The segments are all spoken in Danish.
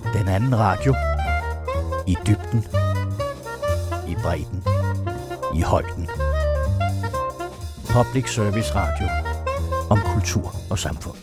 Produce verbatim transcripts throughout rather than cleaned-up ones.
Den anden radio. I dybden. I bredden. I højden. Public Service Radio. Om kultur og samfund.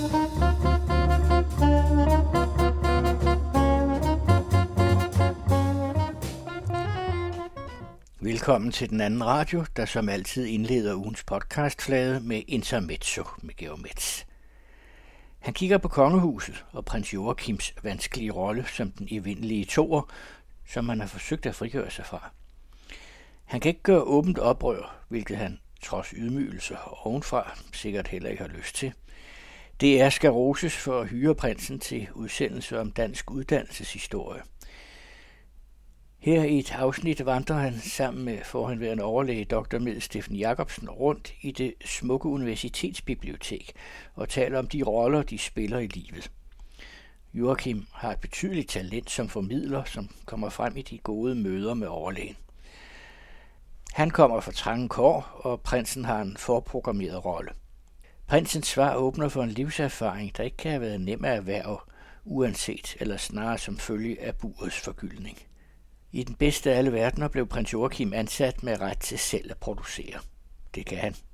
Velkommen til Den anden radio, der som altid indleder ugens podcastflade med Intermezzo med Georg Metz. Han kigger på kongehuset og prins Joachims vanskelige rolle som den evindelige toer, som man har forsøgt at frigøre sig fra. Han kan ikke gøre åbent oprør, hvilket han, trods ydmygelser ovenfra, sikkert heller ikke har lyst til. D R skal roses for at hyre prinsen til udsendelse om dansk uddannelseshistorie. Her i et afsnit vandrer han sammen med forhenværende overlæge doktor Med Steffen Jacobsen rundt i det smukke universitetsbibliotek og taler om de roller, de spiller i livet. Joachim har et betydeligt talent som formidler, som kommer frem i de gode møder med overlægen. Han kommer fra trange kår, og prinsen har en forprogrammeret rolle. Prinsens svar åbner for en livserfaring, der ikke kan have været nem at erhverve, uanset eller snarere som følge af burets forgyldning. I den bedste af alle verdener blev prins Joachim ansat med ret til selv at producere. Det kan han.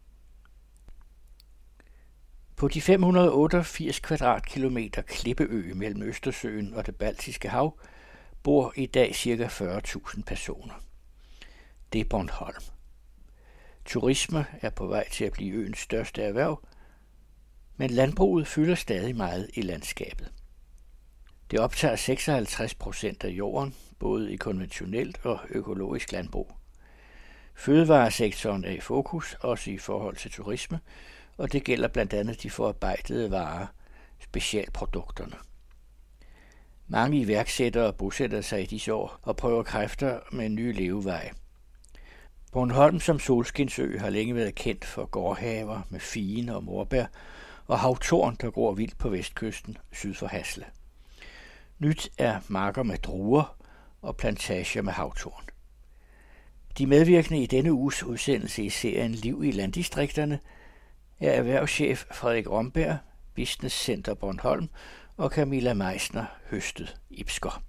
På de fem hundrede og otteogfirs kvadratkilometer klippeø mellem Østersøen og det Baltiske Hav bor i dag ca. fyrre tusind personer. Det er Bornholm. Turisme er på vej til at blive øens største erhverv, men landbruget fylder stadig meget i landskabet. Det optager seksoghalvtreds procent af jorden, både i konventionelt og økologisk landbrug. Fødevaresektoren er i fokus, også i forhold til turisme, og det gælder blandt andet de forarbejdede varer, specialprodukterne. Mange iværksættere bosætter sig i disse år og prøver kræfter med nye leveveje. Bornholm som solskinsø har længe været kendt for gårdhaver med fige og morbær og havtorn, der gror vildt på vestkysten syd for Hasle. Nyt er marker med druer og plantager med havtorn. De medvirkende i denne uges udsendelse i serien Liv i landdistrikterne er erhvervschef Frederik Romberg, Business Center Bornholm og Camilla Meisner, Høstet Ibsker.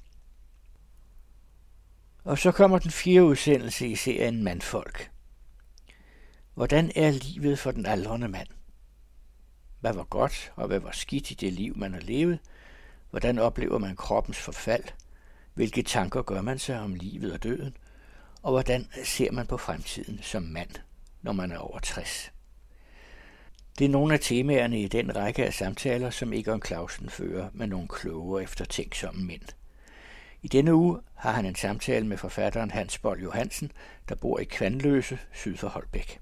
Og så kommer den fjerde udsendelse i serien Mandfolk. Hvordan er livet for den aldrende mand? Hvad var godt og hvad var skidt i det liv, man har levet? Hvordan oplever man kroppens forfald? Hvilke tanker gør man sig om livet og døden? Og hvordan ser man på fremtiden som mand, når man er over tres? Det er nogle af temaerne i den række af samtaler, som Egon Clausen fører med nogle kloge og eftertænksomme mænd. I denne uge har han en samtale med forfatteren Hans Boll Johansen, der bor i Kvanløse syd for Holbæk.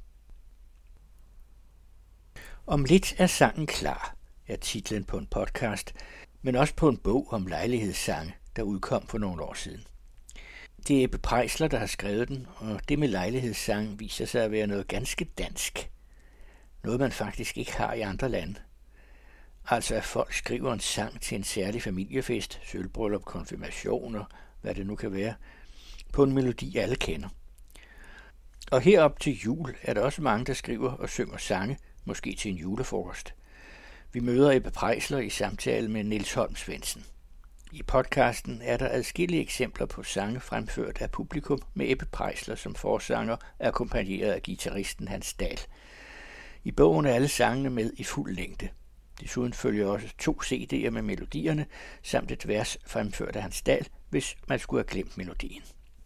Om lidt er sangen klar, er titlen på en podcast, men også på en bog om lejlighedssange, der udkom for nogle år siden. Det er Ebbe Preisler, der har skrevet den, og det med lejlighedssang viser sig at være noget ganske dansk. Noget man faktisk ikke har i andre lande. Altså at folk skriver en sang til en særlig familiefest, sølvbryllup, konfirmationer, hvad det nu kan være, på en melodi alle kender. Og herop til jul er der også mange, der skriver og synger sange, måske til en julefrokost. Vi møder Ebbe Preisler i samtale med Niels Holm Svendsen. I podcasten er der adskillige eksempler på sange fremført af publikum med Ebbe Preisler som forsanger, akkompagneret af guitaristen Hans Dahl. I bogen er alle sangene med i fuld længde. Desuden følger også to C D'er med melodierne, samt et vers fremført af Hans Dahl, hvis man skulle have glemt melodien.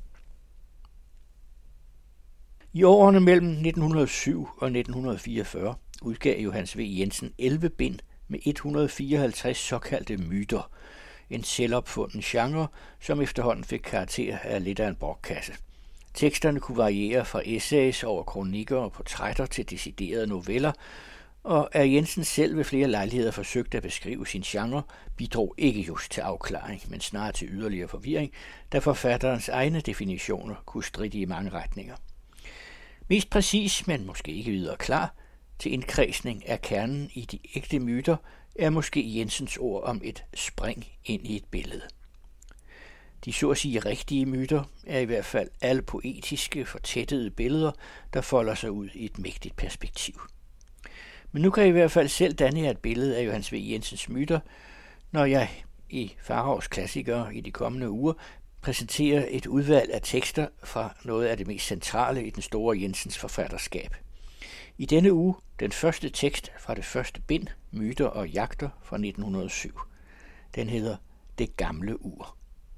I årene mellem nitten hundrede og syv og nitten fireogfyrre udgav Johannes V. Jensen elleve bind med et hundrede og fireoghalvtreds såkaldte myter, en selvopfunden genre, som efterhånden fik karakter af lidt af en brokkasse. Teksterne kunne variere fra essays over kronikker og portrætter til deciderede noveller, og er Jensen selv ved flere lejligheder forsøgt at beskrive sin genre, bidrog ikke just til afklaring, men snarere til yderligere forvirring, da forfatterens egne definitioner kunne stride i mange retninger. Mest præcis, men måske ikke videre klar, til indkredsning af kernen i de ægte myter, er måske Jensens ord om et spring ind i et billede. De så at sige rigtige myter er i hvert fald alle poetiske, fortættede billeder, der folder sig ud i et mægtigt perspektiv. Men nu kan jeg i hvert fald selv danne jer et billede af Johannes V. Jensens myter, når jeg i Farhavs Klassikere i de kommende uger præsentere et udvalg af tekster fra noget af det mest centrale i den store Jensens forfatterskab. I denne uge den første tekst fra det første bind, Myter og Jagter fra nitten hundrede og syv. Den hedder Det gamle ur.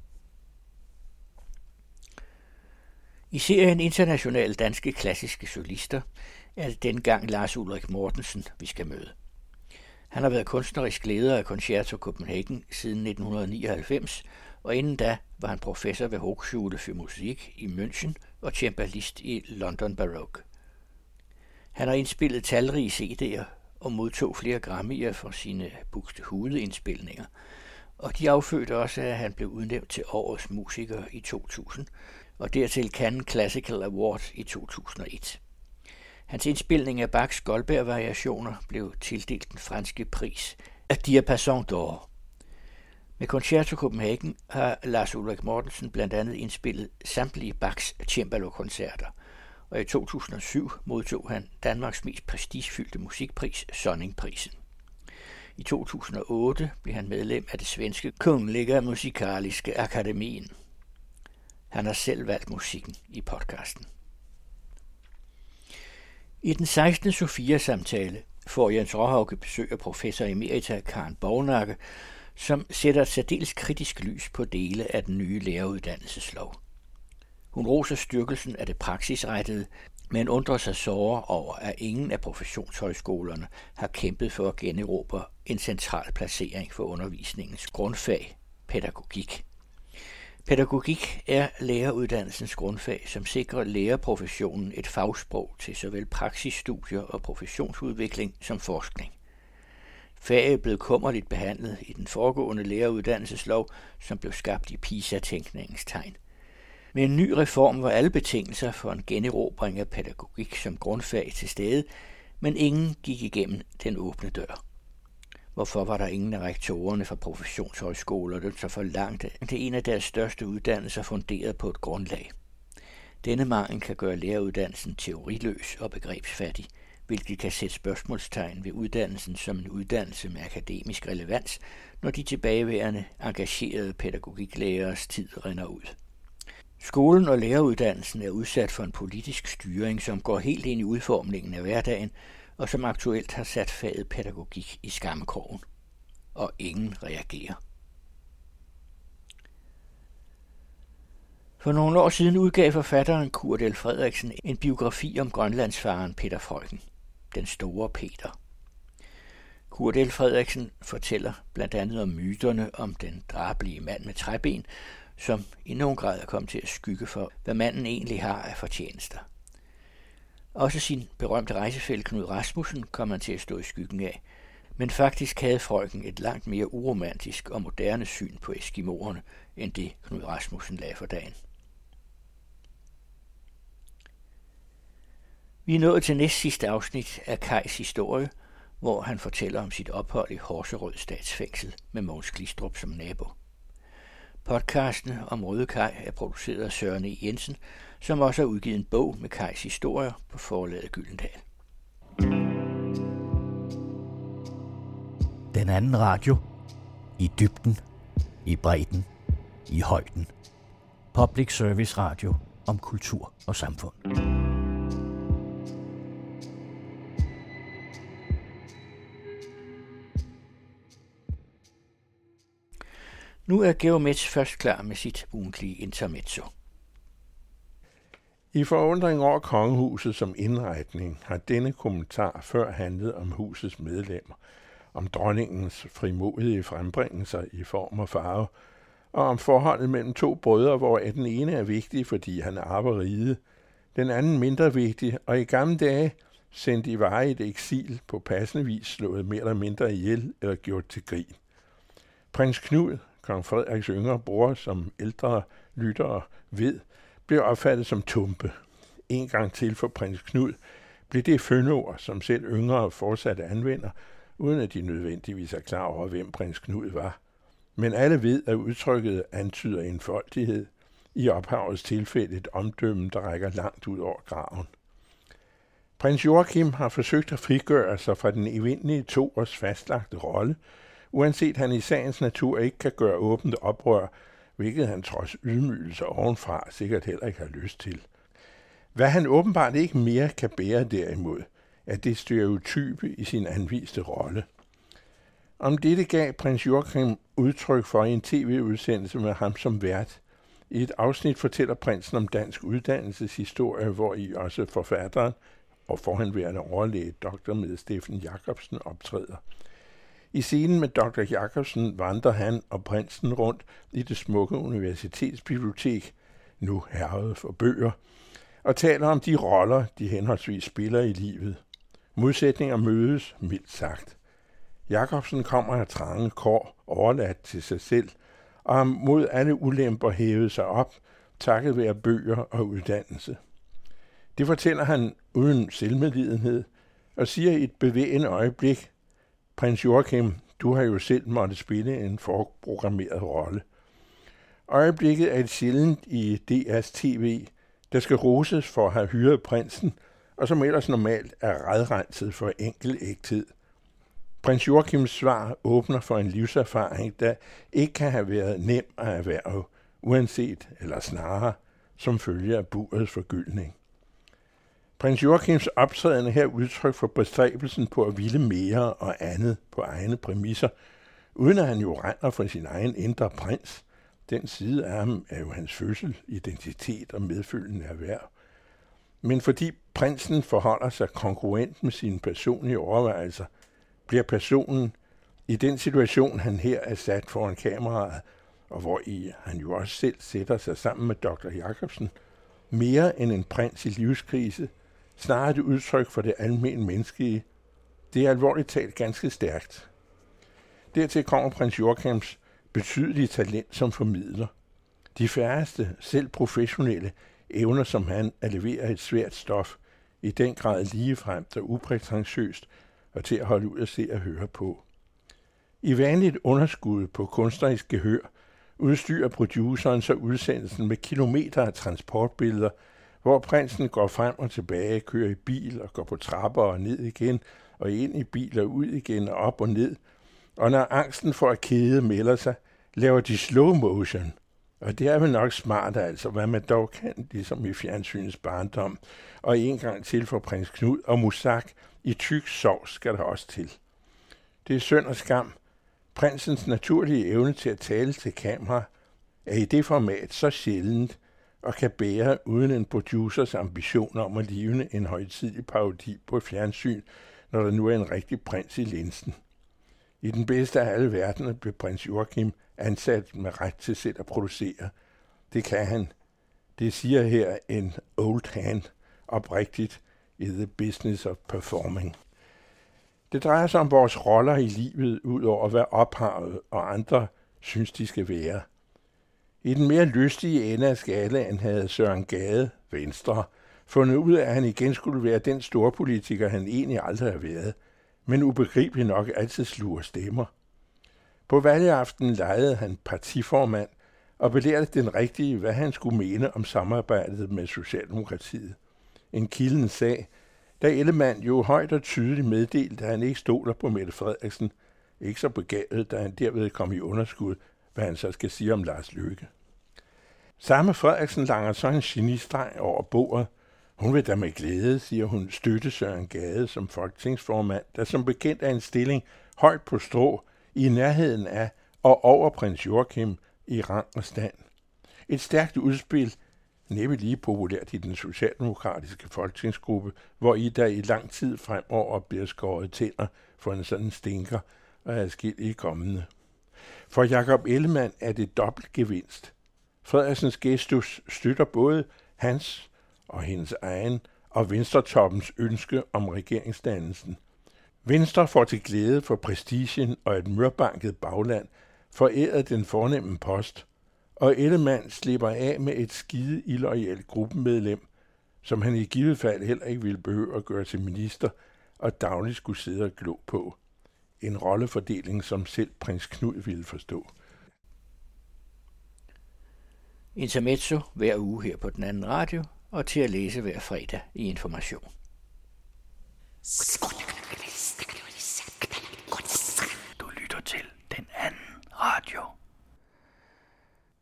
I serien Internationale Danske Klassiske Solister er det dengang Lars Ulrik Mortensen, vi skal møde. Han har været kunstnerisk leder af Concerto Copenhagen siden nitten nioghalvfems, og inden da var han professor ved Hochschule für Musik i München og cembalist i London Baroque. Han har indspillet talrige C D'er og modtog flere Grammy'er for sine Buxtehude-indspilninger, og de affødte også, at han blev udnævnt til årets musiker i to tusind, og dertil Cannes Classical Award i to tusind og et. Hans indspilning af Bachs Goldberg-variationer blev tildelt den franske pris af Diapason d'Or. Med Concerto Copenhagen har Lars Ulrik Mortensen blandt andet indspillet samtlige Bachs cembalo-koncerter, og i to tusind og syv modtog han Danmarks mest prestigefyldte musikpris, Sonningprisen. I to tusind og otte blev han medlem af det svenske Kungliga Musikaliska Akademien. Han har selv valgt musikken i podcasten. I den sekstende Sofia-samtale får Jens Råhauke besøg af professor emerita Karen Borgnakke, som sætter et særdeles kritisk lys på dele af den nye læreruddannelseslov. Hun roser styrkelsen af det praksisrettede, men undrer sig såre over, at ingen af professionshøjskolerne har kæmpet for at generobre en central placering for undervisningens grundfag, pædagogik. Pædagogik er læreruddannelsens grundfag, som sikrer lærerprofessionen et fagsprog til såvel praksisstudier og professionsudvikling som forskning. Faget blev kummerligt behandlet i den foregående læreruddannelseslov, som blev skabt i PISA-tænkningens tegn. Med en ny reform var alle betingelser for en generobring af pædagogik som grundfag til stede, men ingen gik igennem den åbne dør. Hvorfor var der ingen af rektorerne fra professionshøjskoler, der så forlangte, at det er en af deres største uddannelser funderet på et grundlag? Denne mangel kan gøre læreruddannelsen teoriløs og begrebsfattig, hvilket kan sætte spørgsmålstegn ved uddannelsen som en uddannelse med akademisk relevans, når de tilbageværende engagerede pædagogiklærers tid rinder ud. Skolen og læreruddannelsen er udsat for en politisk styring, som går helt ind i udformningen af hverdagen, og som aktuelt har sat faget pædagogik i skammekrogen. Og ingen reagerer. For nogle år siden udgav forfatteren Kurt L. Frederiksen en biografi om grønlandsfaren Peter Freuchen, den store Peter. Kurt L. Frederiksen fortæller blandt andet om myterne om den drabelige mand med træben, som i nogen grad er kommet til at skygge for, hvad manden egentlig har af fortjenester. Også sin berømte rejsefælle Knud Rasmussen kom han til at stå i skyggen af, men faktisk havde Freuchen et langt mere uromantisk og moderne syn på eskimoerne, end det Knud Rasmussen lagde for dagen. Vi er nået til næst sidste afsnit af Kajs historie, hvor han fortæller om sit ophold i Horserød Statsfængsel med Mogens Glistrup som nabo. Podcasten om Røde Kaj er produceret af Søren E. Jensen, som også har udgivet en bog med Kajs historier på forlaget Gyldendal. Den anden radio. I dybden, i bredden, i højden. Public Service Radio om kultur og samfund. Nu er Georg Metz først klar med sit ugentlige intermezzo. I forundring over kongehuset som indretning har denne kommentar før handlet om husets medlemmer, om dronningens frimodige frembringelser i form og farve, og om forholdet mellem to brødre, hvor den ene er vigtig, fordi han arver riget, den anden mindre vigtig, og i gamle dage sendt i varigt eksil på passende vis slået mere eller mindre ihjel eller gjort til grin. Prins Knud, kong Frederiks yngre bror, som ældre lyttere ved, blev opfattet som tumpe. En gang til for prins Knud blev det fyndord, som selv yngre fortsat anvender, uden at de nødvendigvis er klar over, hvem prins Knud var. Men alle ved, at udtrykket antyder enfoldighed, i ophavets tilfælde et omdømme, der rækker langt ud over graven. Prins Joachim har forsøgt at frigøre sig fra den evindelige to års fastlagte rolle, uanset han i sagens natur ikke kan gøre åbent oprør, hvilket han trods ydmygelse ovenfra sikkert heller ikke har lyst til. Hvad han åbenbart ikke mere kan bære derimod, er det stereotype i sin anviste rolle. Om dette gav prins Joachim udtryk for i en tv-udsendelse med ham som vært. I et afsnit fortæller prinsen om dansk uddannelseshistorie, hvor i også forfatteren og forhenværende overlæge doktor med Steffen Jacobsen optræder. I scenen med doktor Jacobsen vandrer han og prinsen rundt i det smukke universitetsbibliotek, nu hærget for bøger, og taler om de roller, de henholdsvis spiller i livet. Modsætninger mødes, mildt sagt. Jacobsen kommer af trange kår, overladt til sig selv, og har mod alle ulemper hævet sig op, takket være bøger og uddannelse. Det fortæller han uden selvmedlidenhed, og siger i et bevægende øjeblik: Prins Joachim, du har jo selv måttet spille en forprogrammeret rolle. Øjeblikket er et sjældent i D R's tv, der skal roses for at have hyret prinsen, og som ellers normalt er redrenset for enkel ægthed. Prins Joachims svar åbner for en livserfaring, der ikke kan have været nem at erhverve, uanset eller snarere som følge af burets forgyldning. Prins Joachims optrædende her udtryk for bestræbelsen på at ville mere og andet på egne præmisser, uden at han jo render for sin egen indre prins. Den side af ham er jo hans fødsel, identitet og medfølgende erhverv. Men fordi prinsen forholder sig kongruent med sine personlige overvejelser, bliver personen i den situation, han her er sat foran kameraet, og hvor i han jo også selv sætter sig sammen med doktor Jacobsen, mere end en prins i livskrise, snarere et udtryk for det almene menneskelige. Det er alvorligt talt ganske stærkt. Dertil kommer prins Joachims betydelige talent som formidler. De færreste, selv professionelle, evner som han at levere et svært stof, i den grad ligefremt og uprætentiøst, og til at holde ud at se og høre på. I vanligt underskud på kunstnerisk gehør udstyrer produceren så udsendelsen med kilometer af transportbilleder, hvor prinsen går frem og tilbage, kører i bil og går på trapper og ned igen, og ind i bil og ud igen og op og ned. Og når angsten for at kede melder sig, laver de slow motion. Og det er vel nok smart altså, hvad man dog kan, ligesom i fjernsynets barndom. Og en gang til for prins Knud og Musak i tyk sovs skal der også til. Det er synd og skam. Prinsens naturlige evne til at tale til kamera er i det format så sjældent, og kan bære uden en producers ambition om at livne en højtidig parodi på fjernsyn, når der nu er en rigtig prins i linsen. I den bedste af alle verdener blev prins Joachim ansat med ret til selv at producere. Det kan han. Det siger her en old hand oprigtigt i the business of performing. Det drejer sig om vores roller i livet, ud over hvad ophavet og andre synes, de skal være. I den mere lystige ende af skalaen havde Søren Gade, Venstre, fundet ud af, at han igen skulle være den store politiker, han egentlig aldrig har været, men ubegribeligt nok altid sluger stemmer. På valgaften lejede han partiformand og belærte den rigtige, hvad han skulle mene om samarbejdet med Socialdemokratiet. En kildens sag, da Ellemann jo højt og tydeligt meddelte, at han ikke stoler på Mette Frederiksen, ikke så begavet, da han derved kom i underskud, hvad han så skal sige om Lars Løkke. Samme Frederiksen langer så en genistreg over bordet. Hun vil da med glæde, siger hun, støtte Søren Gade som folketingsformand, der som bekendt er en stilling højt på strå, i nærheden af og over prins Joachim i rang og stand. Et stærkt udspil, næppe lige populært i den socialdemokratiske folketingsgruppe, hvor i der i lang tid fremover bliver skåret tænder for en sådan stinker og adskillige kommende. For Jakob Ellemann er det dobbelt gevinst. Frederiksens gestus støtter både hans og hendes egen og Venstretoppens ønske om regeringsdannelsen. Venstre får til glæde for prestigen og et mørbanket bagland foræret den fornemme post, og Ellemann slipper af med et skide illoyalt gruppemedlem, som han i givet fald heller ikke ville behøve at gøre til minister og dagligt skulle sidde og glo på. En rollefordeling, som selv prins Knud ville forstå. Intermezzo hver uge her på Den Anden Radio, og til at læse hver fredag i Information. Du lytter til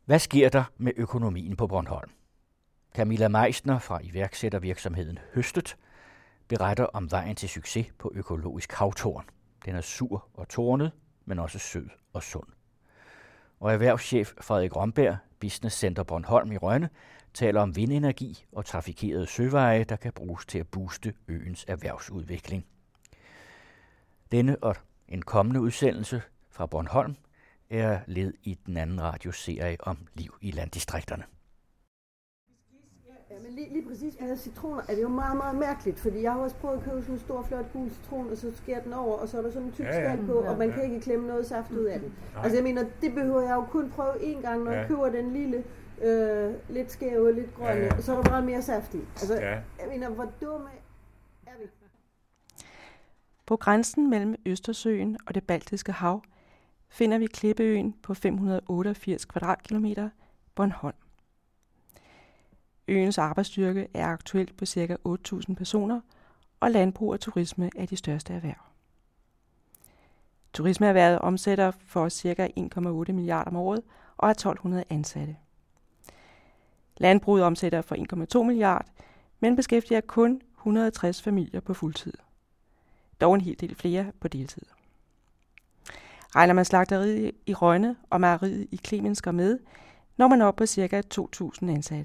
Hvad sker der med økonomien på Bornholm? Camilla Meisner fra iværksættervirksomheden Høstet beretter om vejen til succes på økologisk havtorn. Den er sur og tornet, men også sød og sund. Og erhvervschef Frederik Romberg, Business Center Bornholm i Rønne, taler om vindenergi og trafikerede søveje, der kan bruges til at booste øens erhvervsudvikling. Denne og en kommende udsendelse fra Bornholm er led i den anden radioserie om liv i landdistrikterne. Ja, men lige, lige præcis med citroner er det jo meget, meget mærkeligt, fordi jeg har også prøvet at købe sådan en stor, flot gul citron, og så skærer den over, og så er der sådan en tyk ja, ja. skal på, og man kan ikke klemme noget saft ud af den. Nej. Altså jeg mener, det behøver jeg jo kun prøve én gang, når ja. jeg køber den lille, øh, lidt skæve, lidt grønne, ja, ja. og så er der bare mere saft i. Altså ja. jeg mener, hvor dumme er vi? På grænsen mellem Østersøen og det Baltiske Hav finder vi klippeøen på fem hundrede otteogfirs kvadratkilometer, Bornholm. Øens arbejdsstyrke er aktuelt på ca. otte tusind personer, og landbrug og turisme er de største erhverv. Turismeerhvervet omsætter for ca. en komma otte milliarder om året og har tolv hundrede ansatte. Landbruget omsætter for en komma to milliarder, men beskæftiger kun et hundrede og tres familier på fuldtid. Dog en hel del flere på deltid. Regner man slagteriet i Rønne og mejeriet i Klemensker med, når man er oppe på ca. to tusind ansatte.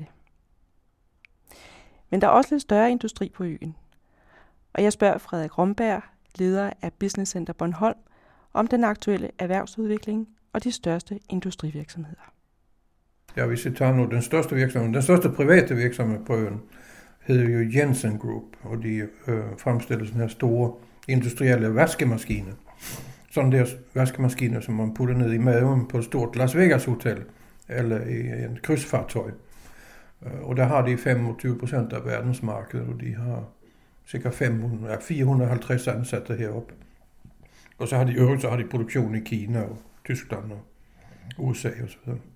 Men der er også lidt større industri på øen. Og jeg spørger Frederik Romberg, leder af Business Center Bornholm, om den aktuelle erhvervsudvikling og de største industrivirksomheder. Ja, hvis vi tager nu den største virksomhed, den største private virksomhed på øen, hedder jo Jensen Group, og de øh, fremstiller sådan her store industrielle vaskemaskiner. Sådan der vaskemaskiner, som man putter ned i maven på et stort Las Vegas hotel, eller i en krydsfartøj. Og der har de femogtyve procent af verdensmarkedet, og de har ca. fire hundrede og halvtreds ansatte heroppe. Og så har de øvrigt, så har de produktion i Kina og Tyskland og U S A og så videre.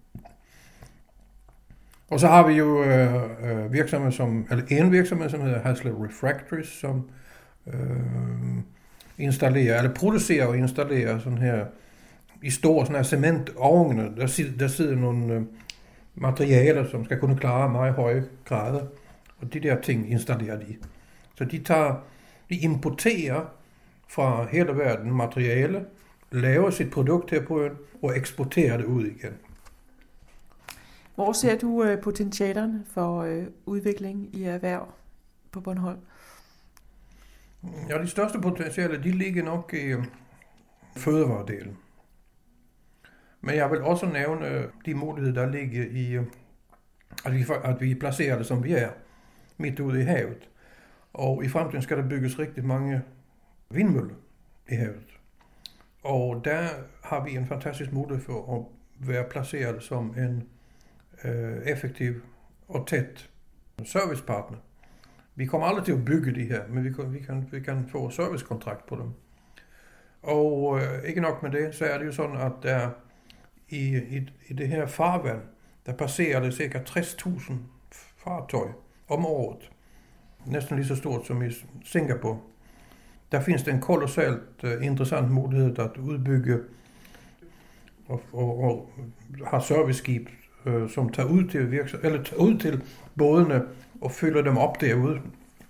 Og så har vi jo øh, virksomheder som, eller en virksomhed, som hedder Hasler Refractories, som øh, installerer, eller producerer og installerer sådan her, i store sådan her cementovne, der sidder, der sidder nogle øh, materialer, som skal kunne klare meget høje grader, og de der ting installerer de. Så de tager, de importerer fra hele verden materiale, laver sit produkt her på øen, og eksporterer det ud igen. Hvor ser du øh, potentialerne for øh, udvikling i erhverv på Bornholm? Ja, de største potentialer, de ligger nok i øh, fødevaredelen. Men jeg vil også nævne øh, de muligheder, der ligger i, øh, at, vi, at vi placerer det, som vi er, midt ude i havet. Og i fremtiden skal der bygges rigtig mange vindmøller i havet. Og der har vi en fantastisk mulighed for at være placeret som en øh, effektiv og tæt servicepartner. Vi kommer aldrig til at bygge de her, men vi kan, vi kan, vi kan få servicekontrakt på dem. Og øh, ikke nok med det, så er det jo sådan, at der i, i, i det her farvand, der passerer det ca. tres tusind fartøj om året. Næsten lige så stort som i Singapore. Der findes det en kolossalt uh, interessant mulighed at udbygge og, og, og have serviceskib, uh, som tager ud til virksomhed, eller tager ud til bådene og fylder dem op derude.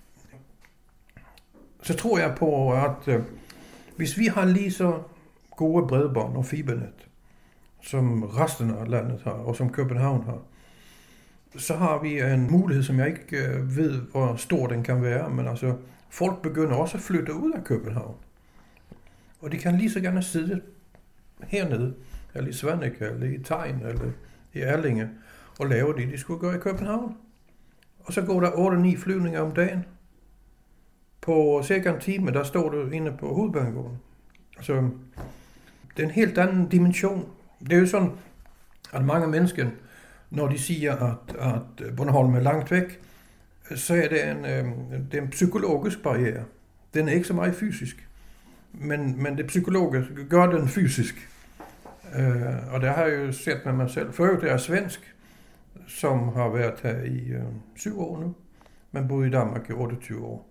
Så tror jeg på, at uh, hvis vi har lige så gode bredbånd og fibernet, som resten af landet har, og som København har, så har vi en mulighed, som jeg ikke uh, ved, hvor stor den kan være, men altså folk begynder også at flytte ud af København. Og de kan lige så gerne sidde hernede, eller i Svaneke, eller i Tegn, eller i Erlinge, og lave det, de skulle gøre i København. Og så går der otte ni flyvninger om dagen. På cirka en time, der står du inde på Hovedbanegården. Så det er en helt anden dimension. Det er jo sådan, at mange mennesker, når de siger, at, at Bornholm er langt væk, så er det en, øh, det er en psykologisk barriere. Den er ikke så meget fysisk, men, men det psykologiske gør den fysisk. Øh, og der har jeg jo set med mig selv. Før det er svensk, som har været her i øh, syv år nu, men boede i Danmark i otteogtyve år.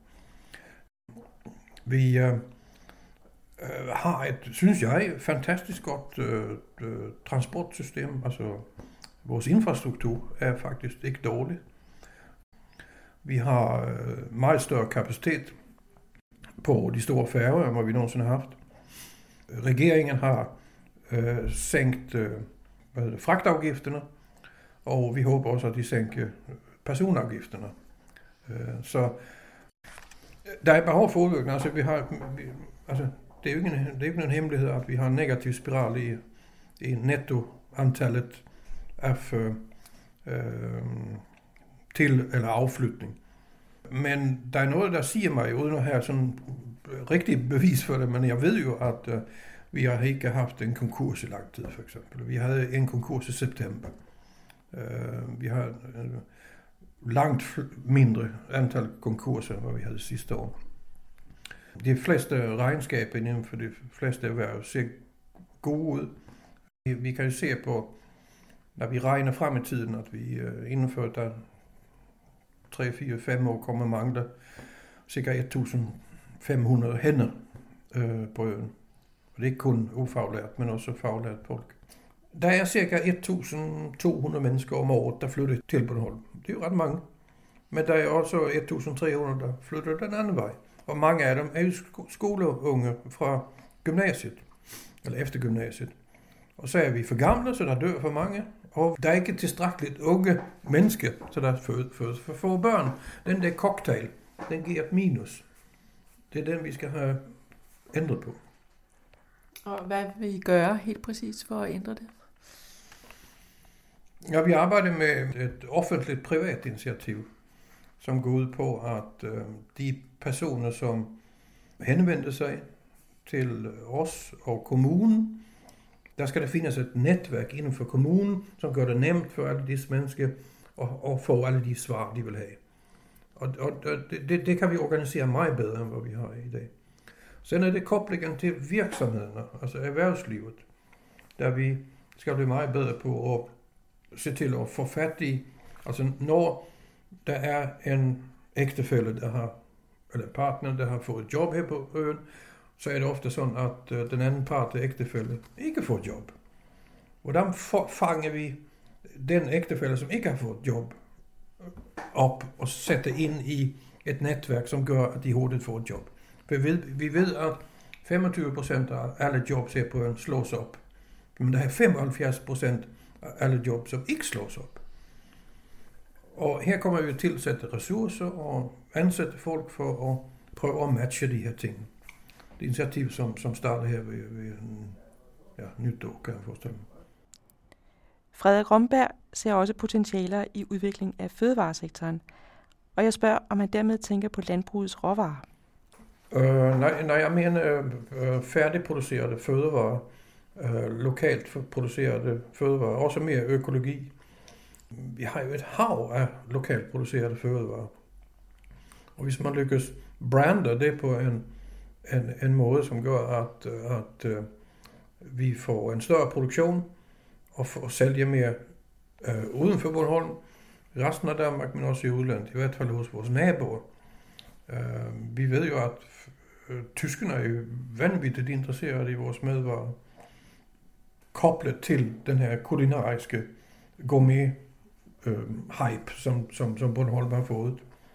Vi øh, øh, har et, synes jeg, fantastisk godt øh, øh, transportsystem, altså vores infrastruktur er faktisk ikke dårlig. Vi har øh, meget større kapacitet på de store færger, end hvad vi nogensinde har haft. Regeringen har øh, sænkt øh, hvad hedder det, fragtafgifterne, og vi håber også, at de sænker personafgifterne. Øh, så der er behov for udvikling. Altså, vi har, vi, altså, det er jo ikke en, det er ikke nogen hemmelighed, at vi har en negativ spiral i, i nettoantallet af øh, øh, til- eller afflytning. Men der er noget, der siger mig, uden at have sådan rigtig bevis for det, men jeg ved jo, at øh, vi har ikke haft en konkurs i lang tid, for eksempel. Vi havde en konkurs i september. Øh, vi har øh, langt mindre antal konkurser, end hvad vi havde sidste år. De fleste regnskaber inden for de fleste erhverv ser gode ud. Vi kan jo se på, når vi regner frem i tiden, at vi øh, inden for der tre, fire, fem år kommer mangle cirka et tusind fem hundrede hænder øh, på øen. Og det er ikke kun ufaglært, men også faglært folk. Der er cirka et tusind to hundrede mennesker om året, der flytter til Bornholm. Det er jo ret mange. Men der er også et tusind tre hundrede, der flytter den anden vej. Og mange af dem er jo skoleunge fra gymnasiet, eller efter gymnasiet. Og så er vi for gamle, så der dør for mange. Og der er ikke tilstrækkeligt unge mennesker, så der fødes for få børn. Den der cocktail, den giver et minus. Det er den, vi skal have ændret på. Og hvad vil I gøre helt præcis for at ændre det? Ja, vi arbejder med et offentligt privat initiativ, som går ud på, at øh, de personer, som henvender sig til os og kommunen, der skal der findes et netværk inden for kommunen, som gør det nemt for alle disse mennesker at, at få alle de svar, de vil have. Og, og det, det kan vi organisere meget bedre, end hvad vi har i dag. Så er det koblingen til virksomhederne, altså erhvervslivet, der vi skal blive meget bedre på at se til at få fat i, altså når der er en ægtefælle, der har, eller partner, der har fået et job her på øen, så er det ofte sådan, at den anden part af ægtefælle ikke får job. Hvordan fanger vi den ægtefælle, som ikke har fået job, op og sætter ind i et netværk, som gør, at de hurtigt får et job? Vi ved, vi ved at femogtyve procent af alle jobs her på øen slås op. Men der er femoghalvfjerds procent af alle jobs, som ikke slås op. Og her kommer vi til at sætte ressourcer og ansætte folk for at prøve at matche de her ting. Det er et initiativ, som, som starter her ved, ved ja, nytår, kan jeg forestille mig. Frederik Romberg ser også potentialer i udvikling af fødevaresektoren, og jeg spørger, om han dermed tænker på landbrugets råvarer. Øh, nej, nej, jeg mener øh, færdigproducerede fødevarer, øh, lokalt producerede fødevarer, også mere økologi. Vi har jo et hav af lokalt producerede fødevarer. Og hvis man lykkes brande det på en, en, en måde, som gør, at, at uh, vi får en større produktion og får sælge mere uh, uden for Bornholm, resten af Danmark, men også i udlandet, i hvert fald hos vores naboer. Uh, vi ved jo, at uh, tyskerne er jo vanvittigt interesserede i vores madvarer, koblet til den her kulinariske gourmet øh, hype, som, som, som Bornholm har fået.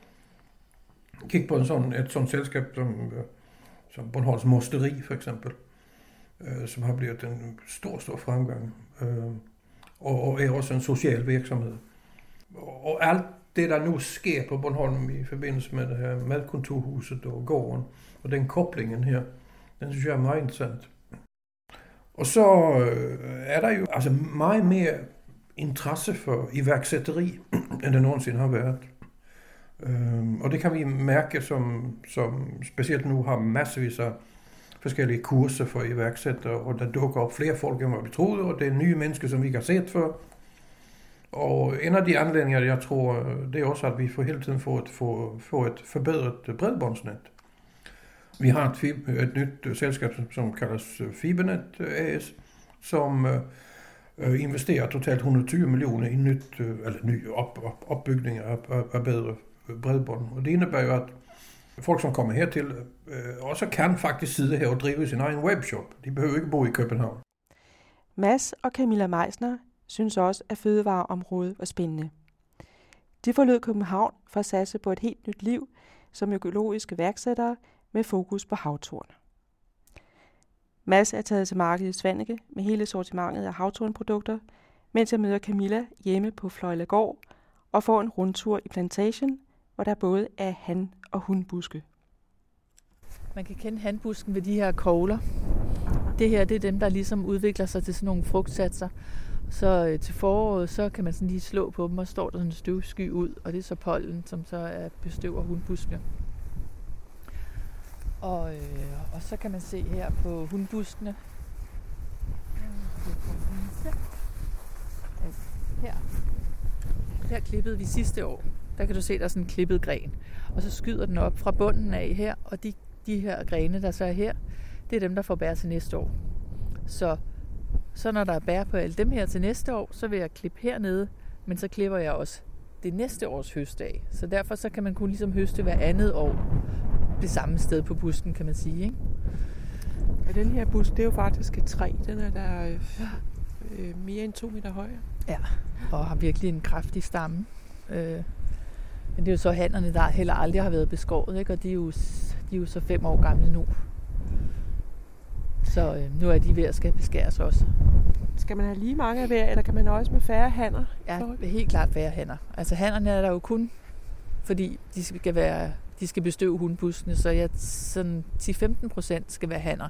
Kig på en sådan, et sådan selskab som, øh, som Bornholms Mosteri for eksempel, øh, som har blevet en stor, stor fremgang, øh, og, og er også en social virksomhed. Og, og alt det, der nu sker på Bornholm i forbindelse med det her madkontorhuset og gården, og den koblingen her, den synes jeg er meget interessant. Og så øh, er der jo altså meget mere interesse for iværksætteri, end der nogensinde har været. Øhm, og det kan vi mærke, som, som specielt nu har massevis af forskellige kurser for iværksættere, og der dukker op flere folk, end vi troede, og det er nye mennesker, som vi ikke har set før. Og en af de anledninger, jeg tror, det er også, at vi for hele tiden får et, får, får et forbedret bredbåndsnet. Vi har et, et nyt selskab, som kaldes Fibernet A S, som øh, investerer totalt et hundrede og tyve millioner i nyt, øh, eller ny op, op, opbygning af, af, af bedre bredbånd. Og det indebærer jo, at folk, som kommer hertil, øh, også kan faktisk sidde her og drive sin egen webshop. De behøver ikke bo i København. Mads og Camilla Meisner synes også, at fødevareområdet var spændende. De forlod København for at satse på et helt nyt liv som økologiske værksættere med fokus på havtorn. Mads er taget til markedet i Svaneke med hele sortimentet af havtornprodukter, mens jeg møder Camilla hjemme på Fløjlegård og får en rundtur i plantagen, hvor der både er han- og hunbuske. Man kan kende hanbusken ved de her kogler. Det her, det er dem, der ligesom udvikler sig til sådan nogle frugtsatser. Så øh, til foråret, så kan man sådan lige slå på dem, og står der sådan en støvsky ud, og det er så pollen, som så er bestøver hunbuskene. Og, øh, og så kan man se her på hunbuskene. Her. Her klippede vi sidste år. Der kan du se, der er sådan en klippet gren. Og så skyder den op fra bunden af her, og de, de her grene, der så er her, det er dem, der får bær til næste år. Så, så når der er bær på alle dem her til næste år, så vil jeg klippe hernede, men så klipper jeg også det næste års høst af. Så derfor så kan man kun ligesom høste hver andet år det samme sted på busken, kan man sige, ikke? Og den her busk, det er jo faktisk et træ. Den er der øh, øh, mere end to meter høj. Ja, og har virkelig en kraftig stamme. Øh, men det er jo så hannerne, der heller aldrig har været beskåret, ikke? Og de er, jo, de er jo så fem år gamle nu. Så øh, nu er de ved at skal beskæres også. Skal man have lige mange af hver, eller kan man også med færre hanner? Ja, det er helt klart færre hanner. Altså hannerne er der jo kun, fordi de skal være, de skal bestøve hundbuskene, så jeg, sådan ti til femten procent skal være hanner.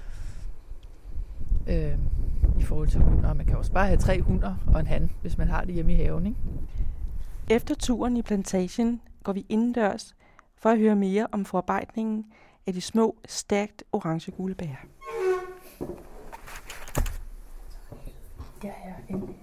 Øh, I forhold til hunder. Man kan også bare have tre hunder og en han, hvis man har det hjemme i haven, ikke? Efter turen i plantagen går vi indendørs for at høre mere om forarbejdningen af de små, stærkt orange-gule bær. Ja, ja, endelig.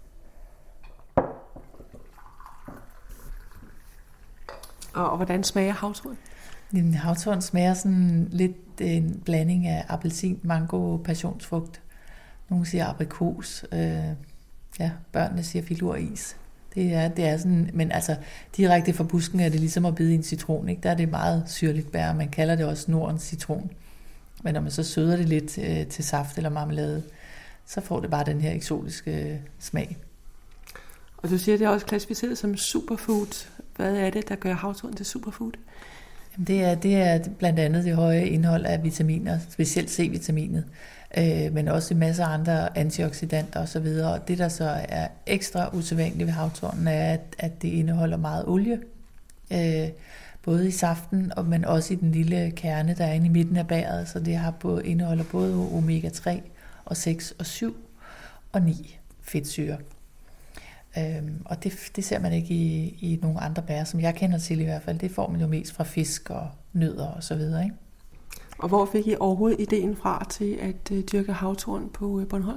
Og, og hvordan smager havtorn? Jamen, havtorn smager sådan lidt en blanding af appelsin, mango, passionsfrugt. Nogle siger aprikos. Øh, ja, børnene siger filuris. Det er, det er sådan, men altså direkte fra busken er det ligesom at bide i en citron, ikke? Der er det meget syrligt bær, man kalder det også Nordens citron. Men når man så søder det lidt øh, til saft eller marmelade, så får det bare den her eksotiske øh, smag. Og du siger, det er også klassificeret som superfood. Hvad er det, der gør havtorn til superfood? Jamen det, er, det er blandt andet det høje indhold af vitaminer, specielt C-vitaminet, øh, men også en masse andre antioxidanter osv. Og det, der så er ekstra usædvanligt ved havtornen, er, at, at det indeholder meget olie, øh, både i saften, og, men også i den lille kerne, der er inde i midten af bæret. Så det har både, indeholder både omega tre og seks og syv og ni fedtsyrer. Øhm, og det, det ser man ikke i, i nogle andre bær, som jeg kender til i hvert fald. Det får man jo mest fra fisk og nødder og så videre, ikke? Og hvor fik I overhovedet ideen fra til at uh, dyrke havtorn på uh, Bornholm?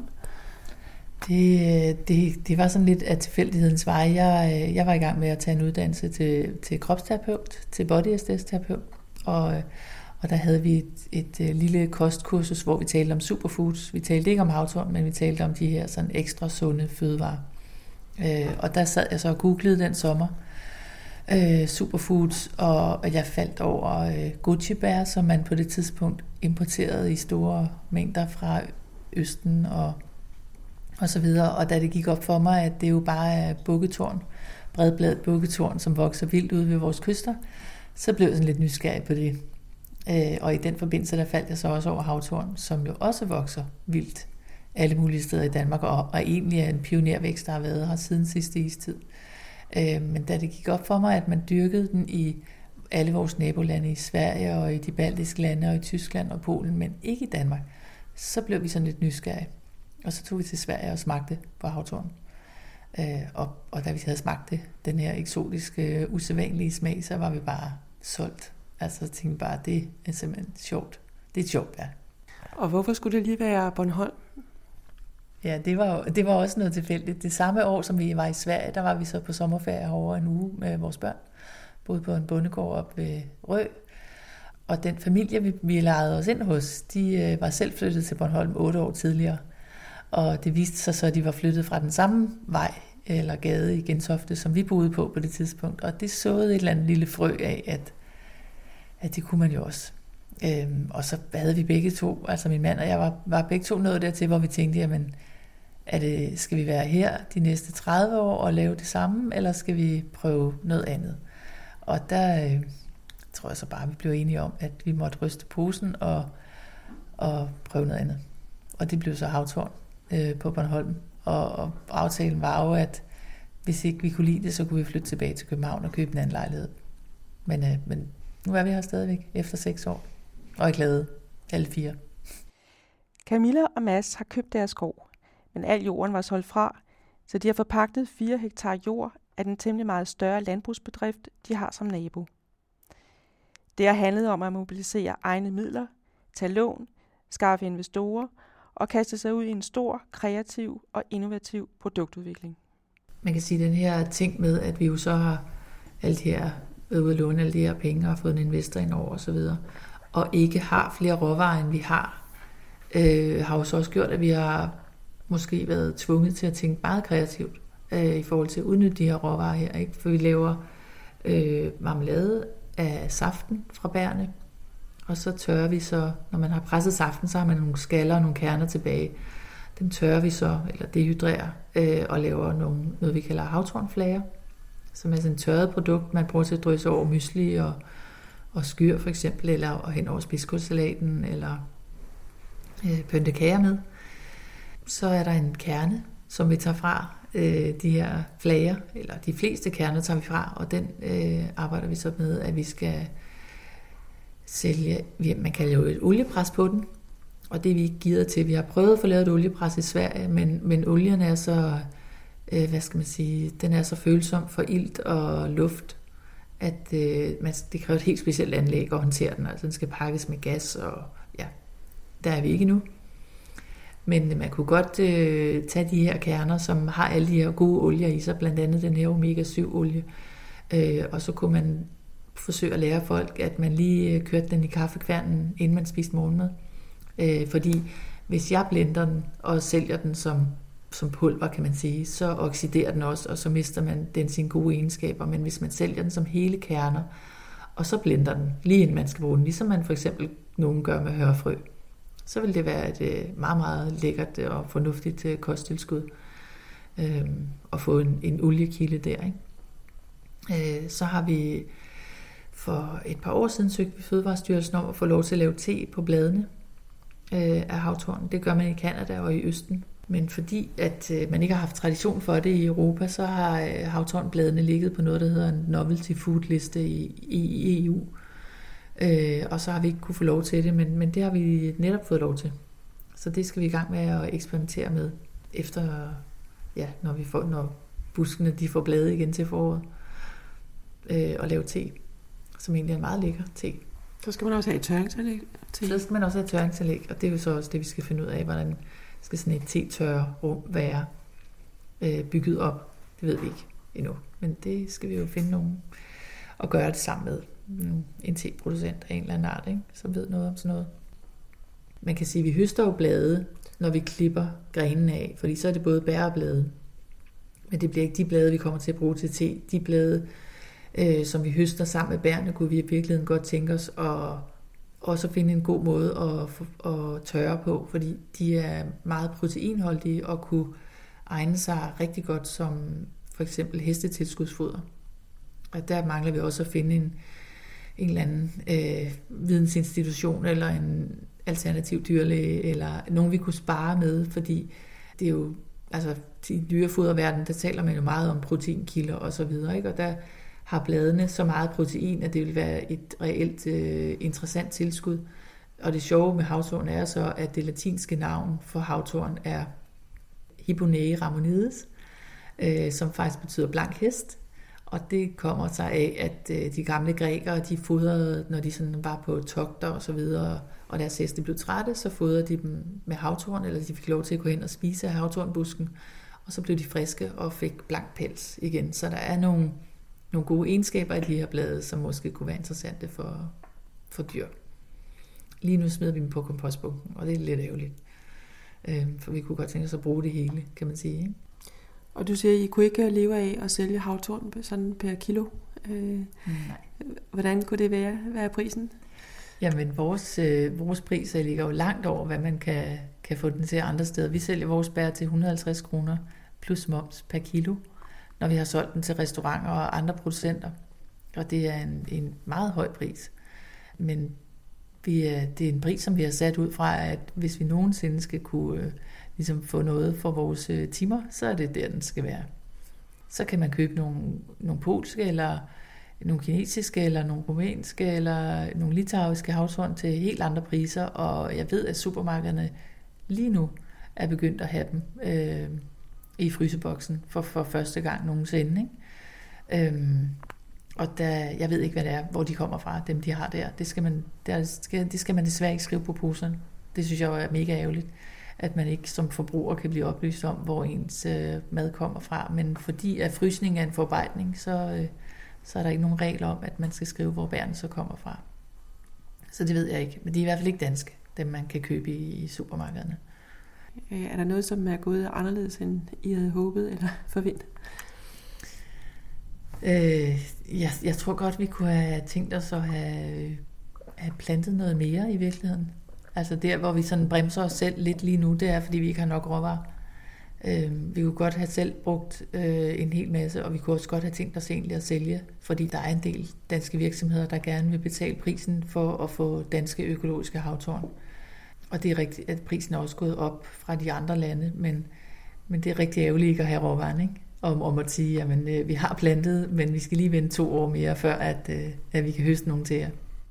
Det, det, det var sådan lidt af tilfældighedens vej. Jeg, jeg var i gang med at tage en uddannelse til, til kropsterapeut, til body aesthetic-terapeut, og, og der havde vi et, et, et lille kostkursus, hvor vi talte om superfoods. Vi talte ikke om havtorn, men vi talte om de her sådan ekstra sunde fødevarer. Øh, og der sad jeg så og googlede den sommer øh, superfoods, og, og jeg faldt over øh, goji-bær, som man på det tidspunkt importerede i store mængder fra Østen og, og så videre. Og da det gik op for mig, at det jo bare er bukketorn, bredbladet bukketorn, som vokser vildt ude ved vores kyster, så blev jeg sådan lidt nysgerrig på det. Øh, og i den forbindelse, der faldt jeg så også over havtorn, som jo også vokser vildt alle mulige steder i Danmark, og, og egentlig er en pionervækst, der har været her siden sidste istid. Øh, men da det gik op for mig, at man dyrkede den i alle vores nabolande, i Sverige og i de baltiske lande og i Tyskland og Polen, men ikke i Danmark, så blev vi sådan lidt nysgerrige. Og så tog vi til Sverige og smagte på havtorn. Øh, og, og da vi havde smagt det, den her eksotiske, usædvanlige smag, så var vi bare solgt. Altså jeg tænkte bare, det er simpelthen sjovt. Det er sjovt, ja. Og hvorfor skulle det lige være Bornholm? Ja, det var, det var også noget tilfældigt. Det samme år, som vi var i Sverige, der var vi så på sommerferie over en uge med vores børn. Boede på en bondegård op ved Rø. Og den familie, vi, vi lejede os ind hos, de øh, var selv flyttet til Bornholm otte år tidligere. Og det viste sig så, at de var flyttet fra den samme vej eller gade i Gentofte, som vi boede på på det tidspunkt. Og det såede et eller andet lille frø af, at, at det kunne man jo også. Øhm, og så havde vi begge to, altså min mand og jeg var, var begge to nået dertil, hvor vi tænkte, jamen Er det, skal vi være her de næste tredive år og lave det samme, eller skal vi prøve noget andet? Og der øh, tror jeg så bare, vi blev enige om, at vi måtte ryste posen og, og prøve noget andet. Og det blev så Havtorn øh, på Bornholm. Og, og aftalen var jo, at hvis ikke vi kunne lide det, så kunne vi flytte tilbage til København og købe en anden lejlighed. Men, øh, men nu er vi her stadigvæk efter seks år, og er glade, alle fire. Camilla og Mads har købt deres gård, men al jorden var solgt fra, så de har forpagtet fire hektar jord af den temmelig meget større landbrugsbedrift, de har som nabo. Det har handlet om at mobilisere egne midler, tage lån, skaffe investorer og kaste sig ud i en stor, kreativ og innovativ produktudvikling. Man kan sige, at den her ting med, at vi jo så har alt her været ude at låne alle de her penge og fået en investor ind over osv., og ikke har flere råvarer, end vi har, øh, har jo så også gjort, at vi har måske været tvunget til at tænke meget kreativt øh, i forhold til at udnytte de her råvarer her. Ikke? For vi laver øh, marmelade af saften fra bærene, og så tørrer vi så, når man har presset saften, så har man nogle skaller og nogle kerner tilbage. Dem tørrer vi så, eller dehydrerer, øh, og laver nogle, noget, vi kalder havtornflager, som er sådan et tørret produkt, man bruger til at drysse over mysli og, og skyr for eksempel, eller og hen over spidskålssalaten, eller øh, pøntekager med. Så er der en kerne, som vi tager fra, øh, de her flager, eller de fleste kerner tager vi fra, og den øh, arbejder vi så med, at vi skal sælge, man kan lave et oliepres på den, og det er vi ikke givet til. Vi har prøvet at få lavet et oliepres i Sverige, men, men olien er så, øh, hvad skal man sige, den er så følsom for ilt og luft, at øh, man, det kræver et helt specielt anlæg at håndtere den. Altså den skal pakkes med gas, og ja, der er vi ikke endnu. Men man kunne godt øh, tage de her kerner, som har alle de her gode olier i sig, blandt andet den her omega syv olie, øh, og så kunne man forsøge at lære folk, at man lige kørte den i kaffekværnen, inden man spiste morgenmad. Øh, fordi hvis jeg blender den og sælger den som, som pulver, kan man sige, så oxiderer den også, og så mister man den sine gode egenskaber. Men hvis man sælger den som hele kerner, og så blender den, lige inden man skal bruge den, ligesom man for eksempel nogen gør med hørfrø, så vil det være et meget, meget lækkert og fornuftigt kosttilskud øh, at få en, en oliekilde der. Ikke? Øh, så har vi for et par år siden søgte vi Fødevarestyrelsen om at få lov til at lave te på bladene øh, af havtorn. Det gør man i Canada og i Østen. Men fordi at øh, man ikke har haft tradition for det i Europa, så har øh, havtornbladene ligget på noget, der hedder en novelty food liste i, i E U. Øh, og så har vi ikke kunne få lov til det, men, men det har vi netop fået lov til. Så det skal vi i gang med at eksperimentere med, efter, ja, når, vi får, når buskene de får blade igen til foråret, øh, og lave te, som egentlig er en meget lækker te. Så skal man også have et tørringsanlæg. Så skal man også have et tørringsanlæg, og det er jo så også det, vi skal finde ud af, hvordan skal sådan et te-tørrerum være øh, bygget op. Det ved vi ikke endnu, men det skal vi jo finde nogen og gøre det sammen med. En teproducent af en eller anden art, ikke? Som ved noget om sådan noget. Man kan sige, at vi høster jo blade, når vi klipper grenen af, fordi så er det både bær og blade. Men det bliver ikke de blade, vi kommer til at bruge til te. De blade, øh, som vi høster sammen med bærene, kunne vi i virkeligheden godt tænke os at også finde en god måde at, at tørre på, fordi de er meget proteinholdige og kunne egne sig rigtig godt som for eksempel hestetilskudsfoder. Og der mangler vi også at finde en en eller anden øh, vidensinstitution eller en alternativ dyrlæge eller nogen vi kunne spare med, fordi det er jo altså i dyrefoderverdenen, der taler man jo meget om proteinkilder og så videre, ikke? Og der har bladene så meget protein, at det vil være et reelt øh, interessant tilskud. Og det sjove med havtorn er så, at det latinske navn for havtorn er Hipponae ramonides, øh, som faktisk betyder blank hest. Og det kommer sig af, at øh, de gamle grækere, de fodrede, når de sådan var på togter og så videre, og deres heste blev trætte, så fodrede de dem med havtorn, eller de fik lov til at gå hen og spise af havtornbusken, og så blev de friske og fik blank pels igen. Så der er nogle, nogle gode egenskaber i de her blade, som måske kunne være interessante for, for dyr. Lige nu smider vi dem på kompostbunken, og det er lidt ærgerligt. Øh, for vi kunne godt tænke os at bruge det hele, kan man sige, ikke? Og du siger, at I kunne ikke leve af at sælge havtorn sådan per kilo. Øh, Nej. Hvordan kunne det være? Hvad er prisen? Jamen, vores, øh, vores priser ligger jo langt over, hvad man kan, kan få den til andre steder. Vi sælger vores bær til et hundrede og halvtreds kroner plus moms per kilo, når vi har solgt den til restauranter og andre producenter. Og det er en, en meget høj pris. Men vi er, det er en pris, som vi har sat ud fra, at hvis vi nogensinde skal kunne øh, ligesom få noget for vores øh, timer, så er det der, den skal være. Så kan man købe nogle, nogle polske, eller nogle kinesiske, eller nogle rumænske, eller nogle litauiske havtorn til helt andre priser. Og jeg ved, at supermarkederne lige nu er begyndt at have dem øh, i fryseboksen for, for første gang nogensinde. Ikke? Øhm, og der, jeg ved ikke, hvad det er, hvor de kommer fra, dem de har der. Det skal man, der skal, det skal man desværre ikke skrive på poserne. Det synes jeg er mega ærgerligt, at man ikke som forbruger kan blive oplyst om, hvor ens øh, mad kommer fra. Men fordi at frysning er en forarbejdning, så, øh, så er der ikke nogen regler om, at man skal skrive, hvor bærene så kommer fra. Så det ved jeg ikke. Men de er i hvert fald ikke danske, dem man kan købe i, i supermarkederne. Er der noget, som er gået anderledes, end I havde håbet eller forventet? Øh, jeg, jeg tror godt, vi kunne have tænkt os at have, have plantet noget mere i virkeligheden. Altså der, hvor vi sådan bremser os selv lidt lige nu, det er, fordi vi ikke har nok råvarer. Øh, vi kunne godt have selv brugt øh, en hel masse, og vi kunne også godt have tænkt os egentlig at sælge, fordi der er en del danske virksomheder, der gerne vil betale prisen for at få danske økologiske havtorn. Og det er rigtigt, at prisen er også gået op fra de andre lande, men, men det er rigtig ærgerligt ikke at have råvaren, ikke? Om, om at sige, at øh, vi har plantet, men vi skal lige vente to år mere, før at, øh, at vi kan høste nogen til jer.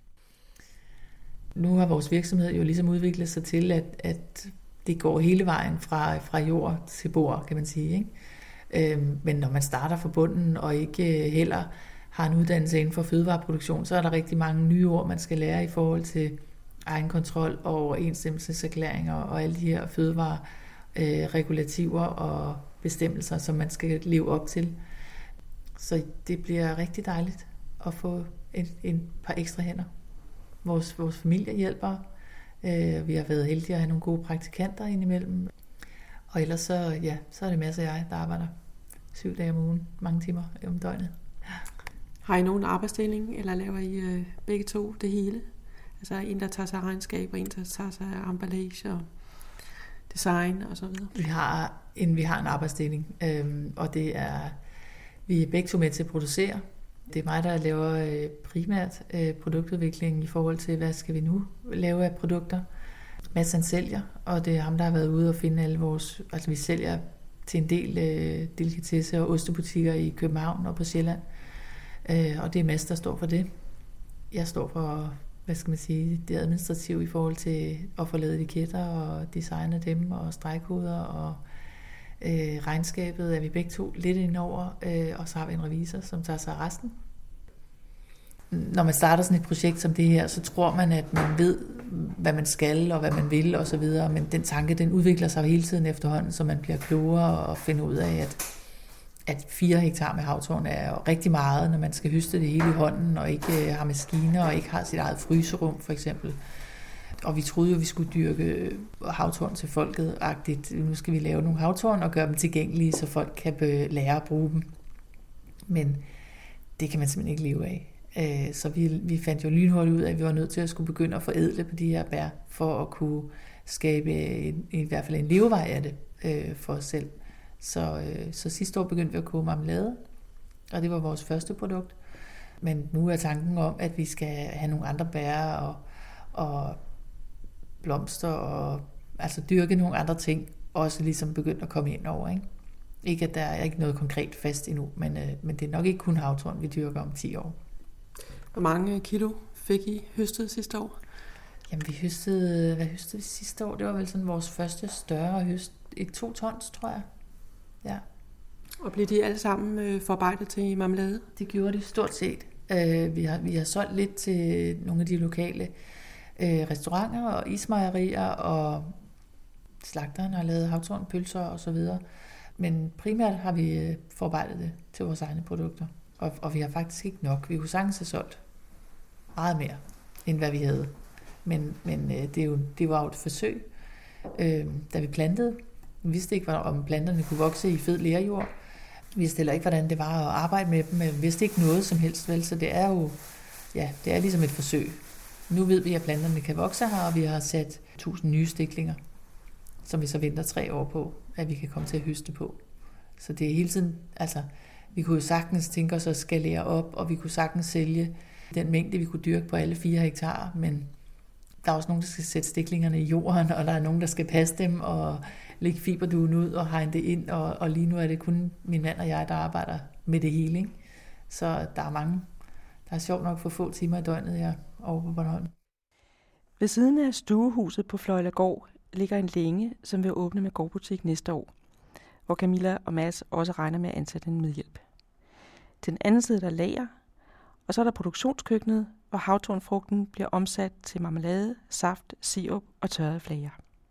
Nu har vores virksomhed jo ligesom udviklet sig til, at, at det går hele vejen fra, fra jord til bord, kan man sige. Ikke? Øhm, men når man starter fra bunden og ikke heller har en uddannelse inden for fødevareproduktion, så er der rigtig mange nye ord, man skal lære i forhold til egenkontrol og overensstemmelseserklæringer og alle de her fødevareregulativer øh, og bestemmelser, som man skal leve op til. Så det bliver rigtig dejligt at få et, et par ekstra hænder. Vores, vores familie hjælper. Øh, vi har været heldige at have nogle gode praktikanter indimellem. Og ellers så, ja, så er det masser af jeg, der arbejder syv dage om ugen, mange timer om døgnet. Har I nogen arbejdsdeling, eller laver I øh, begge to det hele? Altså en, der tager sig af regnskab, og en, der tager sig af emballage og design og så videre. Vi har en, vi har en arbejdsdeling, øhm, og det er, vi er begge to med til at producere. Det er mig, der laver øh, primært øh, produktudviklingen i forhold til, hvad skal vi nu lave af produkter. Mads han sælger, og det er ham, der har været ude og finde alle vores, altså vi sælger til en del øh, delikatesse- og ostebutikker i København og på Sjælland. Øh, og det er Mads, der står for det. Jeg står for, hvad skal man sige, det administrative i forhold til at få lavet etiketter og designe dem og stregkoder og øh, regnskabet er vi begge to lidt indover, øh, og så har vi en revisor, som tager sig af resten. Når man starter sådan et projekt som det her, så tror man, at man ved, hvad man skal og hvad man vil og så videre, men den tanke, den udvikler sig jo hele tiden efterhånden, så man bliver klogere og finder ud af, at at fire hektar med havtorn er jo rigtig meget, når man skal høste det hele i hånden, og ikke har maskiner, og ikke har sit eget fryserum, for eksempel. Og vi troede jo, vi skulle dyrke havtorn til folket-agtigt. Nu skal vi lave nogle havtorn og gøre dem tilgængelige, så folk kan lære at bruge dem. Men det kan man simpelthen ikke leve af. Så vi, vi fandt jo lynhurtigt ud af, at vi var nødt til at skulle begynde at forædle på de her bær, for at kunne skabe en, i hvert fald en levevej af det for os selv. Så, øh, så sidste år begyndte vi at koge marmelade, og det var vores første produkt. Men nu er tanken om, at vi skal have nogle andre bær og, og blomster, og altså dyrke nogle andre ting, også ligesom begyndt at komme ind over. Ikke, ikke at der er ikke noget konkret fast endnu, men, øh, men det er nok ikke kun havtorn, vi dyrker om ti år. Hvor mange kilo fik I høstet sidste år? Jamen vi høstede, hvad høstede vi sidste år? Det var vel sådan vores første større høst, et to tons, tror jeg. Ja. Og blev de alle sammen øh, forarbejdet til marmelade? Det gjorde de stort set. Øh, vi, har, vi har solgt lidt til nogle af de lokale øh, restauranter og ismejerier, og slagteren har lavet havtorn, pølser og så videre. Men primært har vi øh, forarbejdet det til vores egne produkter. Og, og vi har faktisk ikke nok. Vi kunne sagtens have solgt meget mere, end hvad vi havde. Men, men øh, det, er jo, det var jo et forsøg, øh, da vi plantede. Vi vidste ikke, om planterne kunne vokse i fed lerjord. Vi vidste heller ikke, hvordan det var at arbejde med dem, men vi vidste ikke noget som helst, vel? Så det er jo, ja, det er ligesom et forsøg. Nu ved vi, at planterne kan vokse her, og vi har sat tusind nye stiklinger, som vi så venter tre år på, at vi kan komme til at høste på. Så det er hele tiden, altså, vi kunne jo sagtens tænke os at skalere op, og vi kunne sagtens sælge den mængde, vi kunne dyrke på alle fire hektar, men der er også nogen, der skal sætte stiklingerne i jorden, og der er nogen, der skal passe dem, og lægge fiberduen ud og hegne det ind, og, og lige nu er det kun min mand og jeg, der arbejder med det hele, ikke? Så der er mange, der er sjovt nok for få timer i døgnet her over på Bornholm. Ved siden af stuehuset på Fløjlagård ligger en længe, som vil åbne med gårdbutik næste år, hvor Camilla og Mads også regner med at ansætte en medhjælp. Til den anden side er der lager, og så er der produktionskøkkenet, hvor havtornfrugten bliver omsat til marmelade, saft, sirup og tørrede flager.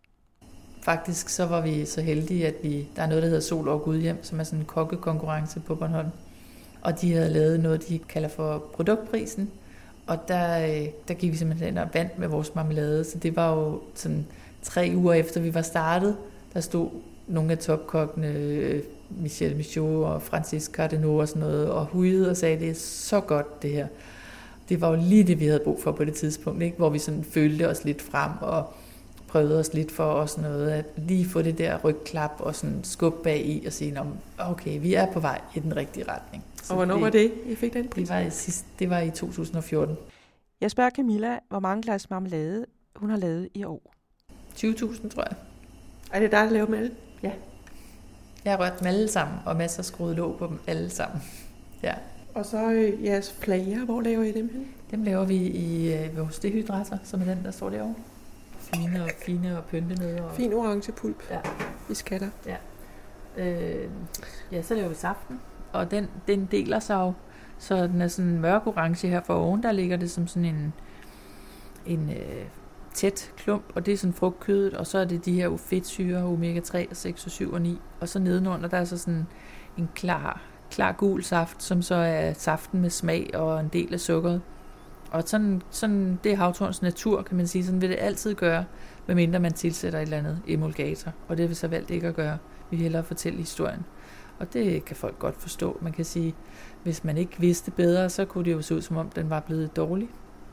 Faktisk så var vi så heldige, at vi, der er noget, der hedder Sol og Gudhjem, som er sådan en kokkekonkurrence på Bornholm. Og de havde lavet noget, de kalder for produktprisen. Og der, der gik vi simpelthen ind og vandt med vores marmelade. Så det var jo sådan tre uger efter vi var startet. Der stod nogle af topkokkene, Michel Michaud og Francis Cardinaux og sådan noget, og hujede og sagde, det er så godt det her. Det var jo lige det, vi havde brug for på det tidspunkt, ikke? Hvor vi sådan følte os lidt frem og prøvede os lidt for os noget, at lige få det der rygklap og sådan skub bag i og sige, okay, vi er på vej i den rigtige retning. Så og hvornår det, var det, I fik den pris? Det var, i sidst, det var i to tusind og fjorten. Jeg spørger Camilla, hvor mange glas marmelade hun har lavet i år. tyve tusind, tror jeg. Er det dig, der laver dem alle? Ja. Jeg har rørt dem alle sammen, og masser af skruet låg på dem alle sammen. Ja. Og så øh, jeres flager, hvor laver I dem hen? Dem laver vi i øh, vores dehydrator, som er den, der står derovre. Fine og fine og pynte nede. Og... Fin orange pulp. Ja. I skatter. Ja. Øh, ja, så laver vi saften, og den, den deler sig jo, så den er sådan mørk orange her for oven, der ligger det som sådan en, en øh, tæt klump, og det er sådan frugtkødet, og så er det de her fedtsyrer, omega tre, seks og syv og ni, og så nedenunder, der er så sådan en klar, klar gul saft, som så er saften med smag og en del af sukkeret. Og sådan, sådan, det er havtorns natur, kan man sige. Sådan vil det altid gøre, medmindre man tilsætter et eller andet emulgator. Og det har vi så valgt ikke at gøre. Vi vil hellere fortælle historien. Og det kan folk godt forstå. Man kan sige, hvis man ikke vidste bedre, så kunne det jo se ud, som om den var blevet dårlig.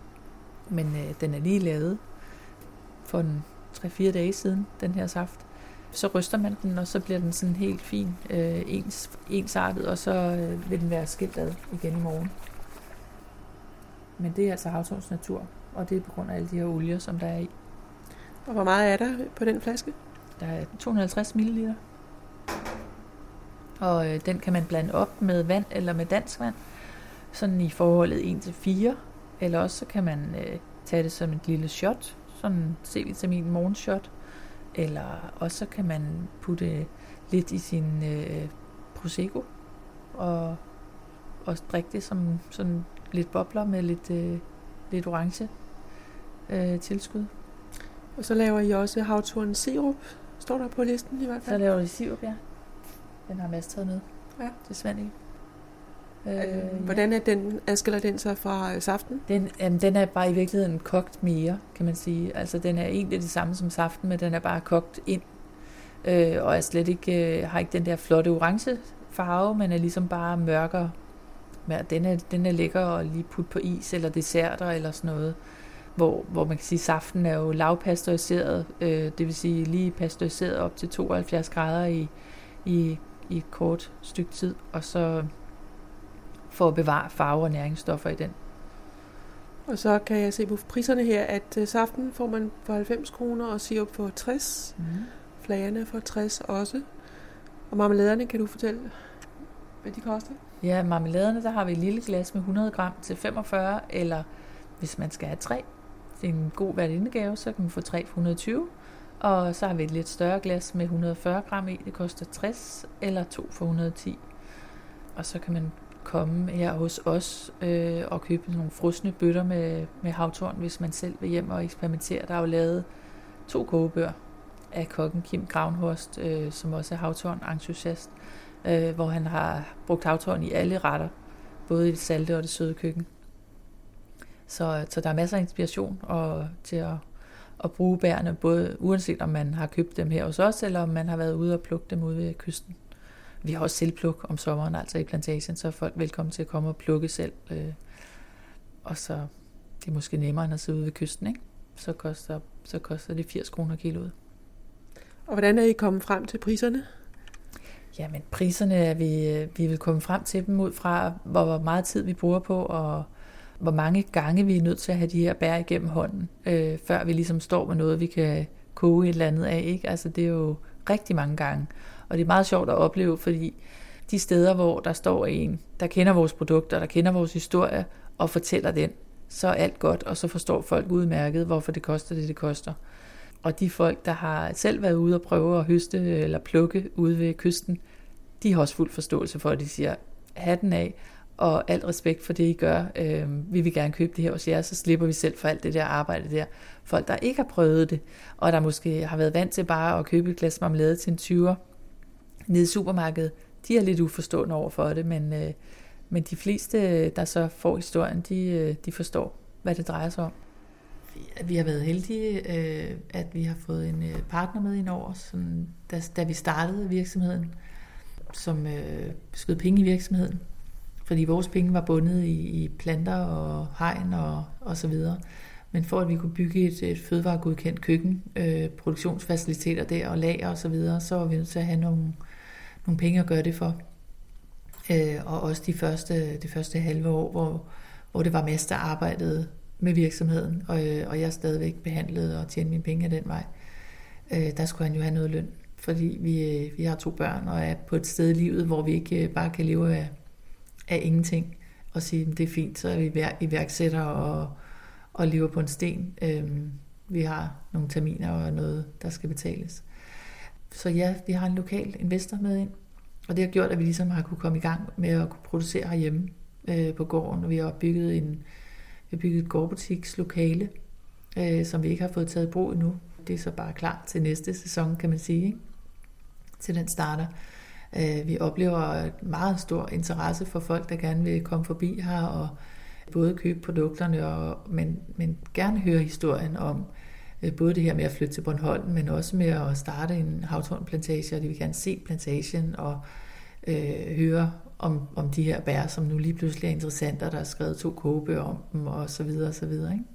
Men øh, den er lige lavet for en tre fire dage siden, den her saft. Så ryster man den, og så bliver den sådan helt fin, øh, ens, ensartet, og så øh, vil den være skilt ad igen i morgen. Men det er altså havtorns natur, og det er på grund af alle de her olier, som der er i. Og hvor meget er der på den flaske? Der er to hundrede og halvtreds milliliter. Og øh, den kan man blande op med vand eller med dansk vand, sådan i forholdet en til fire. Eller også så kan man øh, tage det som et lille shot, sådan en C-vitamin morgenshot. Eller også så kan man putte lidt i sin øh, Prosecco og, og drikke det som sådan lidt bobler med lidt, øh, lidt orange øh, tilskud. Og så laver I også havtorn sirup, står der på listen i hvert fald. Så laver vi sirup, ja. Den har Mads taget med. Ja. Til Svend. Øh, Hvordan er den, adskiller den sig fra øh, saften? Den, jamen, den er bare i virkeligheden kogt mere, kan man sige. Altså den er egentlig det samme som saften, men den er bare kogt ind. Øh, og er slet ikke, øh, har ikke den der flotte orange farve, men er ligesom bare mørkere. Men den er, den er lækker at lige putte på is eller desserter eller sådan noget. Hvor, hvor man kan sige, at saften er jo lavpasteuriseret, øh, det vil sige lige pasteuriseret op til tooghalvfjerds grader i, i, i et kort stykke tid, og så for at bevare farve og næringsstoffer i den. Og så kan jeg se på priserne her, at uh, saften får man for halvfems kroner, og sirup for tres, mm. flagerne for tres også. Og marmeladerne, kan du fortælle, hvad de koster? Ja, marmeladerne, der har vi et lille glas med hundrede gram til femogfyrre, eller hvis man skal have tre, det er en god værtindegave, så kan man få tre for hundrede og tyve. Og så har vi et lidt større glas med hundrede og fyrre gram i, det koster tres, eller to for hundrede og ti. Og så kan man komme her hos os øh, og købe nogle frosne bøtter med, med havtorn, hvis man selv vil hjem og eksperimentere. Der er jo lavet to kogebøger af kokken Kim Gravenhorst, øh, som også er havtorn-entusiast, øh, hvor han har brugt havtorn i alle retter, både i det salte og det søde køkken. Så, så der er masser af inspiration og, til at, at bruge bærene, både uanset om man har købt dem her hos os, eller om man har været ude og plukke dem ude ved kysten. Vi har også selvpluk om sommeren, altså i plantagen, så er folk velkommen til at komme og plukke selv. Øh, og så det er måske nemmere end at sidde ude ved kysten, ikke? Så koster, så koster det firs kroner kiloet. Og hvordan er I kommet frem til priserne? Jamen priserne er vi, vi vil komme frem til dem ud fra, hvor meget tid vi bruger på, og hvor mange gange vi er nødt til at have de her bær igennem hånden, øh, før vi ligesom står med noget, vi kan koge et eller andet af, ikke? Altså det er jo rigtig mange gange, og det er meget sjovt at opleve, fordi de steder, hvor der står en, der kender vores produkter, der kender vores historie, og fortæller den, så er alt godt, og så forstår folk udmærket, hvorfor det koster det, det koster. Og de folk, der har selv været ude og prøve at høste eller plukke ude ved kysten, de har også fuld forståelse for, at de siger, hatten af, og alt respekt for det, I gør. Øh, vi vil gerne købe det her hos jer, så slipper vi selv for alt det der arbejde der. Folk, der ikke har prøvet det, og der måske har været vant til bare at købe et glas marmelade til en tyver nede i supermarkedet, de er lidt uforstående over for det, men, øh, men de fleste, der så får historien, de, de forstår, hvad det drejer sig om. Vi har været heldige, øh, at vi har fået en partner med ind over, sådan, da, da vi startede virksomheden, som øh, skød penge i virksomheden. Fordi vores penge var bundet i, i planter og hegn og, og så videre. Men for at vi kunne bygge et, et fødevaregodkendt køkken, øh, produktionsfaciliteter der og lager og så videre, så var vi nødt til at have nogle, nogle penge at gøre det for. Øh, og også de første, de første halve år, hvor, hvor det var Mads, der arbejdede med virksomheden, og, og jeg stadigvæk behandlede og tjente mine penge af den vej. Øh, der skulle han jo have noget løn, fordi vi, vi har to børn og er på et sted i livet, hvor vi ikke bare kan leve af, af ingenting og sige, det er fint, så er vi iværksætter og, og lever på en sten. Øh, vi har nogle terminer og noget, der skal betales. Så ja, vi har en lokal investor med ind, og det har gjort, at vi ligesom har kunne komme i gang med at kunne producere herhjemme øh, på gården, og vi har bygget en Vi har bygget et gårdbutikslokale, øh, som vi ikke har fået taget i brug endnu. Det er så bare klar til næste sæson, kan man sige, ikke? Til den starter. Øh, vi oplever meget stor interesse for folk, der gerne vil komme forbi her, og både købe produkterne, og, men, men gerne høre historien om øh, både det her med at flytte til Bornholm, men også med at starte en havtornplantage, og de vil gerne se plantagen og øh, høre Om, om de her bær, som nu lige pludselig er interessante, og der er skrevet to kogebøger om dem, og så videre, og så videre, ikke?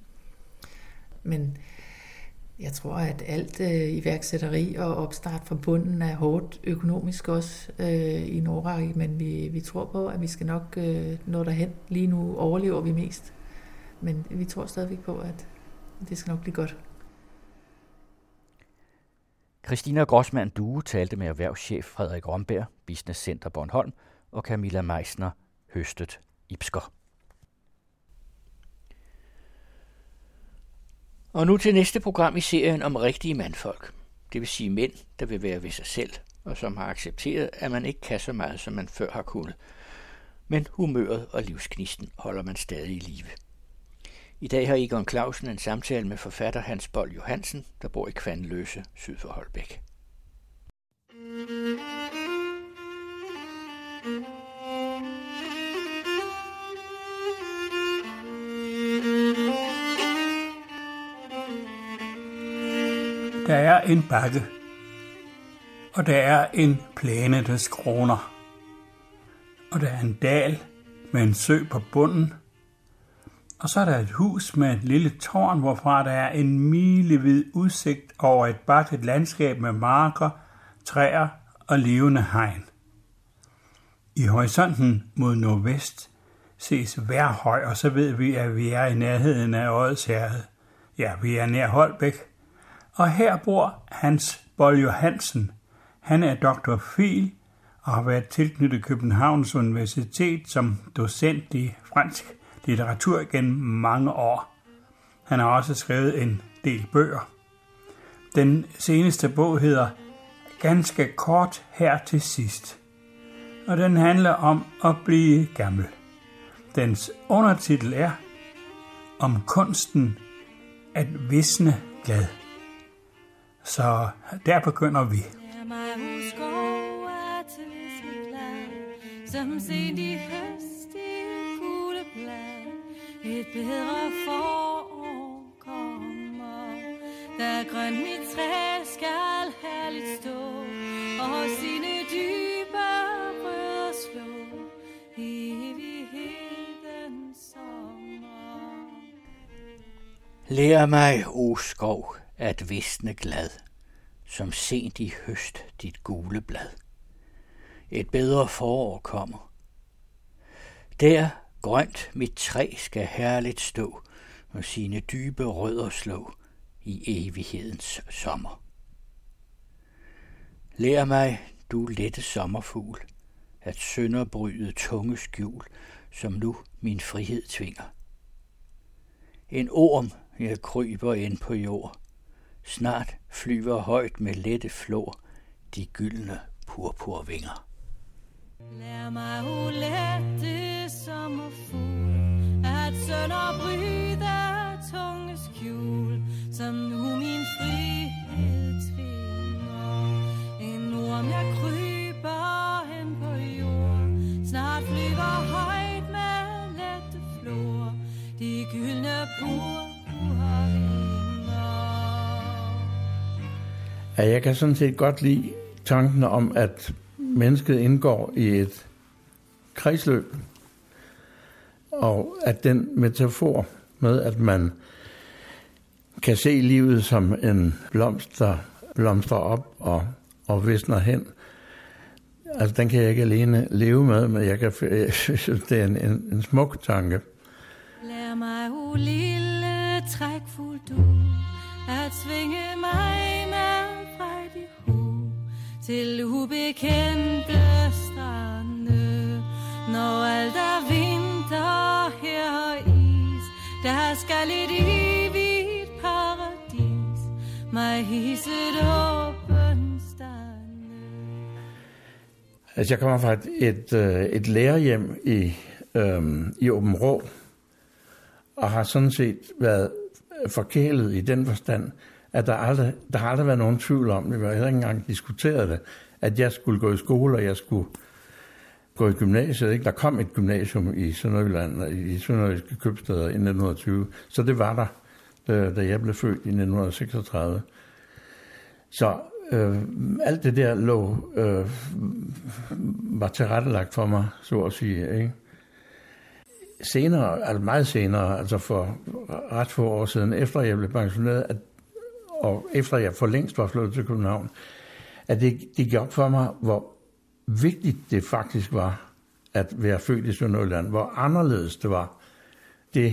Men jeg tror, at alt øh, iværksætteri og opstart fra bunden er hårdt økonomisk også øh, i en årrække, men vi, vi tror på, at vi skal nok øh, nå derhen. Lige nu overlever vi mest, men vi tror stadigvæk på, at det skal nok blive godt. Christina Grossmann Due talte med erhvervschef Frederik Romberg, Business Center Bornholm, og Camilla Meisner, Høstet Ibsker. Og nu til næste program i serien om rigtige mandfolk. Det vil sige mænd, der vil være ved sig selv, og som har accepteret, at man ikke kan så meget, som man før har kunnet. Men humøret og livsknisten holder man stadig i live. I dag har Egon Clausen en samtale med forfatter Hans Boll Johansen, der bor i Kvanløse, syd for Holbæk. Der er en bakke, og der er en plæne, der skråner, og der er en dal med en sø på bunden, og så er der et hus med et lille tårn, hvorfra der er en milevid udsigt over et bakket landskab med marker, træer og levende hegn. I horisonten mod nordvest ses Værhøj, og så ved vi, at vi er i nærheden af Odsherred. Ja, vi er nær Holbæk. Og her bor Hans Boll Johansen. Han er doktor phil og har været tilknyttet Københavns Universitet som docent i fransk litteratur gennem mange år. Han har også skrevet en del bøger. Den seneste bog hedder Ganske kort her til sidst, og den handler om at blive gammel. Dens undertitel er Om kunsten at visne glad. Så der begynder vi. Som sent i høst i gule blad, et bedre forår kommer, der grøn mit træ skal herligt stå, og sine dybe rødder slå, evigheden sommer. Lær mig, o skov, at visne glad, som sent i høst dit gule blad. Et bedre forår kommer. Der grønt mit træ skal herligt stå, og sine dybe rødder slå i evighedens sommer. Lær mig, du lette sommerfugl, at sønderbryde tunge skjul, som nu min frihed tvinger. En orm, jeg kryber ind på jord, snart flyver højt med lette flor de gyldne purpurvinger. Lær mig, o lette sommerfugl, at sønderbryde tunge skjul, som nu min frihed tvinger. En orm, jeg kryber hen på jord, snart flyver højt med lette flor de gyldne purpurvinger. Ja, jeg kan sådan set godt lide tanken om, at mennesket indgår i et kredsløb, og at den metafor med, at man kan se livet som en blomst, der blomstrer op og, og visner hen, altså den kan jeg ikke alene leve med, men jeg, kan, jeg synes, det er en, en, en smuk tanke. Lær mig, o lille trækfugl du, at svinge mig med frejdig hu til ubekendte strande. Når alt er vinter her og is, der skal et evigt paradis mig hisse et åbent stande. Altså jeg kommer fra et, et, et lærerhjem i, øhm, i Aabenraa, og har sådan set været forkælet i den forstand, at der aldrig, der har aldrig været nogen tvivl om det. Vi har heller ikke engang diskuteret det, at jeg skulle gå i skole, og jeg skulle gå i gymnasiet. Ikke? Der kom et gymnasium i Sønderjylland, i Sønderjyske Købstæder i nitten tyve, så det var der, da jeg blev født i nitten seksogtredive. Så øh, alt det der lå, øh, var tilrettelagt for mig, så at sige, ikke? Senere, altså meget senere, altså for ret få år siden, efter jeg blev pensioneret, at, og efter jeg for længst var flyttet til København, at det, det gik op for mig, hvor vigtigt det faktisk var at være født i Sønderjylland, hvor anderledes det var, det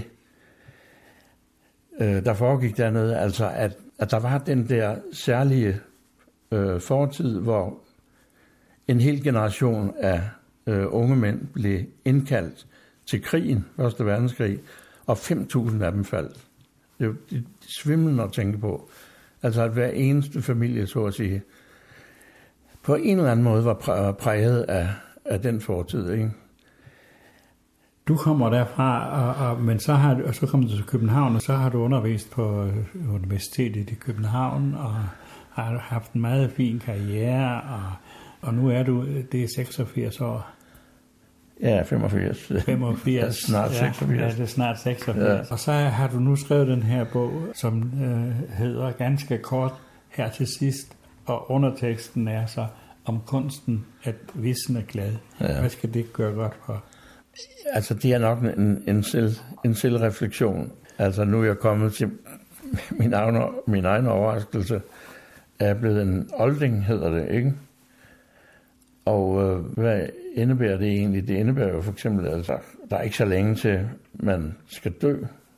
øh, der foregik dernede, altså at, at der var den der særlige øh, fortid, hvor en hel generation af øh, unge mænd blev indkaldt til krigen, første verdenskrig, og fem tusind af dem faldt. Det er jo svimlende at tænke på. Altså at hver eneste familie, så at sige, på en eller anden måde var præget af, af den fortid, ikke? Du kommer derfra, og, og, men så, har, og så kommer du til København, og så har du undervist på universitetet i København, og har haft en meget fin karriere, og, og nu er du, det er seksogfirs år. Ja, femogfirs. femogfirs. Ja, snart seksogfirs. Ja, det er snart seksogfirs. Ja. Og så har du nu skrevet den her bog, som øh, hedder ganske kort her til sidst, og underteksten er så om kunsten at visne glad. Ja. Hvad skal det gøre godt for? Altså, det er nok en, en, selv, en selvreflektion. Altså, nu er jeg kommet til min egen, min egen overraskelse. Jeg er blevet en olding, hedder det, ikke? Og øh, hvad indebærer det egentlig? Det indebærer jo for eksempel, at altså, der er ikke så længe til, man skal dø.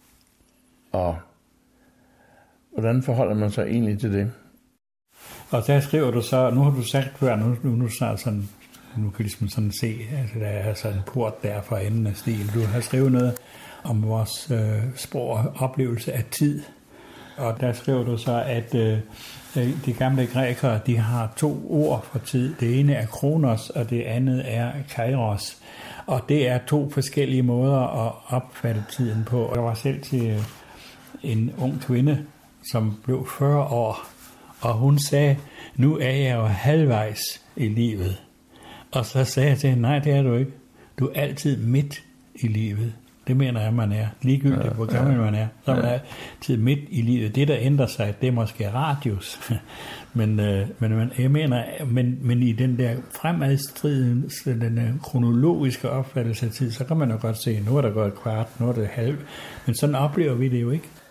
Og hvordan forholder man sig egentlig til det? Og der skriver du så, nu har du sagt før, nu, nu, nu, sådan, nu kan ligesom sådan se, at der er sådan en port der for enden af stilen. Du har skrevet noget om vores øh, sprog og oplevelse af tid. Og der skriver du så, at øh, de gamle grækere, de har to ord for tid. Det ene er kronos, og det andet er kairos. Og det er to forskellige måder at opfatte tiden på. Jeg var selv til en ung kvinde, som blev fyrre år, og hun sagde, nu er jeg jo halvvejs i livet. Og så sagde jeg til hende, nej, det er du ikke. Du er altid midt i livet. Det mener jeg, man er. Ligegyldigt, ja, hvor gammel ja. man er. Så er man ja. altid midt i livet. Det, der ændrer sig, det er måske radius. men, øh, men jeg mener, men, men i den der fremadstriden, den kronologiske opfattelse af tid, så kan man jo godt se, nu er der gået et kvart, nu er det halv. Men sådan oplever vi det jo ikke.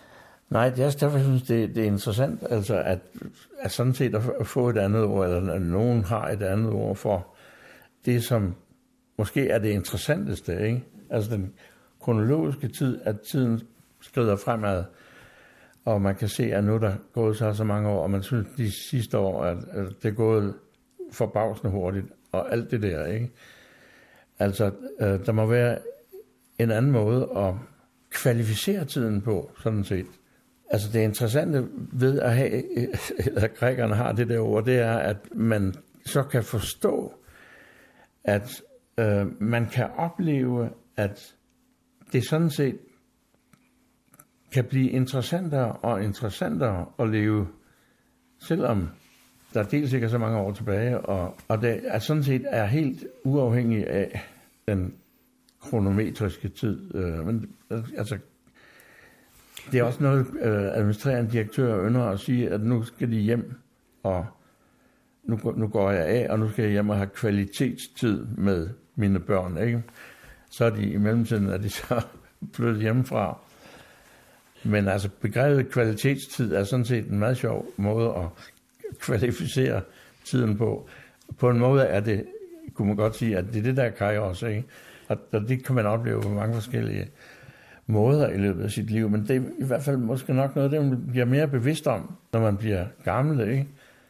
Nej, det er også derfor, jeg synes, det, det er interessant, altså at, at sådan set at få et andet ord, eller at nogen har et andet ord for det, som måske er det interessanteste, ikke? Altså den kronologiske tid, at tiden skrider fremad, og man kan se, at nu der er gået så så mange år, og man synes de sidste år, at, at det er gået forbavsende hurtigt, og alt det der, ikke? Altså, øh, der må være en anden måde at kvalificere tiden på, sådan set. Altså, det interessante ved at have, at grækerne har det der ord, det er, at man så kan forstå, at øh, man kan opleve, at det sådan set kan blive interessantere og interessantere at leve, selvom der dels ikke er så mange år tilbage, og, og det er sådan set er helt uafhængig af den kronometriske tid. Øh, men altså, det er også noget, øh, administrerende direktør ønsker at sige, at nu skal de hjem, og nu, nu går jeg af, og nu skal jeg hjem og have kvalitetstid med mine børn, ikke? Så er de i mellemtiden, at de så flyttet hjemmefra. Men altså, begrebet kvalitetstid er sådan set en meget sjov måde at kvalificere tiden på. På en måde er det, kunne man godt sige, at det er det, der kan også, ikke? Og det kan man opleve på mange forskellige måder i løbet af sit liv, men det er i hvert fald måske nok noget, det man bliver mere bevidst om, når man bliver gammel, ikke?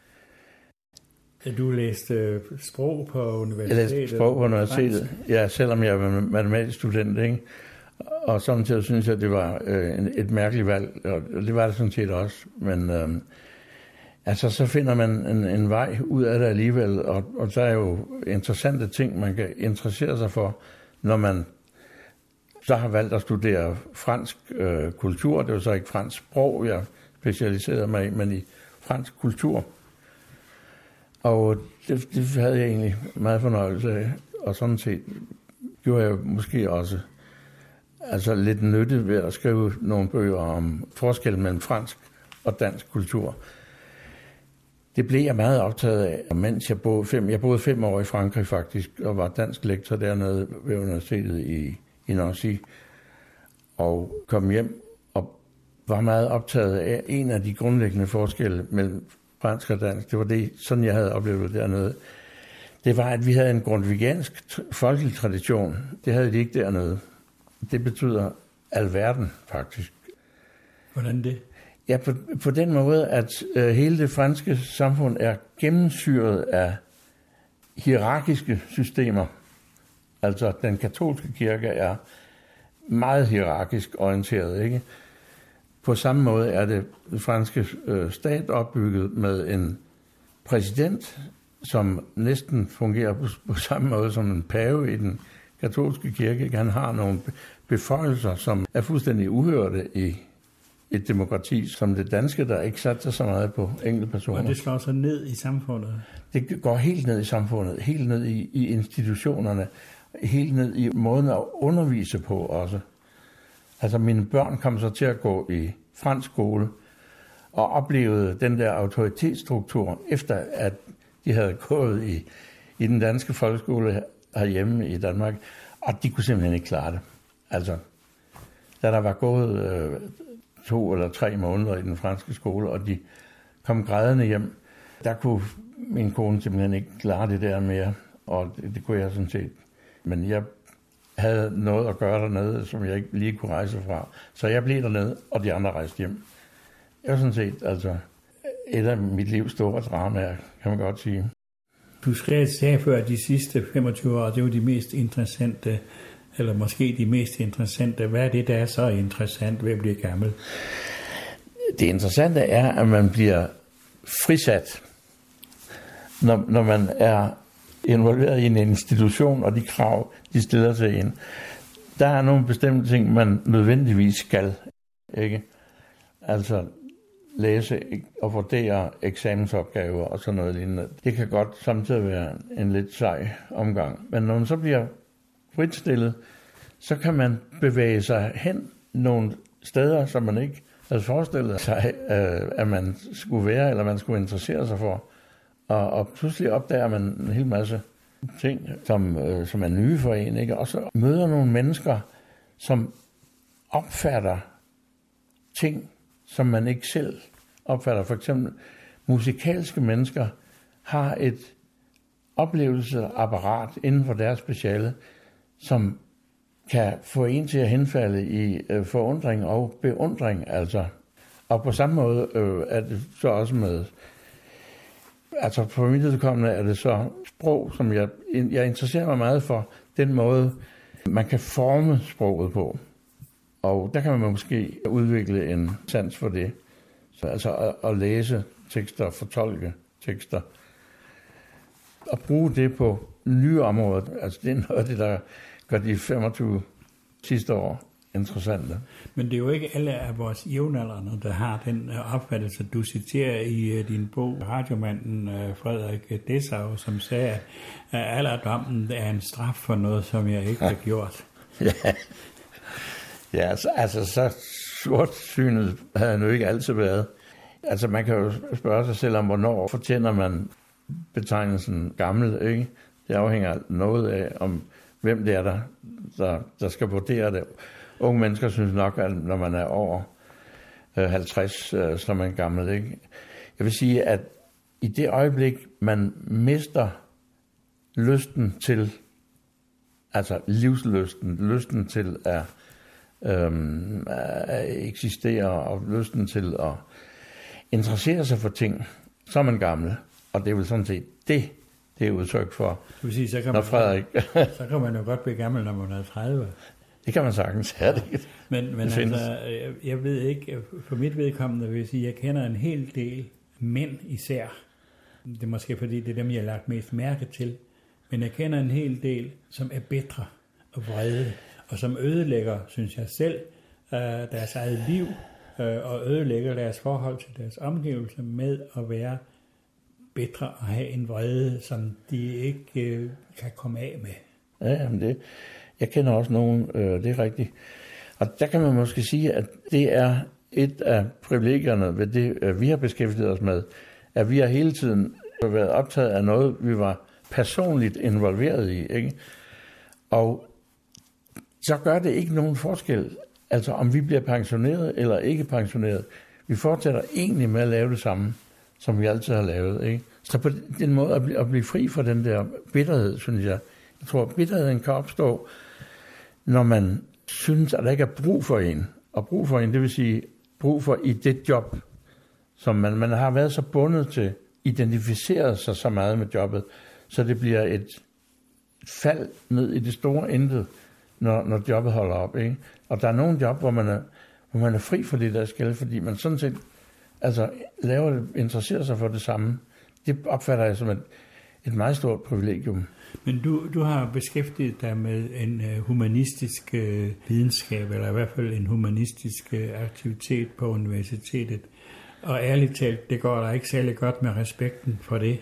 Du læste sprog på universitetet? Jeg læste sprog på universitetet, ja, selvom jeg var matematisk student, ikke? Og samtidig synes jeg, det var øh, et mærkeligt valg, og det var det sådan set også, men øh, altså så finder man en, en vej ud af det alligevel, og, og så er jo interessante ting, man kan interessere sig for, når man så har valgt at studere fransk øh, kultur. Det var så ikke fransk sprog, jeg specialiserede mig i, men i fransk kultur. Og det, det havde jeg egentlig meget fornøjelse af, og sådan set gjorde jeg måske også altså lidt nytte ved at skrive nogle bøger om forskellen mellem fransk og dansk kultur. Det blev jeg meget optaget af, mens jeg boede fem, jeg boede fem år i Frankrig faktisk, og var dansk lektor dernede ved universitetet i, i Nancy, og kom hjem og var meget optaget af en af de grundlæggende forskelle mellem fransk og dansk. Det var det, sådan jeg havde oplevet dernede. Det var, at vi havde en grundtvigiansk folkelig tradition. Det havde de ikke dernede. Det betyder alverden, faktisk. Hvordan det? Ja, på, på den måde, at øh, hele det franske samfund er gennemsyret af hierarkiske systemer. Altså, den katolske kirke er meget hierarkisk orienteret, ikke? På samme måde er det franske øh, stat opbygget med en præsident, som næsten fungerer på, på samme måde som en pave i den katolske kirke. Han har nogle beføjelser, som er fuldstændig uhørte i et demokrati som det danske, der ikke satser så meget på enkelte personer. Og det slår sig ned i samfundet? Det går helt ned i samfundet, helt ned i, i institutionerne, helt ned i måden at undervise på også. Altså mine børn kom så til at gå i fransk skole og oplevede den der autoritetsstruktur, efter at de havde gået i, i den danske folkeskole herhjemme i Danmark, og de kunne simpelthen ikke klare det. Altså, da der var gået øh, to eller tre måneder i den franske skole, og de kom grædende hjem, der kunne min kone simpelthen ikke klare det der mere, og det, det kunne jeg sådan set. Men jeg havde noget at gøre dernede, som jeg ikke lige kunne rejse fra. Så jeg blev dernede, og de andre rejste hjem. Det var sådan set altså et af mit livs store dramaer, kan man godt sige. Du skrev sagde før, at de sidste femogtyve år, det var de mest interessante, eller måske de mest interessante. Hvad er det, der er så interessant ved at blive gammel? Det interessante er, at man bliver frisat, når, når man er involveret i en institution, og de krav, de stiller til en. Der er nogle bestemte ting, man nødvendigvis skal, ikke? Altså læse og vurdere eksamensopgaver og sådan noget lignende. Det kan godt samtidig være en lidt sej omgang. Men når man så bliver fritstillet, så kan man bevæge sig hen nogle steder, som man ikke havde forestillet sig, at man skulle være, eller man skulle interessere sig for. Og, og pludselig opdager man en hel masse ting, som, øh, som er nye for en, ikke? Og så møder nogle mennesker, som opfatter ting som man ikke selv opfatter. For eksempel musikalske mennesker har et oplevelseapparat inden for deres speciale, som kan få en til at henfalde i øh, forundring og beundring. Altså. Og på samme måde øh, er det så også med, altså for mit vedkommende er det så sprog, som jeg, jeg interesserer mig meget for, den måde, man kan forme sproget på. Og der kan man måske udvikle en sans for det. Så, altså at, at læse tekster, fortolke tekster, og bruge det på nye områder. Altså det er noget af det, der gør de femogtyve sidste år interessante. Men det er jo ikke alle af vores jævnaldrende, der har den opfattelse. Du citerer i din bog radiomanden Frederik Dessau, som sagde, at alderdommen er en straf for noget, som jeg ikke har gjort. Ja, ja altså, altså så sortsynet havde jeg nu ikke altid været. Altså man kan jo spørge sig selv om, hvornår fortjener man betegnelsen gammel, ikke? Det afhænger noget af, om hvem det er, der, der, der skal vurdere det. Unge mennesker synes nok, at når man er over øh, halvtreds, øh, så er man gammel, ikke? Jeg vil sige, at i det øjeblik, man mister lysten til, altså livslysten, lysten til at, øhm, at eksistere, og lysten til at interessere sig for ting, så er man gammel. Og det er vel sådan set det, det er udtryk for, du vil sige, så kan når man, Frederik... så kan man jo godt blive gammel, når man er tredive. Det kan man sagtens, ja, det, Men, men det altså, jeg, jeg ved ikke, for mit vedkommende vil jeg sige, at jeg kender en hel del mænd især. Det er måske fordi, det er dem, jeg har lagt mest mærke til. Men jeg kender en hel del, som er bedre og vrede, og som ødelægger, synes jeg selv, deres eget liv, og ødelægger deres forhold til deres omgivelser med at være bedre og have en vrede, som de ikke kan komme af med. Ja, men det... Jeg kender også nogen, øh, det er rigtigt. Og der kan man måske sige, at det er et af privilegierne ved det, øh, vi har beskæftiget os med, at vi har hele tiden været optaget af noget, vi var personligt involveret i, ikke? Og så gør det ikke nogen forskel, altså om vi bliver pensioneret eller ikke pensioneret. Vi fortsætter egentlig med at lave det samme, som vi altid har lavet, ikke? Så på den måde at blive, at blive fri fra den der bitterhed, synes jeg. Jeg tror, bitterheden kan opstå, når man synes, at der ikke er brug for en. Og brug for en, det vil sige brug for i det job, som man, man har været så bundet til, identificeret sig så meget med jobbet, så det bliver et fald ned i det store intet, når, når jobbet holder op, ikke? Og der er nogle job, hvor man er, hvor man er fri for det, der skal, fordi man sådan set altså, laver det, interesserer sig for det samme. Det opfatter jeg som et, et meget stort privilegium. Men du, du har beskæftiget dig med en uh, humanistisk uh, videnskab, eller i hvert fald en humanistisk uh, aktivitet på universitetet. Og ærligt talt, det går der ikke særlig godt med respekten for det.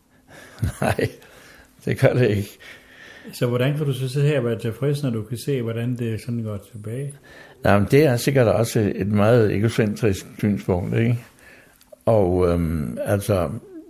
Nej, det gør det ikke. Så hvordan kan du så sidde her og være tilfreds, når du kan se, hvordan det sådan går tilbage? Nej, men det er sikkert også et meget egocentrisk synspunkt, ikke? Og øhm, altså...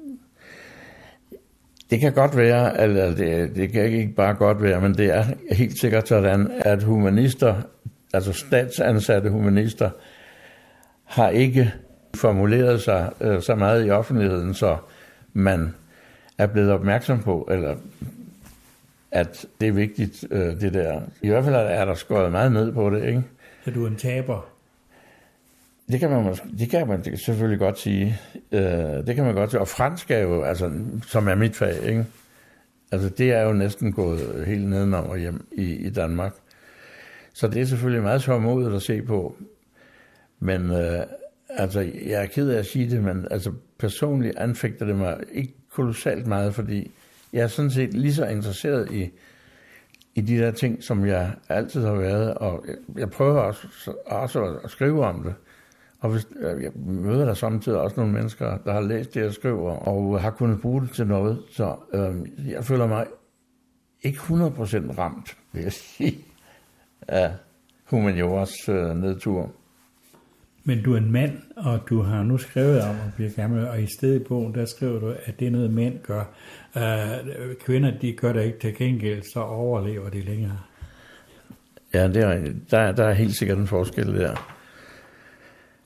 Det kan godt være, eller det, det kan ikke bare godt være, men det er helt sikkert sådan, at humanister, altså statsansatte humanister, har ikke formuleret sig øh, så meget i offentligheden, så man er blevet opmærksom på, eller at det er vigtigt, øh, det der. I hvert fald er der skåret meget ned på det, ikke? Så du er en taber? Det kan man, det kan man selvfølgelig godt sige. Uh, det kan man godt sige. Og fransk er jo, altså, som er mit fag, ikke? Altså, det er jo næsten gået helt nedenom og hjem i, i Danmark. Så det er selvfølgelig meget sørgmodigt at se på. Men uh, altså, jeg er ked af at sige det, men altså, personligt anfægter det mig ikke kolossalt meget, fordi jeg er sådan set lige så interesseret i, i de der ting, som jeg altid har været, og jeg, jeg prøver også, også at skrive om det. Og hvis, jeg møder der samtidig også nogle mennesker, der har læst det, jeg skriver, og har kunnet bruge det til noget. Så øh, jeg føler mig ikke hundrede procent ramt, vil jeg sige, af humaniores øh, nedtur. Men du er en mand, og du har nu skrevet om at blive gammel, og i stedet i bogen, der skriver du, at det er noget, mænd gør. Uh, kvinder, de gør det ikke, til gengæld, så overlever de længere. Ja, det er, der, der er helt sikkert en forskel der.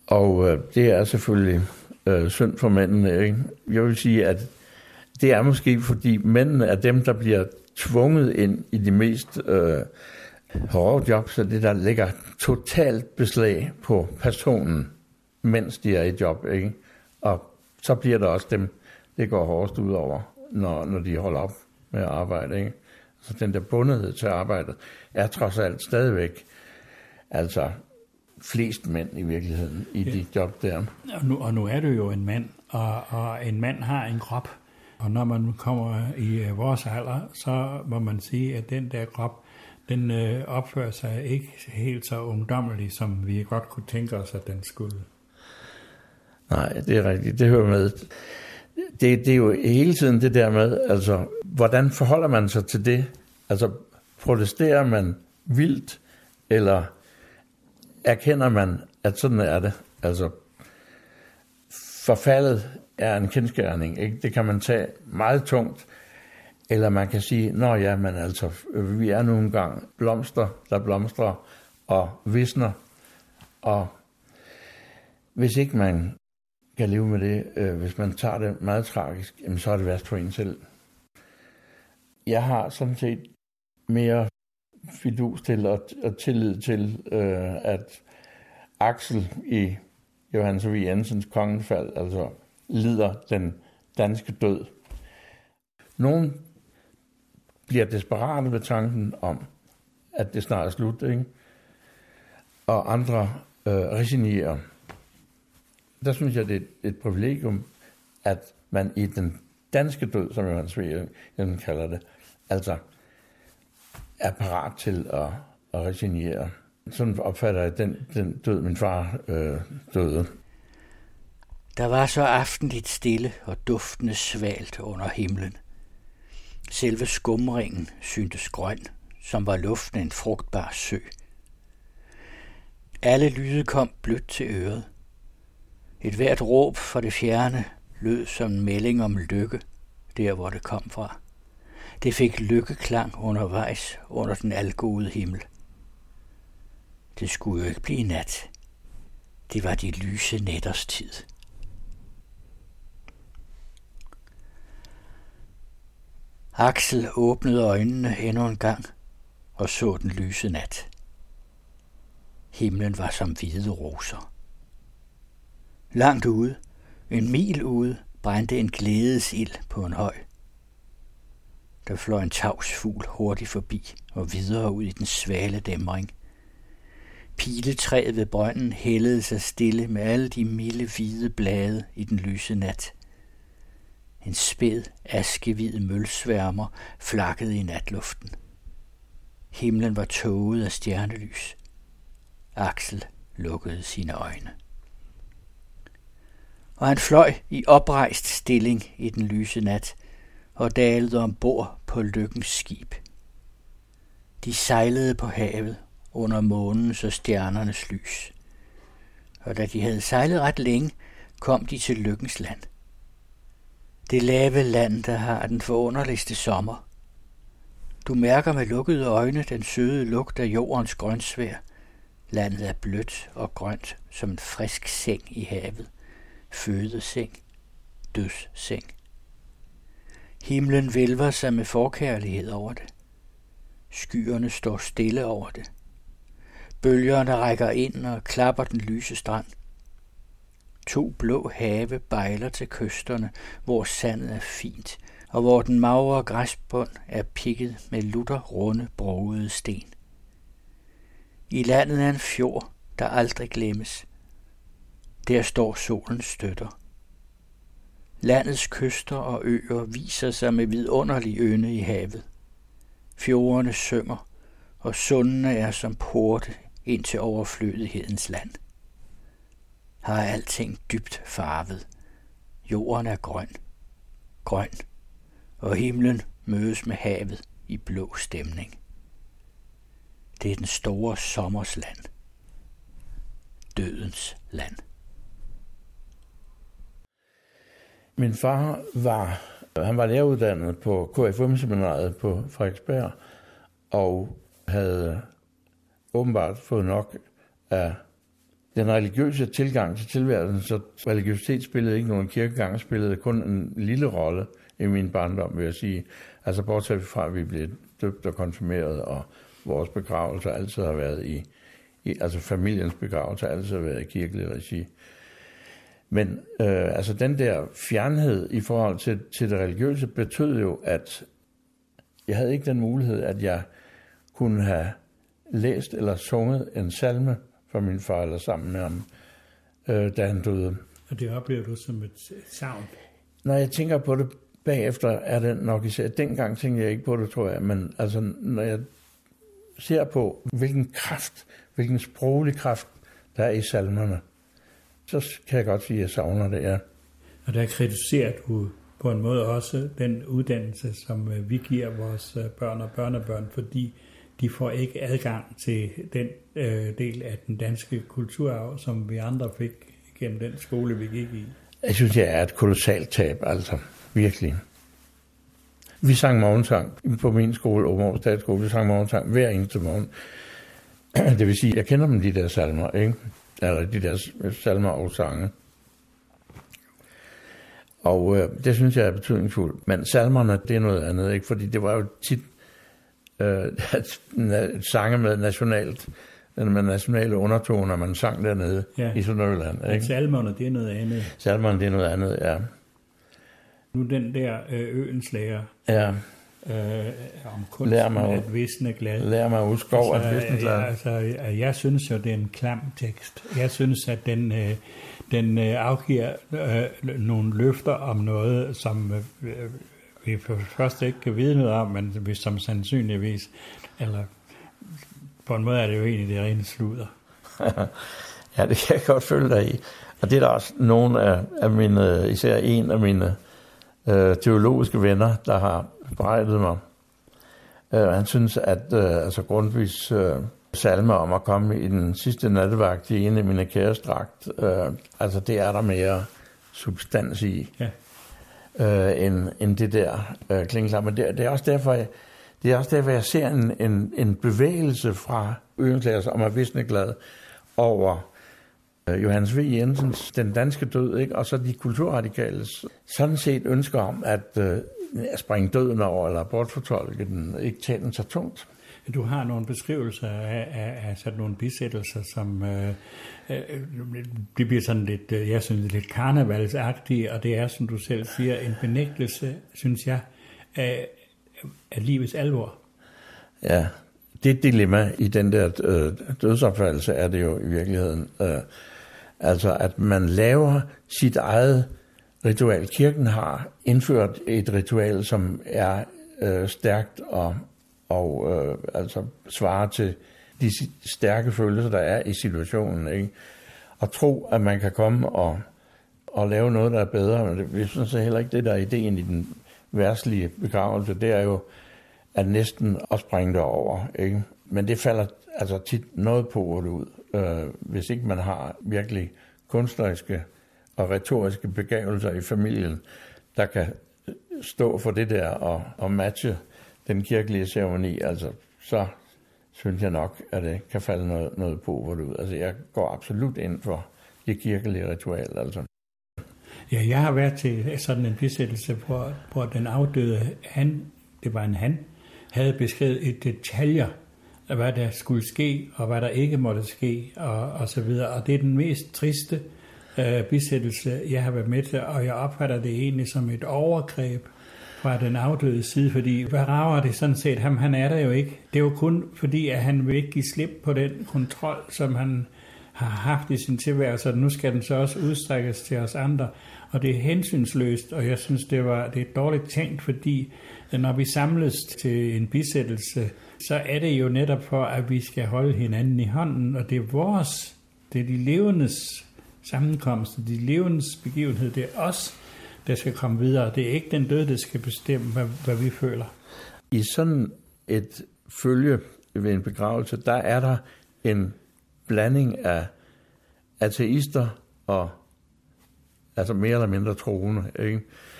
Og øh, det er selvfølgelig øh, synd for mændene, ikke? Jeg vil sige, at det er måske, fordi mændene er dem, der bliver tvunget ind i de mest øh, hårde jobs, så det der ligger totalt beslag på personen, mens de er i job, ikke? Og så bliver der også dem, det går hårdest ud over, når, når de holder op med at arbejde, ikke? Så den der bundethed til arbejdet er trods alt stadigvæk, altså flest mænd i virkeligheden i ja. de job der. Og nu, og nu er du jo en mand, og, og en mand har en krop, og når man kommer i vores alder, så må man sige, at den der krop, den øh, opfører sig ikke helt så ungdommeligt, som vi godt kunne tænke os, at den skulle. Nej, det er rigtigt. Det hører med. Det, det er jo hele tiden det der med, altså, hvordan forholder man sig til det? Altså, protesterer man vildt, eller erkender man, at sådan er det? Altså, forfaldet er en kendsgerning, ikke? Det kan man tage meget tungt, eller man kan sige, nå ja, men altså, vi er nogle gange blomster, der blomstrer og visner, og hvis ikke man kan leve med det, øh, hvis man tager det meget tragisk, jamen, så er det værst for en selv. Jeg har sådan set mere fidus til og, og tillid til, øh, at Axel i Johannes V. Jensens Kongenfald altså lider den danske død. Nogle bliver desperate ved tanken om, at det snart er slut, ikke? Og andre øh, resignerer. Der synes jeg, det er et privilegium, at man i den danske død, som Johannes V. Jensen kalder det, altså er parat til at, at resignere. Sådan opfatter jeg den, den død, min far øh, døde. Der var så aftenligt stille og duftende svalt under himlen. Selve skumringen syntes grøn, som var luften en frugtbar sø. Alle lyde kom blødt til øret. Et hvert råb fra det fjerne lød som en melding om lykke, der hvor det kom fra. Det fik lykkeklang undervejs under den algode himmel. Det skulle jo ikke blive nat. Det var de lyse nætters tid. Axel åbnede øjnene endnu en gang og så den lyse nat. Himlen var som hvide roser. Langt ude, en mil ude, brændte en glædesild på en høj. Der fløj en tavsfugl hurtigt forbi og videre ud i den svale dæmring. Piletræet ved brønden hældede sig stille med alle de milde hvide blade i den lyse nat. En spæd, askehvid mølsværmer flakkede i natluften. Himlen var tåget af stjernelys. Axel lukkede sine øjne. Og han fløj i oprejst stilling i den lyse nat og dalede ombord på lykkens skib. De sejlede på havet under månens og stjernernes lys. Og da de havde sejlet ret længe, kom de til lykkens land. Det lave land, der har den forunderligste sommer. Du mærker med lukkede øjne den søde lugt af jordens grønsvær. Landet er blødt og grønt som en frisk seng i havet. Fødeseng, dødsseng. Himlen vælver sig med forkærlighed over det. Skyerne står stille over det. Bølgerne rækker ind og klapper den lyse strand. To blå have bejler til kysterne, hvor sandet er fint, og hvor den magre græsbund er pikket med lutter runde, brogede sten. I landet er en fjord, der aldrig glemmes. Der står solens støtter. Landets kyster og øer viser sig med vidunderlig ynde i havet. Fjordene synger, og sundene er som porte ind til overflødighedens land. Her er alting dybt farvet. Jorden er grøn, grøn, og himlen mødes med havet i blå stemning. Det er den store sommers land. Dødens land. Min far var, han var læreruddannet på K F M-seminariet på Frederiksberg, og havde åbenbart fået nok af den religiøse tilgang til tilværelsen, så religiøsitet spillede ikke nogen kirkegang, spillede kun en lille rolle i min barndom, vil jeg sige. Altså bortset fra, at vi blev døbt og konfirmeret, og vores begravelse altid har været i, i altså familiens begravelse altid har været i kirkelig regi. Men øh, altså den der fjernhed i forhold til, til det religiøse betød jo, at jeg havde ikke den mulighed, at jeg kunne have læst eller sunget en salme for min far eller sammen med ham, øh, da han døde. Og det oplever du som et savn? Når jeg tænker på det bagefter, er det nok især. Dengang tænkte jeg ikke på det, tror jeg, men altså, når jeg ser på, hvilken kraft, hvilken sproglig kraft, der er i salmerne, så kan jeg godt sige, at jeg savner det, ja. Og der kritiserer du på en måde også den uddannelse, som vi giver vores børn og børnebørn, fordi de får ikke adgang til den øh, del af den danske kulturarv, som vi andre fik gennem den skole, vi gik i. Jeg synes, det er et kolossalt tab, altså. Virkelig. Vi sang morgensang på min skole, Aabenraa Statsskole. Vi sang morgensang hver eneste morgen. Det vil sige, jeg kender dem, de der salmer, ikke? Eller de der salmer og sange. Og øh, det synes jeg er betydningsfuldt. Men salmerne, det er noget andet, ikke? Fordi det var jo tit øh, sange med nationalt, med nationale undertoner, man sang dernede ja. I Sønderjylland. Men salmerne, det er noget andet. Salmerne, det er noget andet, ja. Nu den der øens lærer, ja. øh, om kunsten at visne glad. Lær mig at udskov altså, at visne glad. Altså, jeg synes jo, det er en klam tekst. Jeg synes, at den, øh, den øh, afgiver øh, nogle løfter om noget, som øh, vi først ikke kan vide noget om, men vi som sandsynligvis, eller på en måde er det jo egentlig det rene sludder. Ja, det kan jeg godt følge dig i. Og det er der også nogle af, af mine, især en af mine øh, teologiske venner, der har berettet mig. Øh, han synes, at øh, altså Grundtvigs øh, salme om at komme i den sidste nattevagt i en af mine kærestragt, øh, altså det er der mere substans i, ja. øh, end, end det der øh, klingeklap. Men det, det er også derfor, jeg, det er også derfor, jeg ser en, en, en bevægelse fra øens lærer om at visne glad over Johannes V. Jensens Den danske død, ikke? Og så de kulturradikales sådan set ønsker om at øh, springe døden over, eller bortfortolke den, ikke tage den så tungt. Du har nogle beskrivelser af, af, af sådan nogle bisættelser, som øh, øh, det bliver sådan lidt, øh, jeg synes, lidt karnevalsagtige, og det er, som du selv siger, en benægtelse, synes jeg, af, af livets alvor. Ja, det er et dilemma i den der øh, dødsopfattelse, er det jo i virkeligheden. Øh, altså, at man laver sit eget ritual. Kirken har indført et ritual, som er øh, stærkt og, og øh, altså svarer til de stærke følelser, der er i situationen. Ikke? Og tro, at man kan komme og, og lave noget, der er bedre. Men det, jeg synes heller ikke, det der er ideen i den verdslige begravelse, det er jo at næsten at springe derover, ikke? Men det falder altså tit noget på ud, øh, hvis ikke man har virkelig kunstneriske og retoriske begavelser i familien, der kan stå for det der og, og matche den kirkelige ceremoni, altså så synes jeg nok, at det kan falde noget, noget på ud. Altså jeg går absolut ind for det kirkelige ritual, altså. Ja, jeg har været til sådan en bisættelse, hvor, hvor den afdøde han, det var en han, havde beskrevet et detaljer, hvad der skulle ske, og hvad der ikke måtte ske, og, og så videre. Og det er den mest triste øh, bisættelse, jeg har været med til, og jeg opfatter det egentlig som et overgreb fra den afdøde side, fordi hvad rager det sådan set? Ham, han er der jo ikke. Det er jo kun fordi, at han vil ikke give slip på den kontrol, som han har haft i sin tilværelse, og nu skal den så også udstrækkes til os andre. Og det er hensynsløst, og jeg synes, det var det er dårligt tænkt, fordi når vi samles til en bisættelse, så er det jo netop for, at vi skal holde hinanden i hånden, og det er vores, det er de levendes sammenkomst, de levendes begivenhed, det er os, der skal komme videre. Det er ikke den døde, der skal bestemme, hvad, hvad vi føler. I sådan et følge ved en begravelse, der er der en blanding af ateister og altså mere eller mindre troende, ikke?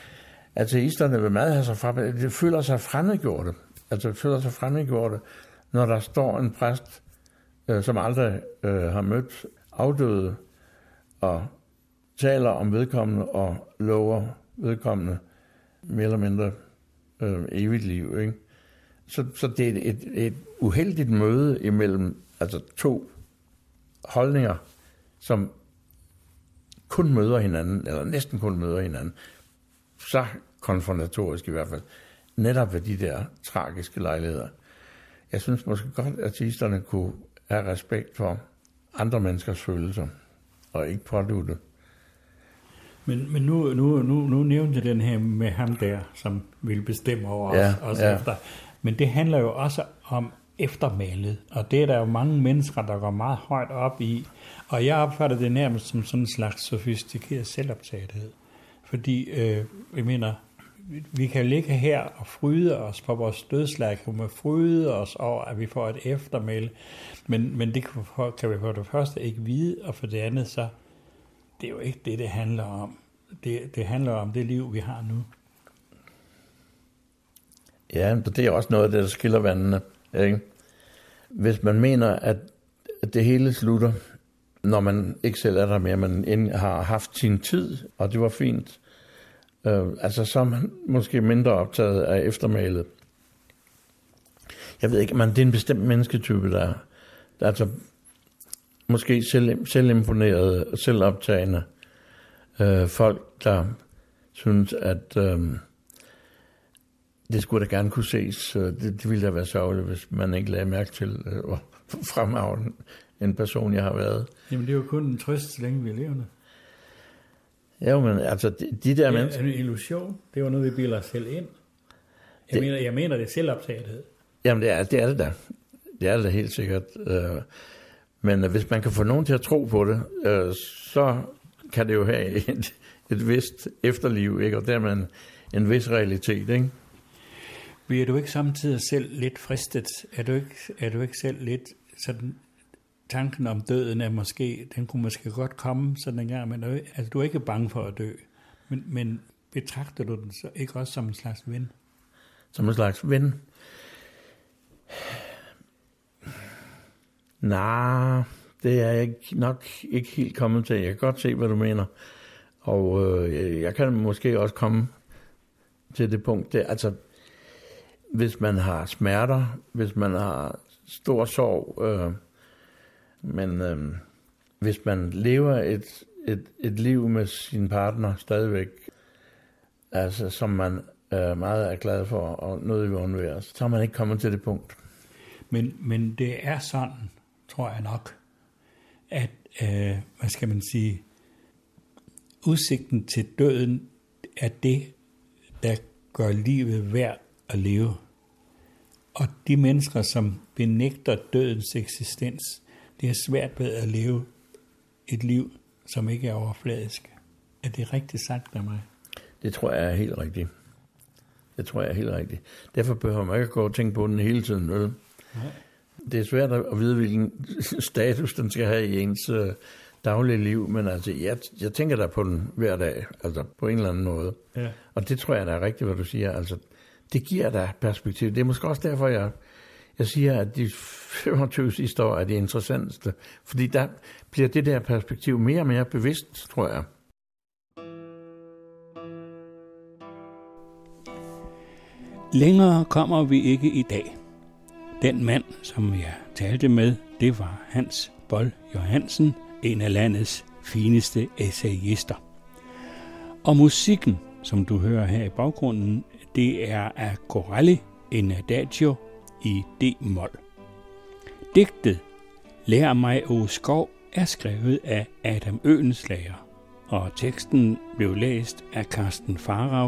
Ateisterne vil meget have sig frem, de føler sig fremmedgjorte, altså føler sig fremmedgjorte, når der står en præst, øh, som aldrig øh, har mødt afdøde og taler om vedkommende og lover vedkommende mere eller mindre øh, evigt liv, ikke? Så, så det er et, et, et uheldigt møde imellem altså to holdninger, som kun møder hinanden, eller næsten kun møder hinanden. Så konfrontatorisk i hvert fald. Netop ved de der tragiske lejligheder. Jeg synes måske godt, at artisterne kunne have respekt for andre menneskers følelser, og ikke pådutte. Men, men nu, nu, nu, nu nævnte jeg den her med ham der, som ville bestemme over ja, os, os ja. efter. Men det handler jo også om eftermælet, og det er der jo mange mennesker, der går meget højt op i. Og jeg opfatter det nærmest som sådan en slags sofistikeret selvoptagethed. Fordi, øh, jeg mener, vi kan ligge her og fryde os på vores dødslag, kan vi fryde os over, at vi får et eftermæle, men, men det kan vi for det første ikke vide, og for det andet så, det er jo ikke det, det handler om. Det, det handler om det liv, vi har nu. Ja, det er også noget af det, der skiller vandene, ikke? Hvis man mener, at det hele slutter, når man ikke selv er der mere, man har haft sin tid, og det var fint, øh, altså så er man måske mindre optaget af eftermælet. Jeg ved ikke, man det er en bestemt mennesketype, der, der er altså måske selv, selvimponerede og selvoptagende øh, folk, der synes, at øh, det skulle da gerne kunne ses. Det, det ville da være sørgeligt, hvis man ikke lagde mærke til, øh, hvor fremragende en person, jeg har været. Jamen, det er jo kun en trøst, så længe vi er levende. Ja, men altså, de, de der det mennesker... er en illusion. Det er jo noget, vi bilder os selv ind. Jeg, det, mener, jeg mener, det er selvoptagethed. Jamen, det er det, er det da. Det er det da helt sikkert. Men hvis man kan få nogen til at tro på det, så kan det jo have et, et vist efterliv, ikke? Og dermed en, en vis realitet, ikke? Bliver du ikke samtidig selv lidt fristet? Er du ikke, er du ikke selv lidt sådan... Tanken om døden er måske, den kunne måske godt komme sådan en gang, men altså, du er ikke bange for at dø. Men, men betragter du den så ikke også som en slags ven? Som en slags ven? Nej, det er jeg nok ikke helt kommet til. Jeg kan godt se, hvad du mener. Og øh, jeg kan måske også komme til det punkt. Det, altså, hvis man har smerter, hvis man har stor sorg... Øh, Men øh, hvis man lever et, et, et liv med sin partner stadigvæk, altså som man øh, meget er glad for og noget vil undvære, så er man ikke kommet til det punkt. Men, men det er sådan, tror jeg nok, at, øh, hvad skal man sige, udsigten til døden er det, der gør livet værd at leve. Og de mennesker, som benægter dødens eksistens, det er svært ved at leve et liv, som ikke er overfladisk. Er det rigtigt sagt af mig? Det tror jeg er helt rigtigt. Det tror jeg er helt rigtigt. Derfor behøver man ikke gå og tænke på den hele tiden. Vel? Nej. Det er svært at vide, hvilken status den skal have i ens uh, daglige liv, men altså, jeg, jeg tænker da på den hver dag, altså på en eller anden måde. Ja. Og det tror jeg, der er rigtigt, hvad du siger. Altså, det giver da perspektiv. Det er måske også derfor, jeg... Jeg siger, at de femogtyve sidste år er det interessanteste, fordi der bliver det der perspektiv mere og mere bevidst, tror jeg. Længere kommer vi ikke i dag. Den mand, som jeg talte med, det var Hans Boll Johansen, en af landets fineste essayister. Og musikken, som du hører her i baggrunden, det er af Corelli, en adagio i D-mol. Digtet Lær mig, o skov er skrevet af Adam Oehlenschläger, og teksten blev læst af Karsten Pharao.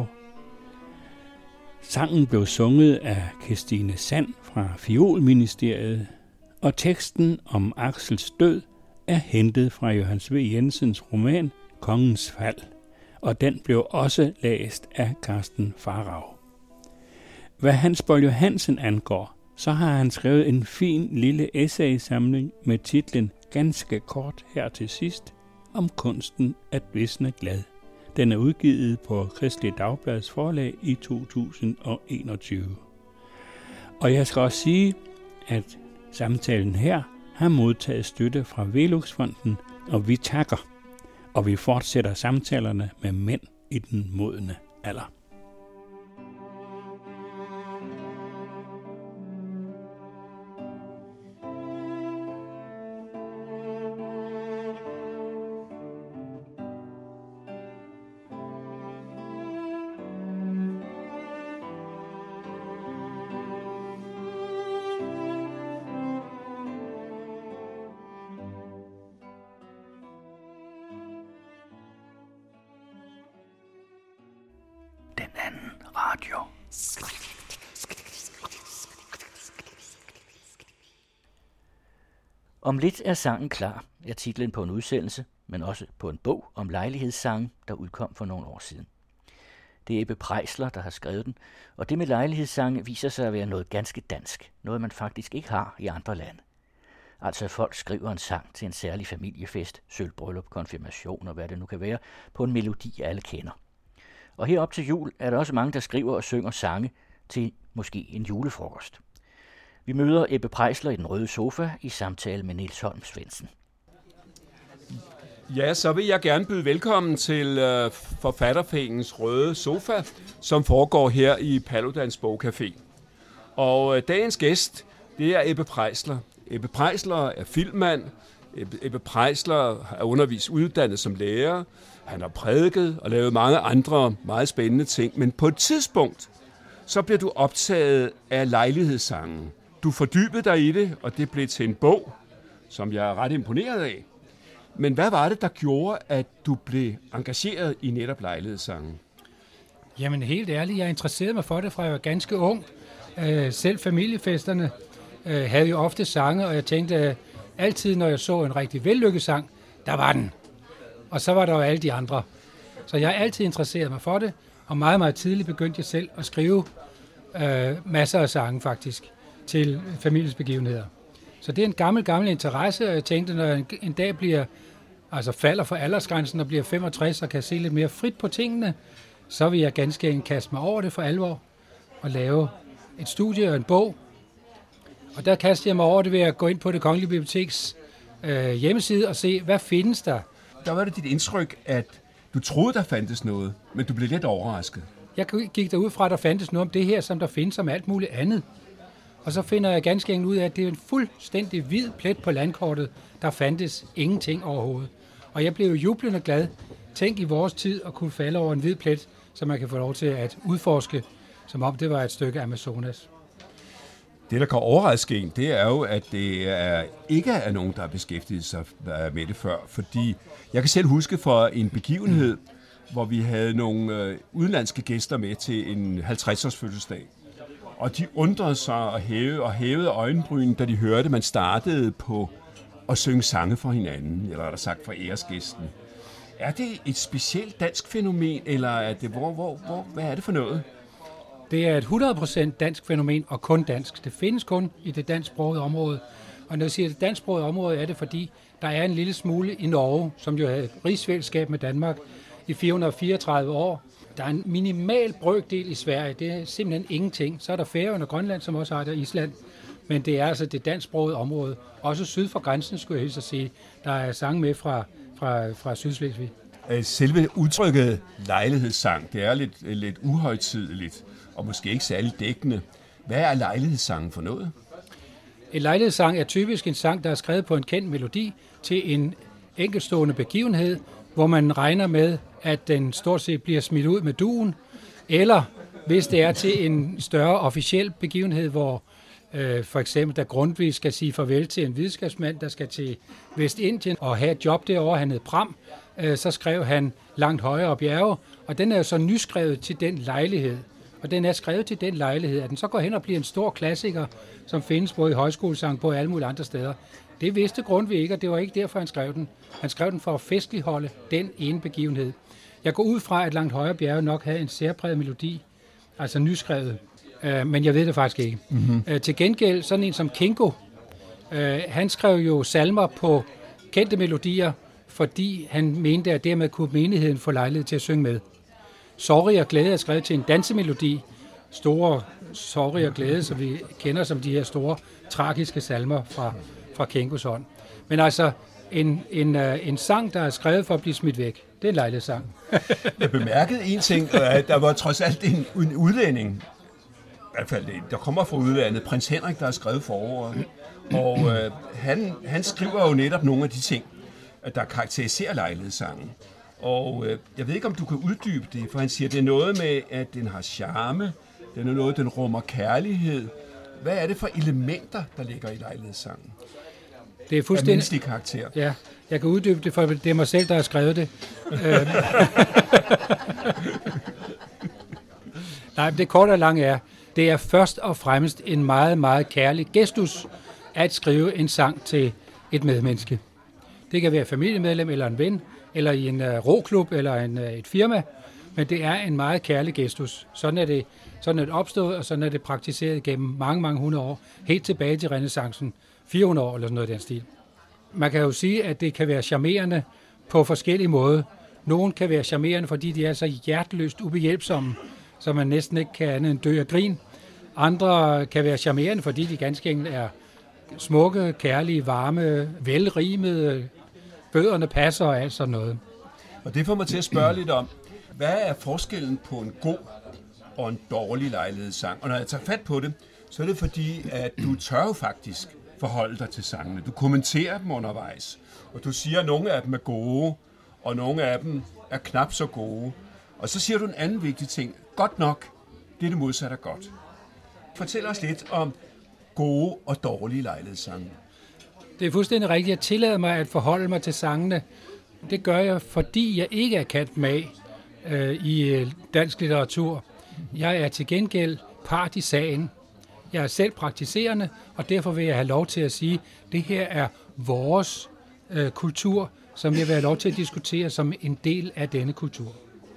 Sangen blev sunget af Kirstine Sand fra Fiolministeriet, og teksten om Axels død er hentet fra Johannes V. Jensens roman Kongens Fald, og den blev også læst af Karsten Pharao. Hvad Hans Boll Johansen angår, så har han skrevet en fin lille essaysamling med titlen Ganske kort her til sidst, om kunsten at visne glad. Den er udgivet på Kristelig Dagblads forlag i to tusind og enogtyve. Og jeg skal også sige, at samtalen her har modtaget støtte fra Veluxfonden, og vi takker, og vi fortsætter samtalerne med mænd i den modne alder. Den anden radio. Om lidt er sangen klar, er titlen på en udsendelse, men også på en bog om lejlighedssange, der udkom for nogle år siden. Det er Ebbe Preisler, der har skrevet den, og det med lejlighedssange viser sig at være noget ganske dansk, noget man faktisk ikke har i andre lande. Altså at folk skriver en sang til en særlig familiefest, sølvbryllup, konfirmation og hvad det nu kan være, på en melodi alle kender. Og herop til jul er der også mange, der skriver og synger sange til måske en julefrokost. Vi møder Ebbe Preisler i den røde sofa i samtale med Niels Holm Svendsen. Ja, så vil jeg gerne byde velkommen til øh, Forfatterforeningens røde sofa, som foregår her i Paludans Bogcafé. Og øh, dagens gæst, det er Ebbe Preisler. Ebbe Preisler er filmmand. Ebbe, Ebbe Preisler er undervist uddannet som lærer. Han har prædiket og lavet mange andre meget spændende ting. Men på et tidspunkt, så bliver du optaget af lejlighedssangen. Du fordybede dig i det, og det blev til en bog, som jeg er ret imponeret af. Men hvad var det, der gjorde, at du blev engageret i netop lejlighedssangen? Jamen helt ærligt, jeg interesserede mig for det, fra jeg var ganske ung. Øh, selv familiefesterne øh, havde jo ofte sange, og jeg tænkte øh, altid, når jeg så en rigtig vellykket sang, der var den. Og så var der jo alle de andre. Så jeg har altid interesseret mig for det, og meget, meget tidligt begyndte jeg selv at skrive øh, masser af sange faktisk til familiesbegivenheder. Så det er en gammel, gammel interesse, og jeg tænkte, når jeg en, en dag bliver, altså falder for aldersgrænsen og bliver femogtres og kan se lidt mere frit på tingene, så vil jeg ganske enkelt kaste mig over det for alvor og lave et studie og en bog. Og der kastede jeg mig over det ved at gå ind på Det Kongelige Biblioteks øh, hjemmeside og se, hvad findes der. Der var det dit indtryk, at du troede, der fandtes noget, men du blev lidt overrasket. Jeg gik derud fra, at der fandtes noget om det her, som der findes om alt muligt andet. Og så finder jeg ganske enkelt ud af, at det er en fuldstændig hvid plet på landkortet. Der fandtes ingenting overhovedet. Og jeg blev jublende glad. Tænk i vores tid at kunne falde over en hvid plet, så man kan få lov til at udforske, som om det var et stykke Amazonas. Det, der kan overraske en, det er jo, at det er, ikke er nogen, der har beskæftiget sig med det før. Fordi jeg kan selv huske for en begivenhed, hvor vi havde nogle udenlandske gæster med til en halvtreds-års fødselsdag. Og de undrede sig og hævede, og hævede øjenbryn, da de hørte, man startede på at synge sange for hinanden, eller er der sagt for æresgæsten. Er det et specielt dansk fænomen, eller er det, hvor, hvor, hvor, hvad er det for noget? Det er et hundrede procent dansk fænomen, og kun dansk. Det findes kun i det dansksprogede område. Og når jeg siger det dansksprogede område, er det fordi, der er en lille smule i Norge, som jo havde et rigsfællesskab med Danmark i fire hundrede og fireogtredive år. Der er en minimal brøkdel i Sverige. Det er simpelthen ingenting. Så er der Færøerne og Grønland, som også har der Island. Men det er altså det dansksprogede område. Også syd for grænsen, skulle jeg helst at sige. Der er sange med fra, fra, fra Sydslesvig. Selve udtrykket lejlighedssang, det er lidt, lidt uhøjtideligt, og måske ikke særlig dækkende. Hvad er lejlighedssangen for noget? En lejlighedssang er typisk en sang, der er skrevet på en kendt melodi til en enkeltstående begivenhed, hvor man regner med, at den stort set bliver smidt ud med duen, eller hvis det er til en større officiel begivenhed, hvor øh, for eksempel da Grundtvig skal sige farvel til en videnskabsmand, der skal til Vestindien og have et job derovre, han hed Pram, øh, så skrev han Langt højere bjerge, og den er jo så nyskrevet til den lejlighed. Og den er skrevet til den lejlighed, at den så går hen og bliver en stor klassiker, som findes både i højskolesang på alle mulige andre steder. Det vidste Grundtvig ikke, og det var ikke derfor, han skrev den. Han skrev den for at festligholde den ene begivenhed. Jeg går ud fra, at Langt højere bjerge nok havde en særpræget melodi, altså nyskrevet, øh, men jeg ved det faktisk ikke. Mm-hmm. Øh, til gengæld, sådan en som Kinko, øh, han skrev jo salmer på kendte melodier, fordi han mente, at dermed kunne menigheden få lejlighed til at synge med. Sorg og glæde er skrevet til en dansemelodi. Store sorg og glæde, som vi kender som de her store, tragiske salmer fra, fra Kinkos hånd. Men altså, en, en, uh, en sang, der er skrevet for at blive smidt væk. Det er en lejlighedssang. Jeg bemærkede en ting, at der var trods alt en, en udlænding, i hvert fald der kommer fra udlandet, prins Henrik, der har skrevet forordet. Og øh, han, han skriver jo netop nogle af de ting, der karakteriserer lejlighedssangen. Og øh, jeg ved ikke, om du kan uddybe det, for han siger, det er noget med, at den har charme, det er noget, den rummer kærlighed. Hvad er det for elementer, der ligger i lejlighedssangen? Det er fuldstændig... Af menneskelig karakter. Ja, jeg kan uddybe det, for det er mig selv, der har skrevet det. Nej, men det korte og lange er, det er først og fremmest en meget, meget kærlig gestus at skrive en sang til et medmenneske. Det kan være et familiemedlem eller en ven, eller i en uh, roklub eller en, uh, et firma, men det er en meget kærlig gestus. Sådan er det, sådan er det opstået, og sådan er det praktiseret gennem mange, mange hundrede år, helt tilbage til renæssancen, fire hundrede år eller sådan noget i den stil. Man kan jo sige, at det kan være charmerende på forskellige måder. Nogle kan være charmerende, fordi de er så hjerteløst ubehjælpsomme, så man næsten ikke kan andet end dø af grin. Andre kan være charmerende, fordi de ganske enkelt er smukke, kærlige, varme, velrimede, bøderne passer og alt sådan noget. Og det får mig til at spørge lidt om, hvad er forskellen på en god og en dårlig lejlighedssang? Og når jeg tager fat på det, så er det fordi, at du tør jo faktisk forholde dig til sangene. Du kommenterer dem undervejs, og du siger, at nogle af dem er gode, og nogle af dem er knap så gode. Og så siger du en anden vigtig ting. Godt nok, det er det modsatte af godt. Fortæl os lidt om gode og dårlige lejlighedssange. Det er fuldstændig rigtigt. Jeg tillader mig at forholde mig til sangene. Det gør jeg, fordi jeg ikke er kendt med øh, i dansk litteratur. Jeg er til gengæld part i sagen. Jeg er selv praktiserende, og derfor vil jeg have lov til at sige, at det her er vores øh, kultur, som jeg vil have lov til at diskutere som en del af denne kultur.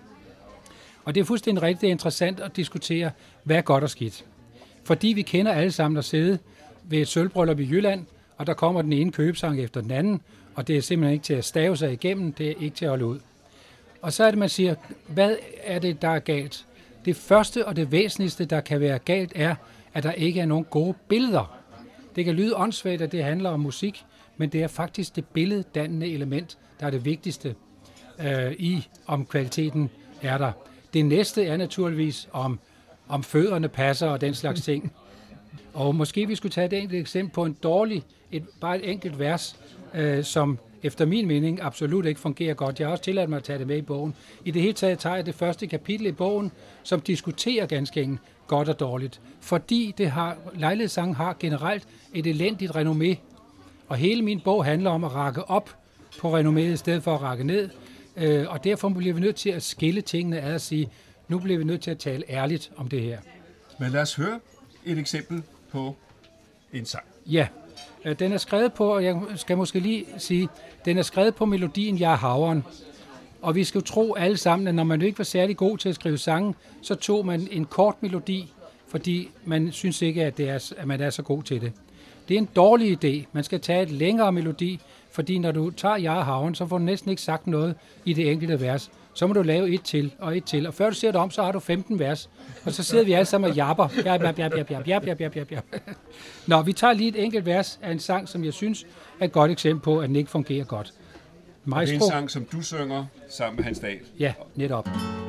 Og det er fuldstændig rigtigt, det er interessant at diskutere, hvad er godt og skidt. Fordi vi kender alle sammen at sidde ved et sølvbryllup i Jylland, og der kommer den ene købesang efter den anden, og det er simpelthen ikke til at stave sig igennem, det er ikke til at holde ud. Og så er det, man siger, hvad er det, der er galt? Det første og det væsentligste, der kan være galt, er, at der ikke er nogen gode billeder. Det kan lyde åndssvagt, at det handler om musik, men det er faktisk det billeddannende element, der er det vigtigste øh, i, om kvaliteten er der. Det næste er naturligvis, om, om fødderne passer og den slags ting. Og måske vi skulle tage et enkelt eksempel på en dårlig, et, bare et enkelt vers, øh, som efter min mening absolut ikke fungerer godt. Jeg har også tilladt mig at tage det med i bogen. I det hele taget tager jeg det første kapitel i bogen, som diskuterer ganske enkelt godt og dårligt. Fordi det har, lejlighedssangen har generelt et elendigt renommé. Og hele min bog handler om at rakke op på renomméet i stedet for at rakke ned. Øh, og derfor bliver vi nødt til at skille tingene ad og sige, nu bliver vi nødt til at tale ærligt om det her. Men lad os høre et eksempel på en sang. Ja, den er skrevet på, og jeg skal måske lige sige, den er skrevet på melodien Jeg er havren. Og vi skal jo tro alle sammen, at når man ikke var særlig god til at skrive sange, så tog man en kort melodi, fordi man synes ikke, at, det er, at man er så god til det. Det er en dårlig idé. Man skal tage et længere melodi, fordi når du tager Jeg er havren, så får du næsten ikke sagt noget i det enkelte vers. Så må du lave et til og et til. Og før du ser det om, så har du femten vers. Og så sidder vi alle sammen og japper. Jap, jap, jap, jap, jap, jap, jap, jap, jap, jap. Nå, vi tager lige et enkelt vers af en sang, som jeg synes er et godt eksempel på, at den ikke fungerer godt. Maestro. Det er en sang, som du synger sammen med Hans Dahl. Ja, netop.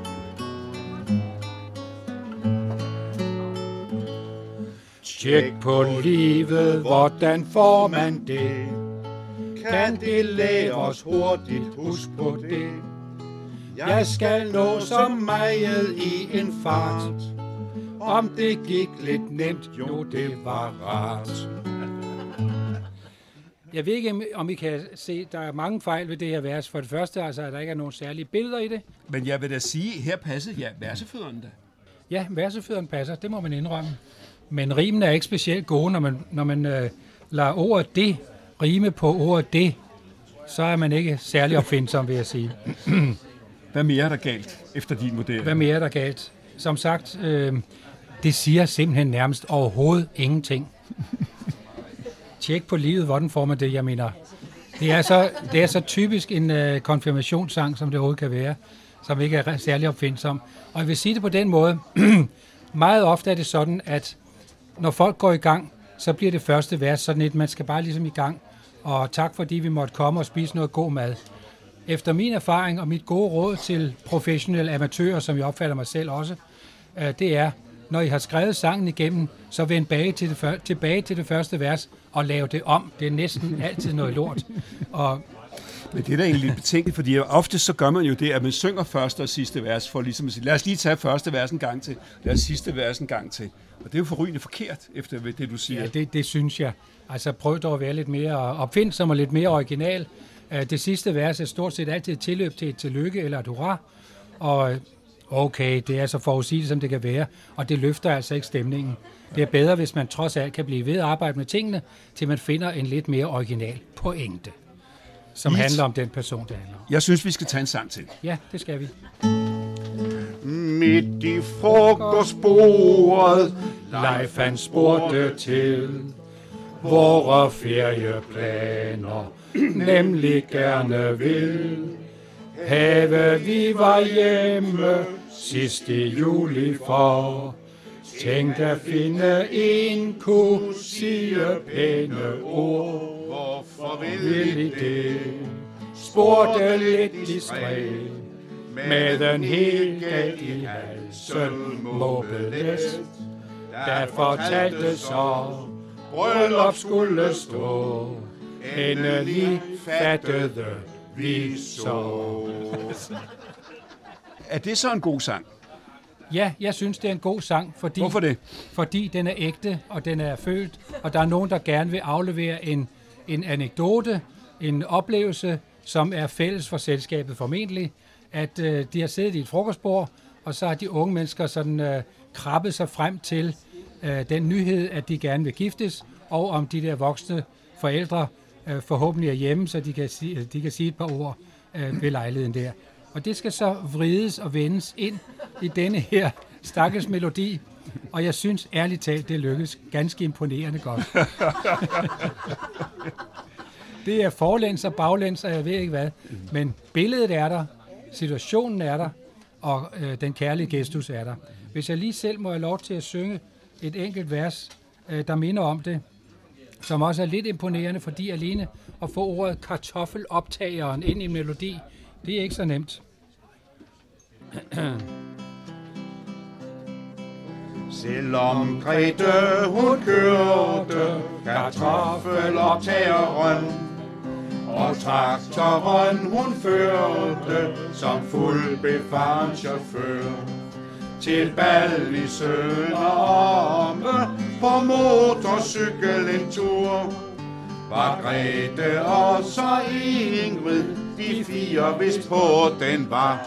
Tjek på livet, hvordan får man det? Kan det lære os hurtigt, husk på det? Jeg skal nå så meget i en fart. Om det gik lidt nemt, jo det var rart. Jeg ved ikke, om I kan se, der er mange fejl ved det her vers. For det første, altså, at der ikke er nogen særlige billeder i det. Men jeg vil da sige, her passer ja, versefødderne da. Ja, versefødderne passer, det må man indrømme. Men rimene er ikke specielt gode, når man, når man øh, lader ordet det rime på ordet det. Så er man ikke særlig opfindsom, vil jeg sige. Hvad mere er der galt, efter din vurdering? Hvad mere er der galt? Som sagt, øh, det siger simpelthen nærmest overhovedet ingenting. Tjek på livet, hvordan får man det, jeg mener. Det er så, det er så typisk en øh, konfirmationssang, som det overhovedet kan være, som ikke er særlig opfindsom. Og jeg vil sige det på den måde, meget ofte er det sådan, at når folk går i gang, så bliver det første vers sådan et, man skal bare ligesom i gang, og tak fordi vi måtte komme og spise noget god mad. Efter min erfaring og mit gode råd til professionelle amatører, som jeg opfatter mig selv også, det er, når I har skrevet sangen igennem, så vend tilbage til det, tilbage til det første vers og lave det om. Det er næsten altid noget lort. Og Men det er da egentlig lidt betænkeligt, fordi ofte så gør man jo det, at man synger første og sidste vers, for ligesom at sige, lad os lige tage første vers en gang til, lad os sidste vers en gang til. Og det er jo forrygende forkert, efter det du siger. Ja, det, det synes jeg. Altså prøv dog at være lidt mere opfindsom og lidt mere original. Det sidste vers er stort set altid et tilløb til et tillykke eller et hurra. Og okay, det er så forudsigeligt, som det kan være, og det løfter altså ikke stemningen. Det er bedre, hvis man trods alt kan blive ved at arbejde med tingene, til man finder en lidt mere original pointe, som yes. handler om den person, det handler om. Jeg synes, vi skal tage en sang til. Ja, det skal vi. Midt i frokostbordet, Leif han spurgte til vore ferieplaner, nemlig gerne vil have vi var hjemme sidste juli for. Tænk at finde en kunne sige pæne ord. Hvorfor Vil I det? Spurgte lidt distræt med den helt galt i halsen mobelæst. Der fortalte så bryllup skulle stå. Endelig fattede vi så. Er det så en god sang? Ja, jeg synes, det er en god sang, fordi, Hvorfor det? fordi den er ægte, og den er følt, og der er nogen, der gerne vil aflevere en, en anekdote, en oplevelse, som er fælles for selskabet formentlig, at øh, de har siddet i et frokostbord, og så har de unge mennesker sådan øh, krabbet sig frem til øh, den nyhed, at de gerne vil giftes, og om de der voksne forældre øh, forhåbentlig er hjemme, så de kan, sige, de kan sige et par ord øh, ved lejligheden der. Og det skal så vrides og vendes ind i denne her stakkels melodi, og jeg synes ærligt talt, det lykkes ganske imponerende godt. Det er forlæns og baglæns, og jeg ved ikke hvad, men billedet er der, situationen er der, og øh, den kærlige gestus er der. Hvis jeg lige selv må have lov til at synge et enkelt vers, øh, der minder om det, som også er lidt imponerende, fordi alene at få ordet kartoffeloptageren ind i en melodi, det er ikke så nemt. Selvom Grete hun kørte kartoffeloptageren, og traktoren hun førte som fuld befaren chauffør til bal i Sønderomme på motorcykel en tur. Var Grete og så Ingrid, de fire vidst på den var.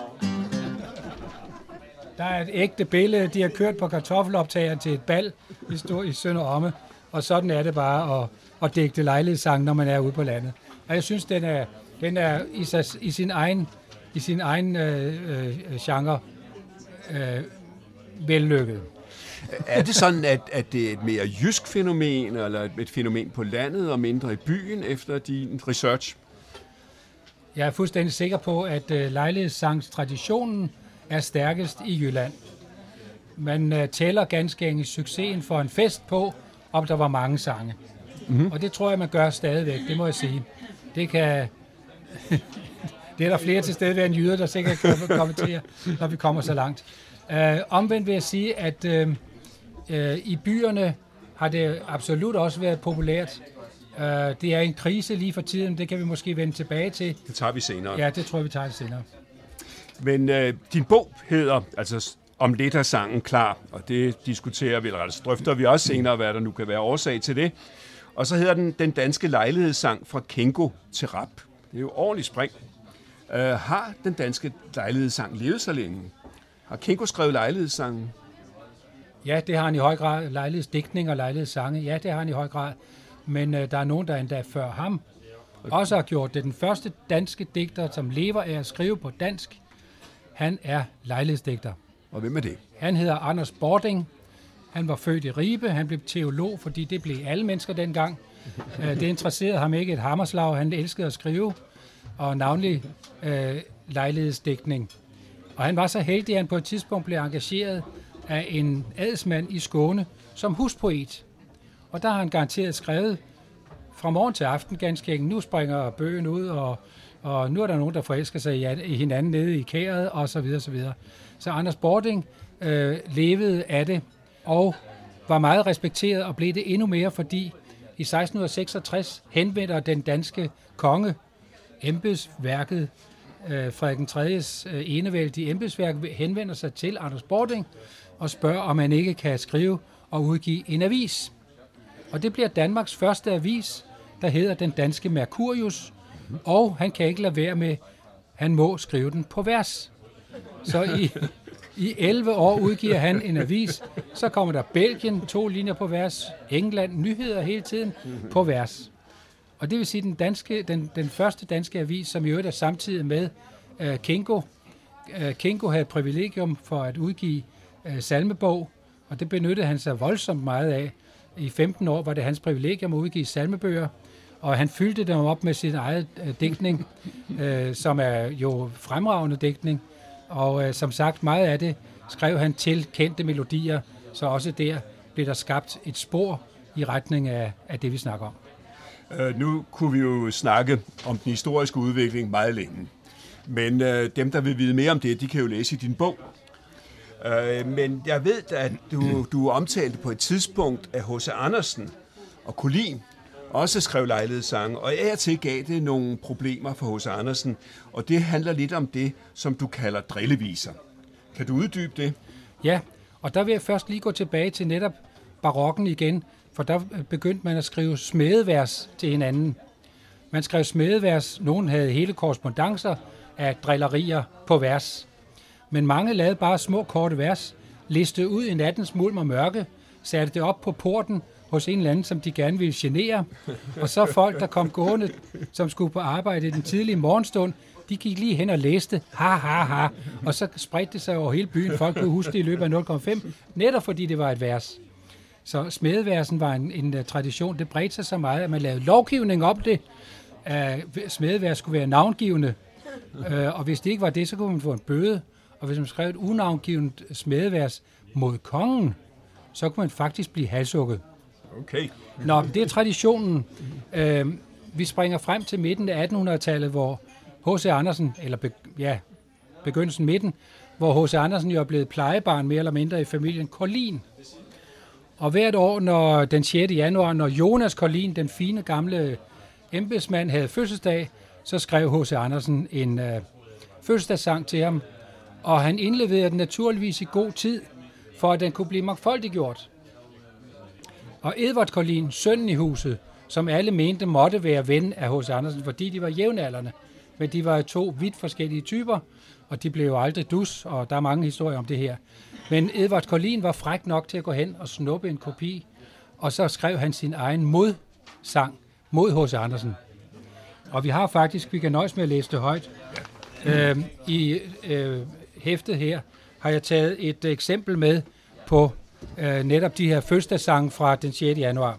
Der er et ægte billede, de har kørt på kartoffeloptageren til et bal i, i Sønderomme, og sådan er det bare at, at digte lejlighedssang, når man er ude på landet. Og jeg synes, den er, den er i, sig, i sin egen, i sin egen øh, øh, genre øh, vellykket. Er det sådan, at, at det er et mere jysk fænomen, eller et, et fænomen på landet og mindre i byen, efter din research? Jeg er fuldstændig sikker på, at øh, lejlighedssangstraditionen er stærkest i Jylland. Man øh, tæller ganske enkelt succesen for en fest på, om der var mange sange. Mm-hmm. Og det tror jeg, man gør stadigvæk, det må jeg sige. Det kan... det er der flere til stede end jyder, der sikkert kan kommentere, når vi kommer så langt. Øh, omvendt vil jeg sige, at øh, øh, i byerne har det absolut også været populært. Øh, det er en krise lige for tiden, det kan vi måske vende tilbage til. Det tager vi senere. Ja, det tror jeg, vi tager det senere. Men øh, din bog hedder, altså om lidt er sangen klar, og det diskuterer vi, eller altså drøfter vi også senere, hvad der nu kan være årsag til det. Og så hedder den Den danske lejlighedssang fra Kengo til rap. Det er jo ordentligt spring. Uh, har den danske lejlighedssang levet så længe? Har Kengo skrevet lejlighedssangen? Ja, det har han i høj grad. Lejlighedsdigtning og lejlighedssange, ja, det har han i høj grad. Men uh, der er nogen, der endda før ham også har gjort det. Den første danske digter, som lever af at skrive på dansk, han er lejlighedsdigter. Og hvem er det? Han hedder Anders Bording. Han var født i Ribe. Han blev teolog, fordi det blev alle mennesker dengang. Det interesserede ham ikke et hammerslag. Han elskede at skrive, og navnlig øh, lejlighedsdigtning. Og han var så heldig, at han på et tidspunkt blev engageret af en adelsmand i Skåne som huspoet. Og der har han garanteret skrevet fra morgen til aften ganske enkelt. Nu springer bøgen ud, og, og nu er der nogen, der forelsker sig i, i hinanden nede i kæret, og så videre, så videre. Så Anders Bording øh, levede af det, og var meget respekteret, og blev det endnu mere, fordi i seksten seksogtres henvender den danske konge, embedsværket, øh, Frederik den tredjes øh, enevældige embedsværk, henvender sig til Anders Bording og spørger, om han ikke kan skrive og udgive en avis. Og det bliver Danmarks første avis, der hedder Den Danske Mercurius, og han kan ikke lade være med, han må skrive den på vers. Så i, i elleve år udgiver han en avis, så kommer der Belgien, to linjer på vers, England, nyheder hele tiden på vers. Og det vil sige, den, danske, den, den første danske avis, som i øvrigt er samtidig med uh, Kinko. Uh, Kinko havde privilegium for at udgive uh, salmebog, og det benyttede han sig voldsomt meget af. I femten år var det hans privilegium at udgive salmebøger, og han fyldte dem op med sin egen uh, digtning, uh, som er jo fremragende digtning. Og uh, som sagt, meget af det skrev han til kendte melodier, så også der blev der skabt et spor i retning af, af det, vi snakker om. Uh, nu kunne vi jo snakke om den historiske udvikling meget længe. Men uh, dem, der vil vide mere om det, de kan jo læse i din bog. Uh, men jeg ved, at du, du omtalte på et tidspunkt, at H C Andersen og Collin også skrev lejlighedssange, og af og til gav det nogle problemer for H C Andersen, og det handler lidt om det, som du kalder drilleviser. Kan du uddybe det? Ja, og der vil jeg først lige gå tilbage til netop barokken igen, for der begyndte man at skrive smedevers til hinanden. Man skrev smedevers, nogen havde hele korrespondancer af drillerier på vers. Men mange lavede bare små korte vers, listede ud i nattens mulm og mørke, satte det op på porten hos en eller anden, som de gerne ville genere. Og så folk, der kom gående, som skulle på arbejde i den tidlige morgenstund, de gik lige hen og læste, ha, ha, ha. Og så spredte det sig over hele byen. Folk kunne huske det i løbet af nul komma fem, netop fordi det var et vers. Så smedeversen var en, en uh, tradition. Det bredte sig så meget, at man lavede lovgivning om det. Uh, smedevers skulle være navngivende. Uh, og hvis det ikke var det, så kunne man få en bøde. Og hvis man skrev et unavngivet smedevers mod kongen, så kunne man faktisk blive halshugget. Okay. Nå, det er traditionen. Uh, vi springer frem til midten af attenhundredetallet, hvor H C Andersen, eller be, ja, begyndelsen midten, hvor H C Andersen jo er blevet plejebarn mere eller mindre i familien Collin. Og hvert år, når den sjette januar, når Jonas Collin, den fine gamle embedsmand, havde fødselsdag, så skrev H C Andersen en øh, fødselsdagssang til ham, og han indleverede den naturligvis i god tid, for at den kunne blive mangfoldiggjort. Og Edvard Collin, sønnen i huset, som alle mente måtte være ven af H C Andersen, fordi de var jævnaldrende, men de var to vidt forskellige typer, og de blev jo aldrig dus, og der er mange historier om det her. Men Edvard Collin var fræk nok til at gå hen og snuppe en kopi, og så skrev han sin egen modsang mod H C Andersen. Og vi har faktisk, vi kan nøjes med at læse det højt. Øh, I øh, hæftet her har jeg taget et eksempel med på øh, netop de her fødselsdagssange fra den sjette januar.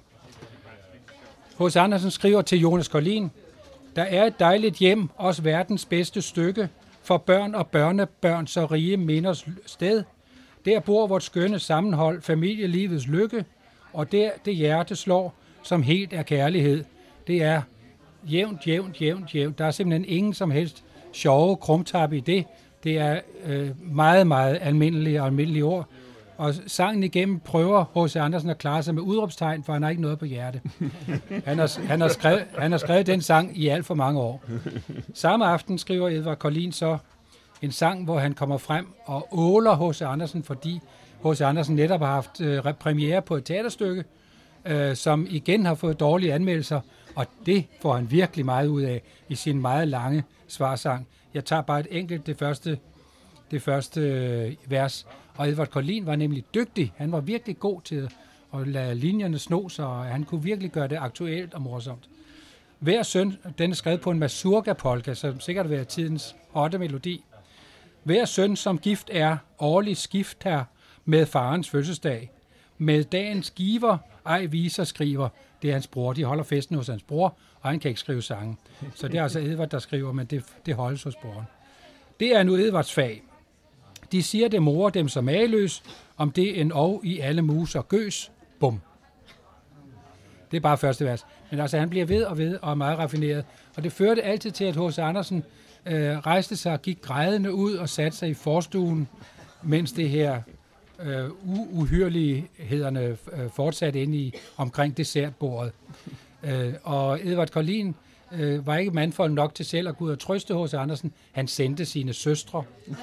H C Andersen skriver til Jonas Collin: Der er et dejligt hjem, også verdens bedste stykke, for børn og børnebørn så rige minders sted. Der bor vort skønne sammenhold, familielivets lykke, og der det hjerte slår, som helt er kærlighed. Det er jævnt, jævnt, jævnt, jævnt. Der er simpelthen ingen som helst sjove krumtap i det. Det er øh, meget, meget almindelige og almindelige ord. Og sangen igennem prøver H C Andersen at klare sig med udråbstegn, for han har ikke noget på hjerte. Han har, han har, skrevet, han har skrevet den sang i alt for mange år. Samme aften skriver Edvard Collin så en sang, hvor han kommer frem og åler H C Andersen, fordi H C Andersen netop har haft øh, premiere på et teaterstykke, øh, som igen har fået dårlige anmeldelser, og det får han virkelig meget ud af i sin meget lange svarsang. Jeg tager bare et enkelt, det første, det første øh, vers. Og Edvard Collin var nemlig dygtig. Han var virkelig god til at lade linjerne sno sig, og han kunne virkelig gøre det aktuelt og morsomt. Hver søn, den er skrevet på en mazurka-polka, som sikkert vil være tidens hotte melodi. Hver søn, som gift er, årligt skift her med farens fødselsdag. Med dagens giver, ej viser skriver. Det er hans bror. De holder festen hos hans bror, og han kan ikke skrive sange. Så det er altså Edvard, der skriver, men det, det holdes hos broren. Det er nu Edvards fag. De siger, det morer dem som mageløs, om det en og i alle mus og gøs. Bum. Det er bare første vers. Men altså, han bliver ved og ved og er meget raffineret. Og det førte altid til, at H C. Andersen øh, rejste sig og gik grædende ud og satte sig i forstuen, mens det her øh, uhyrlighederne øh, fortsatte inde i omkring dessertbordet. øh, og Edvard Collin øh, var ikke mandfolk nok til selv at gå ud og trøste H C. Andersen. Han sendte sine søstre.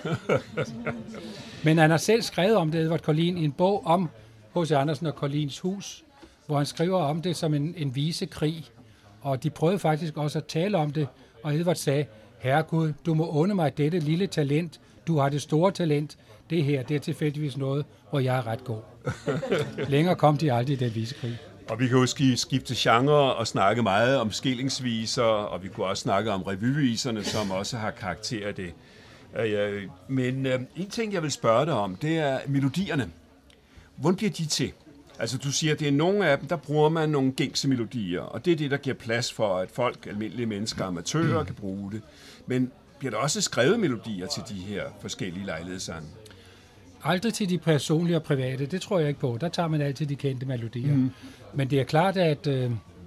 Men han har selv skrevet om det, Edvard Collin, i en bog om H C. Andersen og Collins hus, hvor han skriver om det som en, en visekrig. Og de prøvede faktisk også at tale om det, og Edvard sagde, herregud, du må unde mig dette lille talent. Du har det store talent. Det her, det er tilfældigvis noget, hvor jeg er ret god. Længere kom de aldrig i den visekrig. Og vi kan jo skifte genre og snakke meget om skillingsviser, og vi kunne også snakke om revyviserne, som også har karakter af det. Men en ting, jeg vil spørge dig om, det er melodierne. Hvordan bliver de til? Altså du siger, at det er nogle af dem, der bruger man nogle gængse melodier, og det er det, der giver plads for, at folk, almindelige mennesker, amatører, kan bruge det. Men bliver der også skrevet melodier til de her forskellige lejlighedssange? Aldrig til de personlige og private, det tror jeg ikke på. Der tager man altid de kendte melodier. Mm. Men det er klart, at øh,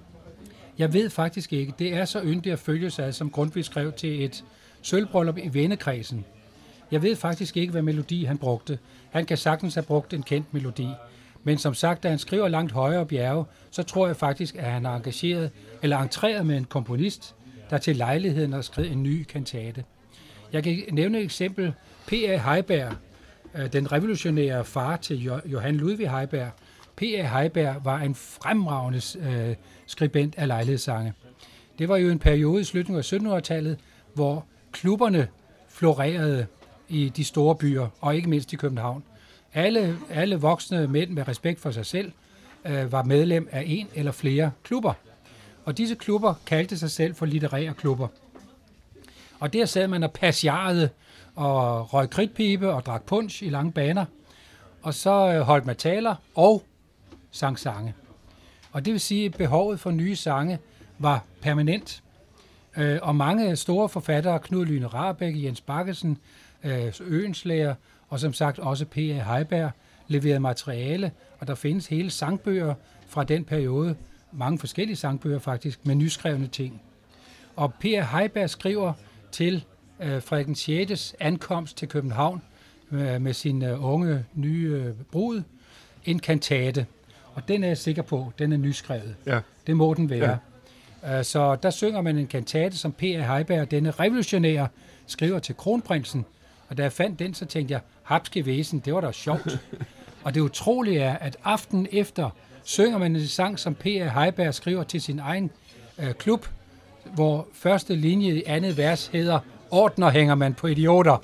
jeg ved faktisk ikke, det er så yndigt at følge sig, som Grundtvig skrev til et sølvbryllup i vennekredsen. Jeg ved faktisk ikke, hvad melodi han brugte. Han kan sagtens have brugt en kendt melodi. Men som sagt, da han skriver langt højere bjerge, så tror jeg faktisk, at han er engageret eller entreret med en komponist, der til lejligheden har skrevet en ny kantate. Jeg kan nævne et eksempel. P A. Heiberg, den revolutionære far til Johann Ludvig Heiberg. P A. Heiberg var en fremragende øh, skribent af lejlighedssange. Det var jo en periode i slutningen af syttenhundredetallet, hvor klubberne florerede i de store byer, og ikke mindst i København. Alle, alle voksne mænd med respekt for sig selv øh, var medlem af en eller flere klubber. Og disse klubber kaldte sig selv for litterære klubber. Og der sad man og pasjarede og røg kridtpibe og drak punch i lange baner. Og så øh, holdt man taler og sang sange. Og det vil sige, at behovet for nye sange var permanent. Øh, og mange store forfattere, Knud Lyne Rahbek, Jens Baggesen, øh, Øenslæger, og som sagt også P A. Heiberg leverede materiale, og der findes hele sangbøger fra den periode, mange forskellige sangbøger faktisk, med nyskrevne ting. Og P A. Heiberg skriver til øh, Frederik den sjette ankomst til København øh, med sin øh, unge nye øh, brud, en kantate. Og den er jeg sikker på, den er nyskrevet. Ja. Det må den være. Ja. Uh, så der synger man en kantate, som P A. Heiberg, denne revolutionære, skriver til kronprinsen. Og da jeg fandt den, så tænkte jeg, hapske væsen, det var da sjovt. Og det utrolige er, at aften efter synger man en sang, som P A. Heiberg skriver til sin egen øh, klub, hvor første linje i andet vers hedder, ordner hænger man på idioter.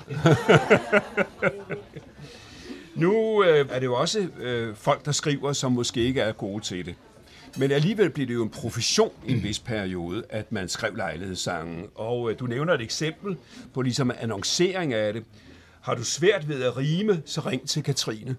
Nu øh, er det jo også øh, folk, der skriver, som måske ikke er gode til det. Men alligevel bliver det jo en profession i en vis periode, at man skrev lejlighedssange. Og øh, du nævner et eksempel på ligesom annoncering af det. Har du svært ved at rime, så ring til Katrine.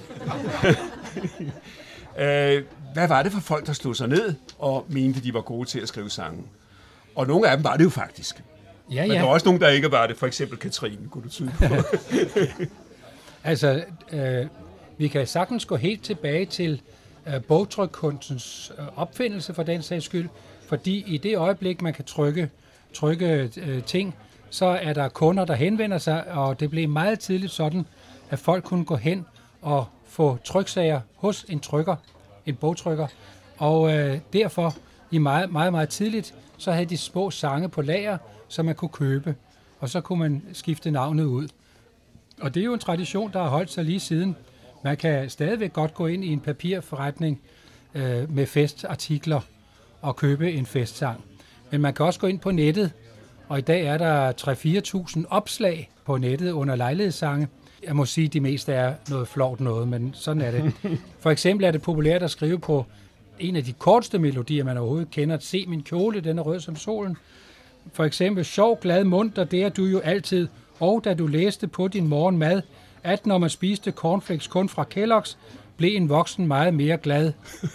øh, hvad var det for folk, der slog sig ned og mente, de var gode til at skrive sange? Og nogle af dem var det jo faktisk. Ja, ja. Men der var også nogle, der ikke var det. For eksempel Katrine, kunne du tyde på. Altså, øh, vi kan sagtens gå helt tilbage til øh, bogtrykkunstens øh, opfindelse for den sags skyld, fordi i det øjeblik, man kan trykke, trykke øh, ting, så er der kunder, der henvender sig, og det blev meget tidligt sådan, at folk kunne gå hen og få tryksager hos en trykker, en bogtrykker, og øh, derfor i meget, meget, meget tidligt, så havde de små sange på lager, som man kunne købe, og så kunne man skifte navnet ud. Og det er jo en tradition, der har holdt sig lige siden. Man kan stadigvæk godt gå ind i en papirforretning øh, med festartikler og købe en festsang. Men man kan også gå ind på nettet, og i dag er der tre til fire tusind opslag på nettet under lejlighedssange. Jeg må sige, at de meste er noget flovt noget, men sådan er det. For eksempel er det populært at skrive på en af de korteste melodier, man overhovedet kender. Se min kjole, den er rød som solen. For eksempel, sjov, glad, munter, det er du jo altid. Og da du læste på din morgenmad, at når man spiste cornflakes kun fra Kellogg's, blev en voksen meget mere glad.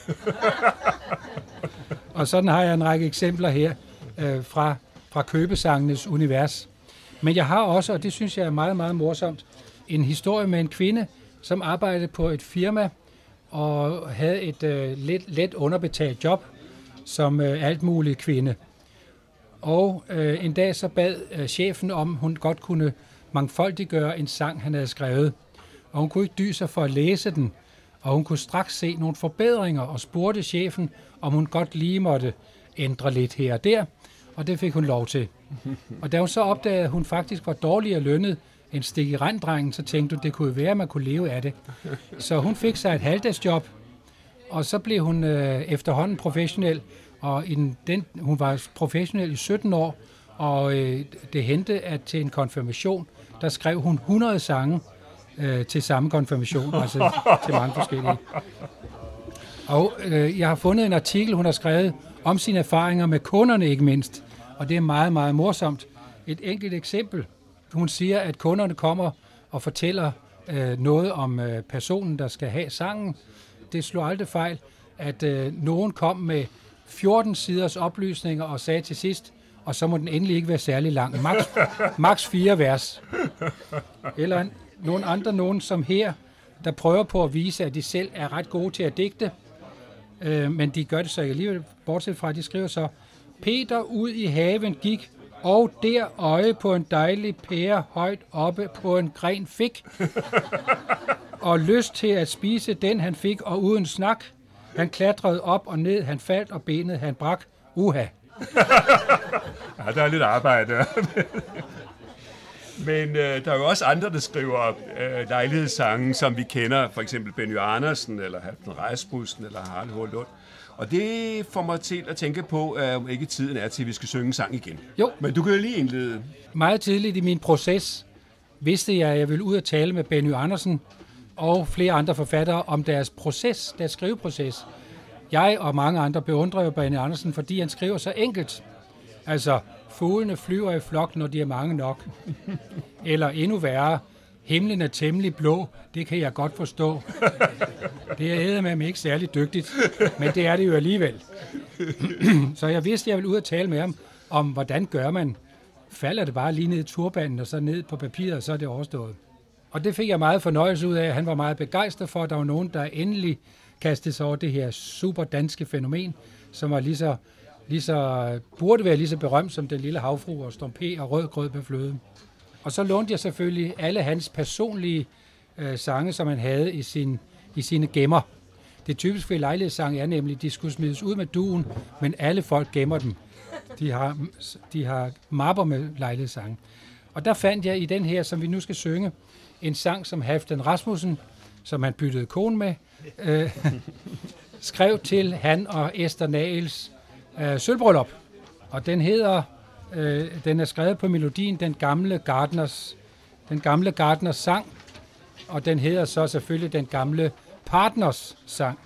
Og sådan har jeg en række eksempler her øh, fra, fra købesangenes univers. Men jeg har også, og det synes jeg er meget, meget morsomt, en historie med en kvinde, som arbejdede på et firma og havde et øh, let, let underbetalt job. som øh, alt muligt kvinde. Og øh, en dag så bad øh, chefen om, hun godt kunne mangfoldiggøre en sang, han havde skrevet. Og hun kunne ikke dy sig for at læse den, og hun kunne straks se nogle forbedringer og spurgte chefen, om hun godt lige måtte ændre lidt her og der, og det fik hun lov til. Og da hun så opdagede, at hun faktisk var dårligere lønnet end Stig Rand-drengen, så tænkte hun, det kunne være, at man kunne leve af det. Så hun fik sig et halvdagsjob, og så blev hun øh, efterhånden professionel, og i den, den, hun var professionel i sytten år, og øh, det hentede, at til en konfirmation, der skrev hun hundrede sange øh, til samme konfirmation, altså til mange forskellige. Og øh, jeg har fundet en artikel, hun har skrevet om sine erfaringer med kunderne ikke mindst, og det er meget, meget morsomt. Et enkelt eksempel. Hun siger, at kunderne kommer og fortæller øh, noget om øh, personen, der skal have sangen. Det slår aldrig fejl, at øh, nogen kom med fjorten siders oplysninger og sagde til sidst, og så må den endelig ikke være særlig lang. Max, max fire vers. Eller en, nogle andre, nogen som her, der prøver på at vise, at de selv er ret gode til at digte, øh, men de gør det så ikke alligevel, bortset fra, at de skriver så, Peter ud i haven gik, og der øje på en dejlig pære højt oppe på en gren fik, og lyst til at spise den, han fik, og uden snak. Han klatrede op og ned, han faldt, og benet han brak. Uha. Ja, der er lidt arbejde. Men øh, der er jo også andre, der skriver øh, lejlighedssange, som vi kender, for eksempel Benny Andersen, eller Halvdan Rasmussen, eller Harald H. Lund. Og det får mig til at tænke på, at om ikke tiden er til, at vi skal synge sang igen. Jo. Men du kan jo lige indlede. Meget tidligt i min proces vidste jeg, at jeg ville ud og tale med Benny Andersen og flere andre forfattere om deres proces, deres skriveproces. Jeg og mange andre beundrer jo Benny Andersen, fordi han skriver så enkelt. Altså, fuglene flyver i flok, når de er mange nok. Eller endnu værre, himlen er temmelig blå, det kan jeg godt forstå. Det er eddermame ikke særlig dygtigt, men det er det jo alligevel. Så jeg vidste, at jeg ville ud og tale med ham om, hvordan gør man. Falder det bare lige ned i turbanen, og så ned på papiret, og så er det overstået. Og det fik jeg meget fornøjelse ud af. Han var meget begejstret for, at der var nogen, der endelig kastede sig over det her super danske fænomen, som var lige så, lige så, burde være lige så berømt som Den lille havfru og Storm P. og Rød grød med fløde. Og så lånte jeg selvfølgelig alle hans personlige øh, sange, som han havde i, sin, i sine gemmer. Det typiske ved lejlighedssange er nemlig, at de skulle smides ud med duen, men alle folk gemmer dem. De har, de har mapper med lejlighedssange. Og der fandt jeg i den her, som vi nu skal synge, en sang, som Halvdan Rasmussen, som han byttede kone med, øh, skrev til han og Esther Nagels øh, sølvbryllup. Og den hedder, øh, den er skrevet på melodien Den gamle Gardners, den gamle Gardners sang, og den hedder så selvfølgelig Den gamle Partners sang.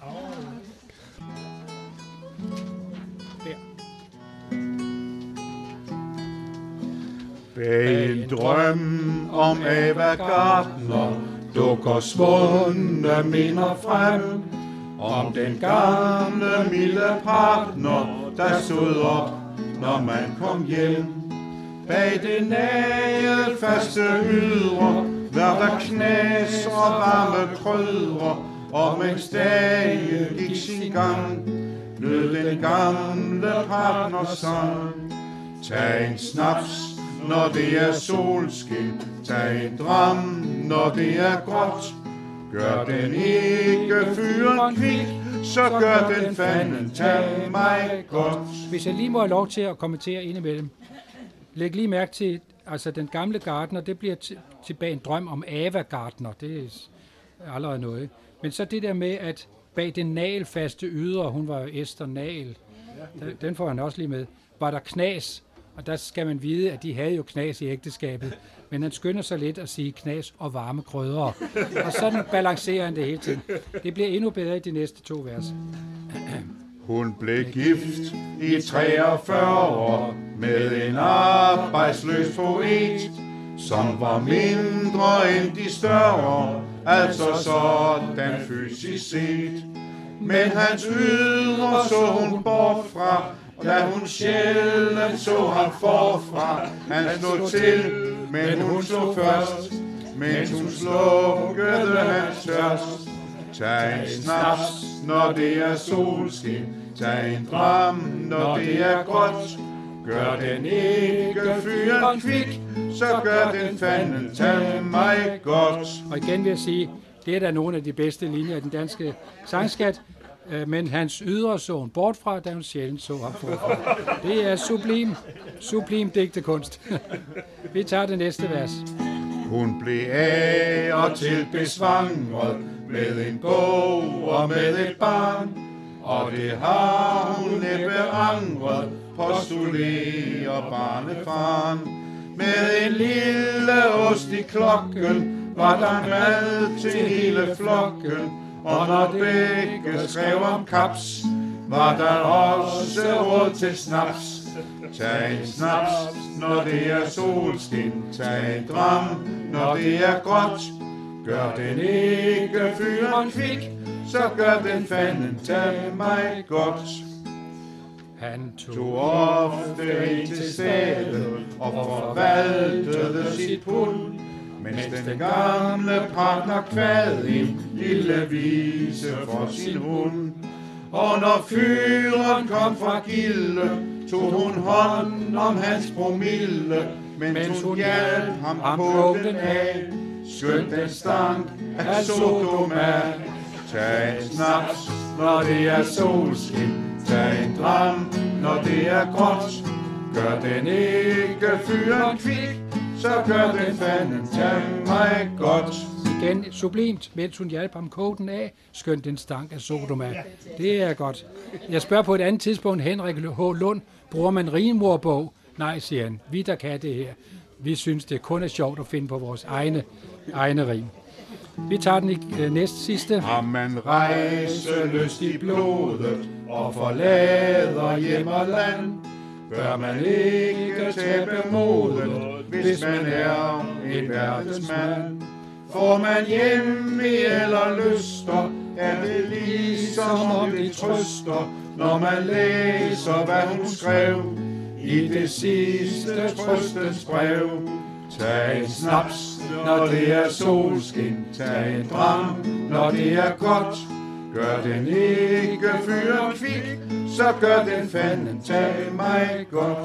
Bag en drøm om Ava Gardner dukker svundne minder frem om den gamle milde partner, der stod op, når man kom hjem. Bag det nagelfaste ydre var der knas og varme krydre, og mens dagen gik sin gang, lød den gamle partner sang. Tag en snaps, når det er solskin, tag en dram, når det er gråt. Gør den ikke fyren kvik, så gør den fanden tag mig godt. Hvis jeg lige må have lov til at kommentere indimellem. Læg lige mærke til, altså den gamle Gardner, det bliver t- tilbage en drøm om Ava Gardner. Det er allerede noget. Men så det der med, at bag den nagelfaste ydre, hun var jo Esther Nagel, den får han også lige med, var der knas. Og der skal man vide, at de havde jo knas i ægteskabet. Men han skynder sig lidt at sige knas og varme krydder. Og sådan balancerer han det hele tiden. Det bliver endnu bedre i de næste to vers. Hun blev gift i treogfyrre år med en arbejdsløs poet, som var mindre end de større, altså sådan fysisk set. Men hans ydre så hun bort fra, da hun sjældent så ham forfra. Han slog til, men hun slog først, mens hun slukkede hans tørst. Tag en snaps, når det er solskin. Tag en dram, når det er gråt. Gør den ikke fyren kvik, så gør den fanden tage mig godt. Og igen vil jeg sige, det er da nogle af de bedste linjer i den danske sangskat, men hans ydre så hun bort fra, da hun sjældent så ham forfra. Det er sublim, sublim digtekunst. Vi tager det næste vers. Hun blev af og til besvangret med en bog og med et barn, og det har hun næppe angret, postulerer barnefaren. Med en lille ost i klokken var der mad til hele flokken, og når begge skrev om kaps, var der også råd til snaps. Tag en snaps, når det er solskin. Tag en dram, når det er gråt. Gør den ikke fyren kvik, så gør den fanden tage mig godt. Han tog ofte ind til stedet og forvaltede sit pund, mens den gamle partner kvad en lille vise for sin hund. Og når fyren kom fra gilde, tog hun hånd om hans promille, mens hun hjalp ham på den af. Skønt den stank af Sodoma. Tag en snaps, når det er solskin. Tag en dram, når det er gråt. Gør den ikke fyren kvik, så gør den fanden tage mig godt. Igen sublimt, mens hun hjalp ham koden af, skønt den stank af Sodoma. Det er godt. Jeg spørger på et andet tidspunkt, Henrik H. Lund, bruger man rimordbog? Nej, siger han. Vi, der kan det her. Vi synes, det kun er sjovt at finde på vores egne, egne rim. Vi tager den i øh, næste sidste. Har man rejseløst i blodet og forlader hjem og land, bør man ikke tabe modet, hvis man er en verdensmand. Får man hjemme eller lyster, er det ligesom om det trøster, når man læser, hvad hun skrev i det sidste trøstens brev. Tag en snaps, når det er solskin. Tag en dram, når det er godt. Gør den ikke fyren kvik, så gør den fanden tage mig godt.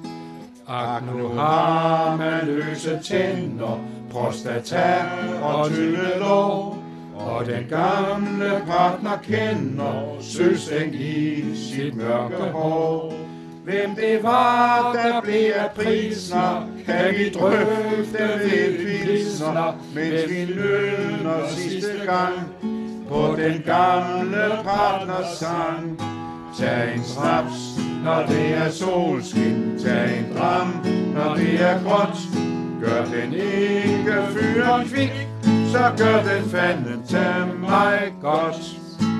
Ak, nu har man løse tænder, prostata og tynde lår, og den gamle partner kender søstænk i sit mørke hår. Hvem det var, der blev af prisner, kan vi drøfte ved pilsner, mens vi lønner sidste gang på den gamle partners sang. Tag en snaps, når det er solskin. Tag en dram, når det er gråt. Gør den ikke fyren kvik, så gør den fanden tage mig godt.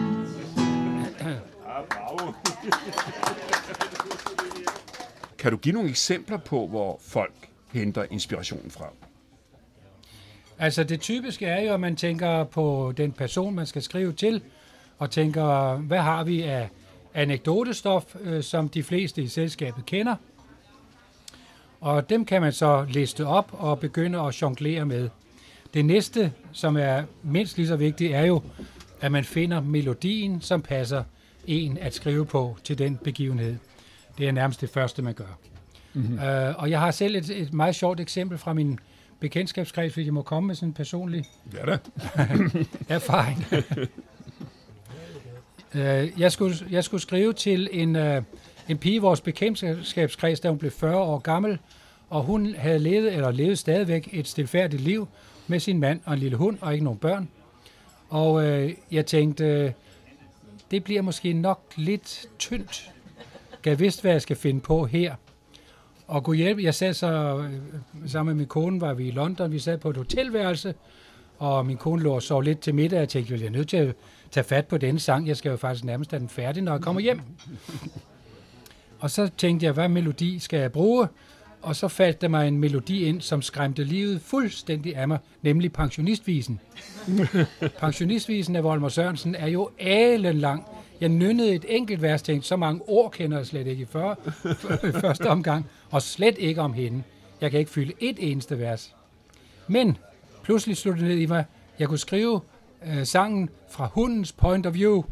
Kan du give nogle eksempler på, hvor folk henter inspirationen fra? Altså det typiske er jo, at man tænker på den person, man skal skrive til, og tænker, hvad har vi af anekdotestof, øh, som de fleste i selskabet kender. Og dem kan man så liste op og begynde at jonglere med. Det næste, som er mindst lige så vigtigt, er jo, at man finder melodien, som passer en at skrive på til den begivenhed. Det er nærmest det første, man gør. Mm-hmm. Uh, og jeg har selv et, et meget sjovt eksempel fra min bekendtskabskreds, fordi jeg må komme med sådan en personlig ja, da. erfaring. uh, jeg, skulle, jeg skulle skrive til en, uh, en pige i vores bekendtskabskreds, da hun blev fyrre år gammel, og hun havde levet, eller levet stadigvæk et stilfærdigt liv med sin mand og en lille hund, og ikke nogen børn. Og uh, jeg tænkte, uh, det bliver måske nok lidt tyndt. Jeg vidste, hvad jeg skal finde på her. Og kunne hjælpe. Jeg sad så, sammen med min kone, var vi i London, vi sad på et hotelværelse, og min kone lå og sov lidt til middag, og jeg tænkte, jeg er nødt til at tage fat på denne sang, jeg skal jo faktisk nærmest have den færdig, når jeg kommer hjem. Og så tænkte jeg, hvad melodi skal jeg bruge? Og så faldt der mig en melodi ind, som skræmte livet fuldstændig af mig, nemlig Pensionistvisen. Pensionistvisen af Volmer Sørensen er jo alenlang. Jeg nynnede et enkelt vers, tænkte, så mange ord kender jeg slet ikke i før, første omgang, og slet ikke om hende. Jeg kan ikke fylde et eneste vers. Men pludselig slog det ned i mig, jeg kunne skrive øh, sangen fra hundens point of view.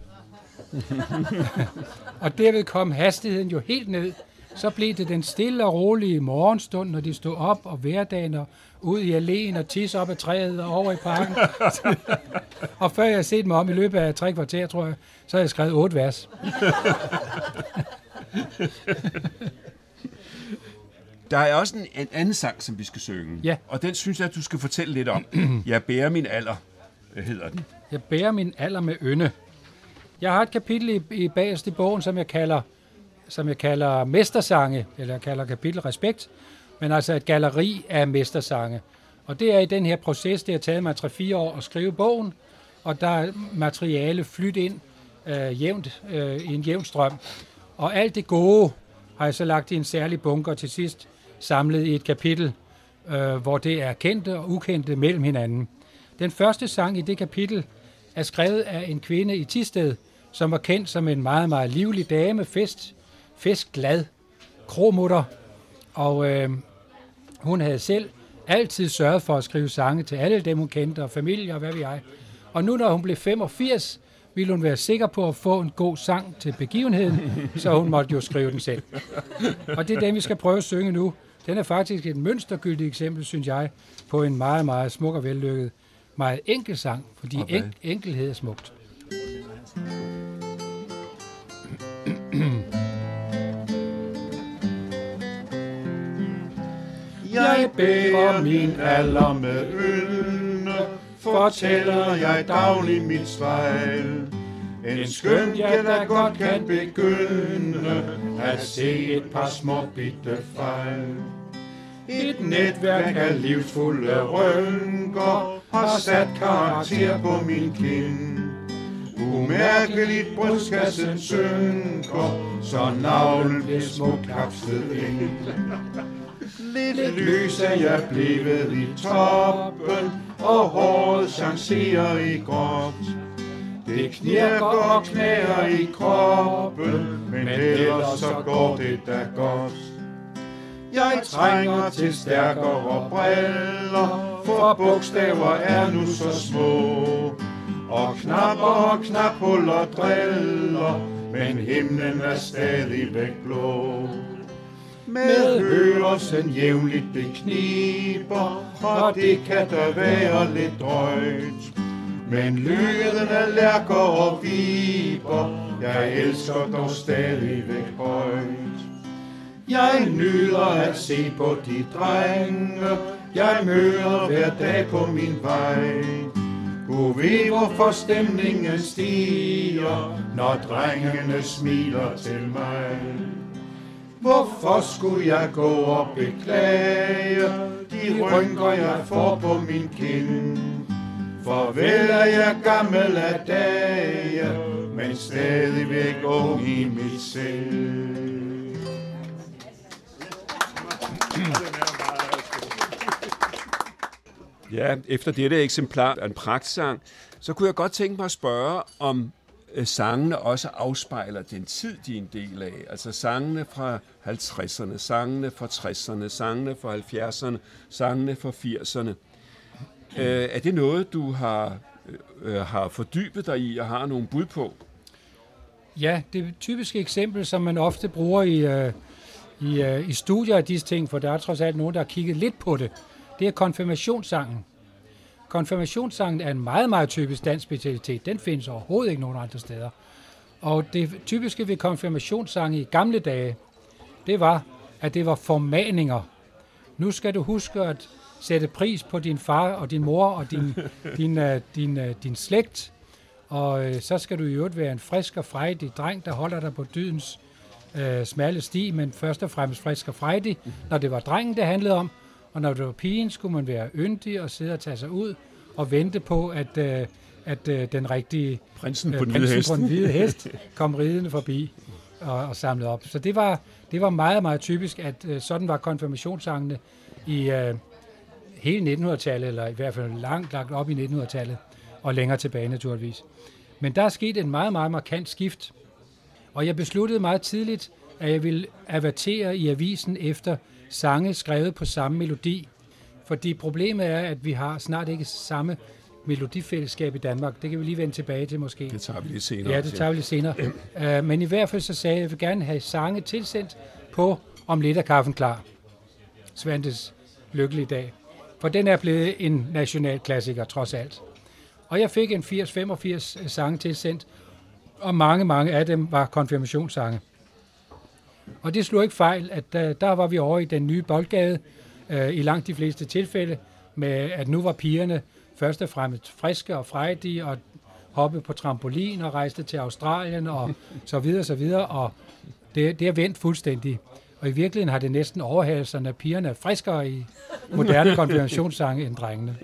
Og derved kom hastigheden jo helt ned. Så blev det den stille og rolige morgenstund, når de stod op og hverdagen og ud i alléen og tisse op ad træet og over i parken. Og før jeg havde set mig om i løbet af tre kvarter, tror jeg, så havde jeg skrevet otte vers. Der er også en, en anden sang, som vi skal synge. Ja. Og den synes jeg, at du skal fortælle lidt om. Jeg bærer min alder, hedder den. Jeg bærer min alder med ynde. Jeg har et kapitel i, i bagerst i bogen, som jeg kalder som jeg kalder mestersange, eller jeg kalder kapitel Respekt, men altså et galleri af mestersange. Og det er i den her proces, det har taget mig tre fire år at skrive bogen, og der er materiale flyt ind øh, jævnt, øh, i en jævn strøm. Og alt det gode har jeg så lagt i en særlig bunker til sidst, samlet i et kapitel, øh, hvor det er kendte og ukendte mellem hinanden. Den første sang i det kapitel er skrevet af en kvinde i Thisted, som var kendt som en meget, meget livlig dame, fest, festglad, kromutter, og øh, hun havde selv altid sørget for at skrive sange til alle dem, hun kendte, og familie og hvad ved jeg. Og nu, når hun blev femogfirs, ville hun være sikker på at få en god sang til begivenheden, så hun måtte jo skrive den selv. Og det er den, vi skal prøve at synge nu. Den er faktisk et mønstergyldigt eksempel, synes jeg, på en meget, meget smuk og vellykket, meget enkel sang, fordi okay. en- enkelhed er smukt. Jeg bærer min alder med ynde, fortæller jeg daglig mit spejl. En skøn jeg da godt kan begynde at se et par små bitte fejl. Et netværk af livsfulde rynker har sat karakter på min kind. Umærkeligt brystkassen synker, så navlen bliver smukt kapslet ind. Lidt lys er jeg blevet i toppen, og håret chancerer i gråt. Det knirker og knærer i kroppen, men ellers så går det da godt. Jeg trænger til stærkere briller, for bogstaver er nu så små. Og knapper og knaphuller driller, men himlen er stadigvæk blå. Med hørelsen jævnligt det kniber, og det kan da være lidt drøjt. Men lyden af lærker og viber, jeg elsker dog stadigvæk højt. Jeg nyder at se på de drenge, jeg møder hver dag på min vej. Gud ved, hvorfor stemningen stiger, når drengene smiler til mig. Hvorfor skulle jeg gå og beklage de rynker, jeg får på min kind? Farvel er jeg gammel af dage, men stadigvæk ung i mit sind. Ja, efter dette eksemplar af en pragtsang, så kunne jeg godt tænke mig at spørge, om sangene også afspejler den tid, de er en del af. Altså sangene fra halvtredserne, sangene fra tresserne, sangene fra halvfjerdserne, sangene fra firserne. Øh, er det noget, du har, øh, har fordybet dig i og har nogle bud på? Ja, det er et typisk eksempel, som man ofte bruger i, øh, i, øh, i studier af disse ting, for der er trods alt nogen, der har kigget lidt på det. Det er konfirmationssangen. Konfirmationssangen er en meget, meget typisk dansk specialitet. Den findes overhovedet ikke nogen andre steder. Og det typiske ved konfirmationssange i gamle dage, det var, at det var formaninger. Nu skal du huske at sætte pris på din far og din mor og din, din, uh, din, uh, din slægt. Og uh, så skal du i øvrigt være en frisk og frejdig dreng, der holder dig på dydens uh, smalle sti, men først og fremmest frisk og frejdig, når det var drengen, det handlede om. Og når det var pigen, skulle man være yndig og sidde og tage sig ud og vente på, at, uh, at uh, den rigtige prinsen, uh, på, den prinsen hvide på den hvide hest kom ridende forbi og, og samlede op. Så det var, det var meget, meget typisk, at uh, sådan var konfirmationssangene i uh, hele nittenhundredetallet, eller i hvert fald langt lagt op i nittenhundredetallet, og længere tilbage naturligvis. Men der er sket en meget, meget markant skift, og jeg besluttede meget tidligt, at jeg ville avertere i avisen efter sange skrevet på samme melodi, fordi problemet er, at vi har snart ikke samme melodifællesskab i Danmark. Det kan vi lige vende tilbage til måske. Det tager vi lidt senere. Ja, det tager vi lidt senere. uh, men i hvert fald så sagde jeg, at jeg vil gerne have sange tilsendt på Om lidt er kaffen klar. Svantes lykkelige dag. For den er blevet en national klassiker, trods alt. Og jeg fik en firs til femogfirs sange tilsendt, og mange, mange af dem var konfirmationssange. Og det slog ikke fejl, at der, der var vi over i den nye boldgade, øh, i langt de fleste tilfælde, med at nu var pigerne først og fremmest friske og frejdige, og hoppe på trampolin og rejste til Australien, og så videre, så videre, og det, det er vendt fuldstændig. Og i virkeligheden har det næsten overhalet sig, at pigerne er friskere i moderne konfirmationssange end drengene.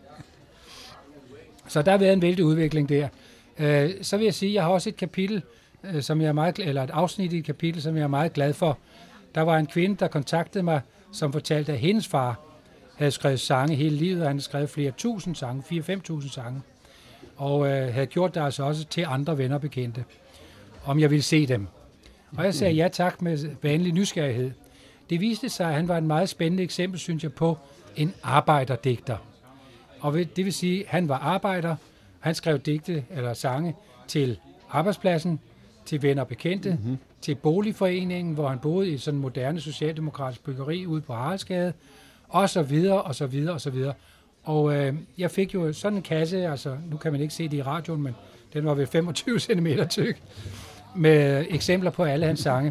Så der har været en vældig udvikling der. Øh, så vil jeg sige, at jeg har også et kapitel, øh, som jeg er meget, eller et afsnit i et kapitel, som jeg er meget glad for. Der var en kvinde, der kontaktede mig, som fortalte, at hendes far havde skrevet sange hele livet, og han havde skrevet flere tusind sange, fire til fem tusind sange, og øh, havde gjort det altså også til andre venner bekendte, om jeg ville se dem. Og jeg sagde ja tak med vanlig nysgerrighed. Det viste sig, at han var et meget spændende eksempel, synes jeg, på en arbejderdigter. Og det vil sige, at han var arbejder, han skrev digte eller sange til arbejdspladsen, til venner og bekendte, mm-hmm. til boligforeningen, hvor han boede i sådan en moderne socialdemokratisk byggeri ude på Haraldsgade, og så videre, og så videre, og så videre. Og øh, jeg fik jo sådan en kasse, altså nu kan man ikke se det i radioen, men den var vel femogtyve centimeter tyk, med eksempler på alle hans sange.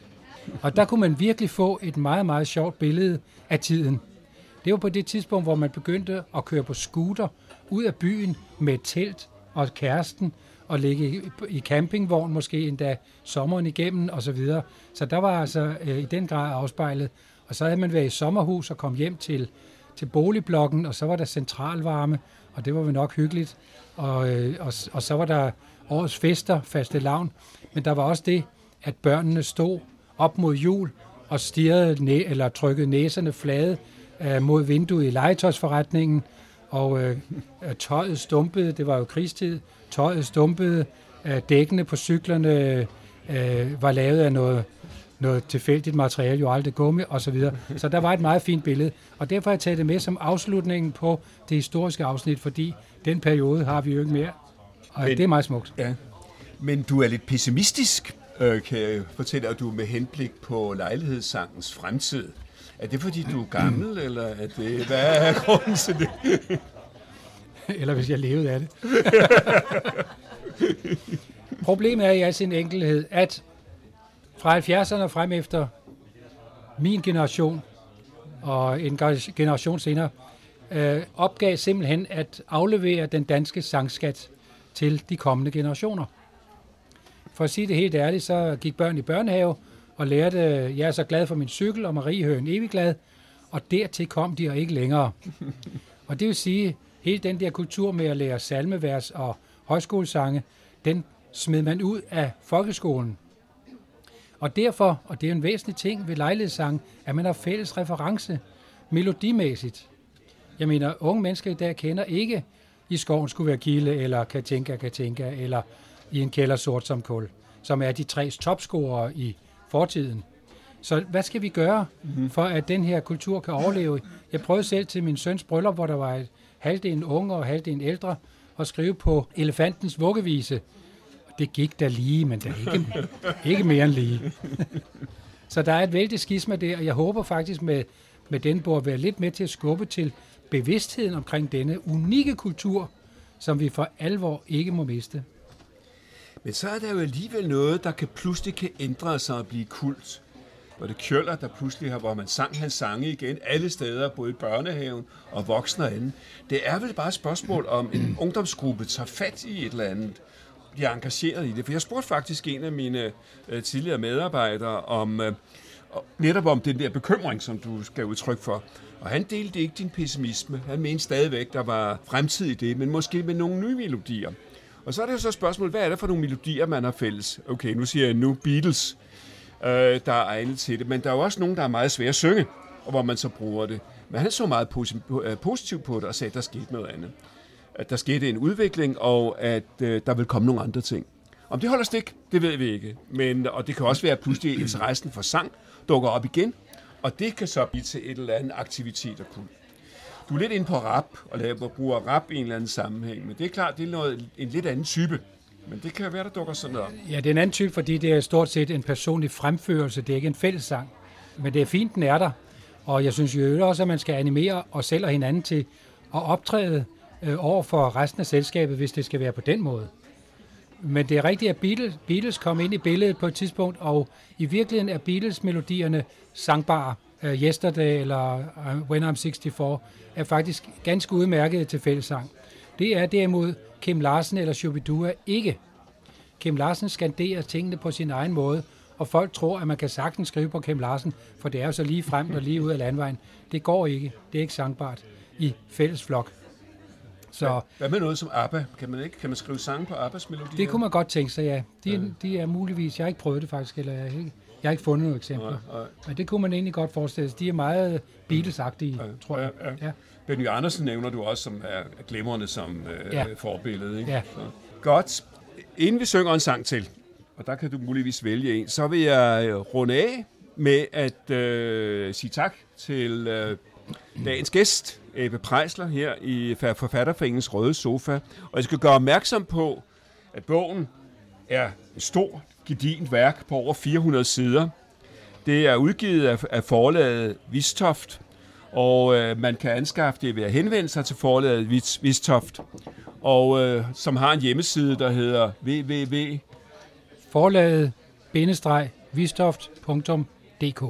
Og der kunne man virkelig få et meget, meget sjovt billede af tiden. Det var på det tidspunkt, hvor man begyndte at køre på scooter ud af byen med telt og kæresten, og ligge i campingvogn måske endda sommeren igennem og så videre. Så der var altså øh, i den grad afspejlet. Og så havde man været i sommerhus og kom hjem til, til boligblokken, og så var der centralvarme, og det var vel nok hyggeligt. Og, øh, og, og så var der årets fester, fastelavn. Men der var også det, at børnene stod op mod jul og stirrede næ- eller trykkede næserne flade øh, mod vinduet i legetøjsforretningen, og øh, tøjet stumpede, det var jo krigstid, tøjet stumpede, øh, dækkene på cyklerne øh, var lavet af noget, noget tilfældigt materiale, jo aldrig gummi og så videre. Så der var et meget fint billede, og derfor har jeg taget det med som afslutningen på det historiske afsnit, fordi den periode har vi jo ikke mere, og men, det er meget smukt. Ja. Men du er lidt pessimistisk, øh, kan jeg fortælle, at du med henblik på lejlighedssangens fremtid. Er det fordi, du er gammel, eller er det, hvad er grunden til det? Eller hvis jeg levede af det. Problemet er i al sin enkelhed, at fra halvfjerdserne og frem efter min generation og en generation senere, øh, opgav simpelthen at aflevere den danske sangskat til de kommende generationer. For at sige det helt ærligt, så gik børn i børnehave og lærte, jeg er så glad for min cykel, og Marie Høen evig glad, og dertil kom de og ikke længere. Og det vil sige, hele den der kultur med at lære salmevers og højskolesange, den smed man ud af folkeskolen. Og derfor, og det er en væsentlig ting ved lejlighedssang, at man har fælles reference melodimæssigt. Jeg mener, unge mennesker i dag kender ikke I skoven skulle være Gilde, eller Katinka Katinka, eller I en kælder sort som kul, som er de tre topscorere i fortiden. Så hvad skal vi gøre, for at den her kultur kan overleve? Jeg prøvede selv til min søns bryllup, hvor der var et halvdelen unge og halvdelen ældre, at skrive på elefantens vuggevise. Det gik da lige, men det er ikke, ikke mere end lige. Så der er et vældig skisma der, og jeg håber faktisk med, med den bord at være lidt med til at skubbe til bevidstheden omkring denne unikke kultur, som vi for alvor ikke må miste. Men så er der jo alligevel noget, der kan pludselig kan ændre sig og blive kult. Hvor det Kjøller, der pludselig har, hvor man sang hans sange igen alle steder, både i børnehaven og voksne og anden. Det er vel bare et spørgsmål om en ungdomsgruppe tager fat i et eller andet, bliver engageret i det. For jeg spurgte faktisk en af mine øh, tidligere medarbejdere om øh, netop om den der bekymring, som du skal udtrykke for. Og han delte ikke din pessimisme. Han mente stadigvæk, der var fremtid i det, men måske med nogle nye melodier. Og så er det jo så spørgsmålet, hvad er det for nogle melodier, man har fælles? Okay, nu siger jeg nu Beatles, øh, der er egnet til det, men der er jo også nogle, der er meget svære at synge, og hvor man så bruger det. Men han så meget positivt på det og sagde, at der skete noget andet. At der skete en udvikling, og at øh, der vil komme nogle andre ting. Om det holder stik, det ved vi ikke. Men, og det kan også være, at pludselig interessen for sang dukker op igen, og det kan så blive til et eller andet aktivitet og kult. Du er lidt inde på rap, og laver, bruger rap i en eller anden sammenhæng, men det er klart, det er noget, en lidt anden type. Men det kan være, der dukker sådan noget. Ja, det er en anden type, fordi det er stort set en personlig fremførelse. Det er ikke en fællessang. Men det er fint, den er der. Og jeg synes jo også, at man skal animere os selv og hinanden til at optræde øh, over for resten af selskabet, hvis det skal være på den måde. Men det er rigtigt, at Beatles, Beatles kom ind i billedet på et tidspunkt, og i virkeligheden er Beatles-melodierne sangbare. Uh, Yesterday eller uh, When I'm seksogtres er faktisk ganske udmærket til fællessang. Det er derimod Kim Larsen eller Shubidua ikke. Kim Larsen skanderer tingene på sin egen måde, og folk tror, at man kan sagtens skrive på Kim Larsen, for det er jo så lige frem og lige ud af landvejen. Det går ikke. Det er ikke sangbart i fælles flok. Så, hvad med noget som ABBA? Kan man ikke kan man skrive sange på ABBAs melodier? Det kunne man godt tænke sig, ja. De, ja. de er muligvis, jeg har ikke prøvet det faktisk, eller jeg har ikke, jeg har ikke fundet nogle eksempler. Nej, nej. Men det kunne man egentlig godt forestille sig. De er meget Beatles-agtige, ja, tror jeg. Ja, ja. Ja. Benny Andersen nævner du også, som er glimrende som øh, ja. forbillede. Ikke? Ja. Så. Godt. Inden vi synger en sang til, og der kan du muligvis vælge en, så vil jeg runde af med at øh, sige tak til øh, dagens gæst, Ebbe Preisler, her i Forfatterforeningens Røde Sofa. Og jeg skal gøre opmærksom på, at bogen er et stort, gedigent værk på over fire hundrede sider. Det er udgivet af, af forlaget Vistoft, og øh, man kan anskaffe det ved at henvende sig til forlaget Vistoft, og øh, som har en hjemmeside, der hedder w w w punktum forlaget bindestreg vistoft punktum d k.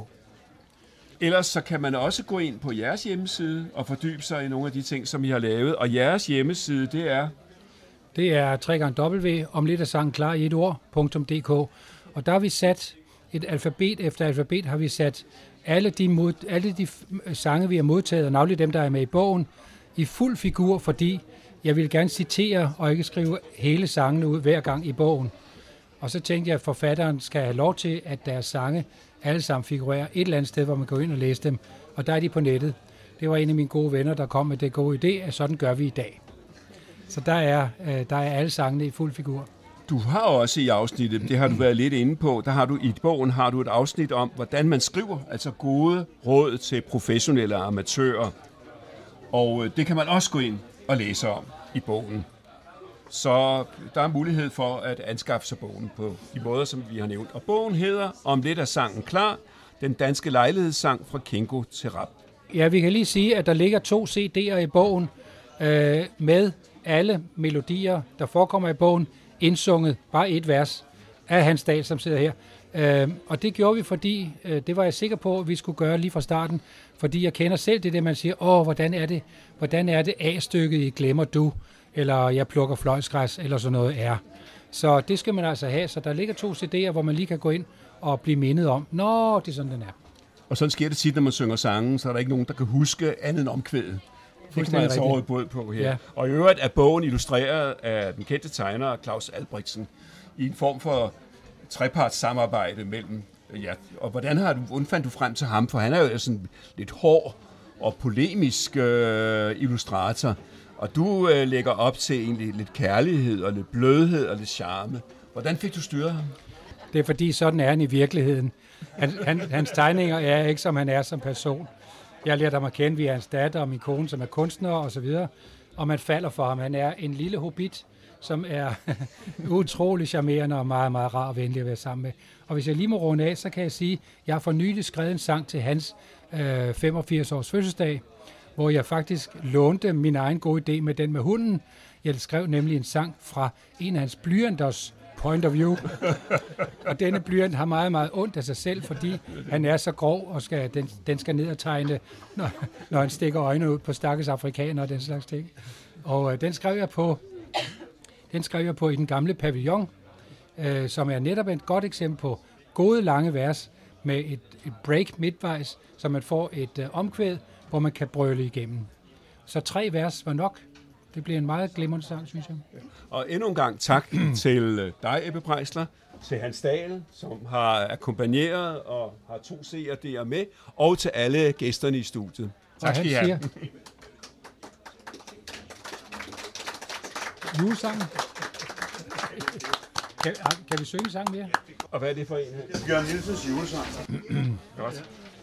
Ellers så kan man også gå ind på jeres hjemmeside og fordybe sig i nogle af de ting, som I har lavet. Og jeres hjemmeside, det er? Det er tre gange w om lidt af sangen klar i et ord, punktum d k. Og der har vi sat et alfabet efter alfabet, har vi sat alle de, mod, alle de sange, vi har modtaget, og navnlig dem, der er med i bogen, i fuld figur, fordi jeg vil gerne citere og ikke skrive hele sangene ud hver gang i bogen. Og så tænkte jeg, at forfatteren skal have lov til, at deres sange alle sammen figurerer et eller andet sted, hvor man går ind og læser dem. Og der er de på nettet. Det var en af mine gode venner, der kom med det gode idé, at sådan gør vi i dag. Så der er, der er alle sangene i fuld figur. Du har også i afsnittet, det har du været lidt inde på, der har du i bogen har du et afsnit om, hvordan man skriver, altså gode råd til professionelle amatører. Og det kan man også gå ind og læse om i bogen. Så der er mulighed for at anskaffe sig bogen på de måder, som vi har nævnt. Og bogen hedder Om lidt er sangen klar, den danske lejlighedssang fra Kingo til rap. Ja, vi kan lige sige, at der ligger to C D'er i bogen øh, med alle melodier, der forekommer i bogen, indsunget, bare et vers af Hans Dahl, som sidder her. Øh, og det gjorde vi, fordi øh, det var jeg sikker på, at vi skulle gøre lige fra starten, fordi jeg kender selv det, det man siger, åh, hvordan er det, hvordan er det A-stykket i Glemmer du, eller jeg plukker fløjsgræs, eller sådan noget er. Så det skal man altså have, så der ligger to C D'er, hvor man lige kan gå ind og blive mindet om, nå, det er sådan, den er. Og sådan sker det tit, når man synger sangen, så er der ikke nogen, der kan huske andet end omkvædet. Det kan man altså overhovedet båd på her. Ja. Og i øvrigt er bogen illustreret af den kendte tegner Claus Albrechtsen i en form for treparts samarbejde mellem, ja, og hvordan har du, hvordan fandt du frem til ham? For han er jo sådan lidt hård og polemisk øh, illustrator, og du øh, lægger op til egentlig lidt kærlighed og lidt blødhed og lidt charme. Hvordan fik du styret ham? Det er fordi, sådan er han i virkeligheden. Han, han, hans tegninger er ikke, som han er som person. Jeg lærte ham at kende via hans datter og min kone, som er kunstner og så videre. Og man falder for ham. Han er en lille hobbit, som er utrolig charmerende og meget, meget rar og venlig at være sammen med. Og hvis jeg lige må runde af, så kan jeg sige, at jeg har for nylig skrevet en sang til hans øh, femogfirs års fødselsdag, hvor jeg faktisk lånte min egen gode idé med den med hunden. Jeg skrev nemlig en sang fra en af hans blyanters point of view. Og denne blyant har meget, meget ondt af sig selv, fordi han er så grov, og skal, den, den skal ned og tegne, når, når han stikker øjnene ud på stakkels afrikaner og den slags ting. Og øh, den skrev jeg på den skrev jeg på i den gamle pavillon, øh, som er netop et godt eksempel på gode lange vers med et, et break midtvejs, så man får et øh, omkvæd, hvor man kan brøle igennem. Så tre vers var nok. Det bliver en meget glimrende sang, synes jeg. Og endnu en gang tak til dig, Ebbe Preisler, til Hans Dahl, som har akkompagneret og har to C D'er med, og til alle gæsterne i studiet. Tak skal I have. Julesangen. Kan, kan vi synge sang mere? Og hvad er det for en her? Bjørn Nielsens julesang. Godt.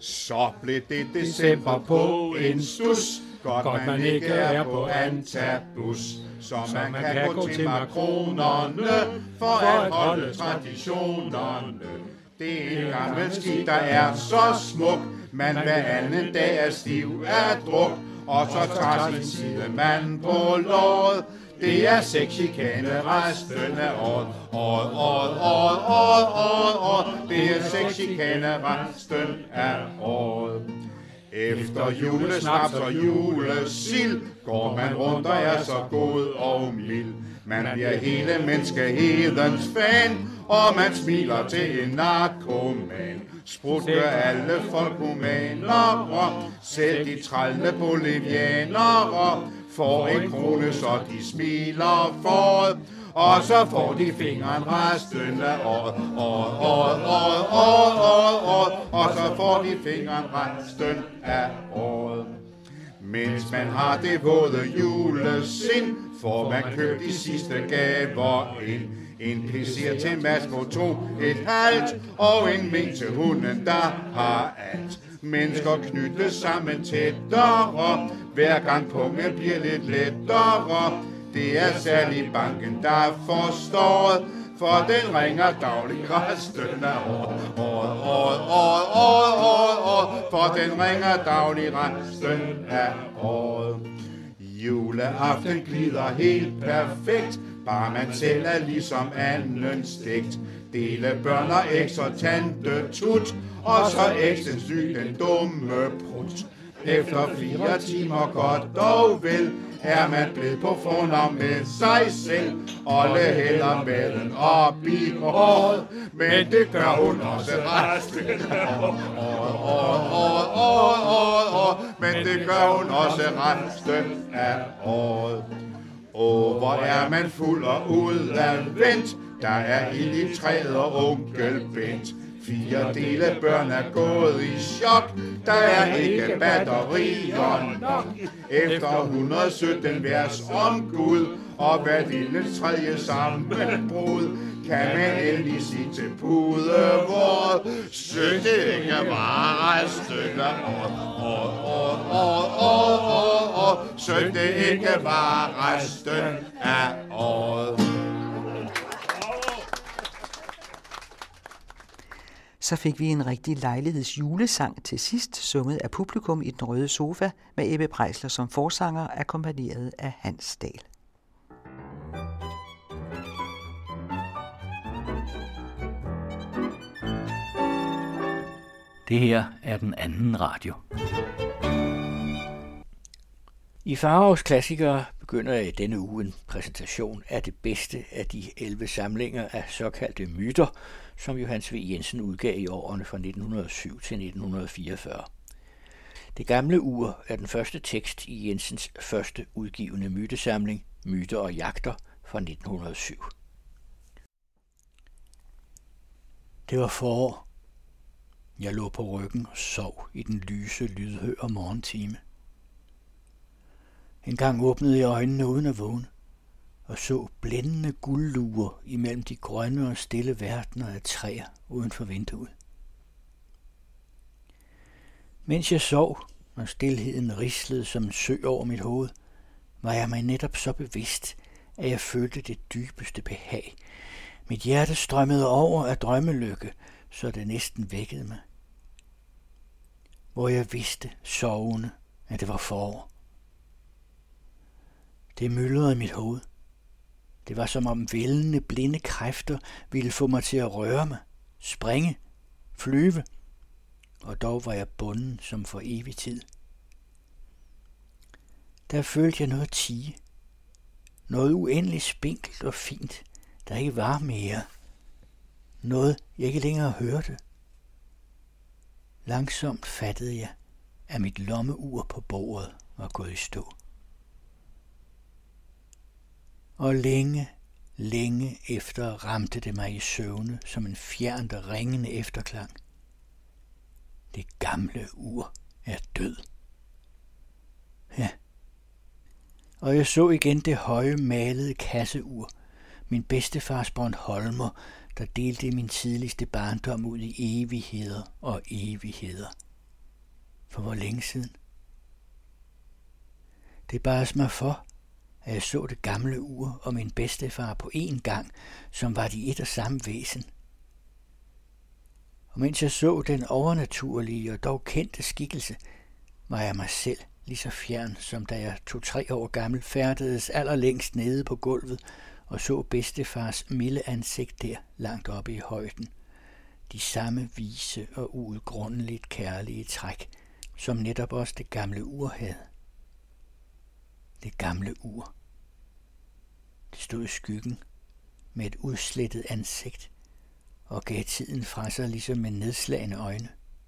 Så blev det december på en stus. Godt, Godt man ikke er på antabus. Så man, man kan gå til makronerne for at holde traditionerne. Det er en gammel skib, der er så smuk. Man hver anden dag er stiv af druk. Og så tager sin sidemand på låret. Det er sexchikane resten af året. Året, året, året, året, året, året. Det er sexchikane resten af året. Efter julesnaps og julesild går man rundt og er så god og mild. Man bliver hele menneskehedens fan, og man smiler til en narkoman. Sprut gør alle folk humanere, selv de trælle bolivianere får en krone, så de smiler for. Og så får de fingeren resten af året, året, året, året, året, året, året, og så får de fingeren resten af året. Mens man har det våde julesind, får man købt de sidste gaver ind. En P C'er til Masmo to, et halvt, og en mink til hunden, der har alt. Mennesker knyttes sammen tættere, hver gang pungen bliver lidt lettere. Det er særlig banken, der forstår, for den ringer dagligt resten af året. Året, året, året, året, året, året, for den ringer dagligt resten af året. Juleaften glider helt perfekt, bare man selv er ligesom anden stegt. Dele børn og eks og tante tut, og så eksen syg den dumme prut. Efter fire timer godt og vel, er man blevet på fornavn med sig selv. Olle hælder maden op i håret, men det gør hun også resten af året. Men det gør hun også resten af året. Åh, hvor er man fuld og udadvendt. Der er ild i træet og onkel Bent. Fire dele børn er gået i chok. Der er ikke batterier nok. Efter et hundrede og sytten vers om Gud og hvert lille tredje sammenbrud, kan man endelig sige til pudevåret, søg det ikke var resten af året, året, året, året, året, året, året, søg det ikke var resten af året. Så fik vi en rigtig lejlighedsjulesang til sidst, sunget af publikum i Den Røde Sofa, med Ebbe Preisler som forsanger, akkompagneret af Hans Dahl. Det her er den anden radio. I Faraos Klassikere begynder jeg i denne uge en præsentation af det bedste af de elleve samlinger af såkaldte myter, som Johannes V. Jensen udgav i årene fra nitten hundrede og syv til nitten fireogfyrre. Det gamle ur er den første tekst i Jensens første udgivende mytesamling, Myter og Jagter fra nitten hundrede og syv. Det var forår. Jeg lå på ryggen og sov i den lyse, lydhøre morgentime. En gang åbnede jeg øjnene uden at vågne, og så blændende guldluer imellem de grønne og stille verdener af træer uden for vinduet. Mens jeg sov, og stilheden rislede som en sø over mit hoved, var jeg mig netop så bevidst, at jeg følte det dybeste behag. Mit hjerte strømmede over af drømmelykke, så det næsten vækkede mig. Hvor jeg vidste, sovende, at det var forår. Det myldrede i mit hoved. Det var som om vældende blinde kræfter ville få mig til at røre mig, springe, flyve, og dog var jeg bunden som for evig tid. Der følte jeg noget tie, noget uendeligt spinkelt og fint, der ikke var mere, noget jeg ikke længere hørte. Langsomt fattede jeg, at mit lommeur på bordet var gået i stå. Og længe, længe efter ramte det mig i søvne som en fjernt og ringende efterklang. Det gamle ur er død. Ja. Og jeg så igen det høje malede kasseur, min bedstefars Bornholmer, der delte min tidligste barndom ud i evigheder og evigheder. For hvor længe siden? Det bares mig for, at jeg så det gamle ur og min bedstefar på én gang, som var de et og samme væsen. Og mens jeg så den overnaturlige og dog kendte skikkelse, var jeg mig selv lige så fjern, som da jeg to-tre år gammel færdedes allerlængst nede på gulvet og så bedstefars milde ansigt der langt oppe i højden. De samme vise og uudgrundeligt kærlige træk, som netop også det gamle ur havde. Det gamle ur. Det stod i skyggen med et udslettet ansigt og gav tiden fra sig ligesom med nedslagende øjne.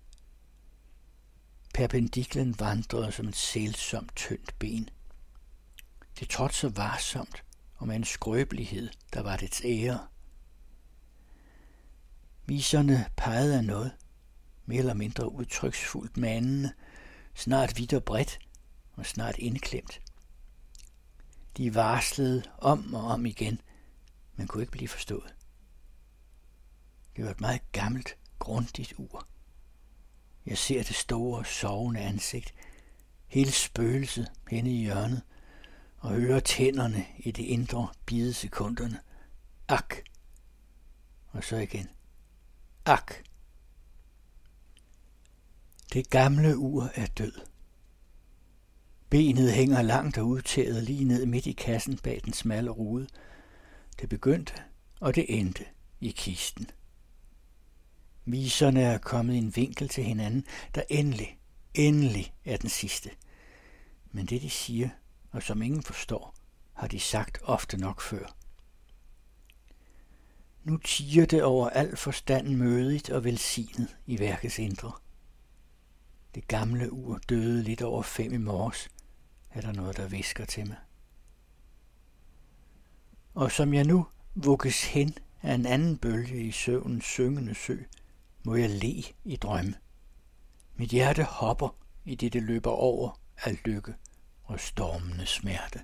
Perpendiklen vandrede som et sælsomt tyndt ben. Det trådte så varsomt og med en skrøbelighed, der var dets ære. Viserne pegede af noget, mere eller mindre udtryksfuldt manende, snart vidt og bredt og snart indklemt. De varslede om og om igen, men kunne ikke blive forstået. Det var et meget gammelt, grundigt ur. Jeg ser det store, sovende ansigt, hele spøgelset henne i hjørnet, og hører tænderne i det indre bide sekunderne. Ak! Og så igen. Ak! Det gamle ur er død. Benet hænger langt og udtæret lige ned midt i kassen bag den smalle rude. Det begyndte, og det endte i kisten. Viserne er kommet i en vinkel til hinanden, der endelig, endelig er den sidste. Men det de siger, og som ingen forstår, har de sagt ofte nok før. Nu tiger det over al forstand mødigt og velsignet i værkets indre. Det gamle ur døde lidt over fem i morges, er der noget, der hvisker til mig. Og som jeg nu vugges hen af en anden bølge i søvnens syngende sø, må jeg le i drømme. Mit hjerte hopper, i det det løber over af lykke og stormende smerte.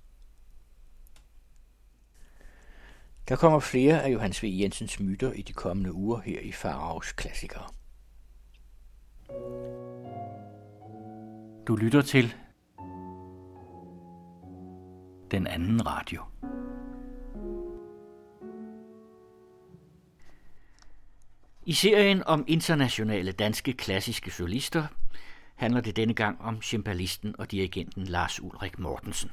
Der kommer flere af Johannes V. Jensens myter i de kommende uger her i Faraos Klassikere. Du lytter til Den Anden Radio. I serien om internationale danske klassiske solister handler det denne gang om cembalisten og dirigenten Lars Ulrik Mortensen.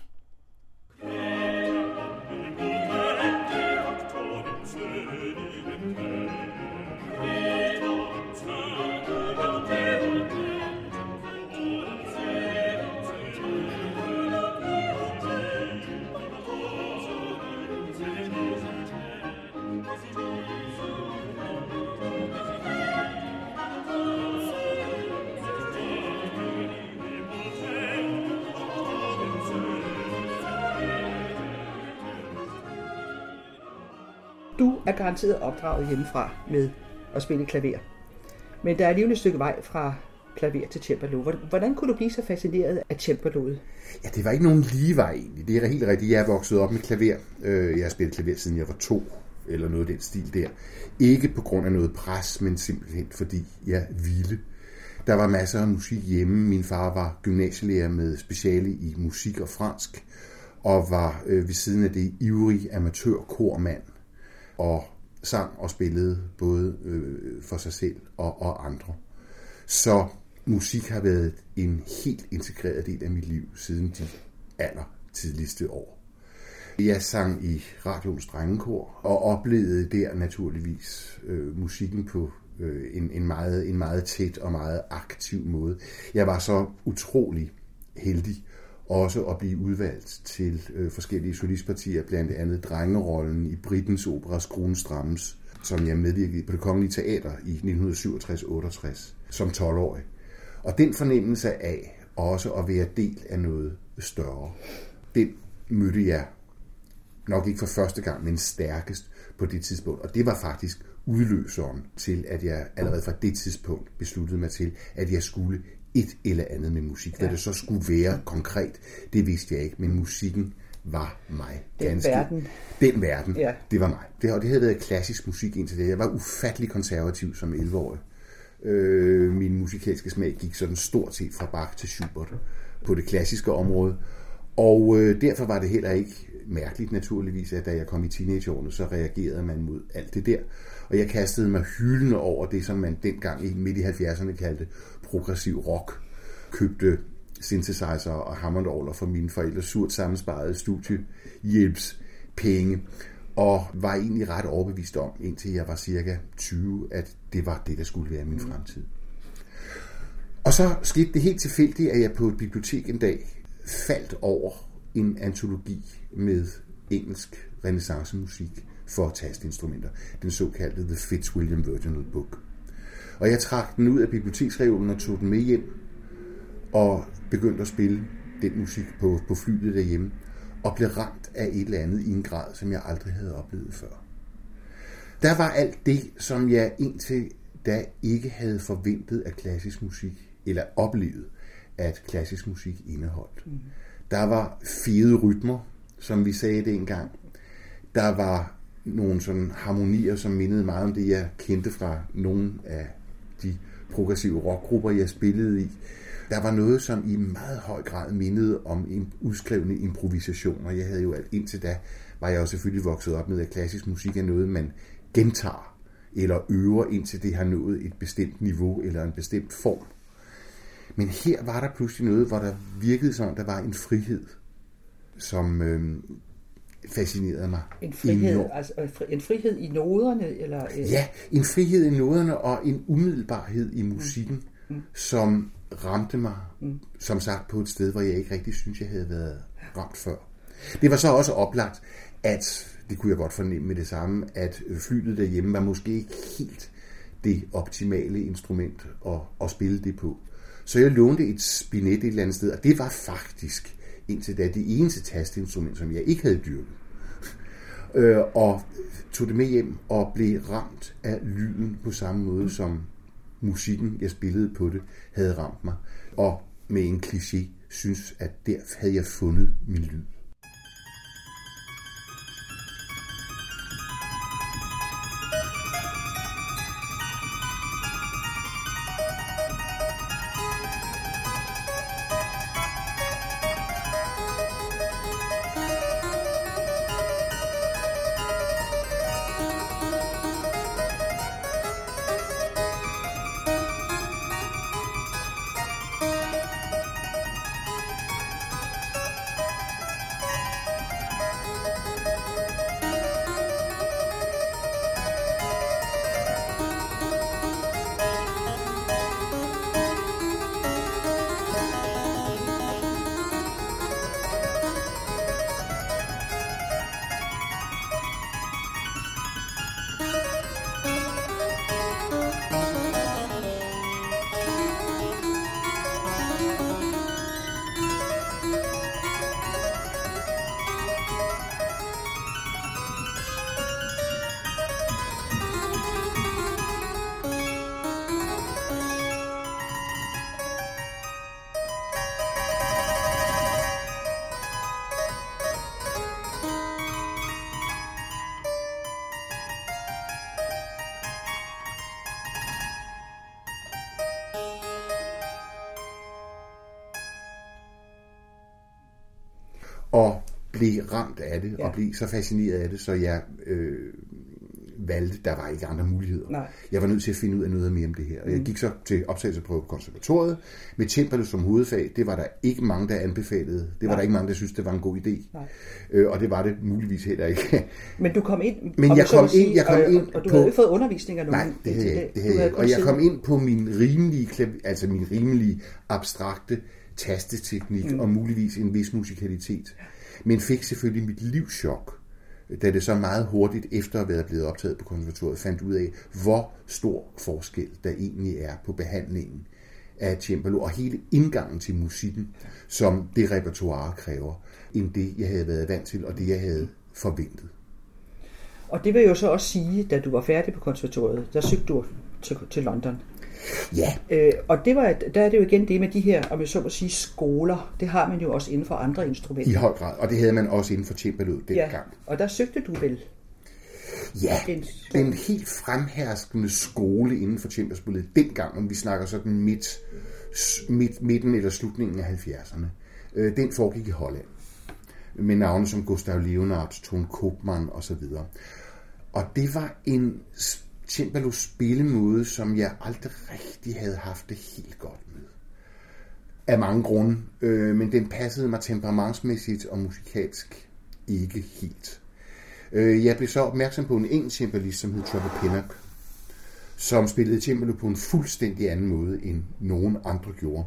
Du er garanteret opdraget hjemmefra med at spille klaver. Men der er alligevel et stykke vej fra klaver til cembalo. Hvordan kunne du blive så fascineret af cembaloet? Ja, det var ikke nogen lige vej egentlig. Det er helt rigtigt. Jeg er vokset op med klaver. Jeg har spillet klaver siden jeg var to, eller noget af den stil der. Ikke på grund af noget pres, men simpelthen fordi jeg ville. Der var masser af musik hjemme. Min far var gymnasielærer med speciale i musik og fransk, og var øh, ved siden af det ivrig amatørkormand, og sang og spillede både øh, for sig selv og, og andre. Så musik har været en helt integreret del af mit liv siden de aller tidligste år. Jeg sang i radioens drengekor og oplevede der naturligvis øh, musikken på øh, en, en, meget, en meget tæt og meget aktiv måde. Jeg var så utrolig heldig også at blive udvalgt til øh, forskellige solistpartier, blandt andet drengerollen i Brittens opera Skruen Strammes, som jeg medvirkede på Det Kongelige Teater i nitten syvogtres otteogtres som tolv-årig. Og den fornemmelse af også at være del af noget større, den mødte jeg nok ikke for første gang, men stærkest på det tidspunkt. Og det var faktisk udløseren til, at jeg allerede fra det tidspunkt besluttede mig til, at jeg skulle et eller andet med musik. Hvad ja. det så skulle være konkret, det vidste jeg ikke, men musikken var mig. Den ganske. verden. Den verden, ja. det var mig. Det, og det havde været klassisk musik indtil det. Jeg var ufattelig konservativ som elleve-årig. Øh, min musikalske smag gik sådan stort set fra Bach til Schubert på det klassiske område. Og øh, derfor var det heller ikke mærkeligt naturligvis, at da jeg kom i teenageårene, så reagerede man mod alt det der. Og jeg kastede mig hyldende over det, som man dengang i midt i halvfjerdserne kaldte progressiv rock. Købte synthesizer og hammondorgler fra mine forældres surt sammensparede studiehjælpspenge, og var egentlig ret overbevist om, indtil jeg var cirka tyve, at det var det, der skulle være min fremtid. Og så skete det helt tilfældigt, at jeg på et bibliotek en dag faldt over en antologi med engelsk renæssancemusik for tastinstrumenter, den såkaldte The Fitzwilliam Virginal Book. Og jeg trak den ud af biblioteksreolen og tog den med hjem, og begyndte at spille den musik på, på flyet derhjemme, og blev ramt af et eller andet i en grad, som jeg aldrig havde oplevet før. Der var alt det, som jeg indtil da ikke havde forventet af klassisk musik, eller oplevet, at klassisk musik indeholdt. Mm. Der var fede rytmer, som vi sagde det engang. Der var nogle sådan harmonier, som mindede meget om det, jeg kendte fra nogle af de progressive rockgrupper, jeg spillede i. Der var noget, som i meget høj grad mindede om udskrevne improvisationer. Jeg havde jo alt indtil da, var jeg jo selvfølgelig vokset op med, at klassisk musik er noget, man gentager eller øver, indtil det har nået et bestemt niveau eller en bestemt form. Men her var der pludselig noget, hvor der virkede som, der var en frihed, som øh, fascinerede mig. En frihed, enormt. altså en frihed i noderne? Eller, øh... Ja, en frihed i noderne og en umiddelbarhed i musikken, mm. Mm. som ramte mig, mm. som sagt, på et sted, hvor jeg ikke rigtig synes, jeg havde været ramt før. Det var så også oplagt, at, det kunne jeg godt fornemme med det samme, at flyet derhjemme var måske ikke helt det optimale instrument at, at spille det på. Så jeg lånte et spinet et eller andet sted, og det var faktisk indtil da det eneste tastinstrument, som jeg ikke havde dyrket. øh, og tog det med hjem og blev ramt af lyden på samme måde, som musikken, jeg spillede på det, havde ramt mig. Og med en kliché, synes, at der havde jeg fundet min lyd. Og blev ramt af det, ja. Og blev så fascineret af det, så jeg øh, valgte, der var ikke andre muligheder. Nej. Jeg var nødt til at finde ud af noget mere om det her. Og jeg gik så til optagelsesprøve på konservatoriet, med cembalo som hovedfag. Det var der ikke mange, der anbefalede. Det var Nej. Der ikke mange, der syntes, det var en god idé. Øh, og det var det muligvis heller ikke. Men du kom ind, Men jeg kom ind, sige, jeg kom og, ind og, og du på, havde ikke fået undervisning af nogen? Nej, det havde jeg ikke. Det havde jeg ikke. Og jeg kom ind på min rimelige, altså min rimelige abstrakte tasteteknik mm. og muligvis en vis musikalitet. Men fik selvfølgelig mit livschok, da det så meget hurtigt efter at være blevet optaget på konservatoriet fandt ud af, hvor stor forskel der egentlig er på behandlingen af cembalo og hele indgangen til musikken, som det repertoire kræver, end det jeg havde været vant til og det jeg havde forventet. Og det vil jo så også sige, da du var færdig på konservatoriet, der søgte du til, til London. Ja. Øh, og det var, der er det jo igen det med de her, om jeg så må sige, skoler. Det har man jo også inden for andre instrumenter. I høj grad, og det havde man også inden for cembalo dengang. Ja, og der søgte du vel? Ja, den helt fremherskende skole inden for cembalspillet dengang, om vi snakker sådan midt, midt, midten eller slutningen af halvfjerdserne, øh, den foregik i Holland. Med navne som Gustav Leonhardt, Ton Koopman osv. Og det var en cembalo-spillemåde, som jeg aldrig rigtig havde haft det helt godt med. Af mange grunde, øh, men den passede mig temperamentsmæssigt og musikalsk ikke helt. Øh, jeg blev så opmærksom på en engelsk cembalist, som hed Trevor Pinnock, som spillede cembalo på en fuldstændig anden måde, end nogen andre gjorde.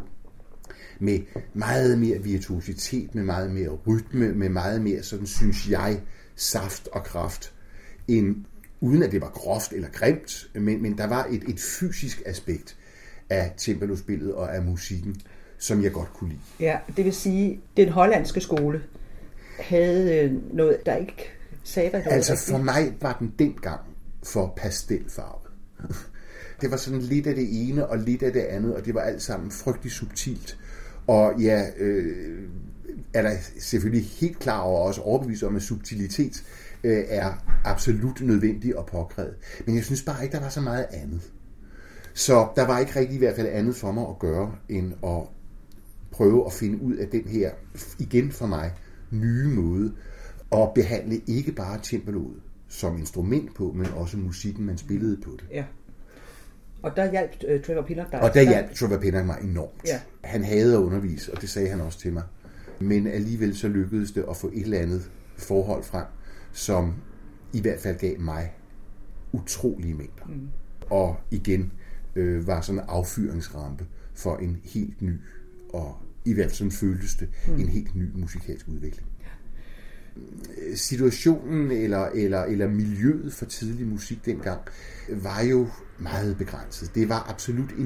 Med meget mere virtuositet, med meget mere rytme, med meget mere, sådan synes jeg, saft og kraft, end, uden at det var groft eller grimt, men, men der var et, et fysisk aspekt af cembalo-spillet og af musikken, som jeg godt kunne lide. Ja, det vil sige, den hollandske skole havde noget, der ikke sagde dig noget. Altså for mig var den dengang for pastelfarve. Det var sådan lidt af det ene og lidt af det andet, og det var alt sammen frygtelig subtilt. Og ja, øh, er der selvfølgelig helt klar over, også overbevist om, at subtilitet øh, er absolut nødvendig og påkrævet. Men jeg synes bare ikke, der var så meget andet. Så der var ikke rigtig i hvert fald andet for mig at gøre, end at prøve at finde ud af den her, igen for mig, nye måde at behandle ikke bare cembaloet som instrument på, men også musikken, man spillede på det. Ja. Og der hjalp uh, Trevor Pinnock dig? Og der hjalp Trevor Pinnock mig enormt. Ja. Han havde at undervise, og det sagde han også til mig. Men alligevel så lykkedes det at få et eller andet forhold frem, som i hvert fald gav mig utrolige mængder. Mm. Og igen øh, var sådan en affyringsrampe for en helt ny, og i hvert fald sådan føltes det, mm. en helt ny musikalsk udvikling. Situationen eller, eller, eller miljøet for tidlig musik dengang var jo meget begrænset. Det var absolut en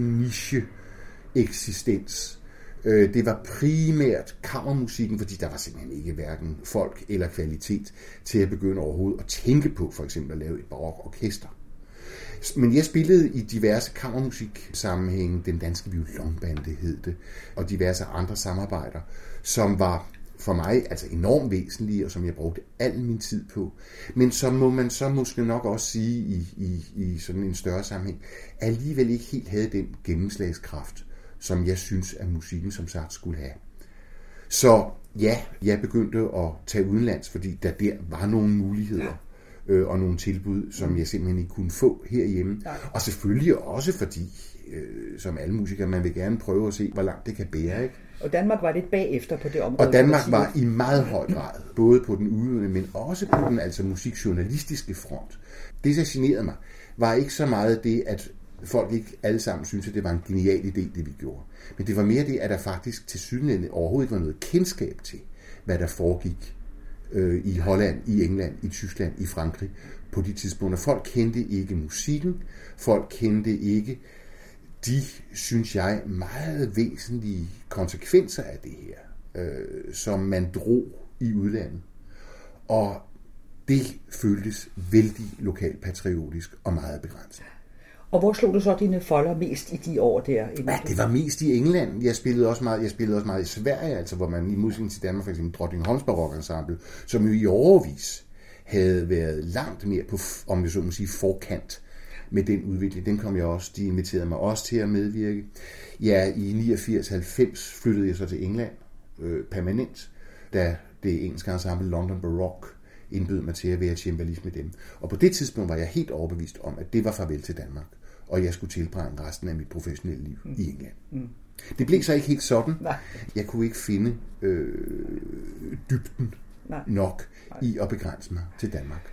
niche-eksistens. Det var primært kammermusikken, fordi der var simpelthen ikke hverken folk eller kvalitet til at begynde overhovedet at tænke på for eksempel at lave et barokorkester. Men jeg spillede i diverse kammermusiksammenhænge, den danske violonbande hed det, og diverse andre samarbejder, som var for mig altså enormt væsentlige, og som jeg brugte al min tid på. Men så må man så måske nok også sige i, i, i sådan en større sammenhæng, alligevel ikke helt havde den gennemslagskraft, som jeg synes, at musikken som sagt skulle have. Så ja, jeg begyndte at tage udenlands, fordi der der var nogle muligheder øh, og nogle tilbud, som jeg simpelthen ikke kunne få herhjemme. Ja. Og selvfølgelig også fordi, øh, som alle musikere, man vil gerne prøve at se, hvor langt det kan bære, ikke? Og Danmark var lidt bagefter på det område. Og Danmark var i meget høj grad, både på den udøvende, men også på den altså musikjournalistiske front. Det, der generede mig, var ikke så meget det, at folk ikke alle sammen syntes, at det var en genial idé, det vi gjorde. Men det var mere det, at der faktisk til sydenlande overhovedet ikke var noget kendskab til, hvad der foregik øh, i Holland, i England, i Tyskland, i Frankrig på de tidspunkter. Folk kendte ikke musikken, folk kendte ikke de, synes jeg, meget væsentlige konsekvenser af det her, øh, som man drog i udlandet. Og det føltes vældig lokalpatriotisk og meget begrænset. Og hvor slog du så dine folder mest i de år der? Ja, det var mest i England. Jeg spillede også meget, jeg spillede også meget i Sverige, altså hvor man i modsætning til Danmark, for eksempel Drottningholms barokensemble, som jo i årevis havde været langt mere på, om jeg så må sige, forkant med den udvikling. Den kom jeg også, de inviterede mig også til at medvirke. Ja, i niogfirs halvfems flyttede jeg så til England øh, permanent, da det engelske ensemble London Baroque indbød mig til at være cembalist med dem. Og på det tidspunkt var jeg helt overbevist om, at det var farvel til Danmark, og jeg skulle tilbringe resten af mit professionelle liv mm. i England. Mm. Det blev så ikke helt sådan. Nej. Jeg kunne ikke finde øh, dybden Nej. nok Nej. i at begrænse mig til Danmark.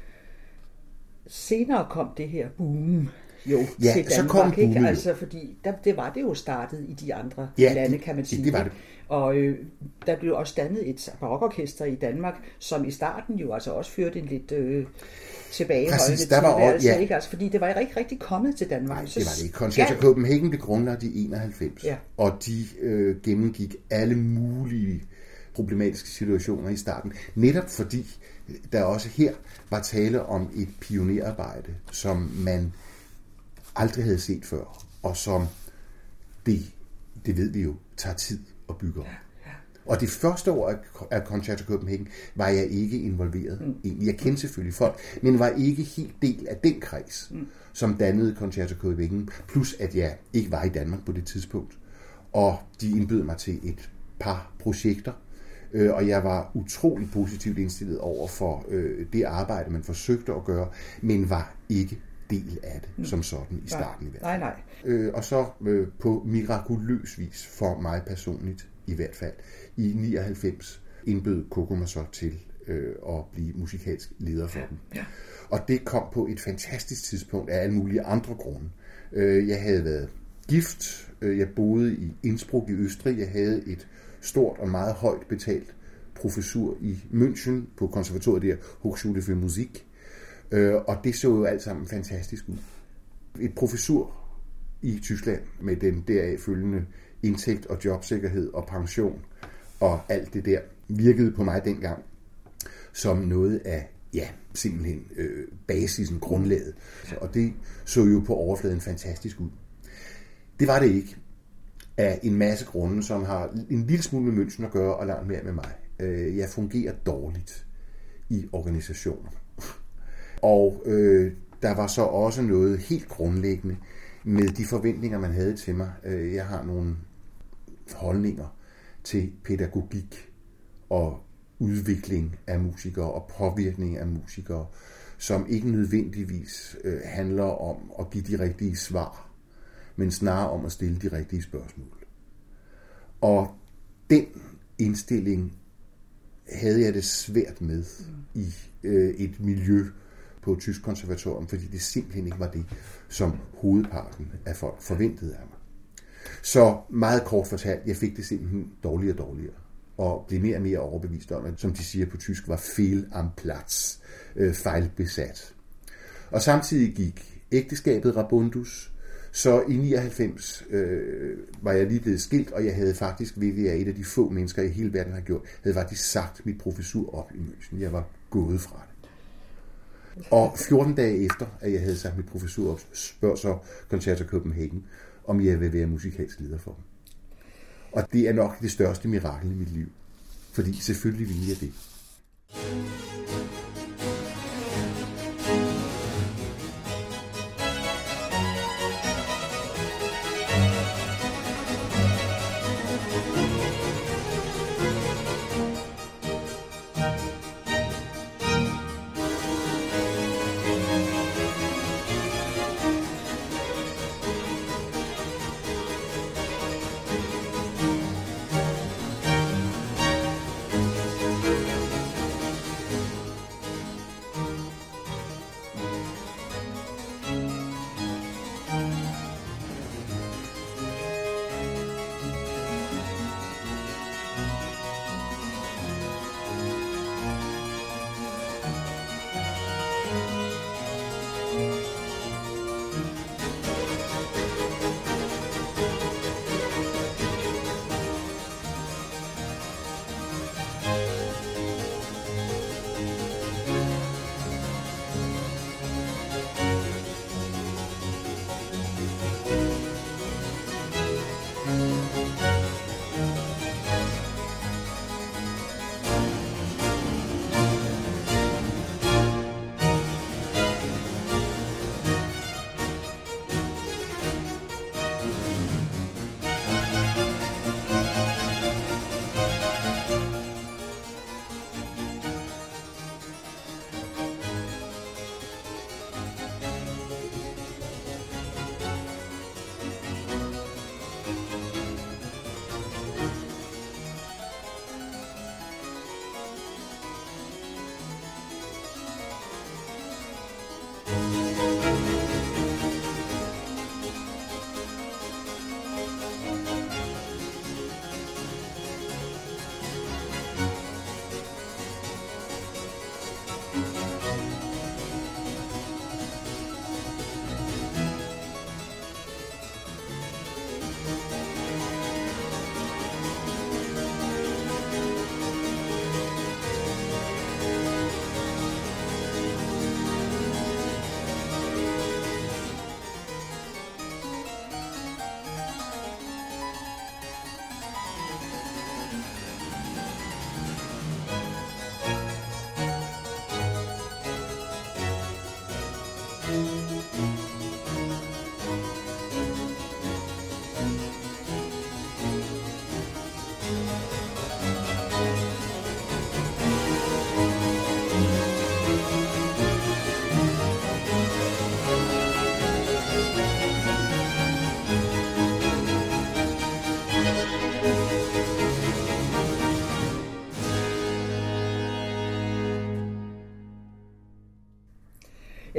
Senere kom det her boom jo ja, til Danmark, så kom ikke? Altså, fordi der, det var det jo startet i de andre ja, lande, kan man sige. Det, det var det. Og øh, der blev også dannet et barokorkester i Danmark, som i starten jo altså også førte en lidt øh, tilbageholdende tilværelse, ja. ikke? Altså, fordi det var ikke rigtig kommet til Danmark. Nej, det var det ikke. Concerto Copenhagen blev grundlagt i enoghalvfems, ja. og de øh, gennemgik alle mulige problematiske situationer i starten, netop fordi der også her var tale om et pionerarbejde, som man aldrig havde set før, og som det, det ved vi jo, tager tid at bygge op. Ja, ja. Og det første år af Concerto Copenhagen var jeg ikke involveret. Mm. Jeg kendte selvfølgelig folk, men var ikke helt del af den kreds, mm. som dannede Concerto Copenhagen. Plus at jeg ikke var i Danmark på det tidspunkt. Og de indbød mig til et par projekter, og jeg var utrolig positivt indstillet over for det arbejde, man forsøgte at gøre, men var ikke del af det mm. som sådan i starten i hvert fald. Nej, nej. Og så på mirakuløs vis for mig personligt i hvert fald, i nioghalvfems indbød Kokomo så til øh, at blive musikalsk leder for dem. Ja. Og det kom på et fantastisk tidspunkt af alle mulige andre grunde. Øh, jeg havde været gift, øh, jeg boede i Innsbruck i Østrig, jeg havde et stort og meget højt betalt professur i München på konservatoriet der, Hochschule für Musik, øh, og det så jo alt sammen fantastisk ud. Et professur i Tyskland med den deraf følgende indtægt og jobsikkerhed og pension og alt det der virkede på mig dengang som noget af, ja, simpelthen øh, basisen, grundlaget. Og det så jo på overfladen fantastisk ud. Det var det ikke af en masse grunde, som har en lille smule med München at gøre og langt mere med mig. Øh, jeg fungerer dårligt i organisationer. Og øh, der var så også noget helt grundlæggende med de forventninger, man havde til mig. Øh, jeg har nogle holdninger til pædagogik og udvikling af musikere og påvirkning af musikere, som ikke nødvendigvis øh, handler om at give de rigtige svar, men snarere om at stille de rigtige spørgsmål. Og den indstilling havde jeg det svært med i øh, et miljø på et tysk konservatorium, fordi det simpelthen ikke var det, som hovedparten af folk forventede af mig. Så meget kort fortalt, jeg fik det simpelthen dårligere og dårligere, og blev mere og mere overbevist om, at, som de siger på tysk, var fehl am Platz, øh, fejlbesat. Og samtidig gik ægteskabet rabundus, så i nioghalvfems øh, var jeg lige blevet skilt, og jeg havde faktisk, hvilket jeg er et af de få mennesker i hele verden har gjort, havde faktisk sagt mit professur op i München. Jeg var gået fra det. Og fjorten dage efter, at jeg havde sagt mit professur op, spørger så Concerto Copenhagen, om jeg vil være musikalsk leder for dem. Og det er nok det største mirakel i mit liv. Fordi selvfølgelig vil jeg det.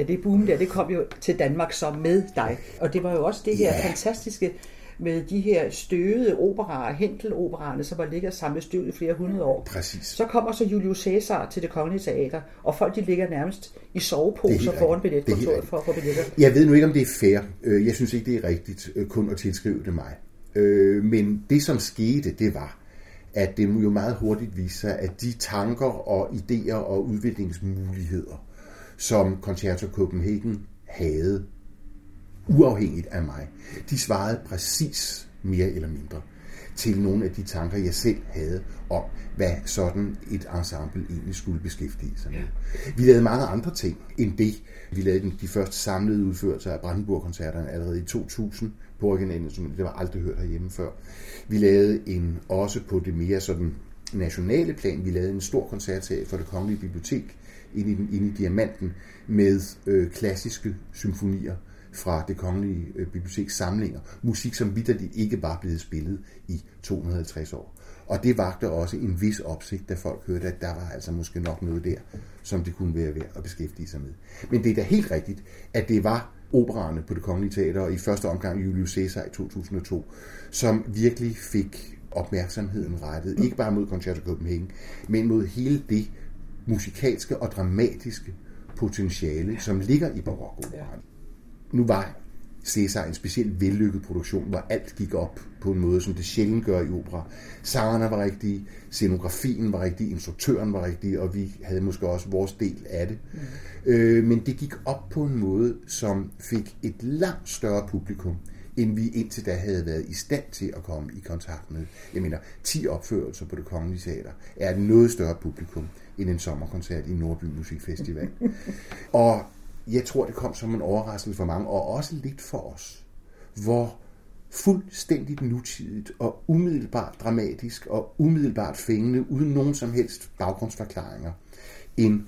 det boom der, det kom jo til Danmark som med dig. Og det var jo også det her yeah. fantastiske med de her støvede operaer, Händel-operaerne, som var ligget samlet støvet i flere hundrede år. Præcis. Så kommer så Julius Caesar til Det Kongelige Teater, og folk de ligger nærmest i soveposer foran billetkontoret for at få billetter. Jeg ved nu ikke, om det er fair. Jeg synes ikke, det er rigtigt kun at tilskrive det mig. Men det, som skete, det var, at det jo meget hurtigt viste sig, at de tanker og idéer og udviklingsmuligheder, som Concerto Copenhagen havde, uafhængigt af mig, de svarede præcis mere eller mindre til nogle af de tanker, jeg selv havde om, hvad sådan et ensemble egentlig skulle beskæftige sig med. Vi lavede mange andre ting end det. Vi lavede de første samlede udførelser af Brandenburg-koncerterne allerede i to tusind på originalinstrumentet. Det var aldrig hørt herhjemme før. Vi lavede en, også på det mere sådan nationale plan, vi lavede en stor koncertserie for Det Kongelige Bibliotek inde i, inde i Diamanten med øh, klassiske symfonier fra Det Kongelige Biblioteks samlinger. Musik, som vitterligt ikke var blevet spillet i to hundrede og halvtreds år. Og det vagte også en vis opsigt, da folk hørte, at der var altså måske nok noget der, som det kunne være værd at beskæftige sig med. Men det er da helt rigtigt, at det var operaerne på Det Kongelige Teater, og i første omgang Julius Caesar i to tusind og to, som virkelig fik opmærksomheden rettet, ikke bare mod Concerto Copenhagen, men mod hele det musikalske og dramatiske potentiale, som ligger i barokoperaen. Nu var Caesar en specielt vellykket produktion, hvor alt gik op på en måde, som det sjældent gør i opera. Sangerne var rigtige, scenografien var rigtig, instruktøren var rigtig, og vi havde måske også vores del af det. Mm. Øh, men det gik op på en måde, som fik et langt større publikum, end vi indtil da havde været i stand til at komme i kontakt med. Jeg mener, ti opførelser på Det Kongelige Teater er et noget større publikum end en sommerkoncert i Nordby Musikfestival. Og jeg tror, det kom som en overraskelse for mange, og også lidt for os, hvor fuldstændigt nutidigt og umiddelbart dramatisk og umiddelbart fængende, uden nogen som helst baggrundsforklaringer, en,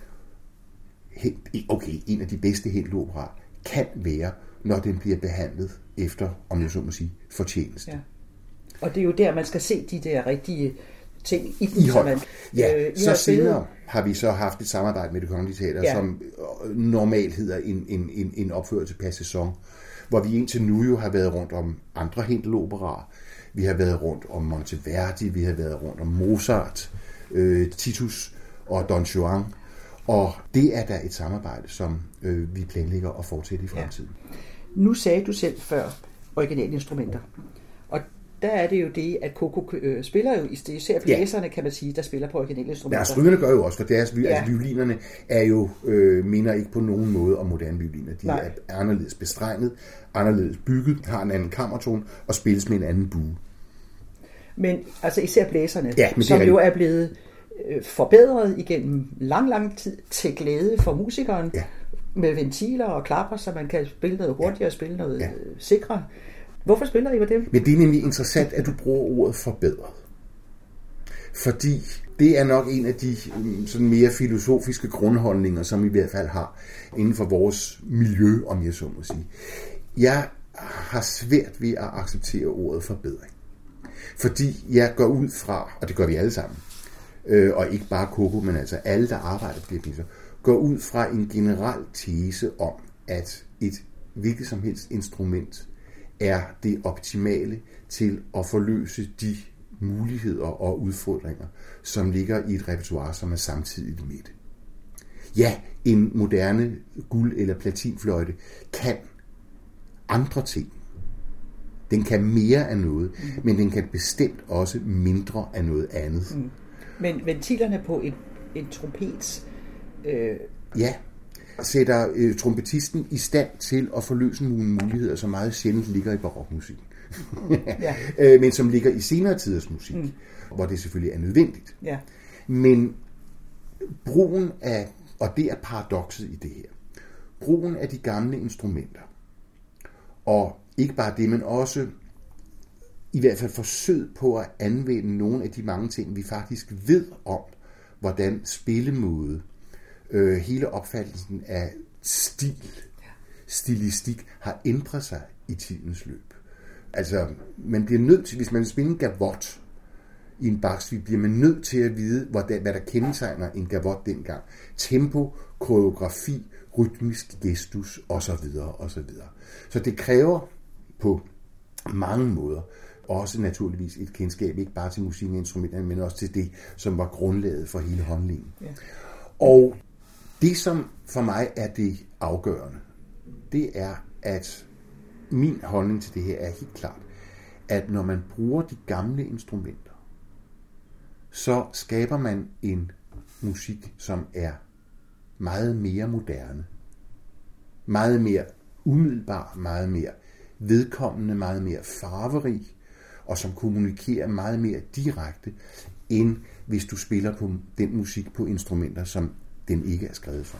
okay, en af de bedste Händel-operaer kan være, når den bliver behandlet efter, om jeg så må sige, fortjeneste. Ja. Og det er jo der, man skal se de der rigtige ting i den, I som man... Ja, øh, så senere har vi så haft et samarbejde med Det Kongelige Teater, ja. som normalt hedder en, en, en, en opførelse per sæson, hvor vi indtil nu jo har været rundt om andre Händel-operaer. Vi har været rundt om Monteverdi, vi har været rundt om Mozart, øh, Titus og Don Juan. Og det er da et samarbejde, som øh, vi planlægger at fortsætte i fremtiden. Ja. Nu sagde du selv før originalinstrumenter. Og der er det jo det, at Coco øh, spiller jo, især blæserne, ja. kan man sige, der spiller på originalinstrumenter. Ja, strygerne gør jo også, for deres ja. altså, violinerne er jo, øh, minder ikke på nogen måde om moderne violiner. De Nej. er anderledes bestregnet, anderledes bygget, har en anden kammertone og spilles med en anden bue. Men altså især blæserne, ja, som jo er blevet øh, forbedret igennem lang, lang tid til glæde for musikeren, ja. med ventiler og klapper, så man kan spille noget hurtigere og spille noget ja. sikrere. Hvorfor spiller I med dem? Men det er nemlig interessant, at du bruger ordet forbedret. Fordi det er nok en af de sådan mere filosofiske grundholdninger, som vi i hvert fald har inden for vores miljø, om jeg så må sige. Jeg har svært ved at acceptere ordet forbedring. Fordi jeg går ud fra, og det gør vi alle sammen, øh, og ikke bare Coco, men altså alle, der arbejder på det, går ud fra en generel tese om, at et hvilket som helst instrument er det optimale til at forløse de muligheder og udfordringer, som ligger i et repertoire, som er samtidigt med det. Ja, en moderne guld- eller platinfløjte kan andre ting. Den kan mere af noget, mm. men den kan bestemt også mindre af noget andet. Mm. Men ventilerne på en, en trompets... Øh... Ja, sætter øh, trompetisten i stand til at forløse nogle muligheder, som meget sjældent ligger i barokmusik. ja. øh, men som ligger i senere tiders musik, mm. hvor det selvfølgelig er nødvendigt. Ja. Men brugen af, og det er paradokset i det her, brugen af de gamle instrumenter, og ikke bare det, men også i hvert fald forsøg på at anvende nogle af de mange ting, vi faktisk ved om, hvordan spillemåde, øh, hele opfattelsen af stil, stilistik, har ændret sig i tidens løb. Altså, man bliver nødt til, hvis man vil spille en gavot i en Bach-suite, bliver man nødt til at vide, hvordan, hvad der kendetegner en gavot dengang. Tempo, koreografi, rytmisk gestus osv. osv. Så det kræver på mange måder også naturligvis et kendskab, ikke bare til musikinstrumenterne, men også til det, som var grundlaget for hele håndlingen. Ja. Og det, som for mig er det afgørende, det er, at min holdning til det her er helt klart, at når man bruger de gamle instrumenter, så skaber man en musik, som er meget mere moderne, meget mere umiddelbar, meget mere vedkommende, meget mere farverig, og som kommunikerer meget mere direkte, end hvis du spiller på den musik på instrumenter, som den ikke er skrevet for.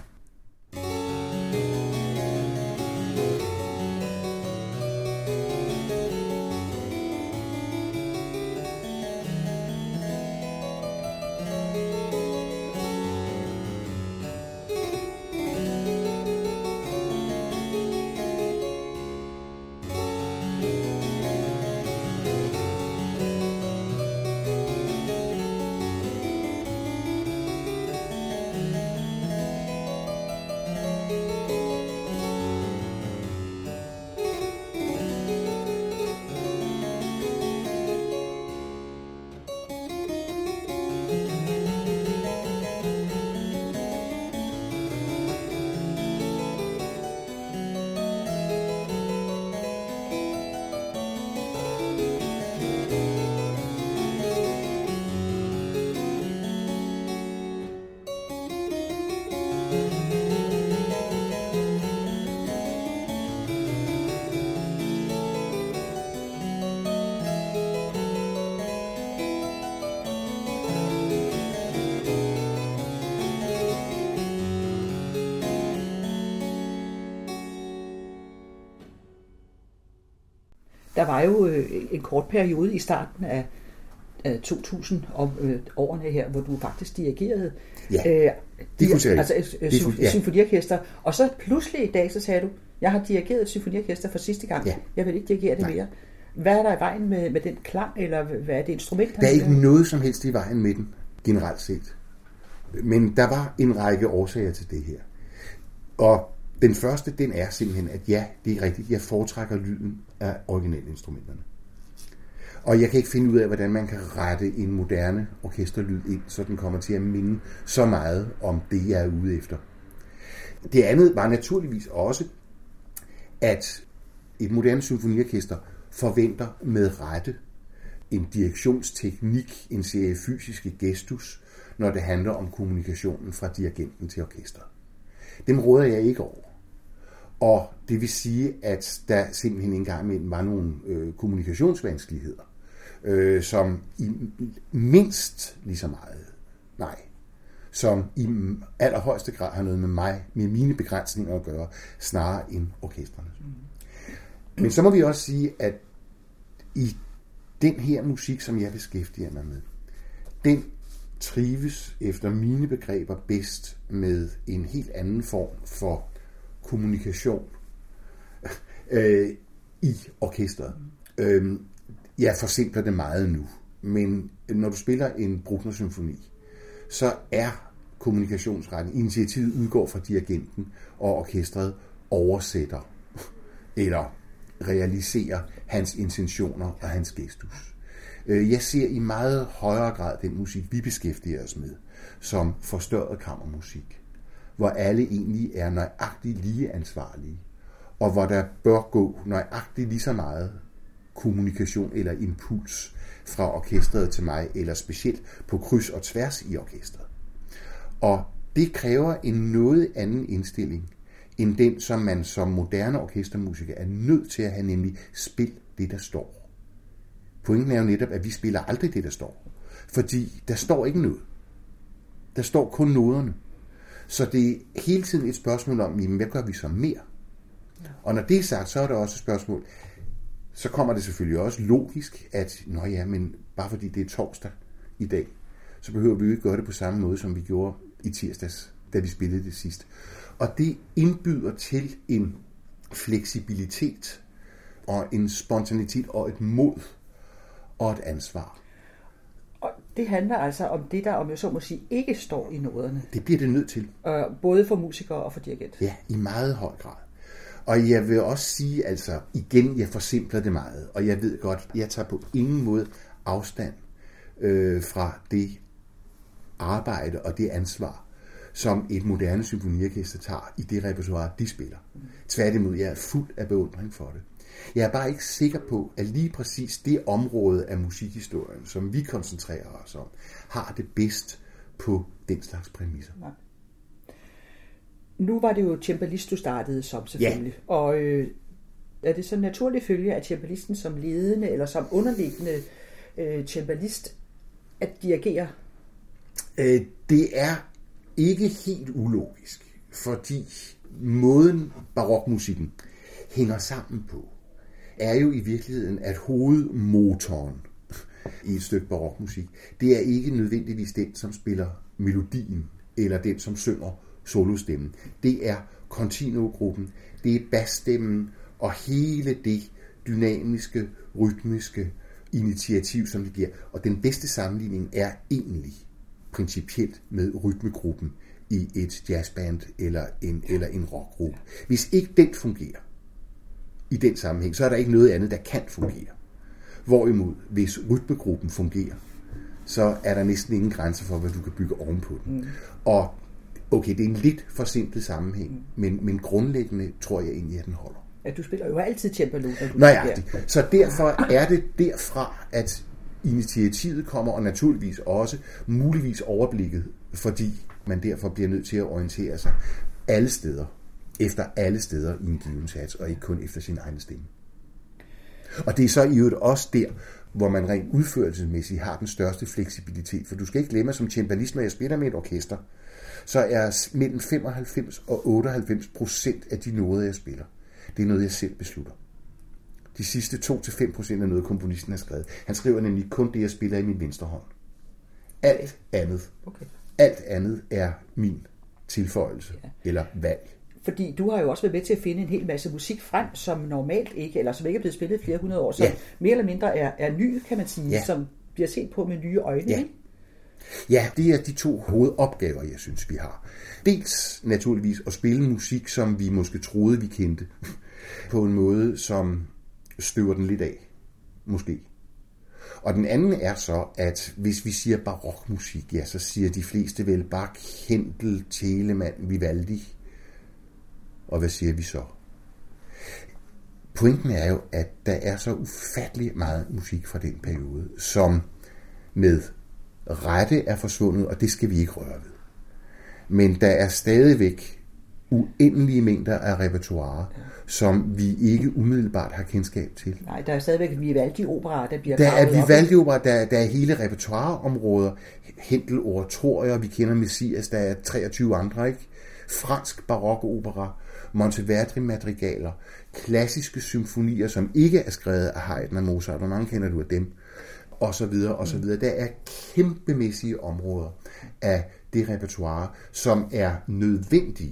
Der var jo øh, en kort periode i starten af, af to tusind om øh, årene her, hvor du faktisk dirigerede ja, øh, det dir- altså, øh, symf- ja. symfoniorkester. Og så pludselig i dag, så sagde du, jeg har dirigeret et symfoniorkester for sidste gang. Ja. Jeg vil ikke dirigere det Nej. mere. Hvad er der i vejen med, med den klang, eller hvad er det instrument? Der er ikke der? noget som helst i vejen med den, generelt set. Men der var en række årsager til det her. Og den første, den er simpelthen, at ja, det er rigtigt, jeg foretrækker lyden af originalinstrumenterne. Og jeg kan ikke finde ud af, hvordan man kan rette en moderne orkesterlyd ind, så den kommer til at minde så meget om det, jeg er ude efter. Det andet var naturligvis også, at et moderne symfoniorkester forventer med rette en direktionsteknik, en serie fysiske gestus, når det handler om kommunikationen fra dirigenten til orkestret. Dem råder jeg ikke over. Og det vil sige, at der simpelthen engang imellem var nogle øh, kommunikationsvanskeligheder, øh, som i mindst lige så meget, nej, som i allerhøjeste grad har noget med mig, med mine begrænsninger at gøre, snarere end orkestrene. Mm. Men så må vi også sige, at i den her musik, som jeg beskæftiger mig med, den trives efter mine begreber bedst med en helt anden form for kommunikation øh, i orkestret. Øh, jeg forsimpler det meget nu, men når du spiller en Bruckner-symfoni, så er kommunikationsretten, initiativet udgår fra dirigenten, og orkestret oversætter eller realiserer hans intentioner og hans gestus. Jeg ser i meget højere grad den musik, vi beskæftiger os med, som forstørret kammermusik, hvor alle egentlig er nøjagtigt lige ansvarlige, og hvor der bør gå nøjagtigt lige så meget kommunikation eller impuls fra orkestret til mig, eller specielt på kryds og tværs i orkestret. Og det kræver en noget anden indstilling, end den, som man som moderne orkestermusiker er nødt til at have, nemlig spil det, der står. Pointen er jo netop, at vi spiller aldrig det, der står. Fordi der står ikke noget. Der står kun noderne. Så det er hele tiden et spørgsmål om, jamen, hvad gør vi så mere? Og når det er sagt, så er der også et spørgsmål. Så kommer det selvfølgelig også logisk, at nå ja, men bare fordi det er torsdag i dag, så behøver vi jo ikke gøre det på samme måde, som vi gjorde i tirsdags, da vi spillede det sidst. Og det indbyder til en fleksibilitet og en spontanitet og et mod og et ansvar. Og det handler altså om det, der, om jeg så må sige, ikke står i noderne. Det bliver det nødt til. Øh, både for musikere og for dirigent. Ja, i meget høj grad. Og jeg vil også sige, altså igen, jeg forsimpler det meget, og jeg ved godt, jeg tager på ingen måde afstand øh, fra det arbejde og det ansvar, som et moderne symfoniorkester tager i det repertoire, de spiller. Tværtimod, jeg er fuld af beundring for det. Jeg er bare ikke sikker på, at lige præcis det område af musikhistorien, som vi koncentrerer os om, har det bedst på den slags præmisser. Nej. Nu var det jo cembalist, du startede som selvfølgelig. Ja. Og øh, er det så naturligt følge, at cembalisten som ledende eller som underliggende øh, cembalist at dirigere? Øh, det er ikke helt ulogisk, fordi måden barokmusikken hænger sammen på, er jo i virkeligheden, at hovedmotoren i et stykke barokmusik, det er ikke nødvendigvis den, som spiller melodien, eller den, som synger solostemmen. Det er continuogruppen, det er basstemmen, og hele det dynamiske, rytmiske initiativ, som det giver. Og den bedste sammenligning er egentlig principielt med rytmegruppen i et jazzband eller en, eller en rockgruppe. Hvis ikke den fungerer i den sammenhæng, så er der ikke noget andet, der kan fungere. Hvorimod, hvis rytmegruppen fungerer, så er der næsten ingen grænser for, hvad du kan bygge ovenpå den. Mm. Og okay, det er en lidt forsimplet sammenhæng, mm. men, men grundlæggende tror jeg egentlig, at den holder. Ja, du spiller jo altid cembalo, når du Nøjagtigt. Så derfor er det derfra, at initiativet kommer, og naturligvis også muligvis overblikket, fordi man derfor bliver nødt til at orientere sig alle steder, efter alle steder i en given sats, og ikke kun efter sin egen stemme. Og det er så i øvrigt også der, hvor man rent udførelsesmæssigt har den største fleksibilitet, for du skal ikke glemme, som cembalist, når jeg spiller med et orkester, så er mellem femoghalvfems og otteoghalvfems procent af de noder, jeg spiller, det er noget, jeg selv beslutter. De sidste to til fem procent er noget, komponisten har skrevet. Han skriver nemlig kun det, jeg spiller i min venstre hånd. Alt andet, okay. alt andet er min tilføjelse ja. eller valg. Fordi du har jo også været med til at finde en hel masse musik frem, som normalt ikke, eller som ikke er blevet spillet flere hundrede år, som ja. mere eller mindre er, er ny, kan man sige, ja. som bliver set på med nye øjne. Ja. ja, det er de to hovedopgaver, jeg synes, vi har. Dels naturligvis at spille musik, som vi måske troede, vi kendte, på en måde, som støver den lidt af, måske. Og den anden er så, at hvis vi siger barokmusik, ja, så siger de fleste vel Bach, Händel, Telemann, Vivaldi. Og hvad siger vi så? Pointen er jo, at der er så ufattelig meget musik fra den periode, som med rette er forsvundet, og det skal vi ikke røre ved. Men der er stadigvæk uendelige mængder af repertoire, som vi ikke umiddelbart har kendskab til. Nej, der er stadigvæk Vivaldi-opera, der bliver Der er Vivaldi-opera, der, der er hele repertoireområder, Händel oratorier, vi kender Messias, der er treogtyve andre, ikke? Fransk barokopera, Monteverdi-madrigaler, klassiske symfonier, som ikke er skrevet af Haydn og Mozart, hvor mange kender du af dem, og så videre, og så videre. Der er kæmpemæssige områder af det repertoire, som er nødvendige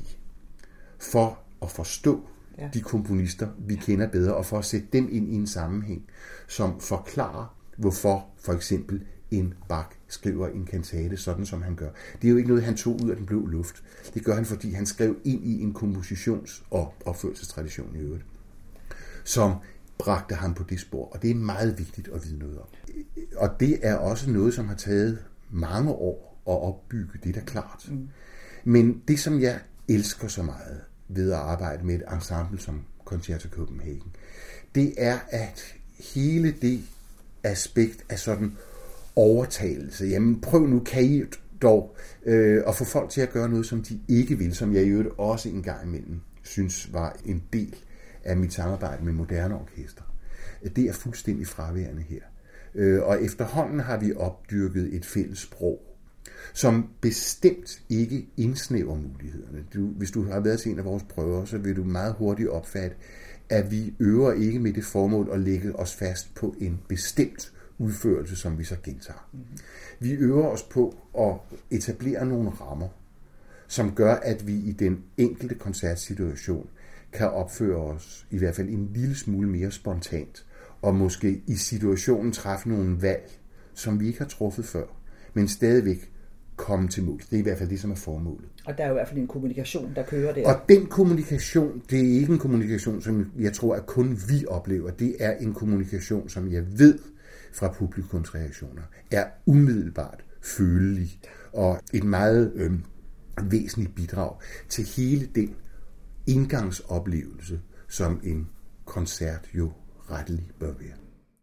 for at forstå ja. de komponister, vi kender bedre, og for at sætte dem ind i en sammenhæng, som forklarer, hvorfor for eksempel en Bach skriver en kantate, sådan som han gør. Det er jo ikke noget, han tog ud af den blå luft. Det gør han, fordi han skrev ind i en kompositions- og opførelsestradition i øvrigt, som bragte ham på det spor, og det er meget vigtigt at vide noget om. Og det er også noget, som har taget mange år at opbygge, det er da klart. Mm. Men det, som jeg elsker så meget ved at arbejde med et ensemble som Concerto Copenhagen, det er, at hele det aspekt af sådan overtagelse, jamen prøv nu, kan I dog øh, at få folk til at gøre noget, som de ikke vil, som jeg i øvrigt også en gang imellem synes var en del af mit samarbejde med moderne orkester. Det er fuldstændig fraværende her. Øh, og efterhånden har vi opdyrket et fælles sprog, som bestemt ikke indsnæver mulighederne. Du, hvis du har været til en af vores prøver, så vil du meget hurtigt opfatte, at vi øver ikke med det formål at lægge os fast på en bestemt udførelse, som vi så gentager. Mm-hmm. Vi øver os på at etablere nogle rammer, som gør, at vi i den enkelte koncertsituation kan opføre os i hvert fald en lille smule mere spontant, og måske i situationen træffe nogle valg, som vi ikke har truffet før, men stadigvæk komme til mål. Det er i hvert fald det, som er formålet. Og der er jo i hvert fald en kommunikation, der kører der. Og den kommunikation, det er ikke en kommunikation, som jeg tror, at kun vi oplever. Det er en kommunikation, som jeg ved fra publikumsreaktioner, er umiddelbart følelig og et meget øh, væsentligt bidrag til hele den indgangsoplevelse, som en koncert jo rettelig bør være.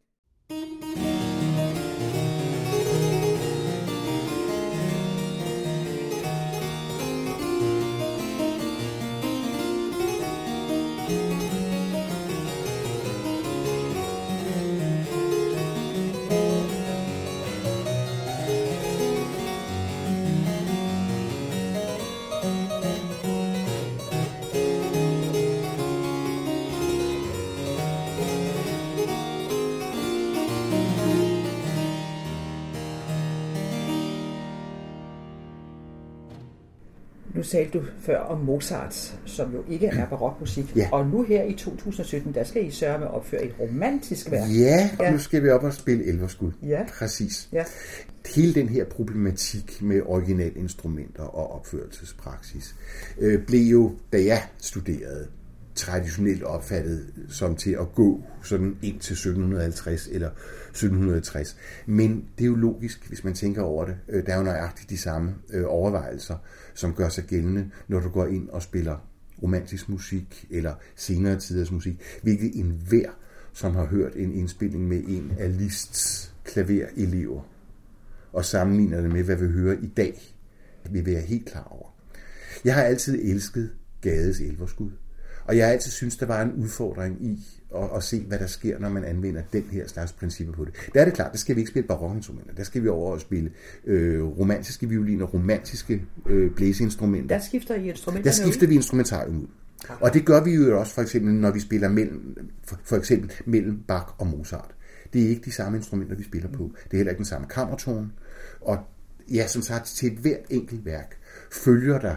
Nu talte du før om Mozart, som jo ikke er barokmusik. Ja. Og nu her i to tusind og sytten, der skal I sørge med at opføre et romantisk værk. Ja, og ja. Nu skal vi op og spille Elverskud. Ja. Præcis. Ja. Hele den her problematik med originalinstrumenter og opførelsespraksis øh, blev jo, da jeg studerede, traditionelt opfattet som til at gå sådan ind til sytten halvtreds eller sytten tres. Men det er jo logisk, hvis man tænker over det. Der er jo nøjagtigt de samme overvejelser, som gør sig gældende, når du går ind og spiller romantisk musik eller senere tiders musik, hvilket enhver, som har hørt en indspilning med en af Liszts klaverelever og sammenligner det med, hvad vi hører i dag, vil være helt klar over. Jeg har altid elsket Gades Elverskud. Og jeg har altid synes, der var en udfordring i at, at se, hvad der sker, når man anvender den her slags principper på det. Der er det klart, der skal vi ikke spille barokinstrumenter. Der skal vi over og spille øh, romantiske violiner, romantiske øh, blæseinstrumenter. Der skifter I instrumenterne Der skifter ud. vi instrumentarium ud. Og det gør vi jo også for eksempel, når vi spiller mellem, for, for eksempel mellem Bach og Mozart. Det er ikke de samme instrumenter, vi spiller på. Det er heller ikke den samme kammertone. Og ja, som sagt, til et hvert enkelt værk følger der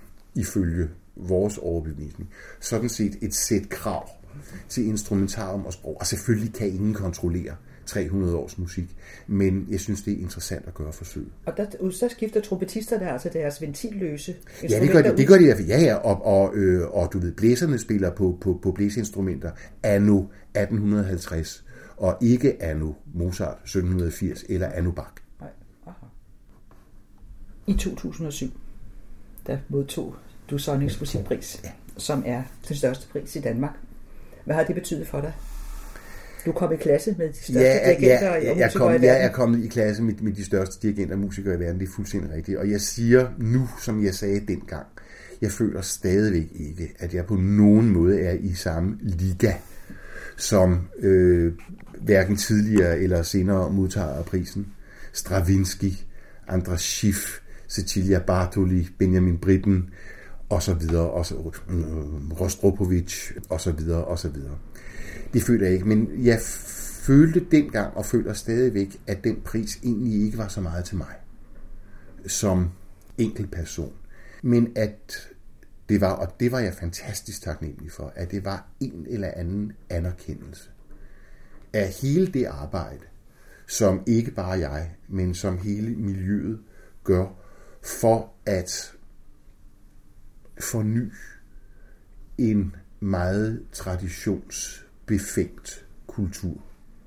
ifølge vores overbevisning sådan set et sæt krav til instrumentarium og sprog. Og selvfølgelig kan ingen kontrollere tre hundrede års musik, men jeg synes, det er interessant at gøre forsøg. Og der, så skifter trompetisterne altså deres ventilløse instrumenter. Ja, det gør de, det gør de i hvert fald. Ja, ja, og, og, øh, og du ved, blæserne spiller på, på, på blæseinstrumenter anno atten halvtreds, og ikke anno Mozart sytten firs eller anno Bach. Nej, aha. I to tusind og syv, der modtog du Sonnings Musikpris, ja, som er den største pris i Danmark. Hvad har det betydet for dig? Du kom i klasse med de største ja, dirigenter ja, og jeg musikere kom, i verden. Jeg er kommet i klasse med, med de største dirigenter og musikere i verden, det er fuldstændig rigtigt. Og jeg siger nu, som jeg sagde dengang, jeg føler stadigvæk ikke, at jeg på nogen måde er i samme liga, som øh, hverken tidligere eller senere modtager af prisen. Stravinsky, Andras Schiff, Cecilia Bartoli, Benjamin Britten, og så videre, og så Rostropovich, og så videre, og så videre. Det føler jeg ikke, men jeg følte dengang, og føler stadigvæk, at den pris egentlig ikke var så meget til mig, som enkelt person. Men at det var, og det var jeg fantastisk taknemmelig for, at det var en eller anden anerkendelse af hele det arbejde, som ikke bare jeg, men som hele miljøet gør, for at forny en meget traditionsbefængt kultur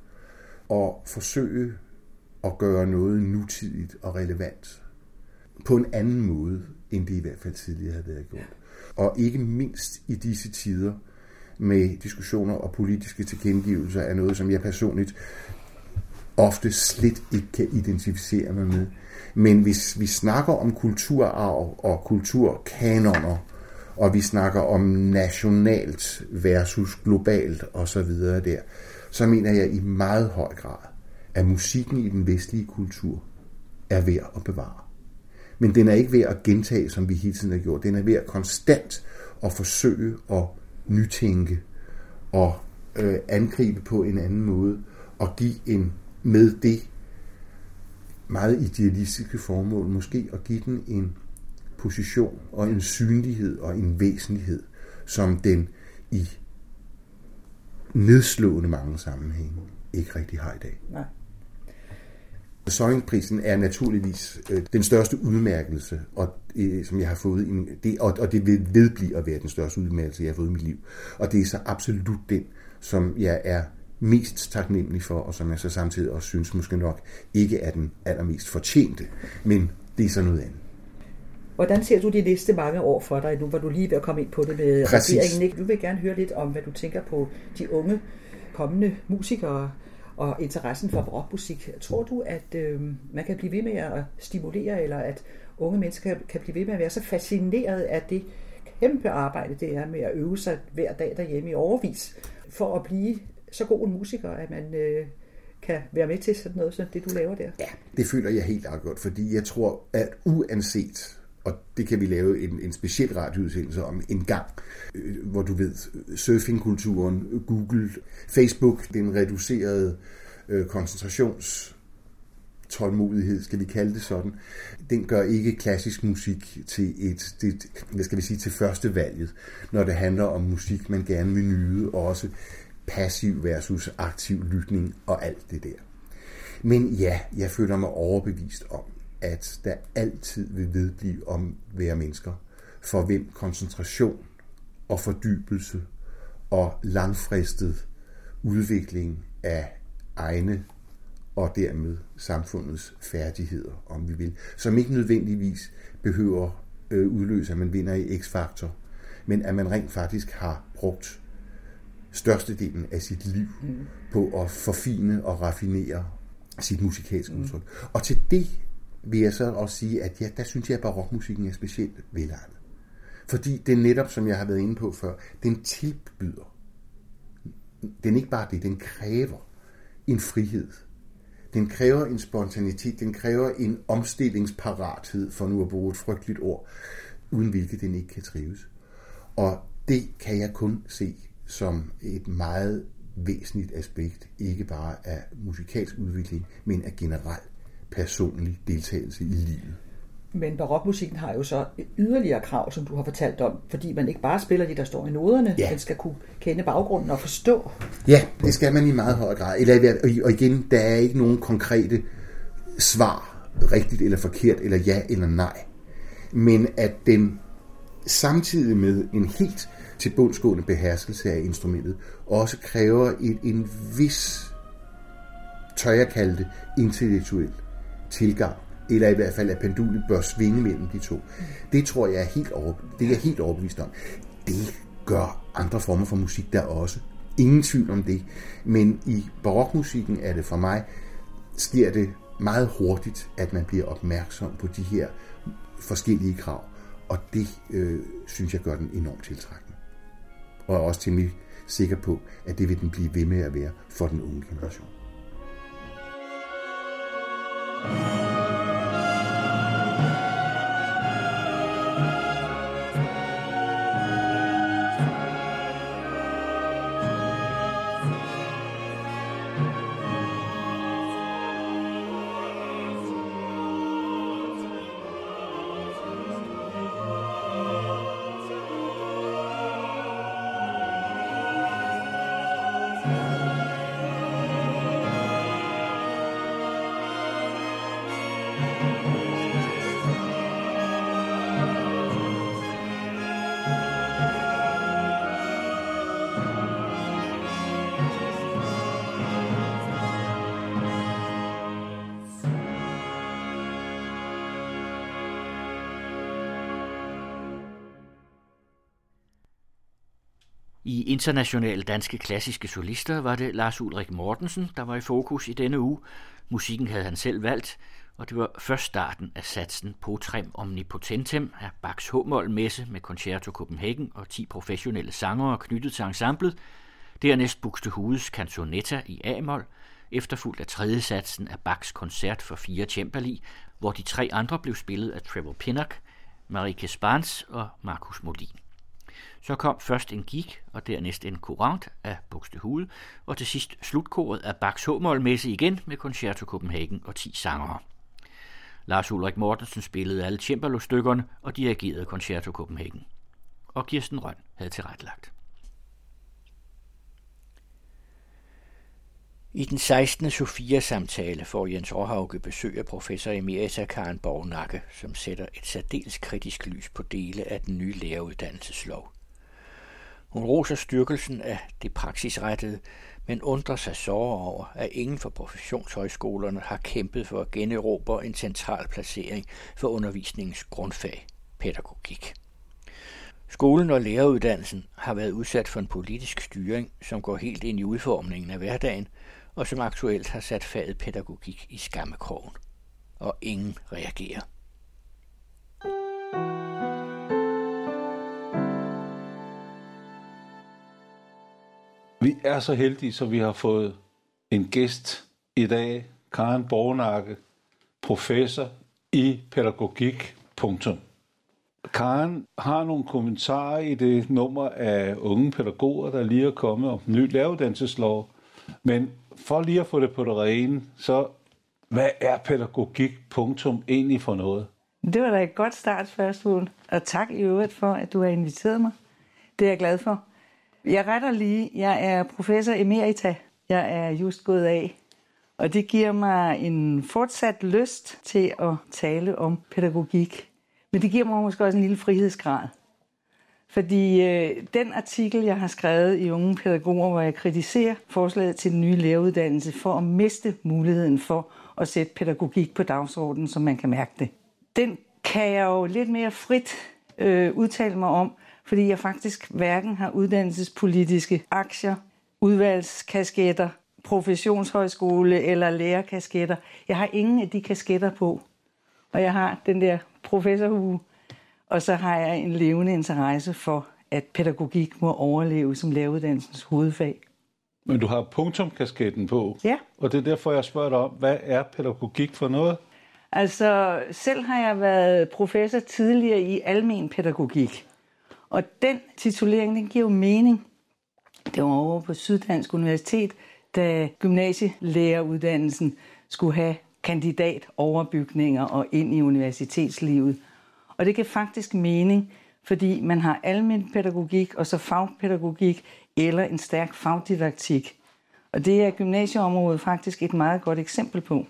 og forsøge at gøre noget nutidigt og relevant på en anden måde, end det i hvert fald tidligere havde været gjort. Og ikke mindst i disse tider med diskussioner og politiske tilkendegivelser af noget, som jeg personligt ofte slet ikke kan identificere mig med. Men hvis vi snakker om kulturarv og kulturkanoner, og vi snakker om nationalt versus globalt osv. der, så mener jeg i meget høj grad, at musikken i den vestlige kultur er værd at bevare. Men den er ikke ved at gentage, som vi hele tiden har gjort. Den er ved at konstant at forsøge at nytænke og øh, angribe på en anden måde og give en med det meget idealistiske formål, måske at give den en position og en synlighed og en væsentlighed, som den i nedslående mange sammenhænge ikke rigtig har i dag. Nej. Søjlingprisen er naturligvis øh, den største udmærkelse, og, øh, som jeg har fået, i, det, og, og det vil vedblive at være den største udmærkelse, jeg har fået i mit liv. Og det er så absolut den, som jeg er mest taknemmelig for, og som jeg så samtidig også synes måske nok ikke er den allermest fortjente, men det er så noget andet. Hvordan ser du de næste mange år for dig? Nu var du lige ved at komme ind på det med Præcis. regeringen, ikke? Du vil gerne høre lidt om, hvad du tænker på de unge kommende musikere og interessen for rockmusik. Tror du, at øh, man kan blive ved med at stimulere, eller at unge mennesker kan blive ved med at være så fascineret af det kæmpe arbejde, det er med at øve sig hver dag derhjemme i overvis, for at blive så god en musiker, at man øh, kan være med til sådan noget som det, du laver der? Ja, det føler jeg helt afgjort, fordi jeg tror, at uanset, og det kan vi lave en, en speciel radioudsendelse om en gang, øh, hvor du ved, surfingkulturen, Google, Facebook, den reducerede øh, koncentrations tålmodighed, skal vi kalde det sådan, den gør ikke klassisk musik til et, et hvad skal vi sige, til første valget, når det handler om musik, man gerne vil nyde, og også passiv versus aktiv lytning og alt det der. Men ja, jeg føler mig overbevist om, at der altid vil vedblive om være mennesker, for hvem koncentration og fordybelse og langfristet udvikling af egne og dermed samfundets færdigheder, om vi vil, som ikke nødvendigvis behøver øh, udløse, at man vinder i X-faktor, men at man rent faktisk har brugt størstedelen af sit liv mm. på at forfine og raffinere sit musikalske mm. udtryk. Og til det vil jeg så også sige, at ja, der synes jeg, at barokmusikken er specielt velegnet. Fordi det netop, som jeg har været inde på før, den tilbyder, den ikke bare det, den kræver en frihed. Den kræver en spontanitet, den kræver en omstillingsparathed, for nu at bruge et frygteligt ord, uden hvilket den ikke kan trives. Og det kan jeg kun se som et meget væsentligt aspekt, ikke bare af musikalsk udvikling, men af generelt personlig deltagelse i livet. Men barokmusikken har jo så et yderligere krav, som du har fortalt om, fordi man ikke bare spiller det, der står i noderne, ja. Man skal kunne kende baggrunden og forstå. Ja, det skal man i meget høj grad. Og igen, der er ikke nogen konkrete svar, rigtigt eller forkert, eller ja eller nej. Men at den samtidig med en helt tilbundsgående beherskelse af instrumentet, også kræver et, en vis, tør jeg kalde det, intellektuel tilgang, eller i hvert fald at pendulet bør svinge mellem de to. Det tror jeg er helt, over, det er jeg helt overbevist om. Det gør andre former for musik der også. Ingen tvivl om det. Men i barokmusikken er det for mig, sker det meget hurtigt, at man bliver opmærksom på de her forskellige krav. Og det øh, synes jeg gør den enormt tiltrækkende. Og er også temmelig sikker på, at det vil den blive ved med at være for den unge generation. I Internationale Danske Klassiske Solister var det Lars Ulrik Mortensen, der var i fokus i denne uge. Musikken havde han selv valgt, og det var først starten af satsen Potrem Omnipotentem af Bachs H-mol-messe med Concerto Copenhagen og ti professionelle sangere knyttet til ensemblet. Dernæst Buxtehudes Canzonetta i A-mol, efterfulgt af tredje satsen af Bachs koncert for fire cembali, hvor de tre andre blev spillet af Trevor Pinnock, Marieke Spans og Markus Molin. Så kom først en gig, og dernæst en courant af Buxtehude, og til sidst slutkoret af Bachs H-mol-messe igen med Concerto Copenhagen og ti sangere. Lars Ulrik Mortensen spillede alle cembalo-stykkerne og dirigerede Concerto Copenhagen. Og Kirsten Rønn havde tilrettelagt. I den sekstende Sofia-samtale får Jens Råhauke besøg af professor emerita Karen Borg-Nakke, som sætter et særdeles kritisk lys på dele af den nye læreruddannelseslov. Hun roser styrkelsen af det praksisrettede, men undrer sig såre over, at ingen fra professionshøjskolerne har kæmpet for at generobre en central placering for undervisningens grundfag, pædagogik. Skolen og læreruddannelsen har været udsat for en politisk styring, som går helt ind i udformningen af hverdagen, og som aktuelt har sat faget pædagogik i skammekrogen. Og ingen reagerer. Vi er så heldige, så vi har fået en gæst i dag, Karen Borg-Nakke, professor i pædagogik. Punktum. Karen har nogle kommentarer i det nummer af unge pædagoger, der lige er kommet om den nye læreruddannelseslov. Men for lige at få det på det rene, så hvad er pædagogik punktum egentlig for noget? Det var da et godt startspørgsmål, og tak i øvrigt for, at du har inviteret mig. Det er jeg glad for. Jeg retter lige, jeg er professor emerita. Jeg er just gået af, og det giver mig en fortsat lyst til at tale om pædagogik. Men det giver mig måske også en lille frihedsgrad. Fordi øh, den artikel, jeg har skrevet i Unge Pædagoger, hvor jeg kritiserer forslaget til den nye læreruddannelse for at miste muligheden for at sætte pædagogik på dagsordenen, som man kan mærke det. Den kan jeg jo lidt mere frit øh, udtale mig om, fordi jeg faktisk hverken har uddannelsespolitiske aktier, udvalgskasketter, professionshøjskole eller lærerkasketter. Jeg har ingen af de kasketter på, og jeg har den der professorhue, og så har jeg en levende interesse for, at pædagogik må overleve som læreruddannelsens hovedfag. Men du har punktumkasketten på, ja. Og det er derfor, jeg spørger dig om, hvad er pædagogik for noget? Altså, selv har jeg været professor tidligere i almen pædagogik, og den titulering, den giver jo mening. Det var over på Syddansk Universitet, da gymnasielæreruddannelsen skulle have kandidatoverbygninger og ind i universitetslivet. Og det giver faktisk mening, fordi man har almen pædagogik og så fagpædagogik eller en stærk fagdidaktik. Og det er gymnasieområdet faktisk et meget godt eksempel på.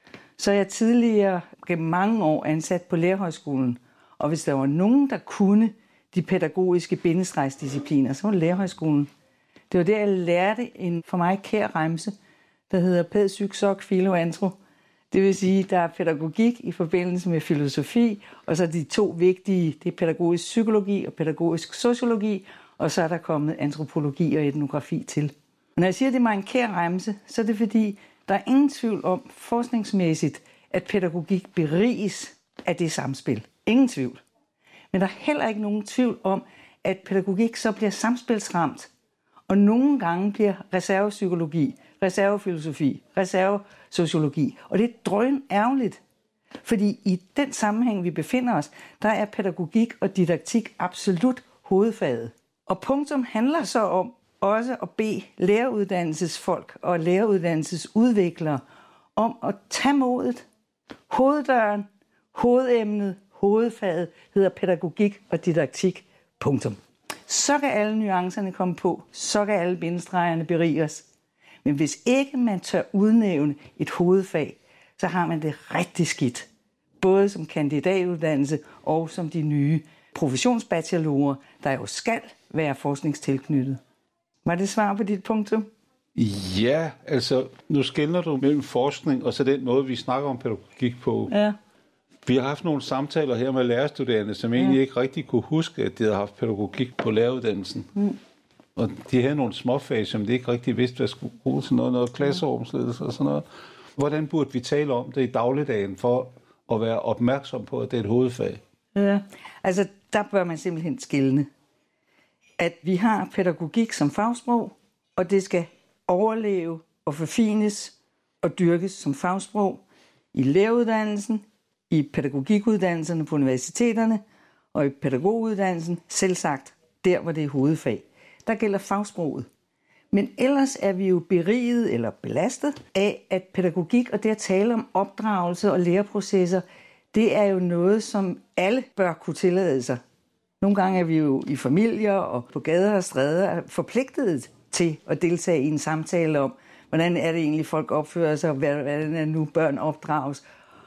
Så jeg tidligere gennem mange år ansat på Lærerhøjskolen, og hvis der var nogen, der kunne de pædagogiske bindestregsdiscipliner, så var det Lærerhøjskolen. Det var der, jeg lærte en for mig kær remse, der hedder pæd, psyk, sok, filo, antro. Det vil sige, der er pædagogik i forbindelse med filosofi, og så de to vigtige, det er pædagogisk psykologi og pædagogisk sociologi, og så er der kommet antropologi og etnografi til. Når jeg siger, at det er mig en kær remse, så er det fordi, der er ingen tvivl om forskningsmæssigt, at pædagogik beriges af det samspil. Ingen tvivl. Men der er heller ikke nogen tvivl om, at pædagogik så bliver samspilsramt, og nogle gange bliver reservepsykologi, reservefilosofi, reservesociologi. Og det er drøn ærgerligt, fordi i den sammenhæng, vi befinder os, der er pædagogik og didaktik absolut hovedfaget. Og punktum handler så om også at bede læreruddannelsesfolk og læreruddannelsesudviklere om at tage modet. Hoveddøren, hovedemnet, hovedfaget hedder pædagogik og didaktik. Punktum. Så kan alle nuancerne komme på, så kan alle bindestregerne berige os. Men hvis ikke man tør udnævne et hovedfag, så har man det rigtig skidt. Både som kandidatuddannelse og som de nye professionsbachelorer, der jo skal være forskningstilknyttet. Var det svar på dit punktum? Ja, altså nu skelner du mellem forskning og så den måde, vi snakker om pædagogik på. Ja. Vi har haft nogle samtaler her med lærerstuderende, som ja. egentlig ikke rigtig kunne huske, at de havde haft pædagogik på læreruddannelsen. Mm. Og de havde nogle småfag, som de ikke rigtig vidste, hvad skulle bruge til noget, noget klasserumsledelse og sådan noget. Hvordan burde vi tale om det i dagligdagen for at være opmærksom på, at det er et hovedfag? Ja, altså der bør man simpelthen skelne. At vi har pædagogik som fagsprog, og det skal overleve og forfines og dyrkes som fagsprog i læreruddannelsen, i pædagogikuddannelserne på universiteterne og i pædagoguddannelsen, selvsagt der, hvor det er hovedfag. Der gælder fagsproget. Men ellers er vi jo beriget eller belastet af, at pædagogik og det at tale om opdragelse og læreprocesser, det er jo noget, som alle bør kunne tillade sig. Nogle gange er vi jo i familier og på gader og stræder forpligtet til at deltage i en samtale om, hvordan er det egentlig, folk opfører sig, og hvordan er det nu, børn opdrages.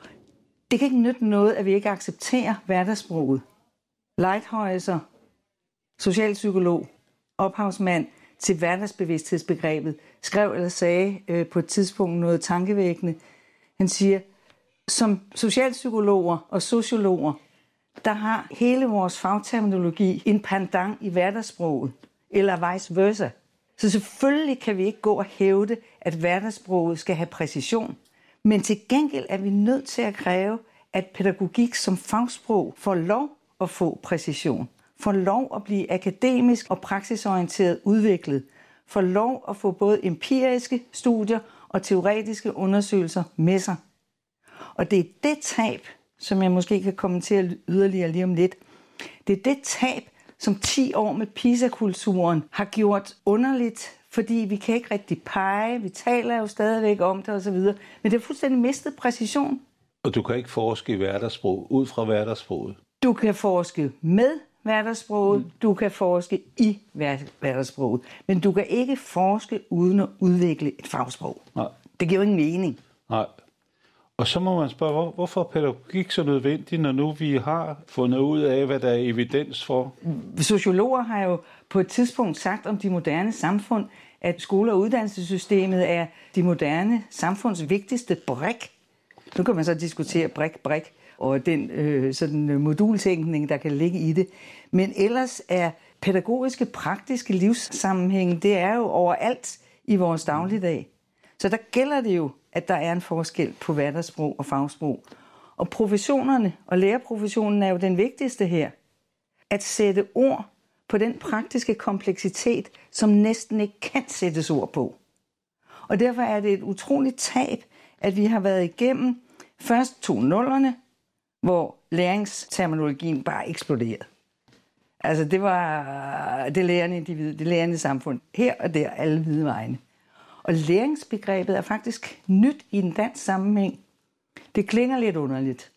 Det kan ikke nytte noget, at vi ikke accepterer hverdagssproget. Lighthøjser, socialpsykolog, ophavsmand til hverdagsbevidsthedsbegrebet, skrev eller sagde øh, på et tidspunkt noget tankevækkende. Han siger, som socialpsykologer og sociologer, der har hele vores fagterminologi en pendant i hverdagssproget, eller vice versa. Så selvfølgelig kan vi ikke gå og hævde, at hverdagssproget skal have præcision. Men til gengæld er vi nødt til at kræve, at pædagogik som fagsprog får lov at få præcision. Får lov at blive akademisk og praksisorienteret udviklet. Får lov at få både empiriske studier og teoretiske undersøgelser med sig. Og det er det tab, som jeg måske kan kommentere yderligere lige om lidt. Det er det tab, som ti år med PISA-kulturen har gjort underligt, fordi vi kan ikke rigtig pege, vi taler jo stadigvæk om det osv., men det har fuldstændig mistet præcision. Og du kan ikke forske i hverdagssprog ud fra hverdagssproget? Du kan forske med hverdagssproget, mm. du kan forske i hverdagssproget, men du kan ikke forske uden at udvikle et fagsprog. Nej. Det giver jo ingen mening. Nej. Og så må man spørge, hvor, hvorfor er pædagogik så nødvendig, når nu vi har fundet ud af, hvad der er evidens for? Sociologer har jo på et tidspunkt sagt om de moderne samfund, at skole- og uddannelsessystemet er de moderne samfunds vigtigste brik. Nu kan man så diskutere brik, brik, og den øh, sådan modultænkning, der kan ligge i det. Men ellers er pædagogiske, praktiske livssammenhæng, det er jo overalt i vores dagligdag. Så der gælder det jo, at der er en forskel på hverdagssprog og fagsprog. Og professionerne og lærerprofessionen er jo den vigtigste her. At sætte ord på den praktiske kompleksitet, som næsten ikke kan sættes ord på. Og derfor er det et utroligt tab, at vi har været igennem først to nullerne, hvor læringsterminologien bare eksploderede. Altså det var det lærende individ, det lærende samfund, her og der, alle hvide vegne. Og læringsbegrebet er faktisk nyt i en dansk sammenhæng. Det klinger lidt underligt.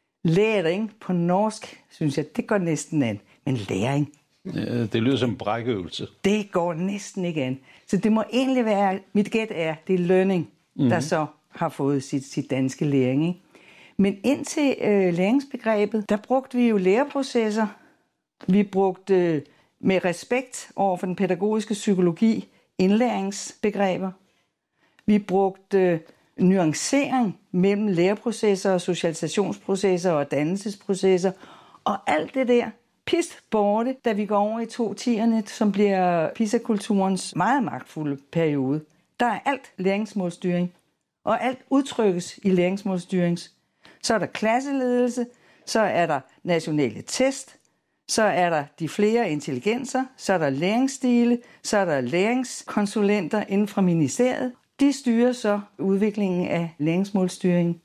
Læring på norsk, synes jeg, det går næsten an. Men læring, ja, det lyder som en brækøvelse. Det går næsten ikke an. Så det må egentlig være, mit gæt er, det er learning, mm-hmm. der så har fået sit, sit danske læring. Ikke? Men indtil øh, læringsbegrebet, der brugte vi jo læreprocesser. Vi brugte øh, med respekt over for den pædagogiske psykologi indlæringsbegreber. Vi brugte øh, nuancering mellem læreprocesser og socialisationsprocesser og dannelsesprocesser. Og alt det der pist borte, da vi går over i to tierne, som bliver PISA-kulturens meget magtfulde periode. Der er alt læringsmålstyring, og alt udtrykkes i læringsmålstyrings. Så er der klasseledelse, så er der nationale test, så er der de flere intelligenser, så er der læringsstile, så er der læringskonsulenter inden fra ministeriet. De styrer så udviklingen af læringsmålstyring.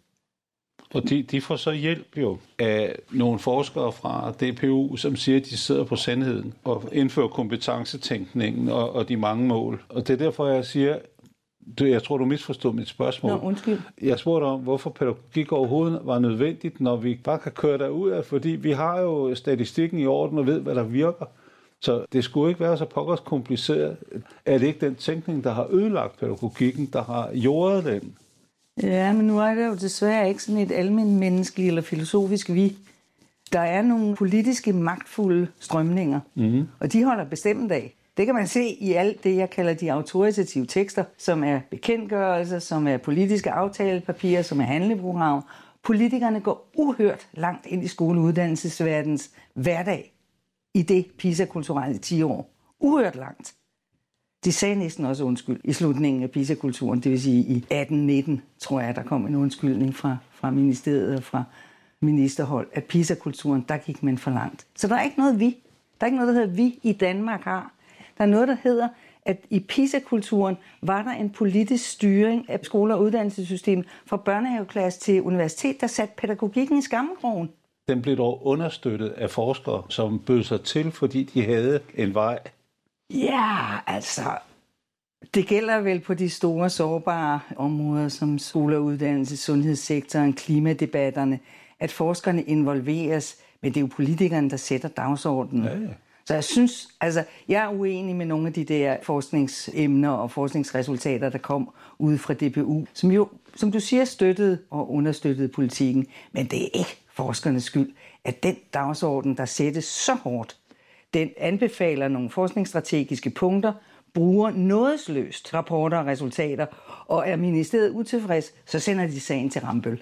Og de, de får så hjælp jo af nogle forskere fra D P U, som siger, at de sidder på sandheden og indfører kompetencetænkningen og, og de mange mål. Og det er derfor, jeg siger, du, jeg tror, du misforstod mit spørgsmål. Nå, undskyld. Jeg spurgte om, hvorfor pædagogik overhovedet var nødvendigt, når vi bare kan køre derud af, fordi vi har jo statistikken i orden og ved, hvad der virker. Så det skulle ikke være så pokkers kompliceret. Er det ikke den tænkning, der har ødelagt pædagogikken, der har jordet den? Ja, men nu er det jo desværre ikke sådan et almindeligt menneskeligt eller filosofisk vi. Der er nogle politiske magtfulde strømninger, mm. og de holder bestemt af. Det kan man se i alt det, jeg kalder de autoritative tekster, som er bekendtgørelser, som er politiske aftalepapirer, som er handleprogrammer. Politikerne går uhørt langt ind i skoleuddannelsesverdens hverdag i det PISA-kulturelle ti år. Uhørt langt. De sagde næsten også undskyld i slutningen af PISA-kulturen, det vil sige i atten nitten, tror jeg, der kom en undskyldning fra, fra ministeriet og fra ministerhold, at PISA-kulturen, der gik man for langt. Så der er ikke noget vi. Der er ikke noget, der hedder vi i Danmark har. Der er noget, der hedder, at i PISA-kulturen var der en politisk styring af skole- og uddannelsessystemet fra børnehaveklasse til universitet, der satte pædagogikken i skammekrogen. Den blev dog understøttet af forskere, som bød sig til, fordi de havde en vej. Ja, altså, det gælder vel på de store, sårbare områder som skole- og uddannelse, sundhedssektoren, klimadebatterne, at forskerne involveres, men det er jo politikerne, der sætter dagsordenen. Ja, ja. Så jeg synes, altså, jeg er uenig med nogle af de der forskningsemner og forskningsresultater, der kom ud fra D P U, som jo, som du siger, støttede og understøttede politikken. Men det er ikke forskernes skyld, at den dagsorden, der sættes så hårdt, den anbefaler nogle forskningsstrategiske punkter, bruger nådesløst rapporter og resultater, og er ministeriet utilfreds, så sender de sagen til Rambøll.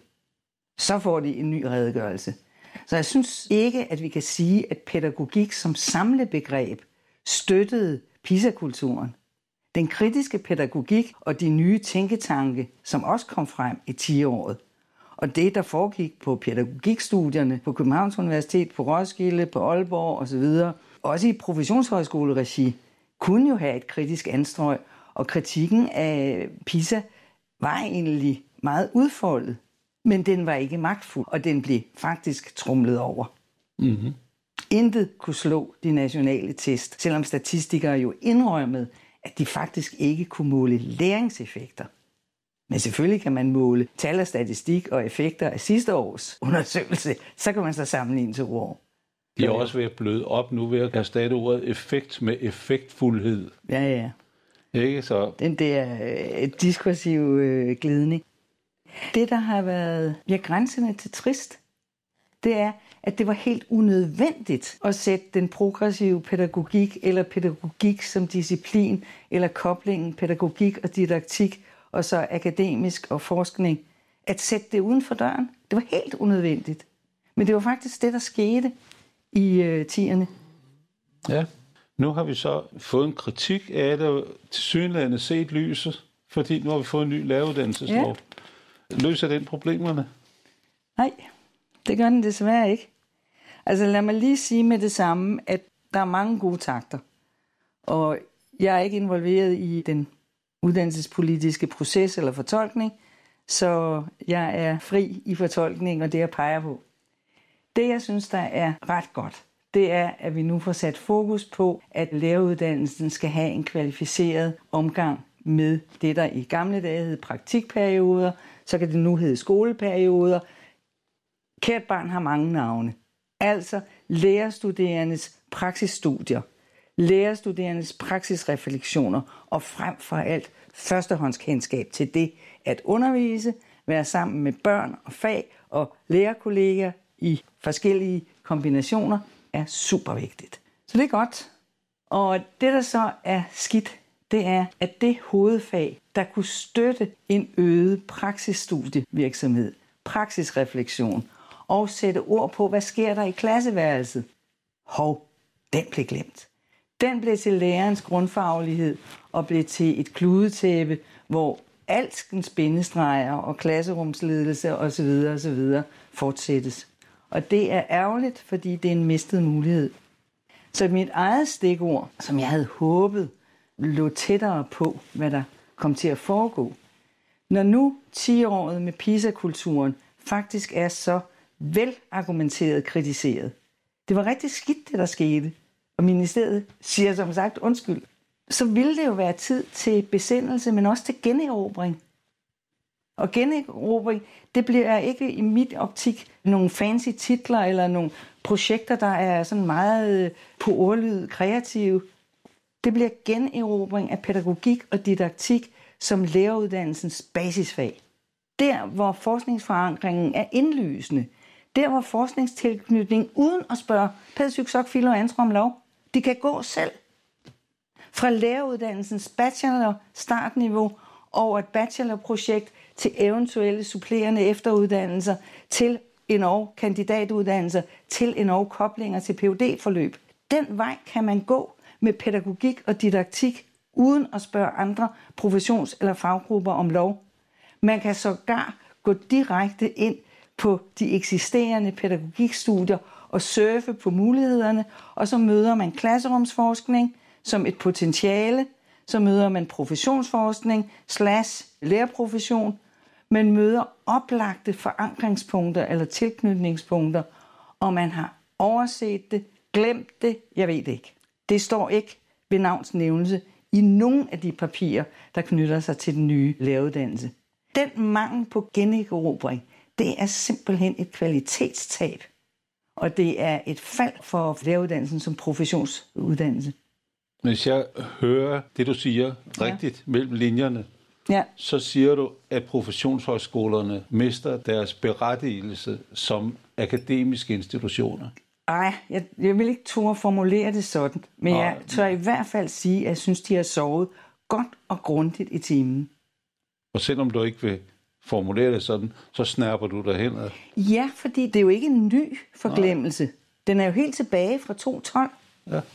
Så får de en ny redegørelse. Så jeg synes ikke, at vi kan sige, at pædagogik som samlebegreb støttede PISA-kulturen. Den kritiske pædagogik og de nye tænketanke, som også kom frem i ti-året, og det, der foregik på pædagogikstudierne på Københavns Universitet, på Roskilde, på Aalborg osv., også i professionshøjskoleregi, kunne jo have et kritisk anstrøg, og kritikken af PISA var egentlig meget udfoldet, men den var ikke magtfuld, og den blev faktisk tromlet over. Mm-hmm. Intet kunne slå de nationale test, selvom statistikere jo indrømmede, at de faktisk ikke kunne måle læringseffekter. Men selvfølgelig kan man måle tal og statistik og effekter af sidste års undersøgelse, så kan man så sammenligne til ord. De er også ved at bløde op nu ved at erstatte ordet effekt med effektfuldhed. Ja, ja. Ikke så? Den der øh, diskursive øh, glidning. Det, der har været ja, grænsende til trist, det er, at det var helt unødvendigt at sætte den progressive pædagogik eller pædagogik som disciplin eller koblingen pædagogik og didaktik og så akademisk og forskning, at sætte det uden for døren. Det var helt unødvendigt. Men det var faktisk det, der skete i øh, tierne. Ja, nu har vi så fået en kritik af det, til synligheden set lyset, fordi nu har vi fået en ny læreruddannelseslov. Ja. Løser den problemerne? Nej, det gør den desværre ikke. Altså lad mig lige sige med det samme, at der er mange gode takter. Og jeg er ikke involveret i den uddannelsespolitiske proces eller fortolkning, så jeg er fri i fortolkning og det, jeg peger på. Det, jeg synes, der er ret godt, det er, at vi nu får sat fokus på, at læreruddannelsen skal have en kvalificeret omgang med det, der i gamle dage hed praktikperioder, så kan det nu hedde skoleperioder. Kært barn har mange navne. Altså lærerstuderendes praksisstudier, lærerstuderendes praksisrefleksioner og frem for alt førstehåndskendskab til det at undervise, være sammen med børn og fag og lærerkolleger i forskellige kombinationer er super vigtigt. Så det er godt. Og det, der så er skidt, det er, at det hovedfag, der kunne støtte en øget praksisstudievirksomhed, praksisreflektion og sætte ord på, hvad sker der i klasseværelset. Hov, den blev glemt. Den blev til lærerens grundfaglighed og blev til et kludetæppe, hvor alskens bindestreger og klasserumsledelse osv. osv. fortsættes. Og det er ærgerligt, fordi det er en mistet mulighed. Så mit eget stikord, som jeg havde håbet, lå tættere på, hvad der kom til at foregå. Når nu ti-året med PISA-kulturen faktisk er så velargumenteret kritiseret. Det var rigtig skidt, det der skete, og ministeriet siger som sagt undskyld. Så ville det jo være tid til besindelse, men også til generobring. Og generobring, det bliver ikke i mit optik nogle fancy titler eller nogle projekter, der er sådan meget på ordlyd kreative. Det bliver generobring af pædagogik og didaktik som læreruddannelsens basisfag. Der, hvor forskningsforankringen er indlysende. Der, hvor forskningstilknytning uden at spørge pædagog, sok, filo og antrom lov, de kan gå selv. Fra læreruddannelsens bachelor startniveau over et bachelorprojekt til eventuelle supplerende efteruddannelser, til endog kandidatuddannelser, til endog koblinger til P H D-forløb. Den vej kan man gå med pædagogik og didaktik, uden at spørge andre professions- eller faggrupper om lov. Man kan sågar gå direkte ind på de eksisterende pædagogikstudier og surfe på mulighederne, og så møder man klasserumsforskning som et potentiale, så møder man professionsforskning slash lærerprofession, man møder oplagte forankringspunkter eller tilknytningspunkter, og man har overset det, glemt det, jeg ved det ikke. Det står ikke ved navns nævnelse i nogen af de papirer, der knytter sig til den nye læreruddannelse. Den mangel på generobring, det er simpelthen et kvalitetstab. Og det er et fald for læreruddannelsen som professionsuddannelse. Hvis jeg hører det, du siger rigtigt ja. mellem linjerne, ja. så siger du, at professionshøjskolerne mister deres berettigelse som akademiske institutioner. Ej, jeg, jeg vil ikke turde formulere det sådan, men Ej. jeg tør i hvert fald sige, at jeg synes, de har sovet godt og grundigt i timen. Og selvom du ikke vil formulere det sådan, så snærper du dig henad. Ja, fordi det er jo ikke en ny forglemmelse. Nej. Den er jo helt tilbage fra to tusind og tolv. Ja.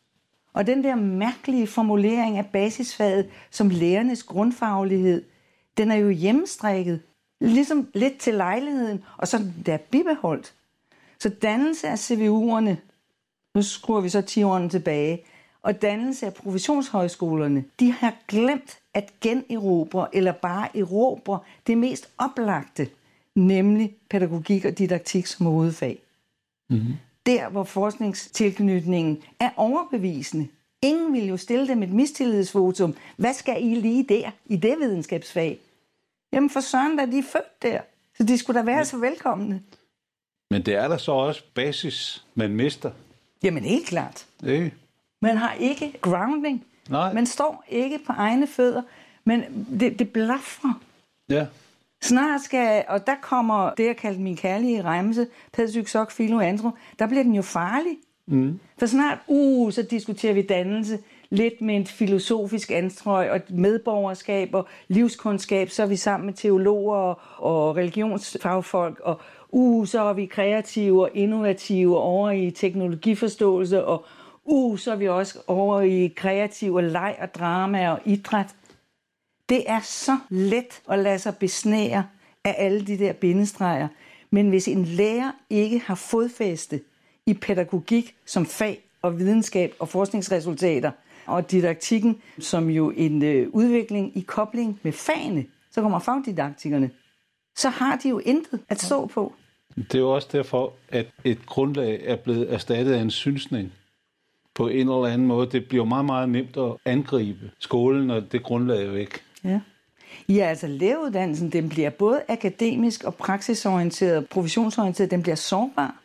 Og den der mærkelige formulering af basisfaget som lærernes grundfaglighed, den er jo hjemmestrikket. Ligesom lidt til lejligheden, og så der er bibeholdt. Så dannelse af C V U'erne, nu skruer vi så ti årene tilbage, og dannelse af professionshøjskolerne, de har glemt at generobre eller bare erobre det mest oplagte, nemlig pædagogik og didaktik som hovedfag. Mm-hmm. Der, hvor forskningstilknytningen er overbevisende. Ingen vil jo stille dem et mistillidsvotum. Hvad skal I lige der i det videnskabsfag? Jamen for søren, da de er født der. Så de skulle da være så velkomne. Men det er der så også basis, man mister. Jamen helt klart. Øh. Man har ikke grounding. Nej. Man står ikke på egne fødder. Men det, det blaffer. Ja. Snart skal, og der kommer det, jeg kaldte min kærlige remse, pædagogik, filo, antro, der bliver den jo farlig. Mm. For snart, uh, så diskuterer vi dannelse, lidt med et filosofisk anstrøg og medborgerskab og livskundskab, så er vi sammen med teologer og, og religionsfagfolk, og uh, så er vi kreative og innovative over i teknologiforståelse, og uh, så er vi også over i kreativ og leg og drama og idræt. Det er så let at lade sig besnære af alle de der bindestreger, men hvis en lærer ikke har fodfæste i pædagogik som fag og videnskab og forskningsresultater, og didaktikken som jo en øh, udvikling i kobling med fagene, så kommer fagdidaktikerne, så har de jo intet at stå på. Det er jo også derfor, at et grundlag er blevet erstattet af en synsning på en eller anden måde. Det bliver meget, meget nemt at angribe skolen, og det grundlag er væk. Ja. Ja, altså læreruddannelsen, den bliver både akademisk og praksisorienteret og professionsorienteret, den bliver sårbar.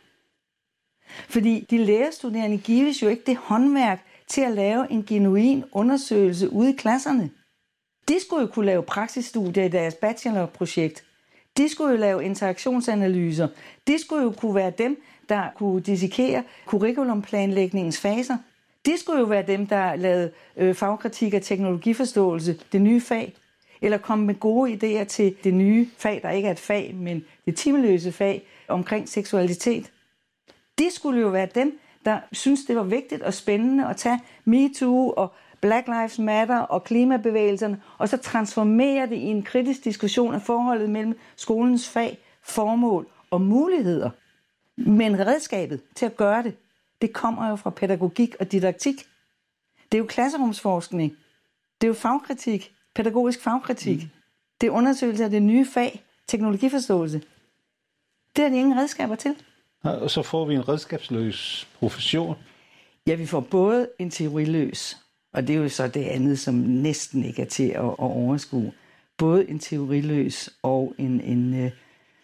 Fordi de lærerstuderende gives jo ikke det håndværk til at lave en genuin undersøgelse ude i klasserne. De skulle jo kunne lave praksisstudier i deres bachelorprojekt. De skulle jo lave interaktionsanalyser. De skulle jo kunne være dem, der kunne dissekere curriculumplanlægningens faser. De skulle jo være dem, der lavede øh, fagkritik og teknologiforståelse, det nye fag. Eller komme med gode idéer til det nye fag, der ikke er et fag, men det timeløse fag omkring seksualitet. De skulle jo være dem, der synes det var vigtigt og spændende at tage MeToo og Black Lives Matter og klimabevægelserne, og så transformere det i en kritisk diskussion af forholdet mellem skolens fag, formål og muligheder. Men redskabet til at gøre det, det kommer jo fra pædagogik og didaktik. Det er jo klasserumsforskning. Det er jo fagkritik, pædagogisk fagkritik. Mm. Det er undersøgelse af det nye fag, teknologiforståelse. Det er de ingen redskaber til. Og så får vi en redskabsløs profession. Ja, vi får både en teoriløs, og det er jo så det andet, som næsten ikke er til at, at overskue. Både en teoriløs og en, en uh,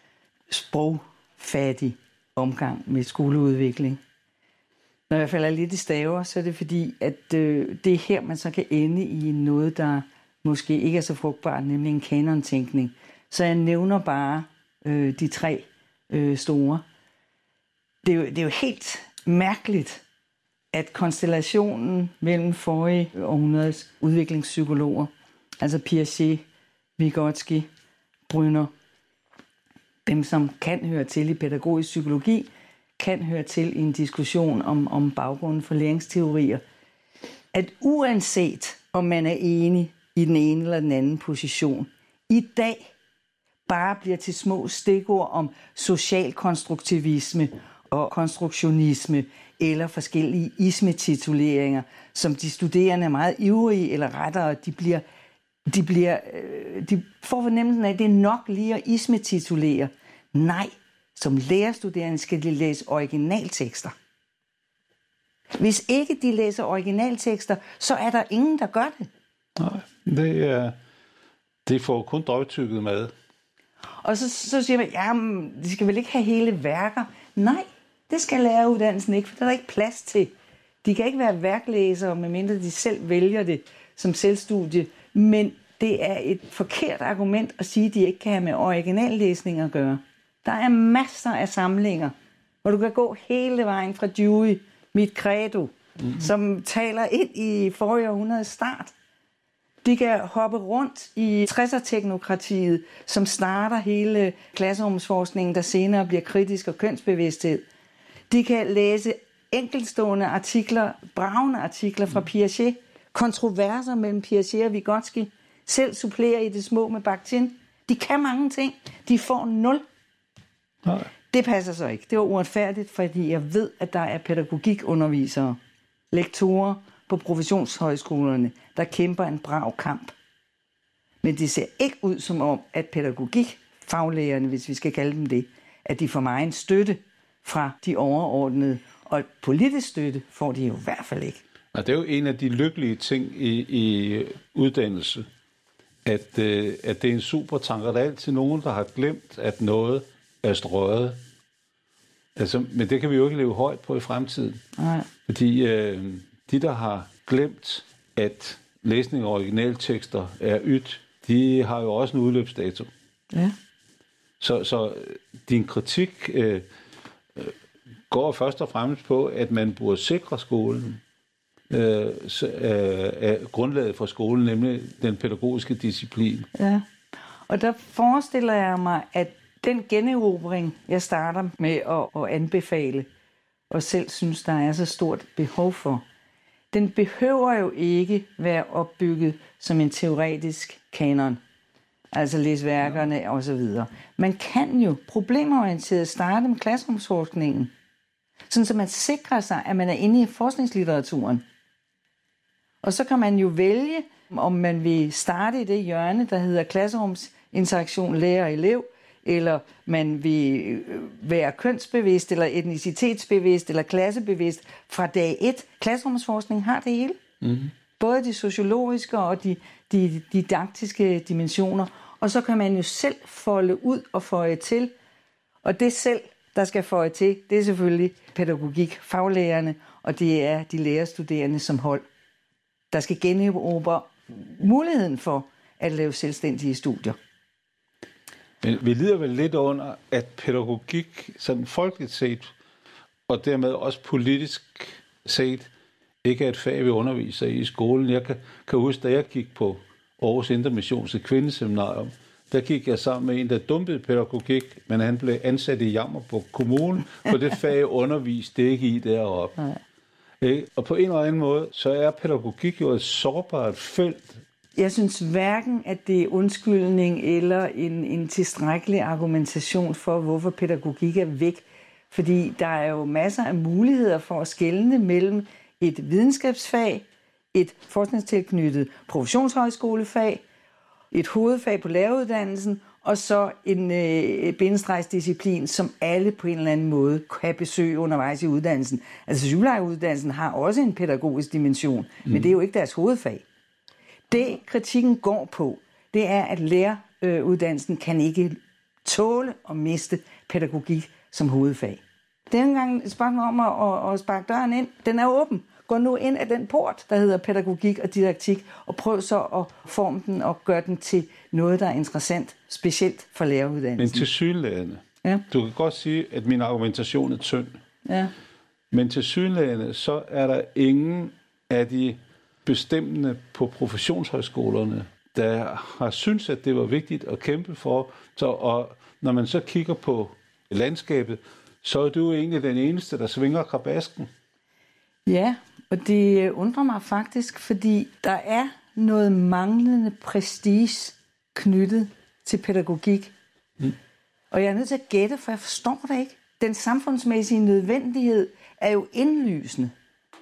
sprogfattig omgang med skoleudvikling. Når jeg falder lidt i staver, så er det fordi, at øh, det er her, man så kan ende i noget, der måske ikke er så frugtbart, nemlig en kanontænkning. Så jeg nævner bare øh, de tre øh, store. Det er, jo, det er jo helt mærkeligt, at konstellationen mellem forrige århundredes udviklingspsykologer, altså Piaget, Vygotsky, Brünner, dem som kan høre til i pædagogisk psykologi, kan høre til i en diskussion om, om baggrunden for læringsteorier, at uanset om man er enig i den ene eller den anden position, i dag bare bliver til små stikord om social konstruktivisme og konstruktionisme eller forskellige ismetituleringer, som de studerende er meget ivrige eller rettere, de bliver, de bliver, de får fornemmelsen af, at det er nok lige at ismetitulere. Nej, som lærerstuderende skal de læse originaltekster. Hvis ikke de læser originaltekster, så er der ingen, der gør det. Nej, det er, det får kun drøvtykket mad. Og så, så siger man, ja, de skal vel ikke have hele værker. Nej, Det skal læreruddannelsen ikke, for der er der ikke plads til. De kan ikke være værklæsere, medmindre de selv vælger det som selvstudie. Men det er et forkert argument at sige, at de ikke kan have med originallæsning at gøre. Der er masser af samlinger, hvor du kan gå hele vejen fra Dewey, Mit Credo, mm-hmm. som taler ind i forrige århundredes start. De kan hoppe rundt i tresser-teknokratiet, som starter hele klasserumsforskningen, der senere bliver kritisk og kønsbevidsthed. De kan læse enkeltstående artikler, bragende artikler fra Piaget, kontroverser mellem Piaget og Vygotsky, selv supplerer i det små med Bakhtin. De kan mange ting. De får nul. Nej. Det passer så ikke. Det var uretfærdigt, fordi jeg ved, at der er pædagogikundervisere, lektorer på professionshøjskolerne, der kæmper en brav kamp. Men det ser ikke ud som om, at pædagogikfaglærerne, hvis vi skal kalde dem det, at de får meget en støtte fra de overordnede, og politisk støtte får de jo i hvert fald ikke. Og det er jo en af de lykkelige ting i, i uddannelse, at, øh, at det er en supertanker. Der er altid nogen, der har glemt, at noget er strøget. Altså, men det kan vi jo ikke leve højt på i fremtiden. Nej. Fordi øh, de, der har glemt, at læsning af originaltekster er ydt, de har jo også en udløbsdato. Ja. Så, så din kritik øh, øh, går først og fremmest på, at man burde sikre skolen. Øh, så, øh, grundlaget for skolen, nemlig den pædagogiske disciplin. Ja, og der forestiller jeg mig, at den generobring, jeg starter med at, at anbefale, og selv synes, der er så stort behov for, den behøver jo ikke være opbygget som en teoretisk kanon. Altså læse værkerne og så videre. Man kan jo problemorienteret starte med klasserumsforskningen, sådan så man sikrer sig, at man er inde i forskningslitteraturen. Og så kan man jo vælge, om man vil starte i det hjørne, der hedder klasserumsinteraktion lærer-elev, eller man vil være kønsbevidst, eller etnicitetsbevidst, eller klassebevidst fra dag et. Klasserumsforskning har det hele. Mm-hmm. Både de sociologiske og de, de didaktiske dimensioner. Og så kan man jo selv folde ud og føje til. Og det selv, der skal føje til, det er selvfølgelig pædagogik, faglærerne, og det er de lærerstuderende som hold, der skal generobre muligheden for at lave selvstændige studier. Men vi lider vel lidt under, at pædagogik, sådan folkeligt set, og dermed også politisk set, ikke er et fag, vi underviser i skolen. Jeg kan, kan huske, da jeg gik på Aarhus Intermissions Kvindeseminarium, der gik jeg sammen med en, der dumpede pædagogik, men han blev ansat i Jammerbugt Kommune, for det fag underviste det ikke i deroppe. Nej. Og på en eller anden måde, så er pædagogik jo et sårbart felt. Jeg synes hverken, at det er undskyldning eller en, en tilstrækkelig argumentation for, hvorfor pædagogik er væk. Fordi der er jo masser af muligheder for at skelne mellem et videnskabsfag, et forskningstilknyttet professionshøjskolefag, et hovedfag på læreruddannelsen, og så en øh, bindestrejsdisciplin, som alle på en eller anden måde kan besøge undervejs i uddannelsen. Altså sygeplejeuddannelsen har også en pædagogisk dimension, mm. men det er jo ikke deres hovedfag. Det kritikken går på, det er, at læreruddannelsen kan ikke tåle at miste pædagogik som hovedfag. Det er engang et spørgsmål om at, at, at sparke døren ind. Den er åben. Gå nu ind af den port, der hedder pædagogik og didaktik, og prøv så at forme den og gøre den til noget, der er interessant, specielt for læreruddannelsen. Men tilsyneladende. Ja. Du kan godt sige, at min argumentation er tynd. Ja. Men tilsyneladende, så er der ingen af de bestemmende på professionshøjskolerne, der har syntes, at det var vigtigt at kæmpe for. Så, og når man så kigger på landskabet, så er du egentlig den eneste, der svinger krabasken. Ja, og det undrer mig faktisk, fordi der er noget manglende prestige knyttet til pædagogik. Mm. Og jeg er nødt til at gætte, for jeg forstår det ikke. Den samfundsmæssige nødvendighed er jo indlysende.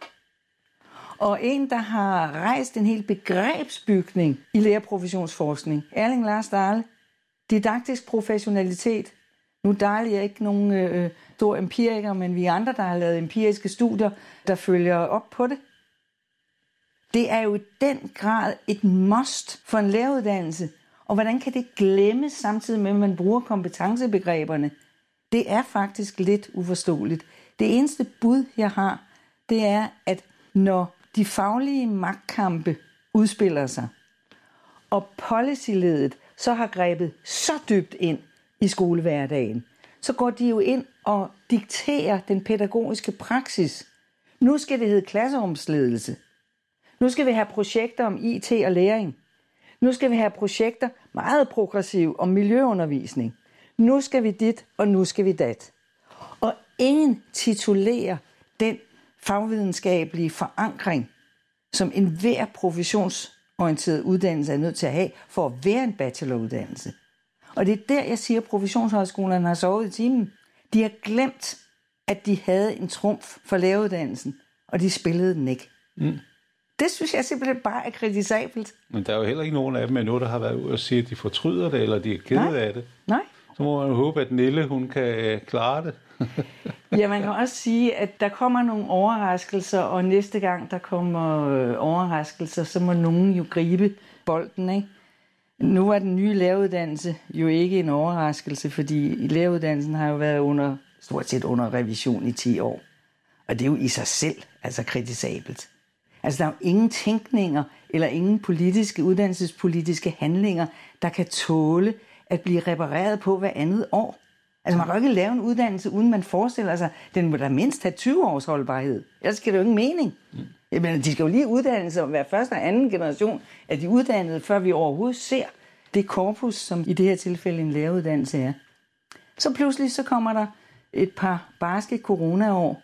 Og en, der har rejst en hel begrebsbygning i lærerprofessionsforskning, Erling Lars Dahle, didaktisk professionalitet. Nu Dahle er ikke nogen øh, stor empiriker, men vi andre, der har lavet empiriske studier, der følger op på det. Det er jo i den grad et must for en læreruddannelse. Og hvordan kan det glemmes samtidig med, at man bruger kompetencebegreberne? Det er faktisk lidt uforståeligt. Det eneste bud, jeg har, det er, at når de faglige magtkampe udspiller sig, og policyledet så har grebet så dybt ind i skolehverdagen, så går de jo ind og dikterer den pædagogiske praksis. Nu skal det hedde klasserumsledelse. Nu skal vi have projekter om I T og læring. Nu skal vi have projekter meget progressive om miljøundervisning. Nu skal vi dit, og nu skal vi dat. Og ingen titulerer den fagvidenskabelige forankring, som enhver professionsorienteret uddannelse er nødt til at have, for at være en bacheloruddannelse. Og det er der, jeg siger, at professionshøjskolerne har sovet i timen. De har glemt, at de havde en trumf for læreruddannelsen, og de spillede den ikke. Mm. Det synes jeg simpelthen bare er kritisabelt. Men der er jo heller ikke nogen af dem endnu, der har været ude og sige, at de fortryder det, eller de er kede Nej. af det. Nej. Så må man jo håbe, at Nille, hun kan klare det. Ja, man kan også sige, at der kommer nogle overraskelser, og næste gang der kommer øh, overraskelser, så må nogen jo gribe bolden, ikke? Nu er den nye læreruddannelse jo ikke en overraskelse, fordi læreruddannelsen har jo været under, stort set under revision i ti år. Og det er jo i sig selv altså kritisabelt. Altså der er jo ingen tænkninger eller ingen politiske, uddannelsespolitiske handlinger, der kan tåle at blive repareret på hver andet år. Altså man kan jo ikke lave en uddannelse, uden man forestiller sig, den må da mindst have tyve års holdbarhed. Ellers giver det jo ingen mening. Mm. Jeg mener, de skal jo lige uddanne sig og være første og anden generation af de uddannede, før vi overhovedet ser det korpus, som i det her tilfælde en læreruddannelse er. Så pludselig så kommer der et par barske coronaår,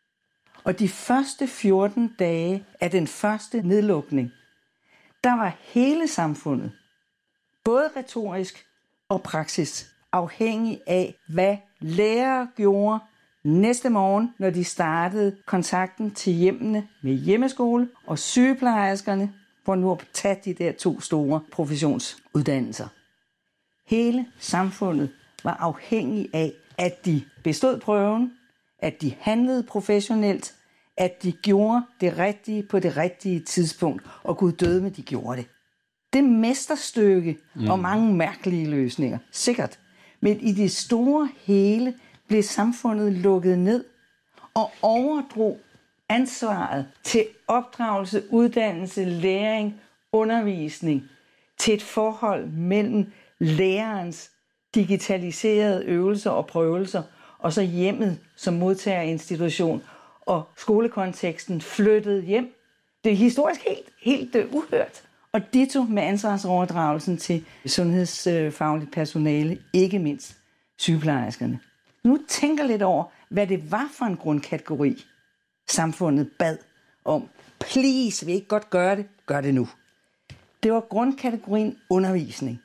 og de første fjorten dage af den første nedlukning, der var hele samfundet, både retorisk og praksis, afhængig af, hvad lærere gjorde næste morgen, når de startede kontakten til hjemmene med hjemmeskole, og sygeplejerskerne, for nu at tage de der to store professionsuddannelser. Hele samfundet var afhængig af, at de bestod prøven, at de handlede professionelt, at de gjorde det rigtige på det rigtige tidspunkt, og Gud døde med, de gjorde det. Det mesterstykke mm. og mange mærkelige løsninger, sikkert. Men i det store hele blev samfundet lukket ned og overdrog ansvaret til opdragelse, uddannelse, læring, undervisning, til et forhold mellem lærerens digitaliserede øvelser og prøvelser, og så hjemmet som modtagerinstitution, og skolekonteksten flyttede hjem. Det er historisk helt, helt uh, uhørt. Og ditto med ansvarsoverdragelsen til sundhedsfagligt personale, ikke mindst sygeplejerskerne. Nu tænker lidt over, hvad det var for en grundkategori, samfundet bad om. Please, vil I ikke godt gøre det? Gør det nu. Det var grundkategorien undervisning.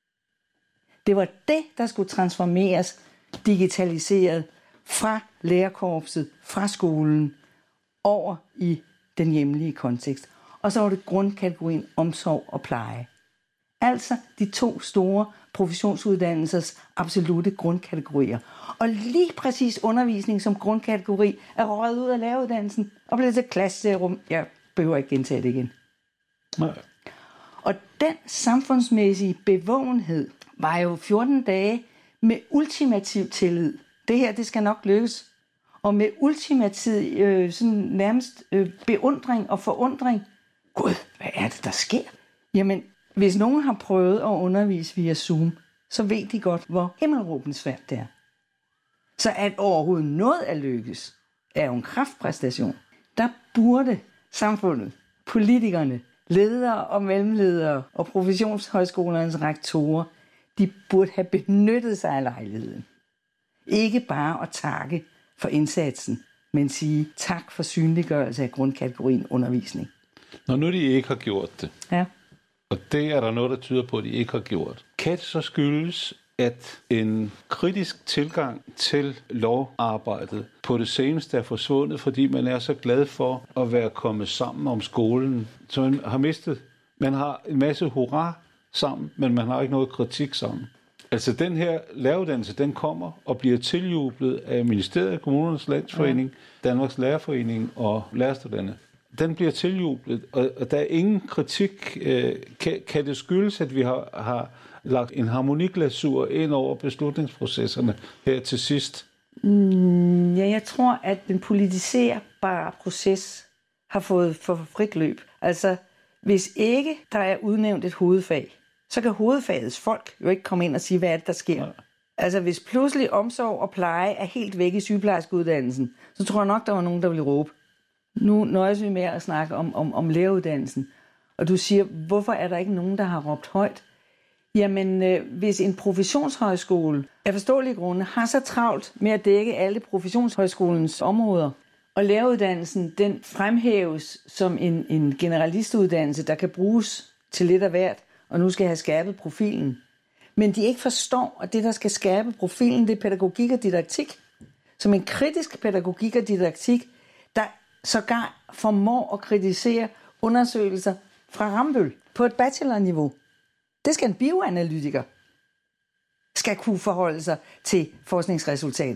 Det var det, der skulle transformeres digitaliseret fra lærerkorpset, fra skolen, over i den hjemlige kontekst. Og så var det grundkategorien omsorg og pleje. Altså de to store professionsuddannelsers absolute grundkategorier. Og lige præcis undervisning som grundkategori er røget ud af læreruddannelsen og blevet til klasserum. Jeg behøver ikke gentage det igen. Nej. Og den samfundsmæssige bevågenhed var jo fjorten dage med ultimativ tillid. Det her, det skal nok lykkes. Og med ultimativ øh, sådan nærmest øh, beundring og forundring. Gud, hvad er det, der sker? Jamen, hvis nogen har prøvet at undervise via Zoom, så ved de godt, hvor himmelråbende svært det er. Så at overhovedet noget at lykkes, er jo en kraftpræstation. Der burde samfundet, politikerne, ledere og mellemledere og professionshøjskolernes rektorer, de burde have benyttet sig af lejligheden. Ikke bare at takke for indsatsen, men sige tak for synliggørelse af grundkategorien undervisning. Når nu de ikke har gjort det, ja. og det er der noget, der tyder på, at de ikke har gjort, kan det så skyldes, at en kritisk tilgang til lovarbejdet på det seneste er forsvundet, fordi man er så glad for at være kommet sammen om skolen, så man har mistet. Man har en masse hurra sammen, men man har ikke noget kritik sammen. Altså den her læreruddannelse, den kommer og bliver tiljublet af Ministeriet, Kommunernes Landsforening, ja. Danmarks Lærerforening og lærerstuderende. Den bliver tiljublet, og, og der er ingen kritik. Øh, kan, kan det skyldes, at vi har, har lagt en harmoniklasur ind over beslutningsprocesserne her til sidst? Mm, ja, jeg tror, at den politiserbare proces har fået for frit løb. Altså, hvis ikke der er udnævnt et hovedfag, så kan hovedfagets folk jo ikke komme ind og sige, hvad er det, der sker. Ja. Altså, hvis pludselig omsorg og pleje er helt væk i sygeplejerskeuddannelsen, så tror jeg nok, der var nogen, der ville råbe. Nu nøjes vi med at snakke om, om, om læreruddannelsen. Og du siger, hvorfor er der ikke nogen, der har råbt højt? Jamen, øh, hvis en professionshøjskole af forståelige grunde har så travlt med at dække alle professionshøjskolens områder, og læreruddannelsen, den fremhæves som en, en generalistuddannelse, der kan bruges til lidt af hvert, og nu skal have skærpet profilen. Men de ikke forstår, at det, der skal skærpe profilen, det er pædagogik og didaktik. Som en kritisk pædagogik og didaktik, der sågar formår at kritisere undersøgelser fra Rambøll på et bachelorniveau. Det skal en bioanalytiker skal kunne forholde sig til forskningsresultater.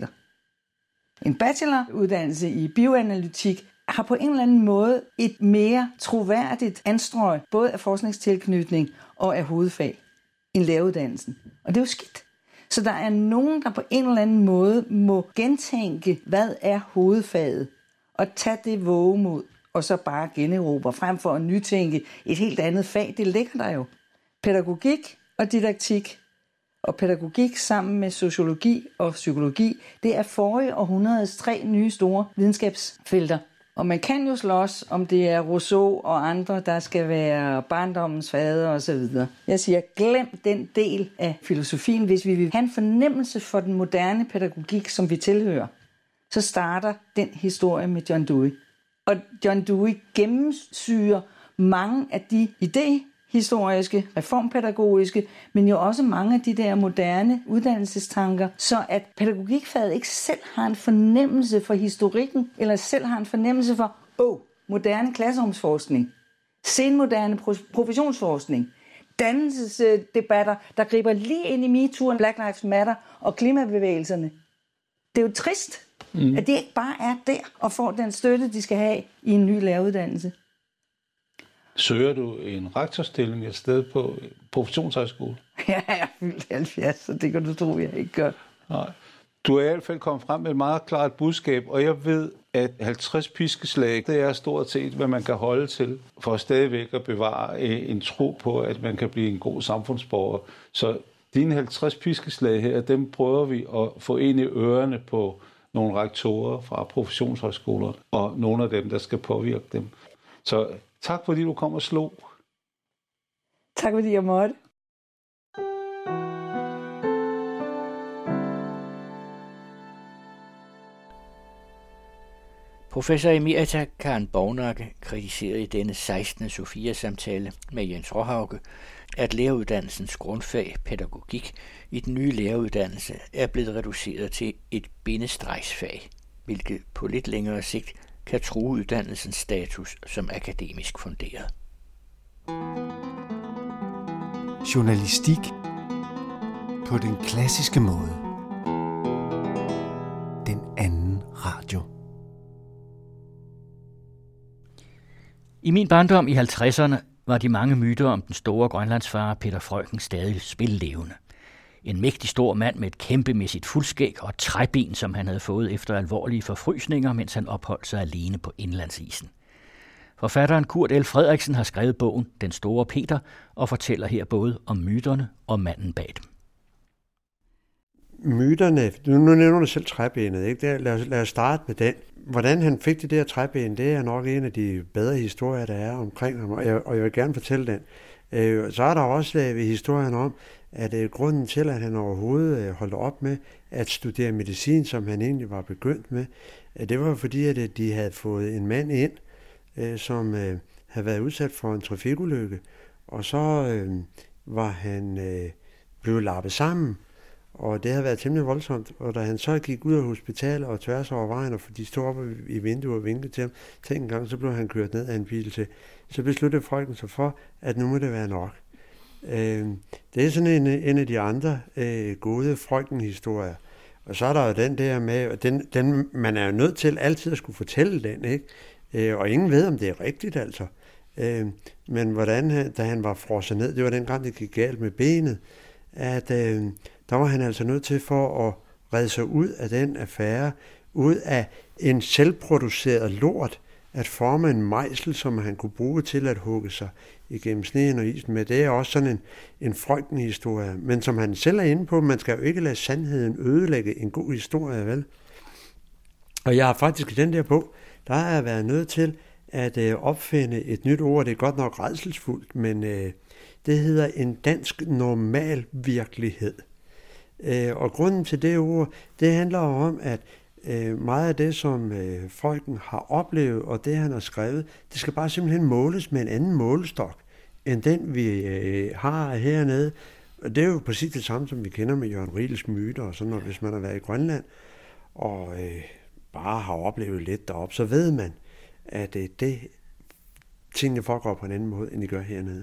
En bacheloruddannelse i bioanalytik har på en eller anden måde et mere troværdigt anstrøg, både af forskningstilknytning og af hovedfag, end læreruddannelsen. Og det er jo skidt. Så der er nogen, der på en eller anden måde må gentænke, hvad er hovedfaget, og tage det vågemod, og så bare generobre, frem for at nytænke et helt andet fag. Det ligger der jo. Pædagogik og didaktik, og pædagogik sammen med sociologi og psykologi, det er forrige århundredes tre nye store videnskabsfelter. Og man kan jo slås, om det er Rousseau og andre, der skal være barndommens fader osv. Jeg siger, glem den del af filosofien, hvis vi vil have en fornemmelse for den moderne pædagogik, som vi tilhører. Så starter den historie med John Dewey. Og John Dewey gennemsyrer mange af de idéhistoriske, reformpædagogiske, men jo også mange af de der moderne uddannelsestanker, så at pædagogikfaget ikke selv har en fornemmelse for historikken, eller selv har en fornemmelse for, åh, moderne klasserumsforskning, senmoderne professionsforskning, dannelsesdebatter, der griber lige ind i MeToo, Black Lives Matter og klimabevægelserne. Det er jo trist, mm. at de ikke bare er der og får den støtte, de skal have i en ny læreruddannelse. Søger du en rektorstilling et sted på professionshøjskole? Ja, jeg er fyldt halvfjerds, så det kan du tro, jeg ikke gør. Nej. Du er i hvert fald kommet frem med et meget klart budskab, og jeg ved, at halvtreds piskeslag, det er stort set, hvad man kan holde til, for stadigvæk at bevare en tro på, at man kan blive en god samfundsborger. Så dine halvtreds piskeslag her, dem prøver vi at få ind i ørerne på nogle rektorer fra professionshøjskoler, og nogle af dem, der skal påvirke dem. Så tak fordi du kom og slog. Tak fordi jeg måtte. Professor emerita Karen Bovnakke kritiserede i denne sekstende Sofia-samtale med Jens Råhauke, at læreruddannelsens grundfag, pædagogik, i den nye læreruddannelse er blevet reduceret til et bindestregsfag, hvilket på lidt længere sigt kan true uddannelsens status som akademisk funderet. Journalistik på den klassiske måde. Den anden radio. I min barndom i halvtredserne var de mange myter om den store grønlandsfarer Peter Freuchen stadig spillevende. En mægtig stor mand med et kæmpemæssigt fuldskæg og et træben, som han havde fået efter alvorlige forfrysninger, mens han opholdt sig alene på indlandsisen. Forfatteren Kurt L. Frederiksen har skrevet bogen Den Store Peter og fortæller her både om myterne og manden bag dem. Myterne, nu nævner du selv træbenet, ikke? Lad os, lad os starte med den. Hvordan han fik det der træben, det er nok en af de bedre historier, der er omkring ham, og jeg, og jeg vil gerne fortælle den. Så er der også historien om, at grunden til, at han overhovedet holdt op med at studere medicin, som han egentlig var begyndt med, det var fordi, at de havde fået en mand ind, som havde været udsat for en trafikulykke, og så var han blevet lappet sammen, og det havde været temmelig voldsomt, og da han så gik ud af hospitalet og tværs over vejen, og de stod oppe i vinduet og vinkede til ham, tænkte en gang, så blev han kørt ned af en bil til. Så besluttede Freuchen sig for, at nu må det være nok. Øh, det er sådan en, en af de andre øh, gode Freuchen-historier. Og så er der jo den der med, og den, den, man er jo nødt til altid at skulle fortælle den, ikke? Øh, og ingen ved, om det er rigtigt, altså. Øh, men hvordan han, da han var frosset ned, det var dengang, det gik galt med benet, at øh, der var han altså nødt til for at, redde sig ud af den affære, ud af en selvproduceret lort, at forme en mejsel, som han kunne bruge til at hugge sig igennem sneen og isen med. Det er også sådan en, en frygtenhistorie. Men som han selv er inde på, man skal jo ikke lade sandheden ødelægge en god historie, vel? Og jeg har faktisk i den der bog, der har jeg været nødt til at øh, opfinde et nyt ord. Det er godt nok rædselsfuldt, men øh, det hedder en dansk normal virkelighed. Øh, og grunden til det ord, det handler om, at øh, meget af det, som øh, Freuchen har oplevet, og det han har skrevet, det skal bare simpelthen måles med en anden målestok, end den vi øh, har hernede. Og det er jo præcis det samme, som vi kender med Jørgen Riels myter og sådan noget. Hvis man har været i Grønland og øh, bare har oplevet lidt deroppe, så ved man, at øh, det tingene foregår på en anden måde, end de gør hernede.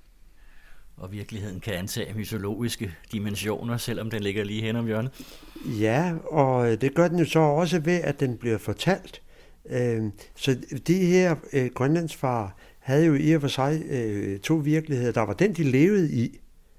Og virkeligheden kan antage mytologiske dimensioner, selvom den ligger lige hen om hjørnet. Ja, og det gør den jo så også ved, at den bliver fortalt. Så de her grønlandsfarer havde jo i og for sig to virkeligheder. Der var den, de levede i,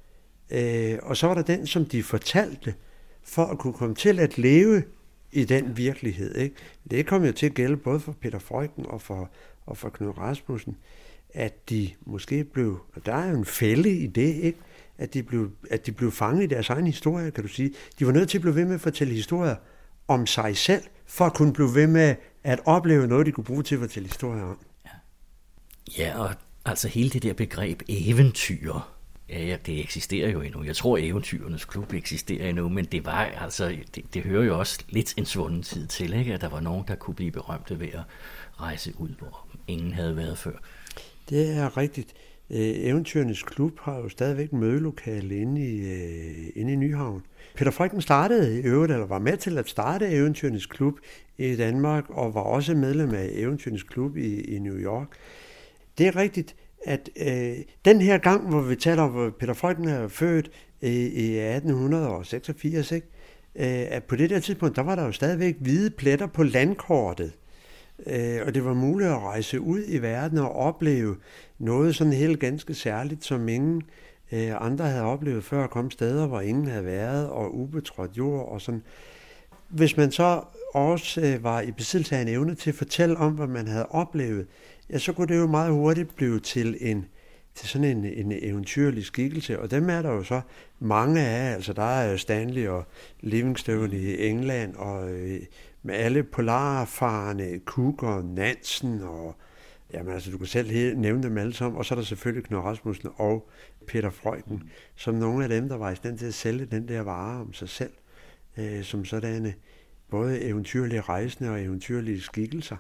og så var der den, som de fortalte, for at kunne komme til at leve i den virkelighed. Ikke? Det kom jo til at gælde både for Peter Freuchen og for, og for Knud Rasmussen, at de måske blev, og der er jo en fælde i det, ikke? At de blev, at de blev fanget i deres egen historie, kan du sige. De var nødt til at blive ved med at fortælle historier om sig selv, for at kunne blive ved med at opleve noget, de kunne bruge til at fortælle historier om. Ja, ja, og altså hele det der begreb eventyr, ja, det eksisterer jo endnu. Jeg tror, Eventyrernes Klub eksisterer endnu, men det var altså, det, det hører jo også lidt en svunden tid til, ikke? At der var nogen, der kunne blive berømte ved at rejse ud, hvor ingen havde været før. Det er rigtigt. Eventyrernes Klub har jo stadigvæk mødelokale inde i, inde i Nyhavn. Peter Freuchen startede i øvrigt, eller var med til at starte Eventyrernes Klub i Danmark, og var også medlem af Eventyrernes Klub i, i New York. Det er rigtigt, at øh, den her gang, hvor vi taler om, hvor Peter Freuchen er født i, i atten seksogfirs, ikke? Øh, at på det der tidspunkt, der var der jo stadigvæk hvide pletter på landkortet. Og det var muligt at rejse ud i verden og opleve noget sådan helt ganske særligt, som ingen andre havde oplevet før, at komme steder, hvor ingen havde været, og ubetrådt jord og sådan. Hvis man så også var i besiddelse af en evne til at fortælle om, hvad man havde oplevet, ja, så kunne det jo meget hurtigt blive til en til sådan en, en eventyrlig skikkelse, og dem er der jo så mange af, altså der er Stanley og Livingstone i England, og øh, med alle polarfarerne, Cook og Nansen, og jamen altså du kan selv nævne dem alle sammen, og så er der selvfølgelig Knud Rasmussen og Peter Freuchen, som nogle af dem, der var i stand til at sælge den der vare om sig selv, øh, som sådanne både eventyrlige rejsende og eventyrlige skikkelser.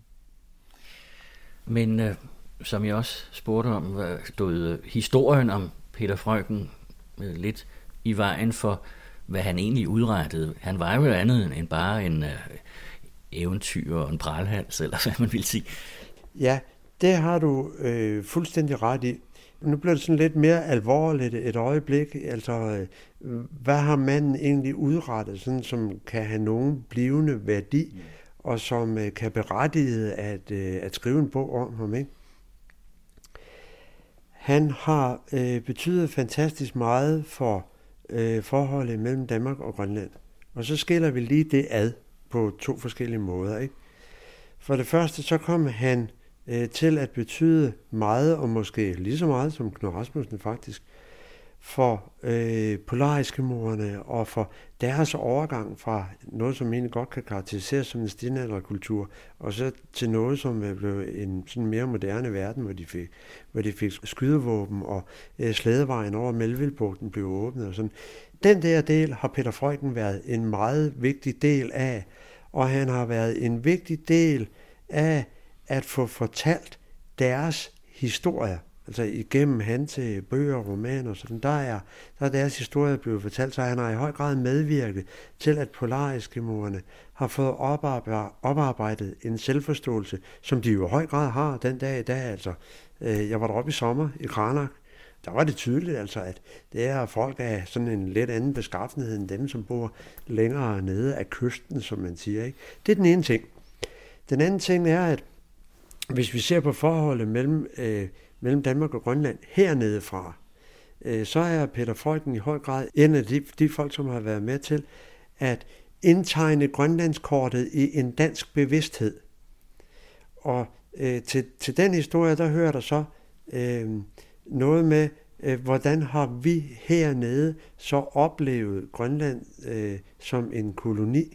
Men øh, som jeg også spurgte om, stod historien om Peter Freuchen øh, lidt i vejen for, hvad han egentlig udrettede. Han var jo andet end bare en øh, eventyr og en pralhals, eller hvad man vil sige. Ja, det har du øh, fuldstændig ret i. Nu bliver det sådan lidt mere alvorligt et øjeblik. Altså, øh, hvad har manden egentlig udrettet, sådan, som kan have nogen blivende værdi, mm. og som øh, kan berettige at, øh, at skrive en bog om ham, ikke? Han har øh, betydet fantastisk meget for øh, forholdet mellem Danmark og Grønland. Og så skiller vi lige det ad på to forskellige måder, ikke? For det første, så kom han øh, til at betyde meget, og måske lige så meget som Knud Rasmussen faktisk, for øh, polareskimoerne og for deres overgang fra noget, som egentlig godt kan karakteriseres som en stenalderkultur, og så til noget, som blev en sådan mere moderne verden, hvor de fik, hvor de fik skydevåben, og øh, slædevejen over Melvillebugten blev åbnet og sådan. Den der del har Peter Freuchen været en meget vigtig del af, og han har været en vigtig del af at få fortalt deres historier. Altså igennem hans bøger og romaner, så der er, der er deres historie blevet fortalt, så han har i høj grad medvirket til, at polareskimoerne har fået oparbejdet en selvforståelse, som de jo i høj grad har den dag i dag. Altså, jeg var deroppe i sommer i Qaanaaq, der var det tydeligt, altså, at det er folk af sådan en lidt anden beskaffenhed end dem, som bor længere nede af kysten, som man siger, ikke? Det er den ene ting. Den anden ting er, at hvis vi ser på forholdet mellem øh, mellem Danmark og Grønland hernede fra, øh, så er Peter Freuchen i høj grad en af de, de folk, som har været med til at indtegne Grønlandskortet i en dansk bevidsthed. Og øh, til, til den historie, der hører der så øh, noget med, øh, hvordan har vi hernede så oplevet Grønland øh, som en koloni.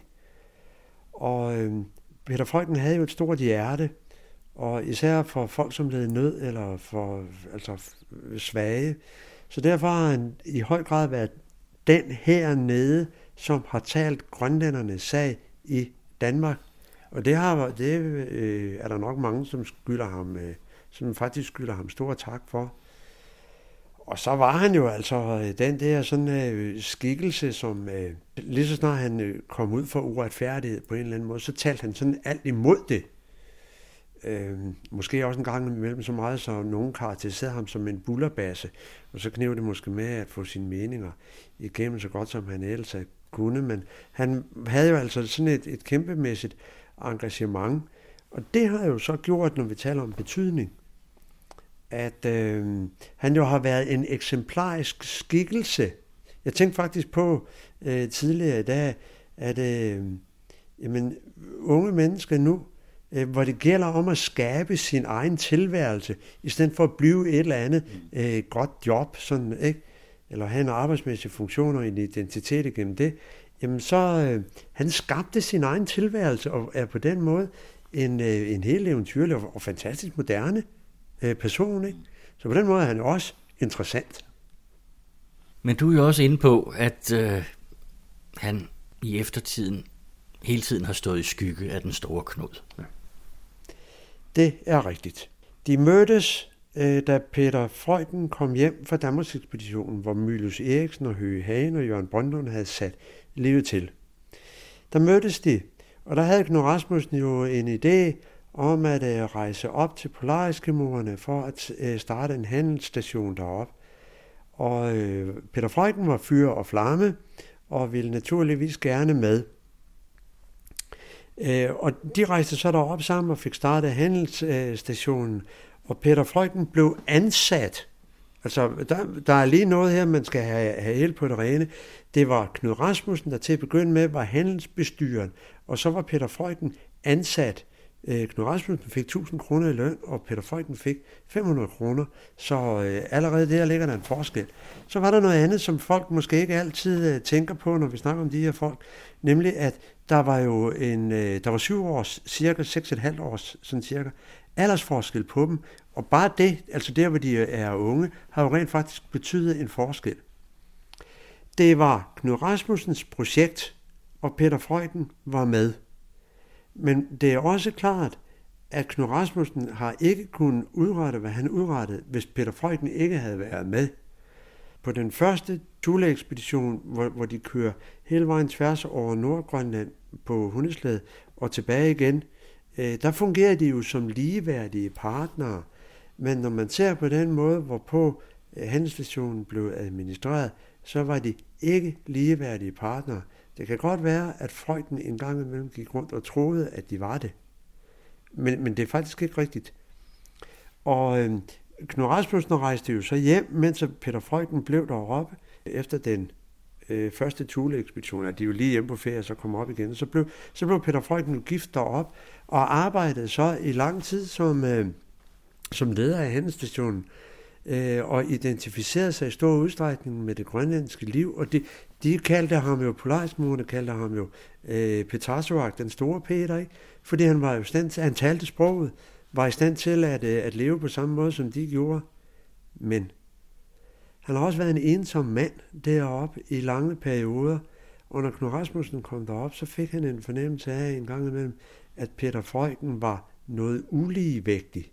Og øh, Peter Freuchen havde jo et stort hjerte, og især for folk, som led nød eller for altså svage. Så derfor har han i høj grad været den hernede, som har talt grønlændernes sag i Danmark. Og det, har, det øh, er der nok mange, som skylder ham, øh, som faktisk skylder ham stor tak for. Og så var han jo altså øh, den der sådan øh, skikkelse, som øh, lige så snart han øh, kom ud for uretfærdighed på en eller anden måde, så talte han sådan alt imod det. Øh, måske også en gang imellem så meget, så nogen karakteriserede ham som en bullerbasse, og så kneb det måske med at få sine meninger igennem så godt, som han ellers kunne, men han havde jo altså sådan et, et kæmpemæssigt engagement, og det har jo så gjort, når vi taler om betydning, at øh, han jo har været en eksemplarisk skikkelse. Jeg tænkte faktisk på øh, tidligere i dag, at øh, jamen, unge mennesker nu, øh, hvor det gælder om at skabe sin egen tilværelse, i stedet for at blive et eller andet øh, godt job, sådan, ikke? Eller have en arbejdsmæssig funktion og en identitet igennem det, jamen så øh, han skabte sin egen tilværelse og er på den måde en, øh, en helt eventyrlig og, og fantastisk moderne øh, person. Ikke? Så på den måde er han også interessant. Men du er jo også inde på, at øh, han i eftertiden hele tiden har stået i skygge af den store Knud. Ja. Det er rigtigt. De mødtes, øh, da Peter Freuchen kom hjem fra Danmarksekspeditionen, hvor Mylius Eriksen og Høge Hagen og Jørgen Brøndlund havde sat livet til. Der mødtes de, og der havde Knud Rasmussen jo en idé om at øh, rejse op til Polareskimoerne for at øh, starte en handelsstation deroppe. Og øh, Peter Freuchen var fyr og flamme, og ville naturligvis gerne med. Øh, og de rejste så derop sammen og fik startet handelsstationen, og Peter Freuchen blev ansat. Altså, der, der er lige noget her, man skal have, have helt på det rene. Det var Knud Rasmussen, der til at begynde med var handelsbestyreren, og så var Peter Freuchen ansat. Øh, Knud Rasmussen fik tusind kroner i løn, og Peter Freuchen fik fem hundrede kroner, så øh, allerede der ligger der en forskel. Så var der noget andet, som folk måske ikke altid øh, tænker på, når vi snakker om de her folk, nemlig at der var jo en, øh, der var syv års, cirka seks og et halvt års, sådan cirka, aldersforskel på dem, og bare det, altså der, hvor de er unge, har jo rent faktisk betydet en forskel. Det var Knud Rasmussens projekt, og Peter Freuchen var med. Men det er også klart, at Knud Rasmussen har ikke kunnet udrette, hvad han udrettede, hvis Peter Freuchen ikke havde været med. På den første Thule-ekspedition, hvor, hvor de kører hele vejen tværs over Nordgrønland på hundeslæde og tilbage igen, øh, der fungerer de jo som ligeværdige partnere. Men når man ser på den måde, hvorpå øh, handelsstationen blev administreret, så var de ikke ligeværdige partnere. Det kan godt være, at Freuchen en gang imellem gik rundt og troede, at de var det. Men, men det er faktisk ikke rigtigt. Og øh, Knud Rasmussen rejste jo så hjem, mens Peter Freuchen blev deroppe efter den øh, første Thule-ekspedition. De er jo lige hjemme på ferie, så kom op igen. Så blev, så blev Peter Freuchen gift deroppe og arbejdede så i lang tid som, øh, som leder af handelsstationen øh, og identificerede sig i stor udstrækning med det grønlandske liv. Og de, de kaldte ham jo, Polareskimoerne kaldte ham jo øh, Petasoak, den store Peter, ikke? Fordi han var jo stand til, han talte sproget, var i stand til at, at leve på samme måde, som de gjorde. Men han har også været en ensom mand deroppe i lange perioder. Og når Knud Rasmussen kom derop, så fik han en fornemmelse af en gang imellem, at Peter Freuchen var noget uligevægtig.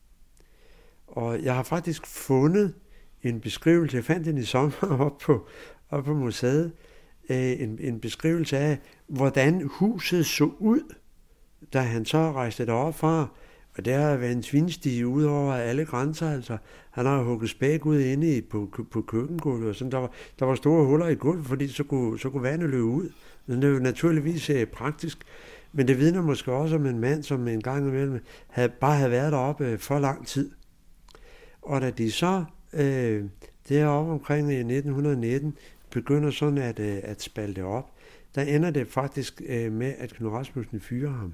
Og jeg har faktisk fundet en beskrivelse, jeg fandt den i sommer op på, op på museet, en, en beskrivelse af, hvordan huset så ud, da han så rejste derop fra. Og der har været en svinstige ud over alle grænser, altså. Han har hugget spæk ud inde i, på, på køkkengulvet, og sådan. Der var, der var store huller i gulvet, fordi så kunne, så kunne vandet løbe ud. Men det er jo naturligvis eh, praktisk. Men det vidner måske også om en mand, som en gang imellem havde, bare havde været deroppe for lang tid. Og da de så øh, deroppe omkring i nitten nitten begynder sådan at, at spalte op, der ender det faktisk med, at Knud Rasmussen fyrer ham.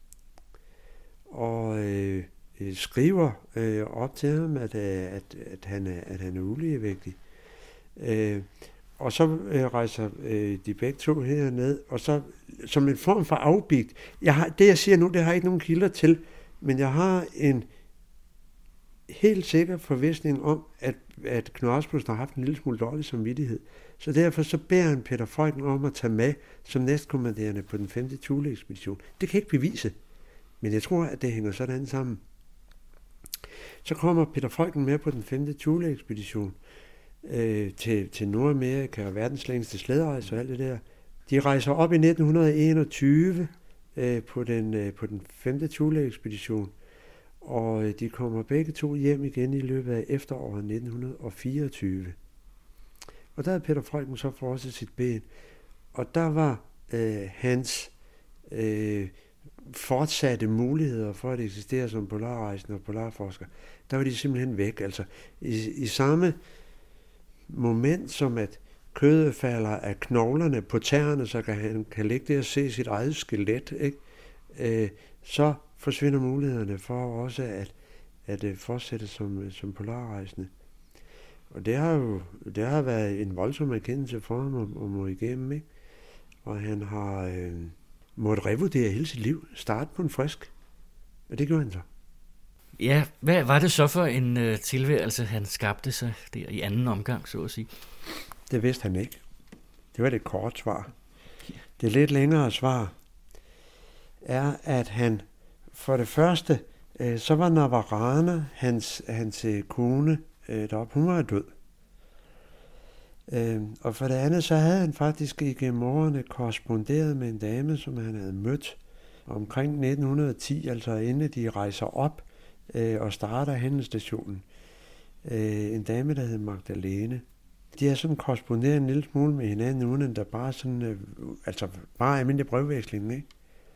Og øh, skriver øh, op til ham, at, at, at, han, er, at han er uligevægtig. Øh, og så øh, rejser øh, de begge to herned, og så som en form for afbigt. Jeg har, det jeg siger nu, det har jeg ikke nogen kilder til, men jeg har en helt sikker forvisning om, at, at Knud Rasmussen har haft en lille smule dårlig samvittighed. Så derfor så beder han Peter Freuchen om at tage med som næstkommanderende på den femte Thule-ekspedition. Det kan jeg ikke bevise, men jeg tror, at det hænger sådan sammen. Så kommer Peter Freuchen med på den femte Thule-ekspedition øh, til, til Nordamerika og verdens længste slæderejse og alt det der. De rejser op i nitten enogtyve øh, på, den, øh, på den femte Thule-ekspedition, og øh, de kommer begge to hjem igen i løbet af efteråret nitten fireogtyve. Og der havde Peter Freuchen så frosset sit ben, og der var øh, hans øh, fortsatte muligheder for at eksistere som polarrejsende og polarforsker, der var de simpelthen væk. Altså i, i samme moment som at kødet falder af knoglerne på tæerne, så kan han kan ligge der og se sit eget skelet, ikke? Øh, så forsvinder mulighederne for også at, at, at fortsætte som, som polarrejsende. Og det har jo det har været en voldsom erkendelse for ham at, at må igennem, ikke? Og han har øh, måttet revurdere hele sit liv, starte på en frisk, og det gjorde han så. Ja, hvad var det så for en øh, tilværelse, han skabte sig der i anden omgang, så at sige? Det vidste han ikke. Det var det kort svar. Det lidt længere svar er, at han for det første, øh, så var Navarana, hans, hans øh, kone, øh, deroppe, hun var død. Øh, og for det andet, så havde han faktisk igennem årene korresponderet med en dame, som han havde mødt omkring nitten ti, altså inden de rejser op øh, og starter handelsstationen. Øh, en dame, der hed Magdalene. De har sådan korresponderet en lille smule med hinanden, uden at der bare sådan, øh, altså bare almindelig brevveksling, ikke?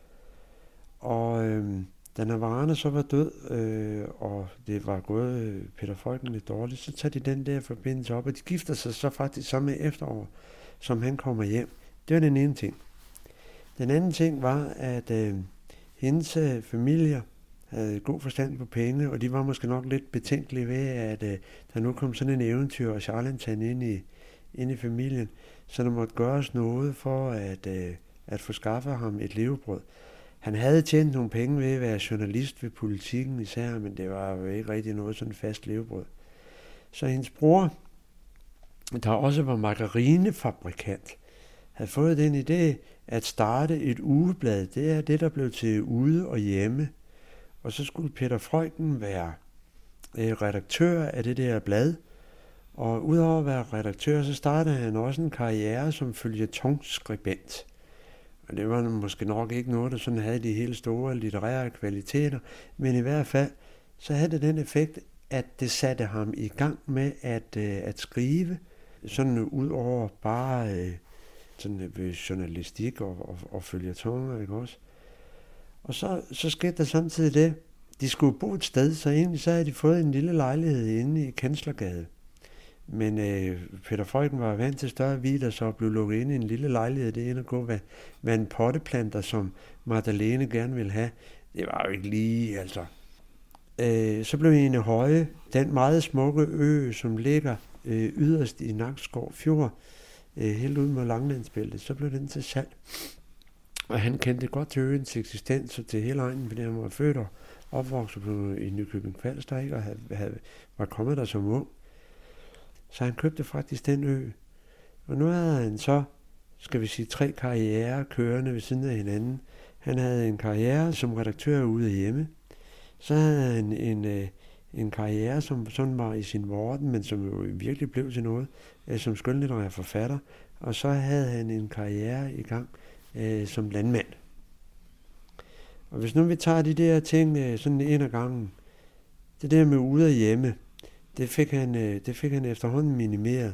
Og øh, da Navarana så var død, øh, og det var gået øh, Peter Freuchen lidt dårligt, så tager de den der forbindelse op, og de gifter sig så faktisk samme efterår, som han kommer hjem. Det var den ene ting. Den anden ting var, at øh, hendes øh, familier havde god forstand på penge, og de var måske nok lidt betænkelige ved, at øh, der nu kom sådan en eventyr og charlatan ind i, ind i familien, så der måtte gøres noget for at, øh, at få skaffet ham et levebrød. Han havde tjent nogle penge ved at være journalist ved Politikken især, men det var jo ikke rigtig noget sådan fast levebrød. Så hendes bror, der også var margarinefabrikant, havde fået den idé at starte et ugeblad. Det er det, der blev til Ude og Hjemme. Og så skulle Peter Freuchen være øh, redaktør af det der blad. Og udover at være redaktør, så startede han også en karriere som føljetonskribent. Og det var måske nok ikke noget, der sådan havde de helt store litterære kvaliteter, men i hvert fald, så havde det den effekt, at det satte ham i gang med at, øh, at skrive, sådan ud over bare øh, sådan, øh, journalistik og, og, og føljetoner, ikke også? Og så, så skete der samtidig det, de skulle bo et sted, så egentlig så havde de fået en lille lejlighed inde i Kanslergade. Men øh, Peter Freuchen var vant til større vidder, så blev lukket ind i en lille lejlighed. Det ene at gå, hvad, hvad en potteplanter, som Magdalene gerne ville have. Det var jo ikke lige, altså. Øh, så blev Ene Høje, den meget smukke ø, som ligger øh, yderst i Nakskov Fjord, øh, helt ude mod Langlandsbæltet, så blev den til salg. Og han kendte godt til øens eksistens og til hele egnen, fordi han var født og opvokset på, i Nykøbing Falster, ikke? Og havde, havde, var kommet der som ung. Så han købte faktisk den ø. Og nu havde han så, skal vi sige, tre karrierer kørende ved siden af hinanden. Han havde en karriere som redaktør ude hjemme. Så havde han en, en, en karriere, som sådan var i sin vorden, men som jo virkelig blev til noget, som skønlitterær forfatter. Og så havde han en karriere i gang øh, som landmand. Og hvis nu vi tager de der ting øh, sådan en af gangen, det der med ude og hjemme, Det fik, han, det fik han efterhånden minimeret.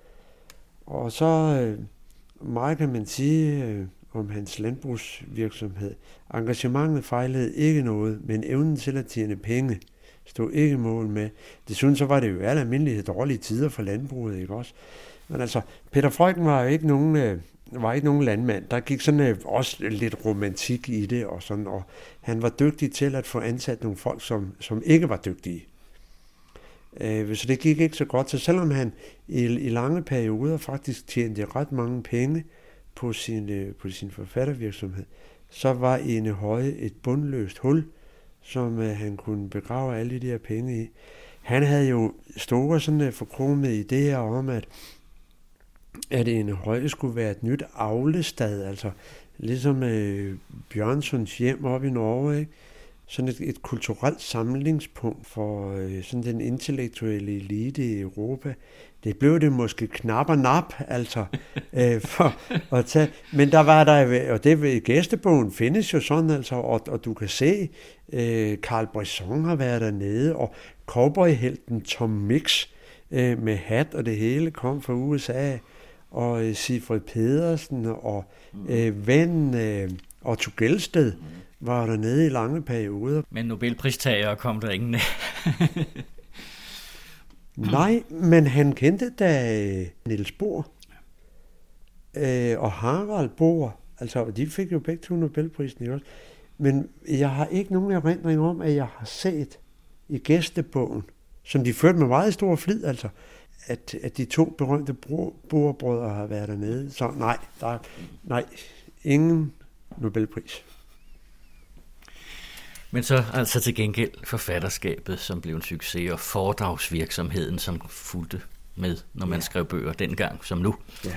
Og så øh, meget kan man sige øh, om hans landbrugsvirksomhed. Engagementet fejlede ikke noget, men evnen til at tjene penge stod ikke mål med. Desuden så var det jo alle almindelige dårlige tider for landbruget, ikke også? Men altså, Peter Freuchen var jo ikke nogen, øh, var ikke nogen landmand. Der gik sådan øh, også lidt romantik i det, og, sådan, og han var dygtig til at få ansat nogle folk, som, som ikke var dygtige. Øh, så det gik ikke så godt. Så selvom han i, i lange perioder faktisk tjente ret mange penge på sin, øh, på sin forfattervirksomhed, så var Ene Høje et bundløst hul, som øh, han kunne begrave alle de her penge i. Han havde jo store sådan forkromede idéer om, at, at Ene Høje skulle være et nyt avlestad, altså ligesom øh, Bjørnsons hjem op i Norge, ikke? Sådan et, et kulturelt samlingspunkt for øh, sådan den intellektuelle elite i Europa. Det blev det måske knap og nap, altså, øh, for at tage. Men der var der, og det ved gæstebogen findes jo sådan, altså, og, og du kan se, øh, Carl Brisson har været dernede, og cowboyhelten Tom Mix øh, med hat og det hele kom fra U S A, og øh, Sigfrid Pedersen og øh, ven øh, Otto Gelsted var dernede i lange perioder. Men Nobelpristager kom der ingen. Nej, men han kendte da Niels Bohr øh, og Harald Bohr. Altså, de fik jo begge to Nobelprisen, ikke også? Men jeg har ikke nogen erindring om, at jeg har set i gæstebogen, som de førte med meget stor flid, altså, at, at de to berømte Bohr-brødre har været dernede. Så nej, der er, nej, ingen Nobelpris. Men så altså til gengæld forfatterskabet, som blev en succes, og foredragsvirksomheden, som fulgte med, når man ja. skrev bøger dengang som nu. Ja.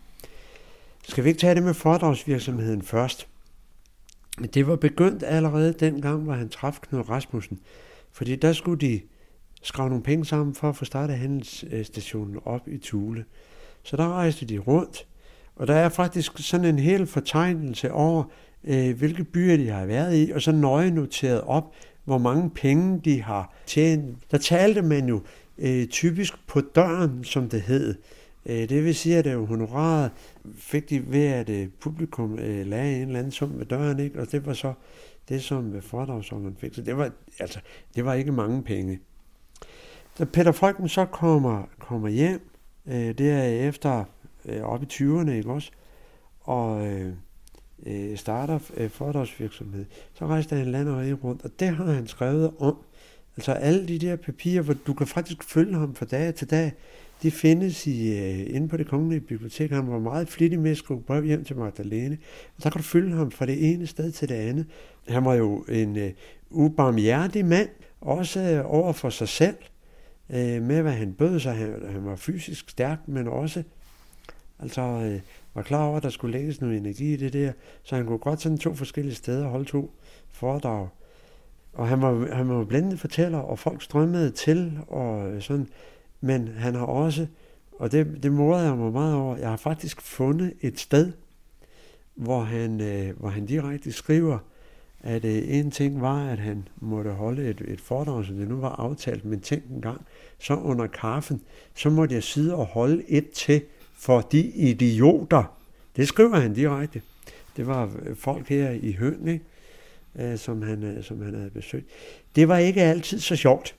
Skal vi ikke tage det med foredragsvirksomheden først? Det var begyndt allerede dengang, hvor han traf Knud Rasmussen. Fordi der skulle de skrave nogle penge sammen for at få startet handelsstationen op i Thule. Så der rejste de rundt, og der er faktisk sådan en hel fortegnelse over, øh, hvilke byer de har været i, og så nøje noteret op, hvor mange penge de har tjent. Der talte man jo øh, typisk på døren, som det hed. Øh, det vil sige, at det honoraret fik de ved, at øh, publikum øh, lagde en eller anden sum ved døren, ikke? Og det var så det, som foredragsholderen fik. Så det var, altså, det var ikke mange penge. Da Peter Freuchen så kommer, kommer hjem, øh, det er efter øh, op i tyverne, ikke også, og øh, øh, starter øh, foredragsvirksomhed, så rejste han land og rige rundt, og det har han skrevet om. Altså alle de der papirer, hvor du kan faktisk følge ham fra dag til dag, de findes i, øh, inde på Det Kongelige Bibliotek. Han var meget flittig med at skrive brev hjem til Magdalene, og så kan du følge ham fra det ene sted til det andet. Han var jo en øh, ubarmhjertig mand, også øh, over for sig selv, øh, med hvad han bød sig. Han, han var fysisk stærk, men også altså, øh, var klar over, at der skulle lægges noget energi i det der, så han kunne godt sådan to forskellige steder holde to foredrag. Og han var, han var blændende fortæller, og folk strømmede til, og sådan. Men han har også, og det, det morede jeg mig meget over, jeg har faktisk fundet et sted, hvor han, øh, hvor han direkte skriver, at øh, en ting var, at han måtte holde et, et foredrag, som det nu var aftalt, men tænk en gang, så under kaffen, så måtte jeg sidde og holde et til for de idioter. Det skriver han direkte. Det var folk her i Høng, ikke? Øh, som, han, øh, som han havde besøgt. Det var ikke altid så sjovt.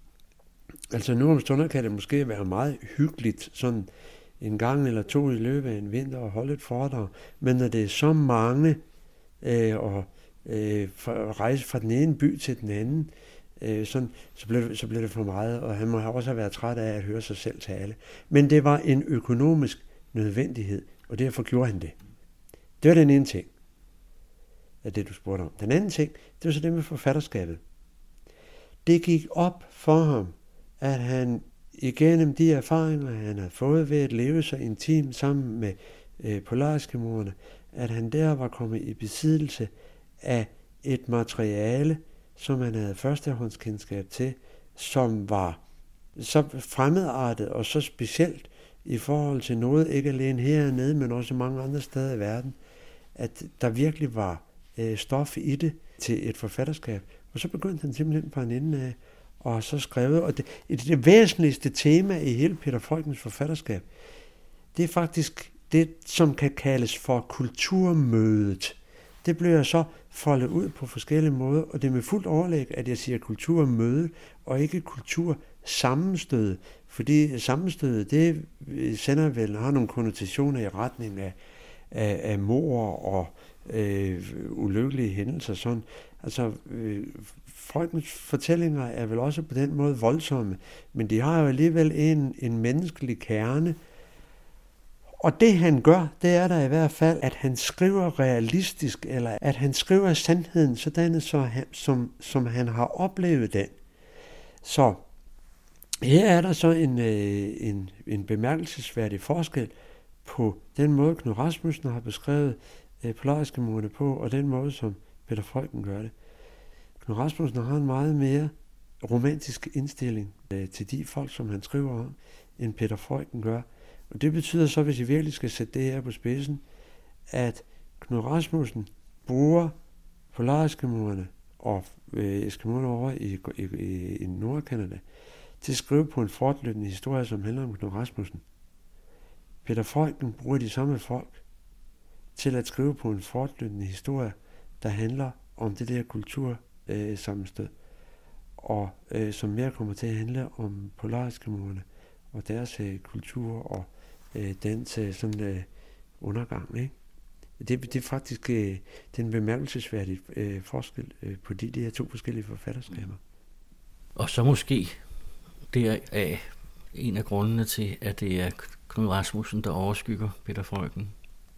Altså nu om stunder kan det måske være meget hyggeligt, sådan en gang eller to i løbet af en vinter at holde et foredrag, men når det er så mange, øh, og øh, for, rejse fra den ene by til den anden, øh, sådan, så, blev, så blev det for meget, og han må også have været træt af at høre sig selv tale. Men det var en økonomisk nødvendighed, og derfor gjorde han det. Det var den ene ting, af det du spurgte om. Den anden ting, det var så det med forfatterskabet. Det gik op for ham, at han igennem de erfaringer, han havde fået ved at leve så intimt sammen med øh, polareskimoerne, at han der var kommet i besiddelse af et materiale, som han havde førstehåndskendskab til, som var så fremmedartet og så specielt i forhold til noget, ikke alene hernede, men også mange andre steder i verden, at der virkelig var øh, stof i det til et forfatterskab. Og så begyndte han simpelthen fra en ende af, og så skrevet, og det, det væsentligste tema i hele Peter Freuchens forfatterskab, det er faktisk det, som kan kaldes for kulturmødet. det bliver så foldet ud på forskellige måder, og det er med fuldt overlæg, at jeg siger kulturmøde, og ikke kultursammenstød, fordi sammenstødet, det sender vel, har nogle konnotationer i retning af, af, af mord og øh, ulykkelige hændelser, sådan. Altså, øh, folkens fortællinger er vel også på den måde voldsomme, men de har jo alligevel en, en menneskelig kerne. Og det han gør, det er der i hvert fald, at han skriver realistisk, eller at han skriver sandheden sådan, så han, som, som han har oplevet den. Så her er der så en, øh, en, en bemærkelsesværdig forskel på den måde, Knud Rasmussen har beskrevet øh, polareskimoerne på, og den måde, som Peter Freuchen gør det. Knud Rasmussen har en meget mere romantisk indstilling øh, til de folk, som han skriver om, end Peter Freuchen gør. Og det betyder så, hvis I virkelig skal sætte det her på spidsen, at Knud Rasmussen bruger polareskimoerne og øh, eskimoerne over i, i, i, i Nordkanada til at skrive på en fortløbende historie, som handler om Knud Rasmussen. Peter Freuchen bruger de samme folk til at skrive på en fortløbende historie, der handler om det der kultursammenstød, øh, og øh, som mere kommer til at handle om polareskimoerne og deres øh, kultur og øh, dens øh, sådan øh, undergang, ikke? Det, det er faktisk øh, den bemærkelsesværdige øh, forskel øh, på de, de her to forskellige forfatterskaber. Og så måske det er en af grundene til, at det er Knud Rasmussen, der overskygger Peter Freuchen.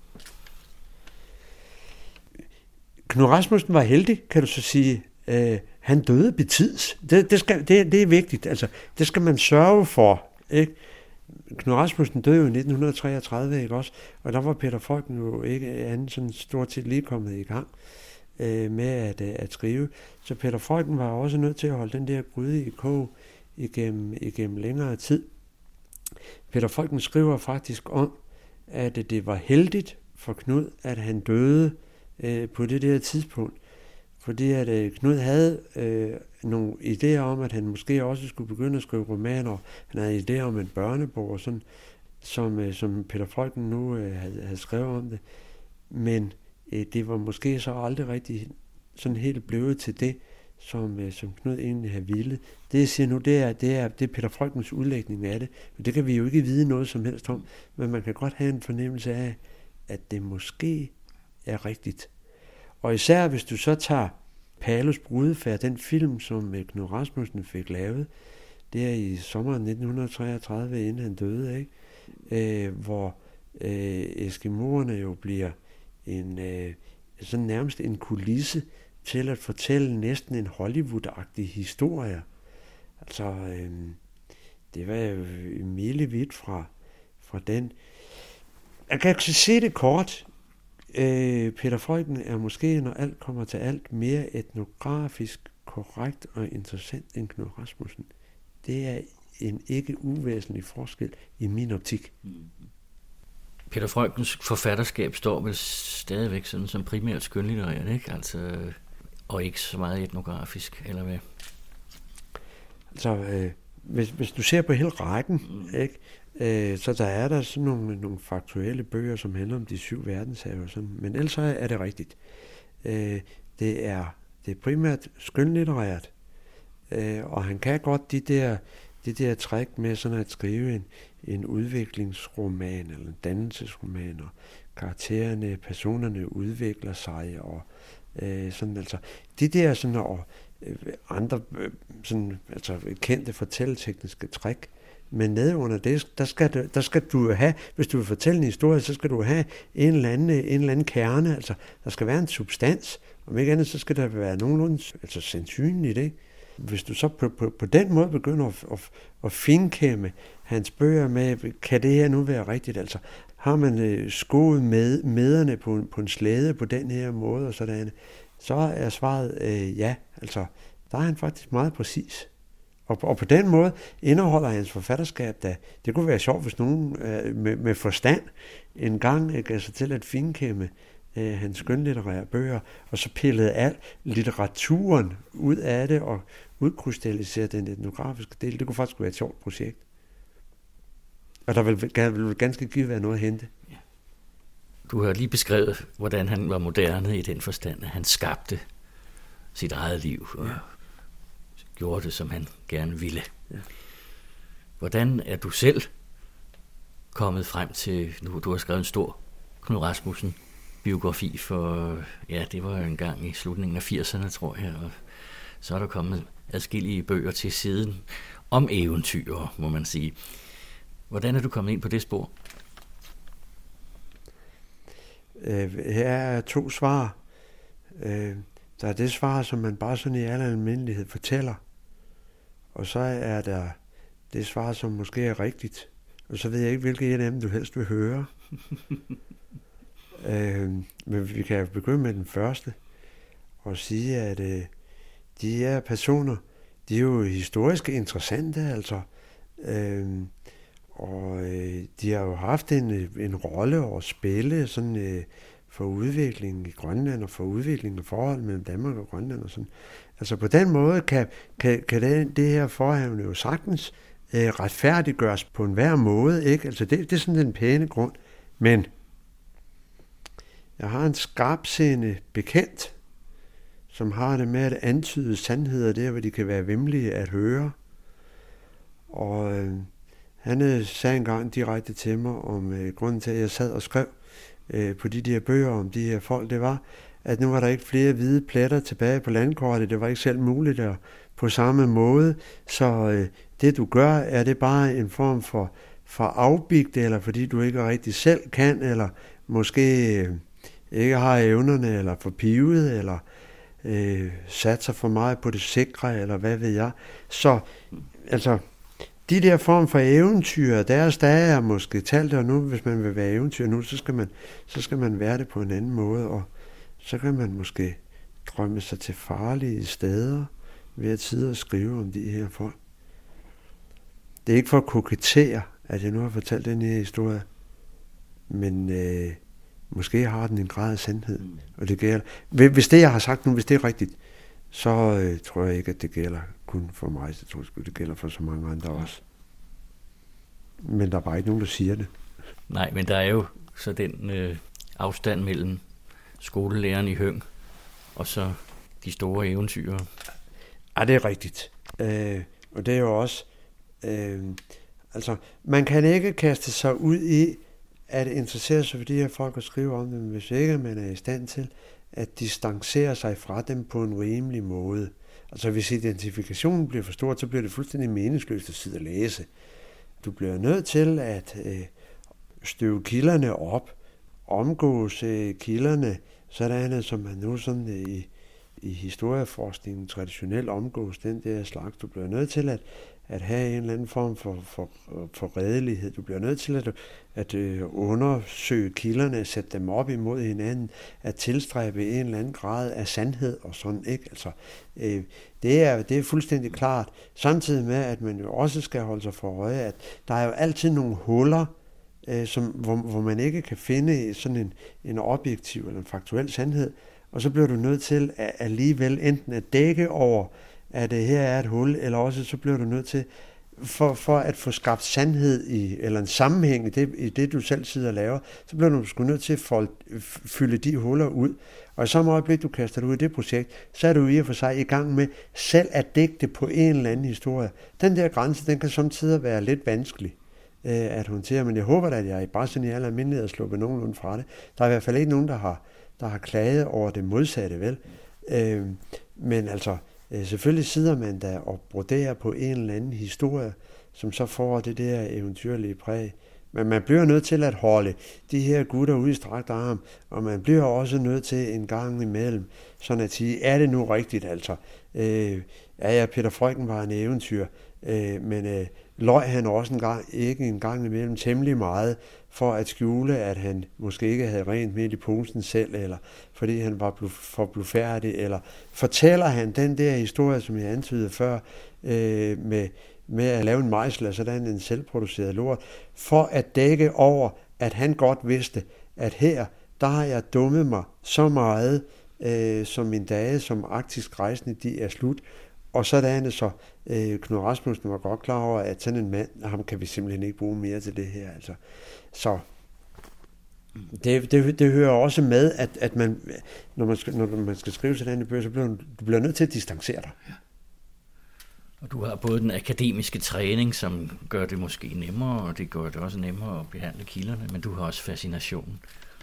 Knud Rasmussen var heldig, kan du så sige. Øh, han døde betids. Det, det, skal, det, det er vigtigt. Altså, det skal man sørge for, ikke? Knud Rasmussen døde jo i nitten treogtredive, ikke også? Og der var Peter Freuchen jo ikke anden sådan stort set lige kommet i gang øh, med at, at skrive. Så Peter Freuchen var også nødt til at holde den der gryde i kog igennem, igennem længere tid. Peter Freuchen skriver faktisk om, at det var heldigt for Knud, at han døde øh, på det der tidspunkt. Fordi at øh, Knud havde øh, nogle idéer om, at han måske også skulle begynde at skrive romaner. Han havde idéer om en børnebog, sådan, som, øh, som Peter Freuchen nu øh, havde, havde skrevet om det. Men øh, det var måske så aldrig rigtig sådan helt blevet til det, som, øh, som Knud egentlig havde ville. Det jeg siger nu, det er, det er, det er Peter Freuchens udlægning af det. Men det kan vi jo ikke vide noget som helst om. Men man kan godt have en fornemmelse af, at det måske er rigtigt. Og især hvis du så tager Palos brudefærd, den film, som Knud Rasmussen fik lavet, det er i sommeren nitten treogtredive, inden han døde, ikke? Øh, hvor øh, eskimoerne jo bliver en, øh, sådan nærmest en kulisse til at fortælle næsten en Hollywood-agtig historie. Altså, øh, det var jo milevidt fra, fra den. Jeg kan ikke se det kort. Øh, Peter Freuchen er måske, når alt kommer til alt, mere etnografisk korrekt og interessant end Knud Rasmussen. Det er en ikke uvæsentlig forskel i min optik. Peter Freuchens forfatterskab står vel stadigvæk sådan som primært skønlitterært, ikke? Altså, og ikke så meget etnografisk, eller hvad? Altså, øh, hvis, hvis du ser på hele rækken, mm. ikke? Øh, så der er der sådan nogle, nogle faktuelle bøger, som handler om de syv verdenshave og sådan. Men ellers er det rigtigt. Øh, det, er, det er primært skønlitterært, øh, og han kan godt de der, de der træk med sådan at skrive en, en udviklingsroman eller en dannelsesroman, og karaktererne, personerne udvikler sig, og øh, sådan altså. De der sådan, og øh, andre øh, sådan, altså kendte fortælletekniske træk. Men nede under det, der skal, du, der skal du have, hvis du vil fortælle en historie, så skal du have en eller anden, en eller anden kerne, altså der skal være en substans, om ikke andet, så skal der være nogenlunde altså sandsynligt, ikke? Hvis du så på, på, på den måde begynder at, at, at finkæmme hans bøger med, kan det her nu være rigtigt, altså har man øh, skoet med mederne på, på en slæde på den her måde og sådan, så er svaret øh, ja, altså der er han faktisk meget præcis. Og, og på den måde indeholder hans forfatterskab, da det kunne være sjovt, hvis nogen øh, med, med forstand en gang gav sig til at finkæmme øh, hans skønlitterære bøger, og så pillede al litteraturen ud af det og udkrystalliserede den etnografiske del. Det kunne faktisk være et sjovt projekt. Og der vil, vil ganske givet være noget at hente. Du har lige beskrevet, hvordan han var moderne i den forstand, at han skabte sit eget liv og ja. gjorde det, som han gerne ville. Ja. Hvordan er du selv kommet frem til, nu du har skrevet en stor Knud Rasmussen biografi for, ja, det var jo en gang i slutningen af firserne, tror jeg, og så er der kommet adskillige bøger til siden om eventyr, må man sige. Hvordan er du kommet ind på det spor? Øh, her er to svar. Øh, der er det svar, som man bare sådan i al almindelighed fortæller. Og så er der det svar, som måske er rigtigt. Og så ved jeg ikke, hvilket en af dem du helst vil høre. øh, men vi kan begynde med den første. Og sige, at øh, de her personer, de er jo historisk interessante, altså. Øh, og øh, de har jo haft en, en rolle at spille sådan, øh, for udviklingen i Grønland og for udviklingen af forhold mellem Danmark og Grønland og sådan. Altså på den måde kan, kan, kan det, det her forhavne jo sagtens øh, retfærdiggøres på enhver måde, ikke? Altså det, det er sådan den pæne grund. Men jeg har en skarpseende bekendt, som har det med at antyde sandheder der, hvor de kan være vemmelige at høre. Og øh, han sagde engang direkte til mig om øh, grunden til, at jeg sad og skrev øh, på de der bøger om de her folk, det var, at nu var der ikke flere hvide pletter tilbage på landkortet. Det var ikke selv muligt at, på samme måde. Så øh, det du gør, er det bare en form for, for afbigte, eller fordi du ikke rigtig selv kan, eller måske øh, ikke har evnerne, eller for pivet, eller øh, satser for meget på det sikre, eller hvad ved jeg. Så altså, de der form for eventyr, deres dage er måske talt, og nu, hvis man vil være eventyr nu, så skal man, så skal man være det på en anden måde, og så kan man måske drømme sig til farlige steder ved at sidde og skrive om de her folk. Det er ikke for at kokettere, at jeg nu har fortalt den her historie, men øh, måske har den en grad af sandhed, mm. og det gælder. Hvis det, jeg har sagt nu, hvis det er rigtigt, så øh, tror jeg ikke, at det gælder kun for mig, så tror jeg, det gælder for så mange andre også. Men der er bare ikke nogen, der siger det. Nej, men der er jo så den øh, afstand mellem skolelæreren i Høng og så de store eventyr. Ja, det er rigtigt. Øh, og det er jo også, øh, altså, man kan ikke kaste sig ud i at interessere sig for de her folk og skrive om dem, hvis ikke man er i stand til at distancere sig fra dem på en rimelig måde. Altså hvis identifikationen bliver for stor, så bliver det fuldstændig meningsløst at sidde og læse. Du bliver nødt til at øh, støve kilderne op, omgås øh, kilderne, sådan som man nu sådan øh, i, i historieforskningen traditionelt omgås den der slags. Du bliver nødt til at, at have en eller anden form for, for, for redelighed. Du bliver nødt til at, at øh, undersøge kilderne, sætte dem op imod hinanden, at tilstræbe en eller anden grad af sandhed og sådan, ikke? Altså, øh, det, er, det er fuldstændig klart. Samtidig med, at man jo også skal holde sig for øje, at der er jo altid nogle huller, øh, som, hvor, hvor man ikke kan finde sådan en, en objektiv eller en faktuel sandhed, og så bliver du nødt til at alligevel enten at dække over, at det her er et hul, eller også så bliver du nødt til, for, for at få skabt sandhed i, eller en sammenhæng i det, i det, du selv sidder og laver, så bliver du sgu nødt til at folde, fylde de huller ud. Og i samme øjeblik, du kaster dig ud i det projekt, så er du i og for sig i gang med selv at digte på en eller anden historie. Den der grænse, den kan samtidig være lidt vanskelig øh, at håndtere, men jeg håber da, at jeg bare sådan i al almindelighed er sluppet nogenlunde fra det. Der er i hvert fald ikke nogen, der har, der har klaget over det modsatte, vel? Øh, men altså, selvfølgelig sidder man der og broderer på en eller anden historie, som så får det der eventyrlige præg. Men man bliver nødt til at holde de her gutter ud i strakt arm, og man bliver også nødt til en gang imellem, sådan at sige, er det nu rigtigt altså? Øh, ja, ja, Peter Freuchen var en eventyr, øh, men øh, løg han også en gang, ikke en gang imellem temmelig meget, for at skjule, at han måske ikke havde rent midt i posen selv, eller fordi han var for blufærdig, eller fortæller han den der historie, som jeg antydede før, øh, med, med at lave en mejsel af sådan en selvproduceret lort, for at dække over, at han godt vidste, at her, der har jeg dummet mig så meget, øh, som mine dage som arktisk rejsende, de er slut. Og sådan så øh, Knud Rasmussen var godt klar over, at sådan en mand, ham kan vi simpelthen ikke bruge mere til det her. Altså. Så Det, det, det hører også med, at, at man, når, man skal, når man skal skrive sådan en bøger, så bliver du bliver nødt til at distancere dig. Ja. Og du har både den akademiske træning, som gør det måske nemmere, og det gør det også nemmere at behandle kilderne, men du har også fascinationen.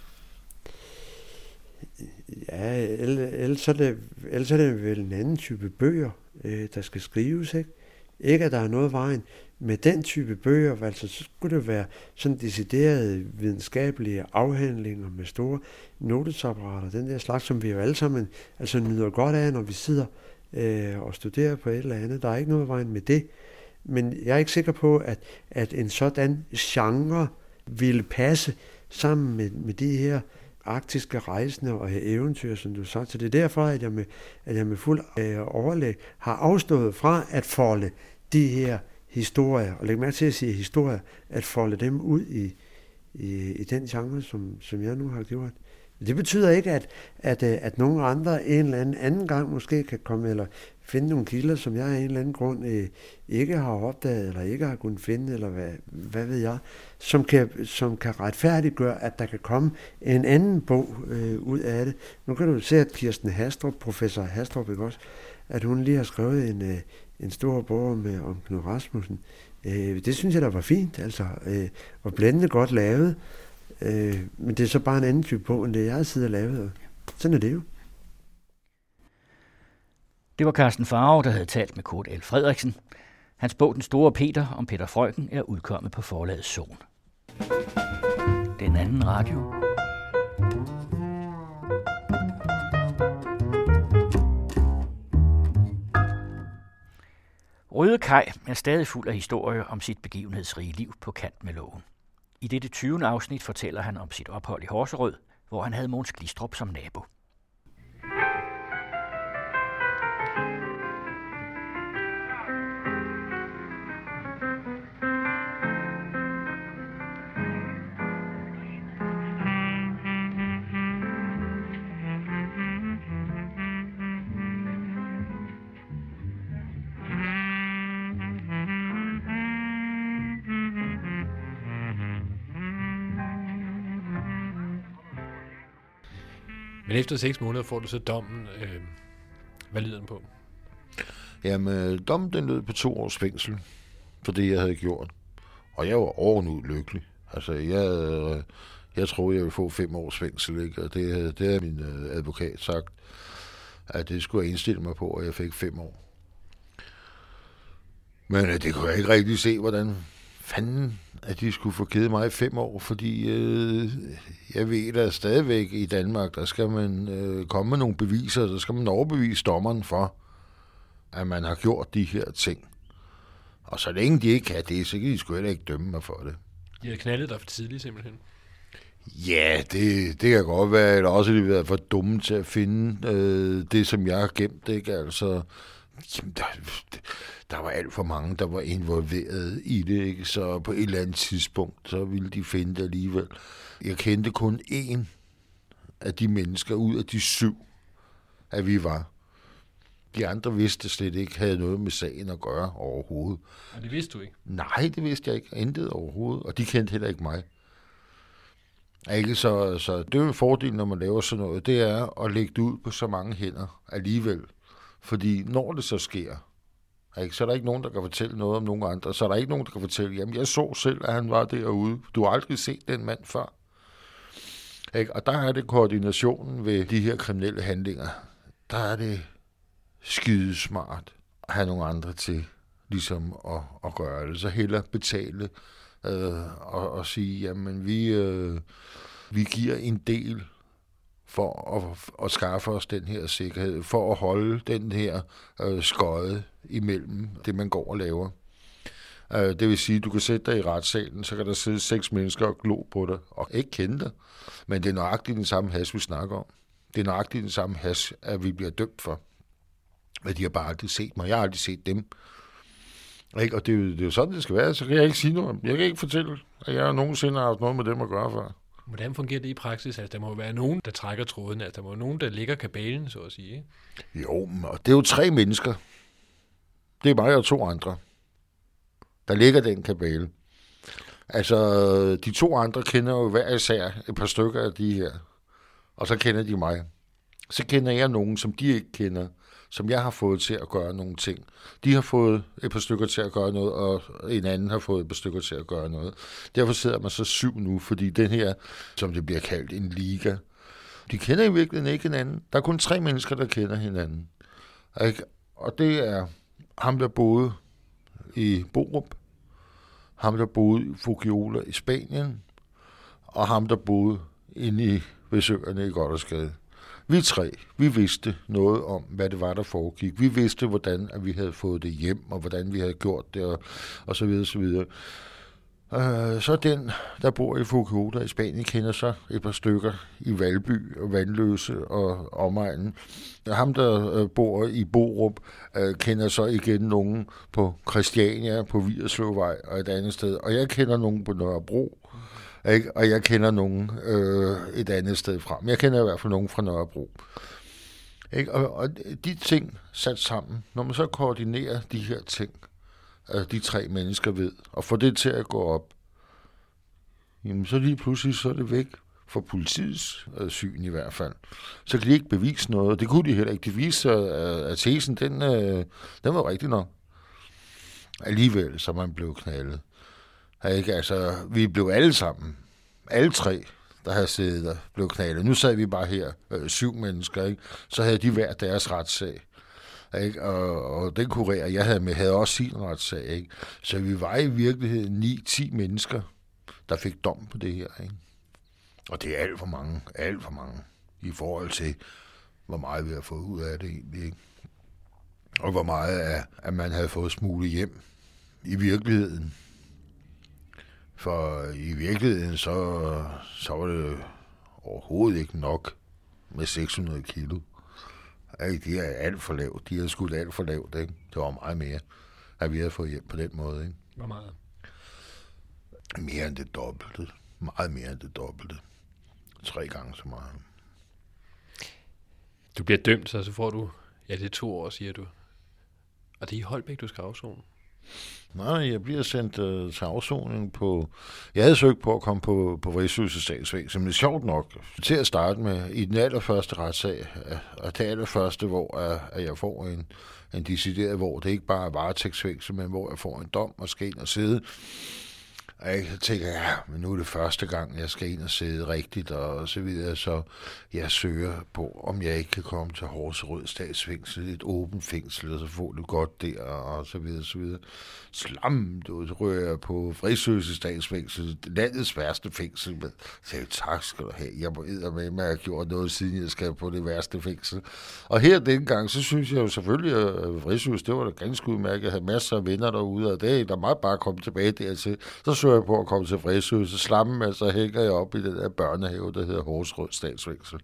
Ja, ellers er det, ellers er det vel en anden type bøger, øh, der skal skrives, ikke? Ikke at der er noget vejen med den type bøger, altså så skulle det være sådan deciderede videnskabelige afhandlinger med store notesapparater, den der slags, som vi jo alle sammen altså nyder godt af, når vi sidder øh, og studerer på et eller andet. Der er ikke noget vejen med det, men jeg er ikke sikker på, at, at en sådan genre ville passe sammen med, med de her arktiske rejsende og eventyr, som du sagde. Så det er derfor, at jeg med, at jeg med fuld øh, overlæg har afstået fra at folde de her historier, og læg mærke til at sige historier, at folde dem ud i, i, i den genre, som, som jeg nu har gjort. Det betyder ikke, at, at, at nogen andre en eller anden anden gang måske kan komme eller finde nogle kilder, som jeg af en eller anden grund øh, ikke har opdaget, eller ikke har kunnet finde, eller hvad, hvad ved jeg, som kan, som kan retfærdiggøre, at der kan komme en anden bog øh, ud af det. Nu kan du se, at Kirsten Hastrup, professor Hastrup, ikke også, at hun lige har skrevet en, øh, en stor bog om, øh, om Knud Rasmussen. Øh, det synes jeg, der var fint, altså, øh, og blændende godt lavet. Øh, men det er så bare en anden type bog, end det jeg har siddet og lavet. Sådan er det jo. Det var Carsten Farve, der havde talt med Kurt L. Frederiksen. Hans bog Den Store Peter om Peter Freuchen er udkommet på forlaget Sohn. Den anden radio. Røde Kaj er stadig fuld af historier om sit begivenhedsrige liv på kant med loven. I dette tyvende afsnit fortæller han om sit ophold i Horserød, hvor han havde Mogens Glistrup som nabo. Men efter seks måneder får du så dommen. Øh, hvad lyder den på? Jamen, dommen den lød på to års fængsel, for det, jeg havde gjort. Og jeg var ovenud lykkelig. Altså, jeg, jeg troede, jeg ville få fem års fængsel, ikke? Og det, det har min advokat sagt, at det skulle jeg indstille mig på, at jeg fik fem år. Men det kunne jeg ikke rigtig se, hvordan fanden, at de skulle få givet mig fem år, fordi øh, jeg ved, at stadigvæk i Danmark, der skal man øh, komme med nogle beviser, der skal man overbevise dommeren for, at man har gjort de her ting. Og så længe de ikke kan det, så kan de sgu heller ikke dømme mig for det. De har knaldet dig for tidligt, simpelthen? Ja, det, det kan godt være, eller også har de været for dumme til at finde øh, det, som jeg har gemt, ikke? Altså, jamen, der, der var alt for mange, der var involveret i det, ikke? Så på et eller andet tidspunkt, så ville de finde det alligevel. Jeg kendte kun én af de mennesker ud af de syv, at vi var. De andre vidste slet ikke, havde noget med sagen at gøre overhovedet. Og det vidste du ikke? Nej, det vidste jeg ikke. Intet overhovedet. Og de kendte heller ikke mig. Ikke? Så, så det er jo en fordel, når man laver sådan noget, det er at lægge det ud på så mange hænder alligevel. Fordi når det så sker, ikke, så er der ikke nogen, der kan fortælle noget om nogen andre. Så er der ikke nogen, der kan fortælle, jamen jeg så selv, at han var derude. Du har aldrig set den mand før. Ikke? Og der er det koordinationen ved de her kriminelle handlinger. Der er det skide smart at have nogle andre til ligesom at, at gøre det. Så hellere betale øh, og, og sige, jamen vi, øh, vi giver en del for at, at skaffe os den her sikkerhed, for at holde den her øh, skøje imellem det, man går og laver. Øh, det vil sige, at du kan sætte dig i retssalen, så kan der sidde seks mennesker og glo på dig, og ikke kende dig. Men det er nøjagtigt den samme hash, vi snakker om. Det er nøjagtigt den samme hash, at vi bliver dømt for. Men de har bare aldrig set mig. Jeg har aldrig set dem. Ikke? Og det er, jo, det er jo sådan, det skal være. Så kan jeg ikke sige noget. Jeg kan ikke fortælle, at jeg nogensinde har haft noget med dem at gøre før. Hvordan fungerer det i praksis? Altså, der må jo være nogen, der trækker tråden. Altså, der må være nogen, der lægger kabalen, så at sige. Ikke? Jo, og det er jo tre mennesker. Det er mig og to andre, der lægger den kabale. Altså, de to andre kender jo hver især et par stykker af de her. Og så kender de mig. Så kender jeg nogen, som de ikke kender, som jeg har fået til at gøre nogle ting. De har fået et par stykker til at gøre noget, og en anden har fået et par stykker til at gøre noget. Derfor sidder man så syv nu, fordi den her, som det bliver kaldt, en liga, de kender i virkeligheden ikke hinanden. Der er kun tre mennesker, der kender hinanden. Og det er ham, der boede i Borup, ham, der boede i Fukuoka i Spanien, og ham, der boede inde i ved søerne i Gothersgade. Vi tre, vi vidste noget om, hvad det var, der foregik. Vi vidste, hvordan at vi havde fået det hjem, og hvordan vi havde gjort det, og, og så videre, så videre. Uh, så den, der bor i Fukuoka i Spanien, kender så et par stykker i Valby og Vandløse og omegnen. Ham, der uh, bor i Borup, uh, kender så igen nogen på Christiania, på Vigerslevvej og et andet sted. Og jeg kender nogen på Nørrebro. Ikke? Og jeg kender nogen øh, et andet sted fra. Men jeg kender i hvert fald nogen fra Nørrebro. Ikke? Og, og de ting sat sammen, når man så koordinerer de her ting, øh, de tre mennesker ved, og får det til at gå op, jamen så lige pludselig så er det væk fra politiets øh, syn i hvert fald. Så kan de ikke bevise noget. Det kunne de heller ikke. De viste, øh, at tesen, den, øh, den var rigtig nok. Alligevel, så man blev knaldet. Ikke? Altså, vi blev alle sammen, alle tre, der havde siddet der, blev knaldet. Nu sad vi bare her, øh, syv mennesker, ikke? Så havde de hver deres retssag. Ikke? Og, og den kurér, jeg havde med, havde også sin retssag. Ikke? Så vi var i virkeligheden ni ti mennesker, der fik dom på det her. Ikke? Og det er alt for mange, alt for mange, i forhold til, hvor meget vi har fået ud af det egentlig. Ikke? Og hvor meget af, at man havde fået smuglet hjem i virkeligheden. For i virkeligheden, så, så var det overhovedet ikke nok med seks hundrede kilo. De er alt for lavt. De har skudt alt for lavt. Ikke? Det var meget mere, at vi havde fået hjem på den måde. Ikke? Hvor meget? Mere end det dobbelte. Meget mere end det dobbelte. Tre gange så meget. Du bliver dømt, så, så får du, ja, det er to år, siger du. Og det er i Holbæk, du skal afzone. Nej, jeg bliver sendt uh, til afsoning på... Jeg havde søgt på at komme på, på Vrishusets statsfængsel, men det er sjovt nok. Til at starte med, i den allerførste retssag, og det allerførste, hvor uh, at jeg får en, en decideret, hvor det ikke bare er varetægtsfængsel, men hvor jeg får en dom og skal ind og sidde. Og jeg tænker, ja, men nu er det første gang, jeg skal ind og sidde rigtigt, og så videre, så jeg søger på, om jeg ikke kan komme til Horserød statsfængsel, et åbent fængsel, og så få det godt der, og så videre, så videre. Slam, du rører jeg på Vrishusets statsfængsel, landets værste fængsel, men så jeg, tak skal du have, jeg må eddermame med at have gjort noget, siden jeg skal på det værste fængsel. Og her denne gang, så synes jeg jo selvfølgelig, at Vrishus, det var da ganske udmærket, jeg havde masser af venner derude, og det er der meget bare komme tilbage dertil. Så søger jeg på at komme til Vrishus, så slammen, og så hænger jeg op i den der børnehave, der hedder Horserød statsfængsel.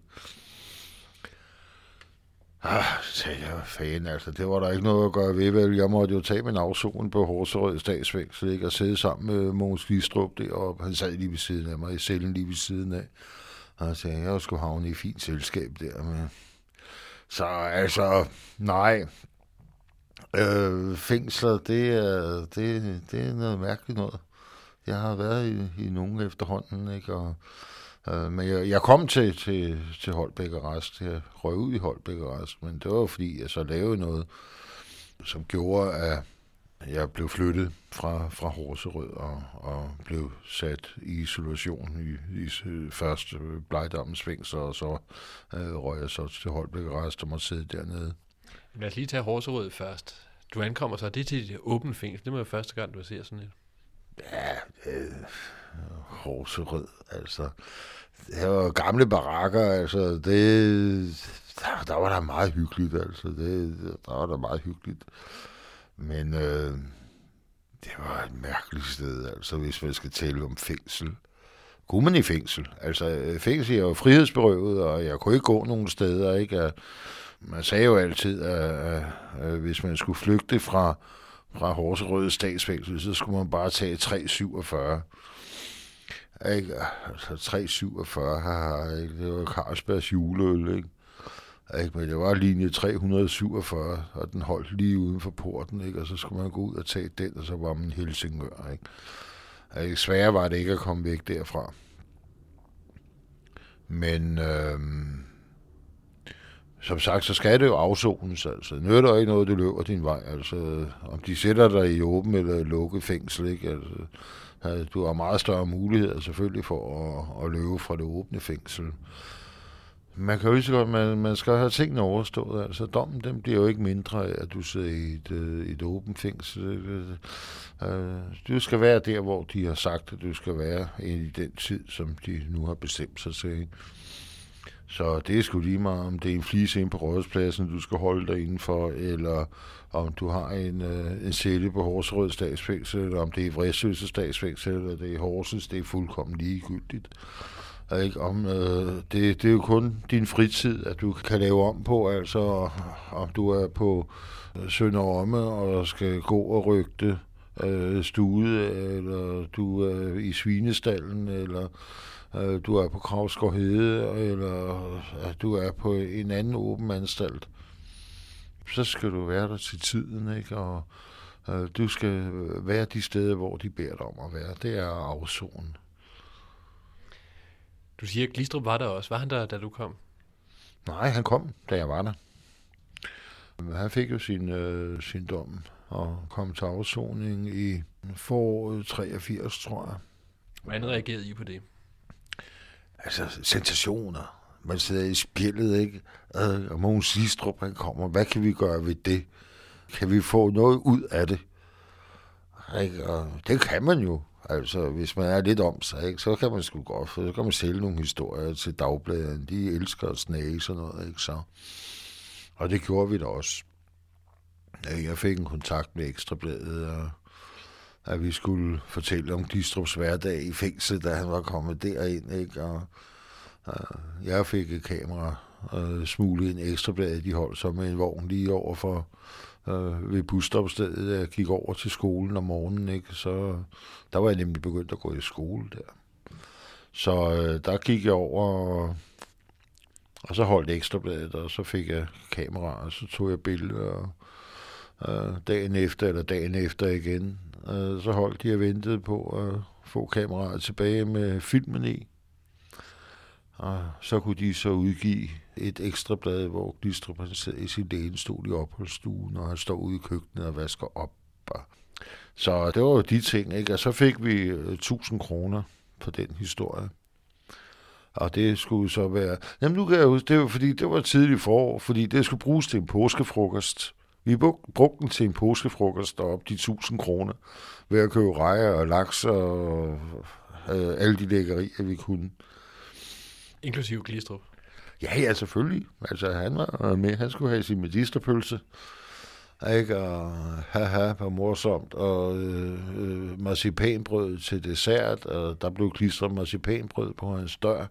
Ah, sagde jeg, fan, altså, det var der ikke noget at gøre ved, vel. Jeg måtte jo tage min afsoning på Horserød statsfængsel, ikke, og sidde sammen med Mogens Glistrup deroppe. Han sad lige ved siden af mig, i cellen lige ved siden af. Og jeg sagde, jeg skulle havne i fint selskab der. Men... Så altså, nej. Øh, fængsler, det er, det, det er noget mærkeligt noget. Jeg har været i, i nogen efterhånden, ikke, og Øh, men jeg, jeg kom til, til, til Holbæk Arrest. Jeg røg ud i Holbæk Arrest, men det var fordi, jeg så lavede noget, som gjorde, at jeg blev flyttet fra, fra Horserød og, og blev sat i isolation i, i først Blegdammens fængsel, og så øh, røg jeg så til Holbæk Arrest og måtte sidde dernede. Lad os lige tage Horserød først. Du ankommer så, det er til et åbent fængsel. Det må være første gang, du ser sådan et. Ja, øh, Horserød, altså. Det var gamle barakker, altså. Det, der, der var der meget hyggeligt, altså. Det, der var der meget hyggeligt. Men øh, det var et mærkeligt sted, altså, hvis man skal tale om fængsel. Kunne man i fængsel? Altså, fængsel er jo frihedsberøvet, og jeg kunne ikke gå nogen steder, ikke? Man sagde jo altid, at, at hvis man skulle flygte fra fra Horserød statsfængsel, så skulle man bare tage tre syvogfyrre. Ikke? Altså tre syvogfyrre, ikke? Det var Carlsbergs juleøl, ikke? Ikke? Men det var linje tre hundrede syvogfyrre, og den holdt lige uden for porten, ikke? Og så skulle man gå ud og tage den, og så var man Helsingør, ikke? Sværere var det ikke at komme væk derfra. Men øh, som sagt, så skal det jo afsones. Altså. Nu er der ikke noget, du løber din vej. Altså, om de sætter dig i åben eller lukket fængsel, ikke? Altså, du har meget større muligheder selvfølgelig for at, at løbe fra det åbne fængsel. Man kan jo ikke så godt, man, man skal have tingene overstået. Altså, dommen den bliver jo ikke mindre af, at du sidder i et, i et åbent fængsel. Du skal være der, hvor de har sagt, at du skal være i den tid, som de nu har bestemt sig til. Så det er sgu lige meget, om det er en flise ind på Rådhuspladsen, du skal holde dig indenfor, eller om du har en, en celle på Horserød Statsfængsel, eller om det er i Vræsøse Statsfængsel, eller det er i Horsens, det er fuldkommen ligegyldigt. Ikke? Om, øh, det, det er jo kun din fritid, at du kan lave om på, altså om du er på Sønder Omme og skal gå og rygte øh, stude, eller du er i Svinestallen, eller øh, du er på Kravsgård Hede, eller øh, du er på en anden åben anstalt. Så skal du være der til tiden, ikke? Og øh, du skal være de steder, hvor de beder dig om at være. Det er afsonen. Du siger, at Glistrup var der også. Var han der, da du kom? Nej, han kom, da jeg var der. Han fik jo sin, øh, sin dom og kom til afsoning i foråret treogfirs, tror jeg. Hvordan reagerede I på det? Altså, sensationer. Man sidder i spjældet, ikke? Øh, og Mogens Glistrup, han kommer. Hvad kan vi gøre ved det? Kan vi få noget ud af det? Ikke? Og det kan man jo. Altså, hvis man er lidt om sig, ikke, så kan man sgu godt, for så kan man sælge nogle historier til dagbladene. De elsker at snage sådan noget, ikke så? Og det gjorde vi da også. Jeg fik en kontakt med Ekstrabladet, og at vi skulle fortælle om Glistrups hverdag i fængsel, da han var kommet derind, ikke? Og, og jeg fik et kamera og smuglet en Ekstrabladet, de holdt så med en vogn lige over for øh, ved busstopstedet. Jeg gik over til skolen om morgenen, ikke? Så der var jeg nemlig begyndt at gå i skole der. Så øh, der gik jeg over, og, og så holdt Ekstrabladet, og så fik jeg kamera, og så tog jeg billeder, og øh, dagen efter, eller dagen efter igen, øh, så holdt de og ventede på at få kameraet tilbage med filmen i. Og så kunne de så udgive et Ekstrablad, hvor Glistrup sidder i sin lænestol i opholdsstuen, og han står ude i køkkenet og vasker op. Så det var jo de ting, ikke? Og så fik vi tusind kroner på den historie. Og det skulle så være... Jamen nu kan jeg huske, det var fordi, det var tidligt forår, fordi det skulle bruges til en påskefrokost. Vi brugte den til en påskefrokost op de tusind kroner ved at købe rejer og laks og øh, alle de lækkerier, vi kunne. Inklusive Glistrup? Ja, ja, selvfølgelig. Altså, han var med. Han skulle have sin medisterpølse. Ikke? Og haha, var morsomt. Og øh, marcipanbrød til dessert. Og der blev klistret marcipanbrød på hans dør.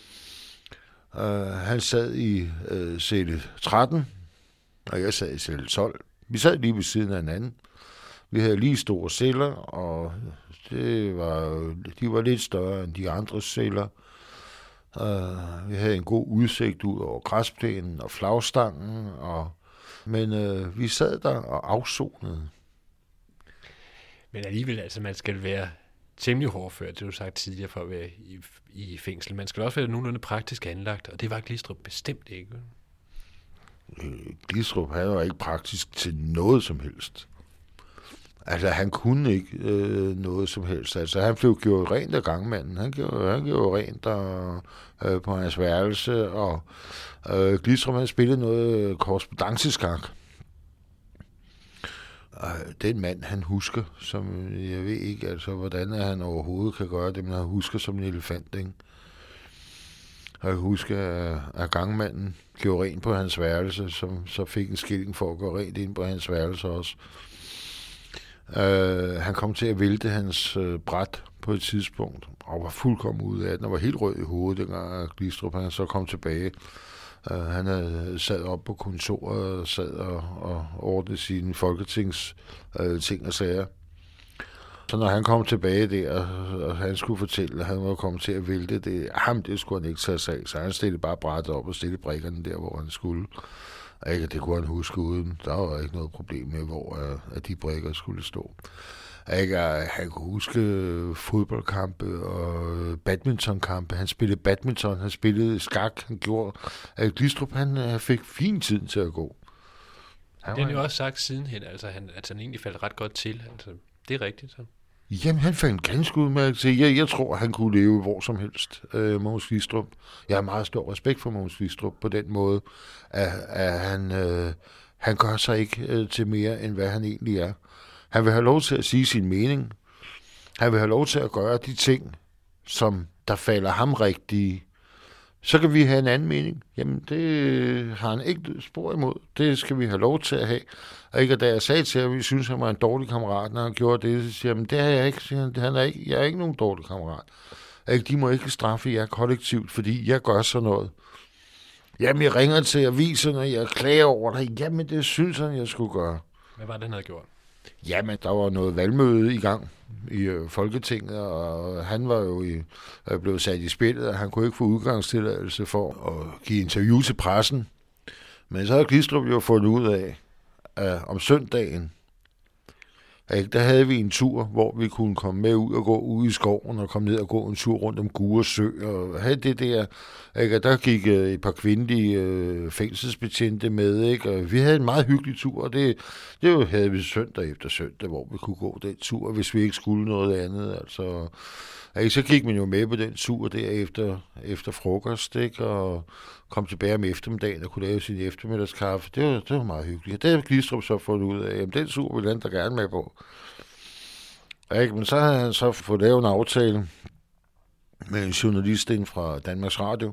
Uh, han sad i øh, celle tretten, og jeg sad i celle tolv. Vi sad lige ved siden af hinanden. Vi havde lige store celler, og det var, de var lidt større end de andre celler. Uh, vi havde en god udsigt ud over græsplænen og flagstangen, og, men uh, vi sad der og afsonede. Men alligevel, altså man skal være temmelig hårdført, det du sagt tidligere, for at være i, i fængsel. Man skal også være nogenlunde praktisk anlagt, og det var Glistrup bestemt ikke. Glistrup havde jo ikke praktisk til noget som helst. Altså, han kunne ikke øh, noget som helst. Altså, han blev gjort rent af gangmanden. Han gjorde, han gjorde rent der, øh, på hans værelse, og øh, Glistrup havde spillet noget korrespondanceskak. Og den mand, han husker, som jeg ved ikke, altså, hvordan han overhovedet kan gøre det, men han husker som en elefant, ikke? Og jeg husker, at, at gangmanden gjorde rent på hans værelse, som så fik en skilling for at gå rent ind på hans værelse også. Uh, han kom til at vælte hans uh, bræt på et tidspunkt, og var fuldkommen ude af den, og var helt rød i hovedet, dengang Glistrup han så kom tilbage. Uh, han havde sad op på kontoret og sad og, og ordnede sine folketings uh, ting og sager. Så når han kom tilbage der, og, og han skulle fortælle, at han var kommet til at vælte det, jamen, det skulle han ikke tage sig af, så han stillede bare brættet op og stillede brikkerne der, hvor han skulle. Ikke, det kunne han huske uden. Der var ikke noget problem med, hvor uh, at de brikker skulle stå. Ikke? Han kunne huske fodboldkampe og badmintonkampe. Han spillede badminton, han spillede skak, han gjorde. Glistrup, han fik fin tid til at gå. Han det har jo også sagt sidenhen, altså han, altså han egentlig faldt ret godt til. Altså, det er rigtigt, så. Jamen, han fandt ganske udmærket til. Jeg, jeg tror, han kunne leve hvor som helst, øh, Mogens Glistrup. Jeg har meget stor respekt for Mogens Glistrup på den måde, at, at han, øh, han gør sig ikke øh, til mere, end hvad han egentlig er. Han vil have lov til at sige sin mening. Han vil have lov til at gøre de ting, som der falder ham rigtige. Så kan vi have en anden mening. Jamen, det har han ikke spor imod. Det skal vi have lov til at have. Og ikke, og da jeg sagde til ham, at vi synes, han var en dårlig kammerat, når han gjorde det, så siger han, det har jeg ikke. Siger han, han er ikke. Jeg er ikke nogen dårlig kammerat. Ikke, de må ikke straffe jer kollektivt, fordi jeg gør sådan noget. Jamen, jeg ringer til aviserne, jeg klager over det. Jamen, det synes han, jeg skulle gøre. Hvad var det, han havde gjort? Jamen, der var noget valgmøde i gang i øh, Folketinget, og han var jo i, øh, blevet sat i spillet, og han kunne ikke få udgangstilladelse for at give interview til pressen. Men så havde Glistrup jo fundet ud af, at om søndagen, at der havde vi en tur, hvor vi kunne komme med ud og gå ud i skoven, og komme ned og gå en tur rundt om Gure Sø, og havde det der, ikke? Der gik et par kvindelige øh, fængselsbetjente med, ikke? Og vi havde en meget hyggelig tur, og det, det havde vi søndag efter søndag, hvor vi kunne gå den tur, hvis vi ikke skulle noget andet, altså. Ikke? Så gik man jo med på den tur der efter, efter frokost, ikke? Og kom tilbage om eftermiddagen og kunne lave sin eftermiddagskaffe. Det var, det var meget hyggeligt. Det har Glistrup så fået ud af. Jamen, den tur ville han da gerne med på. Ikke? Men så har han så fået lavet en aftale med en journalist ind fra Danmarks Radio.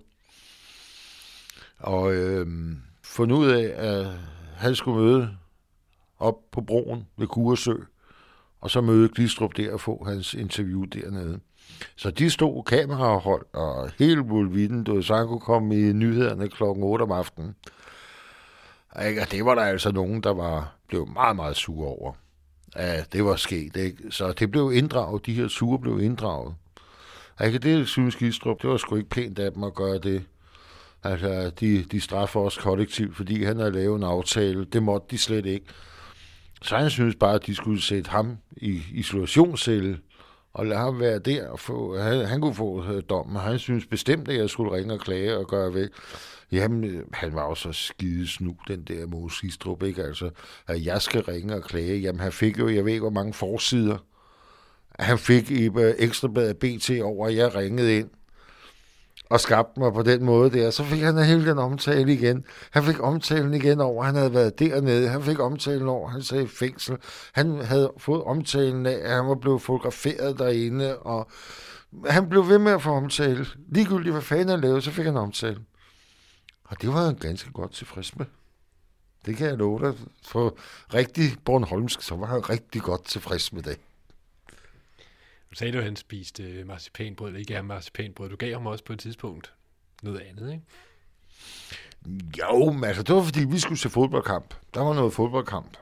Og øh, fundet ud af, at han skulle møde op på broen ved Gure Sø, og så møde Glistrup der og få hans interview dernede. Så de stod kamerahold og hele muligheden, så han kunne komme i nyhederne klokken otte om aftenen. Og det var der altså nogen, der var blev meget, meget sure over. Ja, det var sket, ikke? Så det blev inddraget, de her sure blev inddraget. Ikke? Det synes Glistrup, det var sgu ikke pænt af dem at gøre det. Altså, de, de straffer os kollektivt, fordi han har lavet en aftale. Det måtte de slet ikke. Så han synes bare, at de skulle sætte ham i isolationscelle, og lade ham være der, og få, han, han kunne få dommen, og han synes bestemt, at jeg skulle ringe og klage og gøre væk. Jamen, han var jo så skidesnu, den der Mogens Glistrup, ikke? Altså, at jeg skal ringe og klage. Jamen, han fik jo, jeg ved ikke, hvor mange forsider. Han fik i Ekstrabladet B T over, at jeg ringede ind og skabte mig på den måde der. Så fik han hele den omtale igen. Han fik omtalen igen over, han havde været dernede. Han fik omtalen over, han sagde fængsel. Han havde fået omtalen af, at han var blevet fotograferet derinde, og han blev ved med at få omtale. Ligegyldigt, hvad fanden han lavede, så fik han omtale. Og det var han ganske godt tilfreds med. Det kan jeg love dig. For rigtig bornholmsk, så var han rigtig godt tilfreds med det. Du sagde jo, at han spiste marcipanbrød, eller ikke er marcipanbrød. Du gav ham også på et tidspunkt noget andet, ikke? Jo, men altså, det var fordi, vi skulle se fodboldkamp. Der var noget fodboldkamp.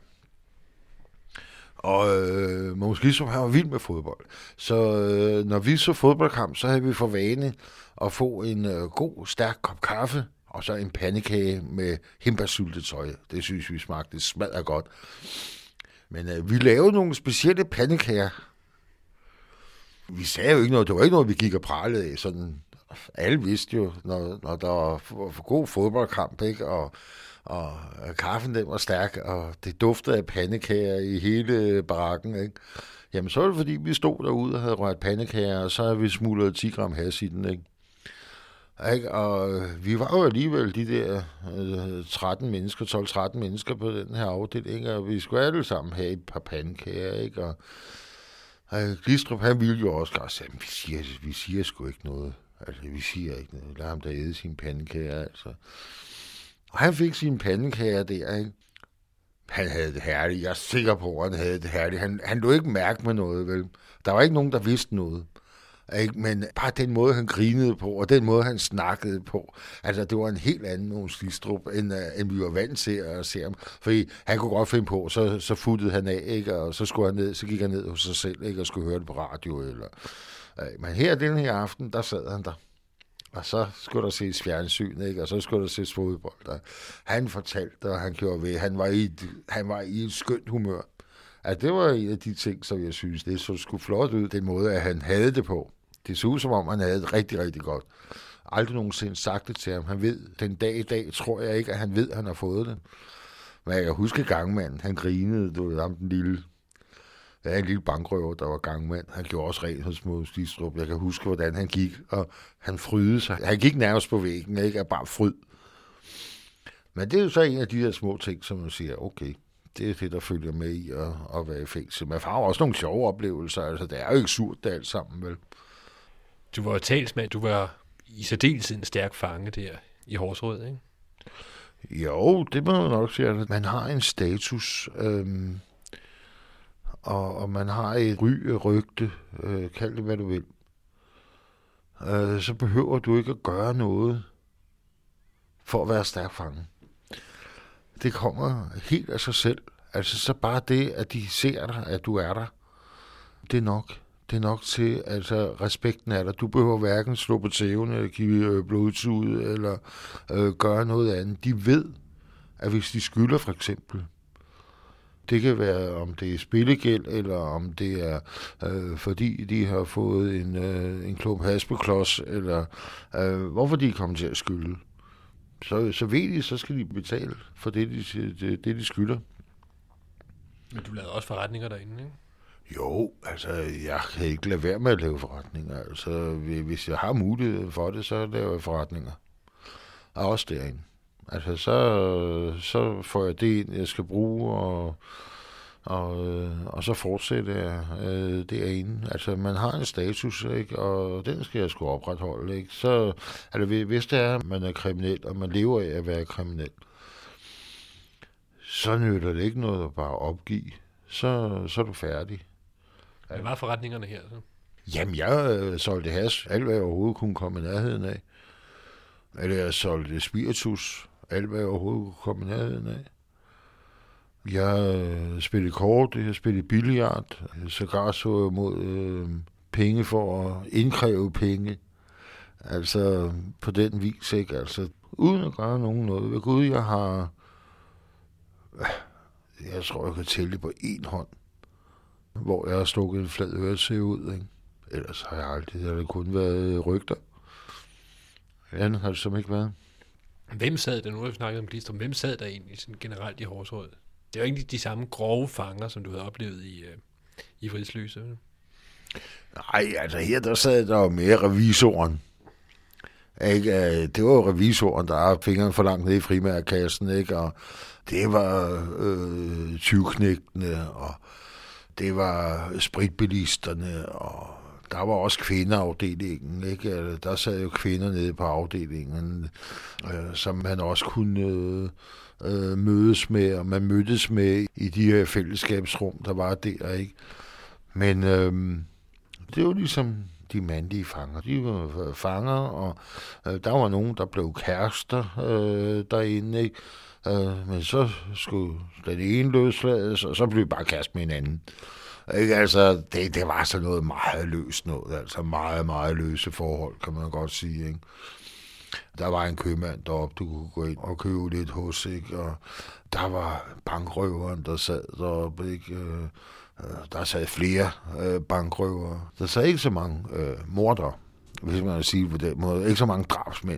Og øh, Mogens Glistrup, han var vild med fodbold. Så øh, når vi så fodboldkamp, så havde vi for vane at få en øh, god, stærk kop kaffe, og så en pandekage med hindbærsyltetøj. Det synes vi smagte smadret godt. Men øh, vi lavede nogle specielle pandekager. Vi sagde jo ikke noget, det var ikke noget, vi gik og pralede af. Sådan, alle vidste jo, når, når der var for, for god fodboldkamp, ikke? Og, og kaffen den var stærk, og det duftede af pandekager i hele barakken, ikke? Jamen så var det fordi, vi stod derude og havde rørt pandekager, og så havde vi smuglet ti gram hash i den, ikke? Ikke? Og vi var jo alligevel de der øh, tretten mennesker, tolv tretten mennesker på den her afdeling, og vi skulle alle sammen have et par pandekager, ikke? Og Glistrup, han ville jo også godt sige, vi siger, vi siger sgu ikke noget. Altså, vi siger ikke noget. Lad ham da æde sine pandekager, altså. Og han fik sine pandekager der, ikke? Han havde det herligt. Jeg er sikker på, at han havde det herligt. Han, han lå ikke mærke med noget, vel? Der var ikke nogen, der vidste noget. Ikke? Men bare den måde, han grinede på, og den måde, han snakkede på. Altså, det var en helt anden Mogens Glistrup, end, uh, end vi var vant til at se ham. Fordi han kunne godt finde på, så, så futtede han af, ikke? Og så, skulle han ned, så gik han ned hos sig selv, ikke? Og skulle høre det på radio. Eller, uh, men her den her aften, der sad han der. Og så skulle der ses fjernsyn, ikke? Og så skulle der ses fodbold. Og han fortalte, og han gjorde ved. Han var i et, han var i et skønt humør. at det var en af de ting, som jeg synes, det så skulle flot ud, den måde, at han havde det på. Det så ud, som om han havde det rigtig, rigtig godt. Aldrig nogensinde sagt det til ham. Han ved, den dag i dag, tror jeg ikke, at han ved, at han har fået det. Men jeg kan huske gangmanden, han grinede, du ved, ham den lille, der er en lille bankrøver, der var gangmand. Han gjorde også rent hos Mogens Glistrup. Jeg kan huske, hvordan han gik, og han frydede sig. Han gik nærmest på væggen, ikke? Jeg bare fryd. Men det er jo så en af de der små ting, som man siger, okay, det er det, der følger med i at, at være i fængsel. Man har også nogle sjove oplevelser, altså det er jo ikke surt, det alt sammen, vel? Du var talsmand, du var i særdeleshed en stærk fange der i Horserød, ikke? Jo, det må man nok sige. Altså, man har en status, øhm, og, og man har et ry, et rygte, øh, kald det hvad du vil. Øh, så behøver du ikke at gøre noget for at være stærk fange. Det kommer helt af sig selv. Altså så bare det, at de ser dig, at du er der, det er nok. Det er nok til, altså respekten er der. Du behøver hverken slå på tæven, eller give blodsud, eller øh, gøre noget andet. De ved, at hvis de skylder for eksempel, det kan være, om det er spillegæld, eller om det er, øh, fordi de har fået en, øh, en klump haspeklods, eller øh, hvorfor de er kommet til at skylde. Så, så ved de, så skal de betale for det, de, det, det, de skylder. Men du lavede også forretninger derinde, ikke? Jo, altså, jeg kan ikke lade være med at lave forretninger. Altså, hvis jeg har mulighed for det, så laver jeg forretninger. Og også derinde. Altså, så, så får jeg det ind, jeg skal bruge, og, og, og så fortsætter jeg øh, derinde. Altså, man har en status, ikke? Og den skal jeg sgu opretholde, ikke? Så, altså, hvis det er, at man er kriminel, og man lever af at være kriminel, så nytter det ikke noget at bare opgive. Så, så er du færdig. Hvad var forretningerne her, så? Jamen, jeg øh, solgte hash, alt hvad jeg overhovedet kunne komme i nærheden af. Eller jeg solgte spiritus, alt hvad jeg overhovedet kunne komme i nærheden af. Jeg øh, spillede kort, jeg spillede billiard, sågar så jeg mod øh, penge for at indkræve penge. Altså på den vis, ikke? Altså uden at gøre nogen noget. Ved Gud, jeg har... Jeg tror, jeg kan tælle på én hånd, hvor jeg har stukket en flad øretæve ud, ikke? Ellers har jeg aldrig, det har kun været rygter. Andet har det som ikke været. Hvem sad der, nu har vi snakket om Glistrup, hvem sad der egentlig sådan generelt i Horserød? Det er jo ikke de samme grove fanger, som du havde oplevet i, uh, i Frisløse. Nej, altså her der sad der jo mere revisoren. Ikke? Det var jo revisoren, der har fingeren for langt nede i frimærkassen, ikke? Og det var øh, tyvknægtene, og det var spritbilisterne, og der var også kvindeafdelingen, ikke? Der sad jo kvinder nede på afdelingen, øh, som man også kunne øh, mødes med, og man mødtes med i de her fællesskabsrum, der var der, ikke? Men øh, det var ligesom de mandlige fanger. De var fanger, og øh, der var nogen, der blev kærester øh, derinde, ikke? Øh, men så skulle den ene løslades, og så blev vi bare kæreste med hinanden. Ikke? Altså, det, det var så noget meget løst noget, altså meget, meget løse forhold, kan man godt sige, ikke? Der var en købmand deroppe, du kunne gå ind og købe lidt hos, ikke? Og der var bankrøveren, der sad deroppe, ikke? Der sad flere øh, bankrøvere. Der sad ikke så mange øh, mordere, hvis man vil sige på den måde. Ikke så mange drabsmænd.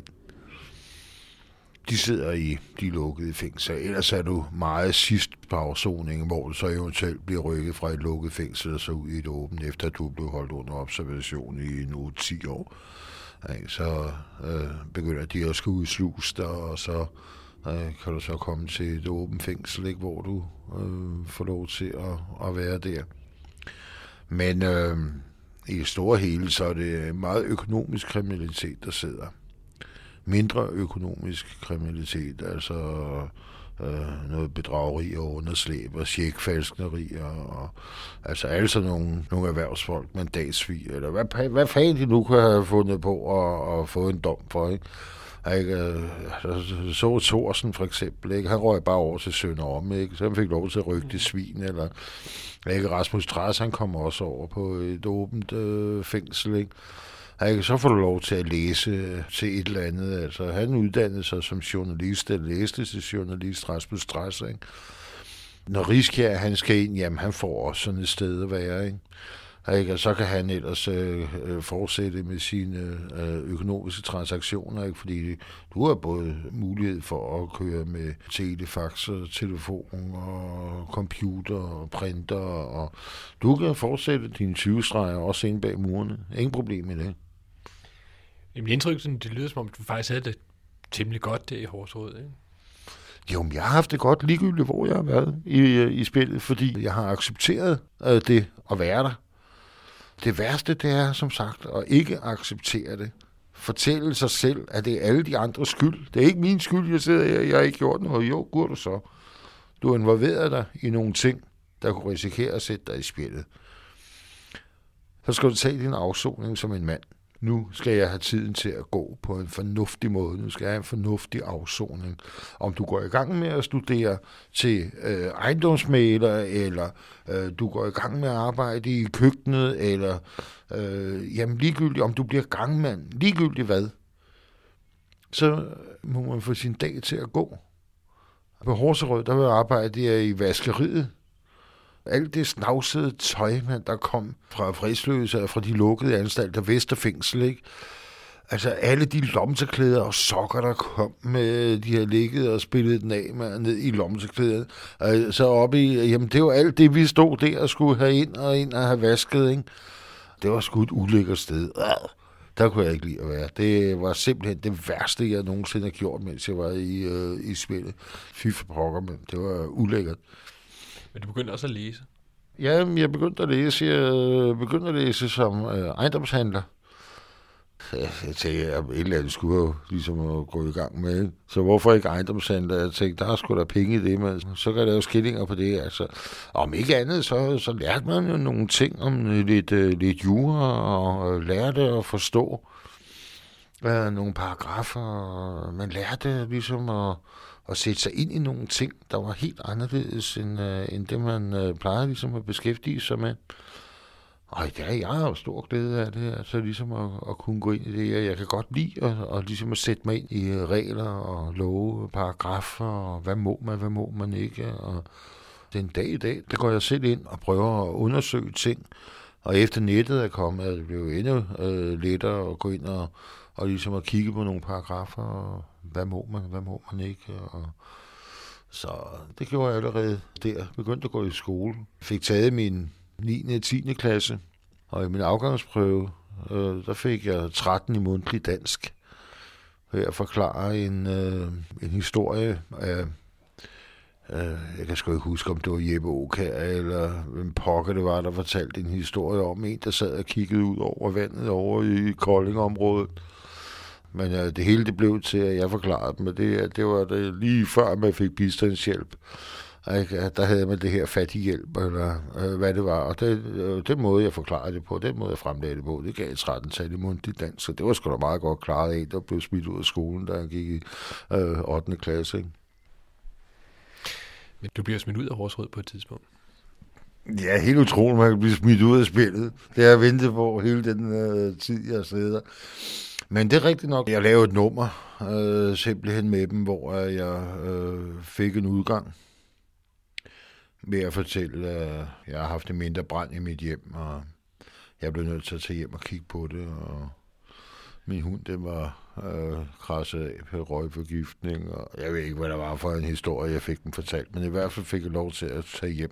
De sidder i de lukkede fængsler. Ellers er du meget sidst på afsoningen, hvor du så eventuelt bliver rykket fra et lukket fængsel og så ud i et åbent, efter at du blev holdt under observation i nu ti år. Så øh, begynder de at skulle udsluges der, og så øh, kan du så komme til et åbent fængsel, ikke, hvor du øh, får lov til at, at være der. Men øh, i det store hele, så er det meget økonomisk kriminalitet, der sidder. Mindre økonomisk kriminalitet, altså øh, noget bedrageri og underslæb og checkfalsknerier, og altså alle sådan nogle, nogle erhvervsfolk, mandatsvig, eller hvad, hvad fanden de nu kan have fundet på og, og få en dom for, ikke? Ikke? Altså, så Thorsen for eksempel, ikke? Han røg bare over til Sønderom, ikke? Så han fik lov til at rykke det svin, eller ikke? Rasmus Træs, han kom også over på et åbent øh, fængsel, ikke? Ikke? Så får du lov til at læse til et eller andet. Altså, han uddannede sig som journalist, eller læste til journalist, Rasmus Træs, ikke? Når Riskjær, han skal ind, jamen han får også sådan et sted at være, ikke? Ikke? Og så kan han ellers øh, fortsætte med sine øh, økonomiske transaktioner, ikke? Fordi du har både mulighed for at køre med telefax og telefon og computer og printer, og du kan fortsætte dine tyve-streger også inde bag murene. Ingen problem med det. Jamen indtryk, det lyder som om, du faktisk havde det temmelig godt det i Horserød, ikke? Jo, men jeg har haft det godt ligegyldigt, hvor jeg har været i, i spillet, fordi jeg har accepteret øh, det at være der. Det værste, det er, som sagt, at ikke acceptere det. Fortælle sig selv, at det er alle de andres skyld. Det er ikke min skyld, jeg sidder her, jeg har ikke gjort noget. Jo, gør du så. Du har involveret dig i nogle ting, der kunne risikere at sætte dig i spillet. Så skal du tage din afsoning som en mand. Nu skal jeg have tiden til at gå på en fornuftig måde. Nu skal jeg have en fornuftig afsoning. Om du går i gang med at studere til øh, ejendomsmægler, eller øh, du går i gang med at arbejde i køkkenet, eller øh, jamen ligegyldigt, om du bliver gangmand, ligegyldigt hvad, så må man få sin dag til at gå. På Horserød, der vil jeg arbejde jeg i vaskeriet. Alt det snavsede tøj, man, der kom fra Fredsløse og fra de lukkede anstalter, Vesterfængsel, ikke? Altså alle de lomteklæder og sokker, der kom med, de har ligget og spillet den af med ned i lomteklædet. Og så oppe i, jamen det var alt det, vi stod der og skulle have ind og ind og have vasket, ikke? Det var sgu et ulækkert sted. Der kunne jeg ikke lide at være. Det var simpelthen det værste, jeg nogensinde har gjort, mens jeg var i, øh, i spillet. Fy for pokker, men det var ulækkert. Men du begyndte også at læse? Ja, jeg begyndte at læse. Jeg begyndte at læse som øh, ejendomshandler. Jeg, jeg tænkte, at et eller andet skulle jo ligesom at gå i gang med. Så hvorfor ikke ejendomshandler? Jeg tænkte, der er sgu da penge i det, men så kan der jo skillinger på det. Altså, om ikke andet, så, så lærte man jo nogle ting om lidt, uh, lidt jura, og lærte at forstå uh, nogle paragrafer. Og man lærte ligesom at og sætte sig ind i nogle ting, der var helt anderledes, end, øh, end det, man øh, plejede ligesom at beskæftige sig med. Og ja, jeg har jo stor glæde af det, altså ligesom at, at kunne gå ind i det. Jeg kan godt lide at, og ligesom at sætte mig ind i regler og love, paragrafer, og hvad må man, hvad må man ikke. Og den dag i dag, der går jeg selv ind og prøver at undersøge ting. Og efter nettet er kommet, er det blevet endnu øh, lettere at gå ind og, og ligesom at kigge på nogle paragrafer, og hvad må man, hvad må man ikke. Og så det gjorde jeg allerede der. Begyndte at gå i skole. Fik taget min niende og tiende klasse, og i min afgangsprøve, øh, der fik jeg tretten i mundtlig dansk. Ved at forklare en, øh, en historie af, øh, jeg kan sgu ikke huske, om det var Jeppe Aakjær, eller en pokker det var, der fortalte en historie om en, der sad og kiggede ud over vandet over i Koldingområdet. Men ja, det hele det blev til, at jeg forklarede dem, at det, det var det lige før, man fik bistandshjælp. Der havde man det her fattighjælp, eller øh, hvad det var. Og det, øh, den måde, jeg forklarede det på, den måde, jeg fremlagde det på, det gav tretten tal i mundtlig dansk. Så det var sgu da meget godt klaret af, der blev smidt ud af skolen, da jeg gik i øh, ottende klasse. Ikke? Men du bliver smidt ud af Horserød på et tidspunkt. Ja, helt utroligt, man kan blive smidt ud af spillet. Det har jeg ventet på hele den øh, tid, jeg sidder. Men det er rigtigt nok. Jeg lavede et nummer øh, simpelthen med dem, hvor jeg øh, fik en udgang ved at fortælle, at jeg har haft en mindre brand i mit hjem, og jeg blev nødt til at tage hjem og kigge på det, og min hund, den var øh, krasset af på røgforgiftning, og jeg ved ikke, hvad der var for en historie, jeg fik den fortalt, men i hvert fald fik jeg lov til at tage hjem.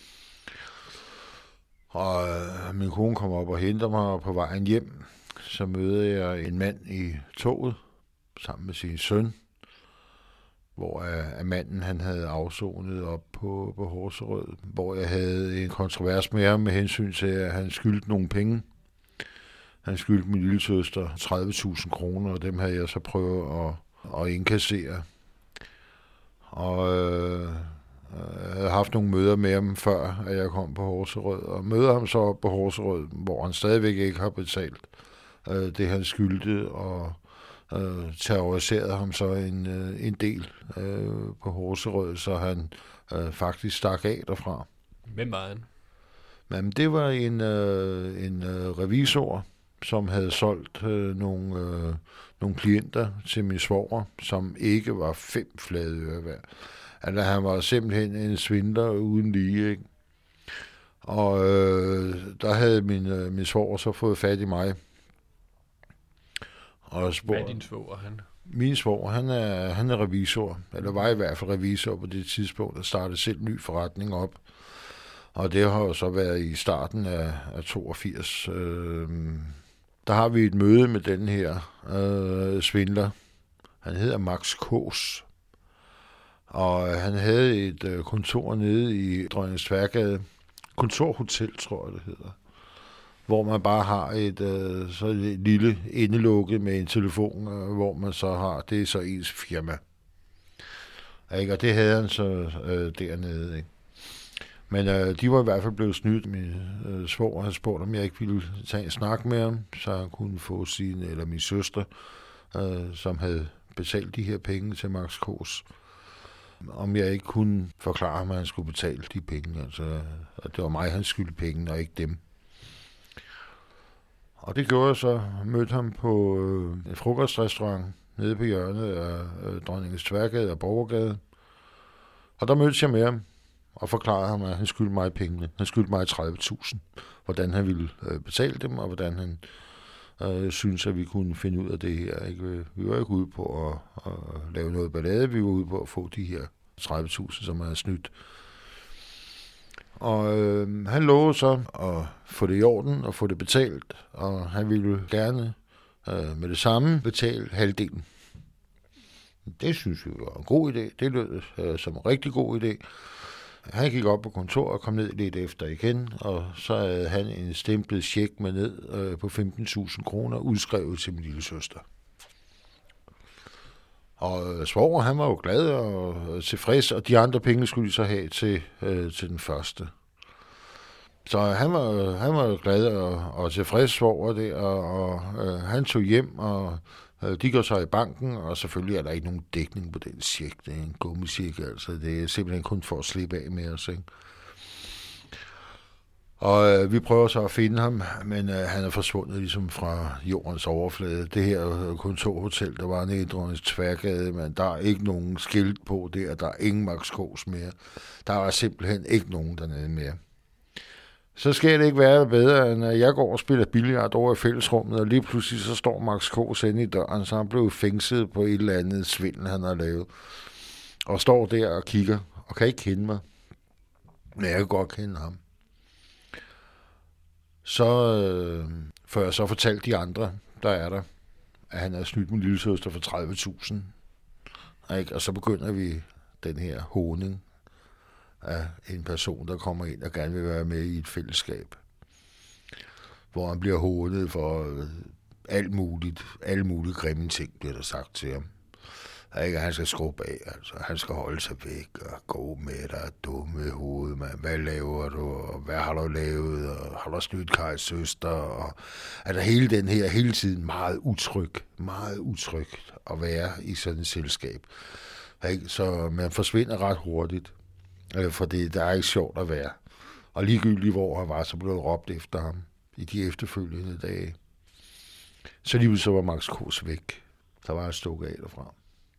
Og øh, min kone kom op og henter mig, og på vejen hjem, så mødte jeg en mand i toget, sammen med sin søn, hvor uh, manden han havde afsonet op på, på Horserød, hvor jeg havde en kontrovers med ham med hensyn til, at han skyldte nogle penge. Han skyldte min lille søster tredive tusind kroner, og dem havde jeg så prøvet at, at indkassere. Og øh, jeg havde haft nogle møder med ham før, at jeg kom på Horserød, og møder ham så op på Horserød, hvor han stadigvæk ikke har betalt øh, det, han skyldte, og øh, terroriserede ham så en, øh, en del øh, på Horserød, så han øh, faktisk stak af derfra. Hvem var han? Men det var en, øh, en øh, revisor, som havde solgt øh, nogle, øh, nogle klienter til min svoger, som ikke var fem flade øre værd. Altså, han var simpelthen en svindler uden lige, ikke? Og øh, der havde min, øh, min svoger så fået fat i mig. Og spurgte, hvad er din svoger, han? Min svoger, han er, han er revisor, eller var i hvert fald revisor på det tidspunkt, der startede selv ny forretning op. Og det har jo så været i starten af, af toogfirs. Øh, der har vi et møde med den her øh, svindler. Han hedder Max Kås. Og han havde et øh, kontor nede i Dronningens Tværgade. Kontorhotel, tror jeg, det hedder. Hvor man bare har et, øh, så et lille indelukket med en telefon, øh, hvor man så har, det er så ens firma. Ikke? Og det havde han så øh, dernede. Ikke? Men øh, de var i hvert fald blevet snydt. Min øh, svoger havde spurgt, om jeg ikke ville tage en snak med ham, så han kunne få sin, eller min søster, øh, som havde betalt de her penge til Max Kås, om jeg ikke kunne forklare ham, at han skulle betale de penge. Altså, at det var mig, han skyldte penge, og ikke dem. Og det gjorde jeg så. Jeg mødte ham på øh, en frokostrestaurant nede på hjørnet af øh, Dronningens Tværgade og Borgergade. Og der mødte jeg med ham og forklarede ham, at han skyldte mig pengene. Han skyldte mig tredive tusind. Hvordan han ville øh, betale dem, og hvordan han øh, synes, at vi kunne finde ud af det her. Ikke? Vi var ikke ude på at, at lave noget ballade. Vi var ude på at få de her tredive tusind, som er snydt. Og øh, han lovede så at få det i orden og få det betalt, og han ville gerne øh, med det samme betale halvdelen. Det synes vi var en god idé. Det lød øh, som en rigtig god idé. Han gik op på kontoret og kom ned lidt efter igen, og så havde han en stemplet check med ned øh, på femten tusind kroner udskrevet til min lille søster. Og svoger, han var jo glad og tilfreds, og de andre penge skulle de så have til, øh, til den første. Så han var, han var glad og, og tilfreds svoger det, og, og øh, han tog hjem, og øh, de går så i banken, og selvfølgelig er der ikke nogen dækning på den check. Det er en gummicheck, altså. Det er simpelthen kun for at slippe af med os, ikke? Og øh, vi prøver så at finde ham, men øh, han er forsvundet ligesom fra jordens overflade. Det her kontorhotel, der var nede i Dronningens Tværgade, men der er ikke nogen skilt på der, der er ingen Max Kås mere. Der er simpelthen ikke nogen dernede mere. Så skal det ikke være bedre, end at jeg går og spiller billard over i fællesrummet, og lige pludselig så står Max Kås inde i døren, så han blev fængslet på et eller andet svindel, han har lavet. Og står der og kigger, og kan ikke kende mig. Men jeg kan godt kende ham. Så øh, får jeg så fortalt de andre, der er der, at han har snydt min lille søster for tredive tusind. Og så begynder vi den her håning af en person, der kommer ind og gerne vil være med i et fællesskab. Hvor han bliver hånet for øh, alt muligt, alle mulige grimme ting, bliver der sagt til ham. Ikke? Han skal skrubbe af, altså. Han skal holde sig væk og gå med dig, dumme hoved, man. Hvad laver du, og hvad har du lavet, og har du snydt Kajs søster, og altså hele den her, hele tiden meget utryg, meget utryg at være i sådan et selskab. Ikke? Så man forsvinder ret hurtigt, for det der er ikke sjovt at være. Og ligegyldigt hvor han var, så blev det råbt efter ham i de efterfølgende dage. Så lige så var Max Kås væk. Der var et stykke af derfra.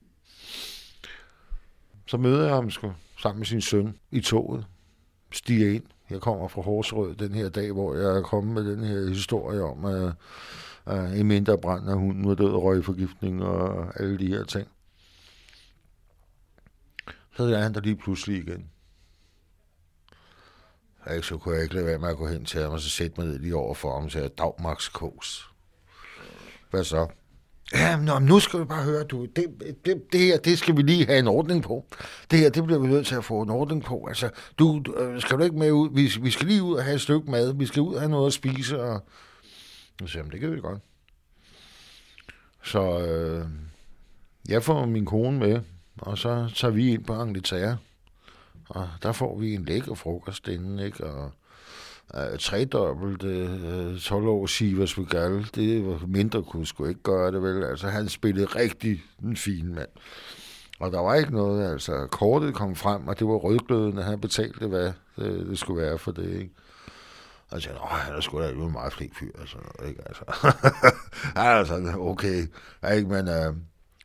Så møder jeg ham sgu, sammen med sin søn i toget, stiger ind. Jeg kommer fra Horserød den her dag, hvor jeg er kommet med den her historie om, at, at en mindre brand af hunden var død af røgforgiftning og alle de her ting. Så er han der lige pludselig igen. Jeg, så kunne jeg ikke lade være med at gå hen til ham, og så sætte mig ned lige over for ham og sige, dag Max Kås. Hvad så? Ja, nå, nu skal vi bare høre, du, det, det, det her, det skal vi lige have en ordning på. Det her, det bliver vi nødt til at få en ordning på. Altså, du, du skal du ikke med ud? Vi, vi skal lige ud og have et stykke mad. Vi skal ud og have noget at spise. Og så siger, det kan vi godt. Så øh, jeg får min kone med, og så tager vi ind på Angleterre. Og der får vi en lækker frokost inden, ikke? Og Uh, tredobbelt uh, tolv år Sivas Vigal, det var mindre, kunne sgu ikke gøre det vel. Altså, han spillede rigtig en fin mand. Og der var ikke noget, altså, kortet kom frem, og det var rødglødende, han betalte, hvad det, det skulle være for det, ikke? Og jeg tænkte, åh, han er sgu da en meget flink fyr, altså, ikke? Altså, han er sådan, okay, ikke? Men uh,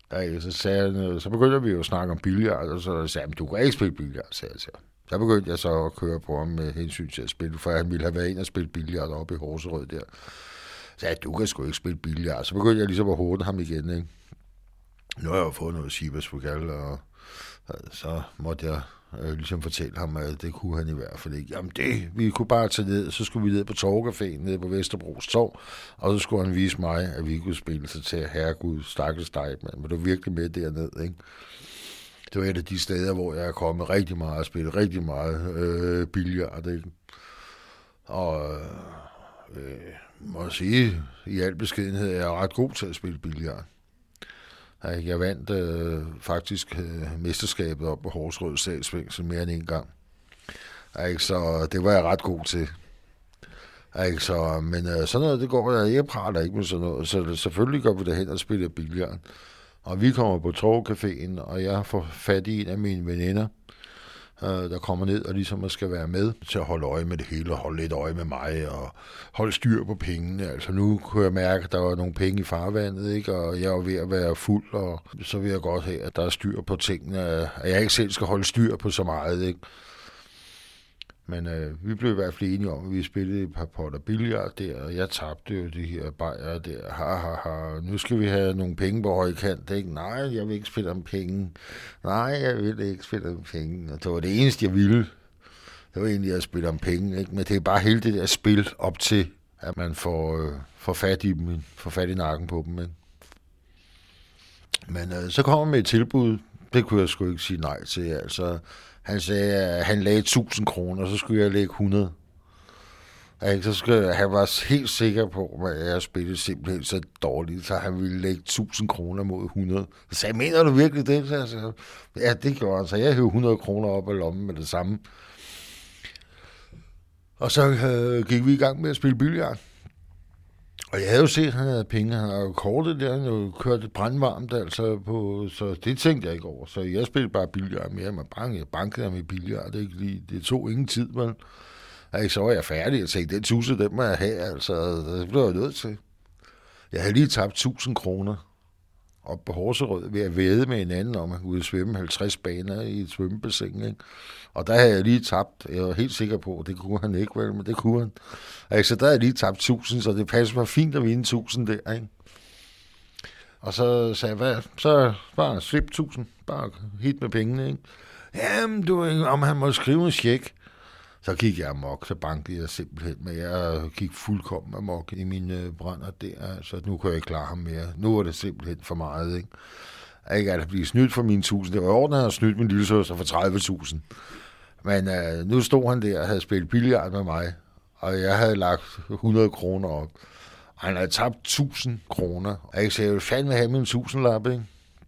Ja, så, sagde han, så begyndte vi jo at snakke om billard, og så sagde han, du kan ikke spille billard, sagde jeg. Så begyndte jeg så at køre på ham med hensyn til at spille, for han ville have været ind og spille billard oppe i Horserød der. Så sagde jeg, du kan sgu ikke spille billard. Så begyndte jeg ligesom at håne ham igen, ikke? Nu har jeg jo fået noget Sibas Pokal, og så måtte jeg øh, ligesom fortælle ham, at det kunne han i hvert fald ikke. Jamen det, vi kunne bare tage ned, så skulle vi ned på Torvcaféen nede på Vesterbros Torv, og så skulle han vise mig, at vi kunne spille sig til herregud, stakkels dig, mand. Men du er virkelig med derned, ikke? Det var et af de steder, hvor jeg er kommet rigtig meget og spillet rigtig meget øh, billard, ikke? Og øh, må jeg sige, i al beskedenhed er jeg ret god til at spille billard. Jeg vandt øh, faktisk øh, mesterskabet op på Horserød Statsfængsel mere end en gang. Ikke? Så det var jeg ret god til. Ikke? Så, men øh, sådan noget, det går jeg. Jeg prater ikke med sådan noget. Så selvfølgelig går vi derhen og spiller billard. Og vi kommer på Torvcaféen, og jeg får fat i en af mine veninder, øh, der kommer ned og ligesom skal være med til at holde øje med det hele, og holde lidt øje med mig, og holde styr på pengene. Altså nu kunne jeg mærke, at der var nogle penge i farvandet, ikke? Og jeg var ved at være fuld, og så vil jeg godt have, at der er styr på tingene, at jeg ikke selv skal holde styr på så meget, ikke? Men øh, vi blev i hvert fald enige om, at vi spillede et par potter billard der, og jeg tabte jo de her bajer der. Ha, ha, ha. Nu skal vi have nogle penge på højkant, ikke? Nej, jeg vil ikke spille om penge. Nej, jeg vil ikke spille om penge. Og det var det eneste, jeg ville. Det var egentlig at spille om penge, ikke? Men det er bare hele det der spil op til, at man får, øh, får fat i dem, får fat i nakken på dem, ikke? Men øh, så kommer man med et tilbud. Det kunne jeg sgu ikke sige nej til, altså. Han sagde, at han lagde tusind kroner, og så skulle jeg lægge hundrede. Så skulle, han var helt sikker på, at jeg spillede simpelthen så dårligt, så han ville lægge tusind kroner mod hundrede. Så sagde jeg, mener du virkelig det? Så sagde, ja, det gjorde han. Så jeg hævde hundrede kroner op af lommen med det samme. Og så øh, gik vi i gang med at spille billard. Og jeg havde jo set, at han havde penge. Han havde jo kortet der, han havde kørt det brandvarmt, altså på, så det tænkte jeg ikke over. Så jeg spillede bare billard mere med bank. Jeg bankede ham i billard, det, ikke lige, det tog ingen tid, men altså, så var jeg færdig. Jeg tænkte, den tusind, den må jeg have, altså, det blev jeg nødt til. Jeg havde lige tabt tusind kroner op på Horserød ved at væde med en anden om, at han kunne svømme halvtreds baner i et svømmebassin, ikke? Og der havde jeg lige tabt, jeg var helt sikker på, at det kunne han ikke, vel, men det kunne han. Altså, der havde jeg lige tabt tusind, så det passede mig fint at vinde tusind der, ikke? Og så sagde jeg, hvad, så bare slip tusind, bare hit med pengene, ikke? Jamen, du, om han må skrive en check. Så gik jeg amok, så bankede jeg simpelthen, men jeg gik fuldkommen amok i mine brænder der, så nu kunne jeg ikke klare ham mere. Nu var det simpelthen for meget, ikke? Ikke at blive snydt for mine tusind. Det var ordentligt, at han snydt min lille søster for tredive tusind. Men øh, nu stod han der og havde spillet billard med mig, og jeg havde lagt hundrede kroner op. Og han havde tabt tusind kroner. Og jeg sagde, jeg ville fandme have min tusindlap, ikke?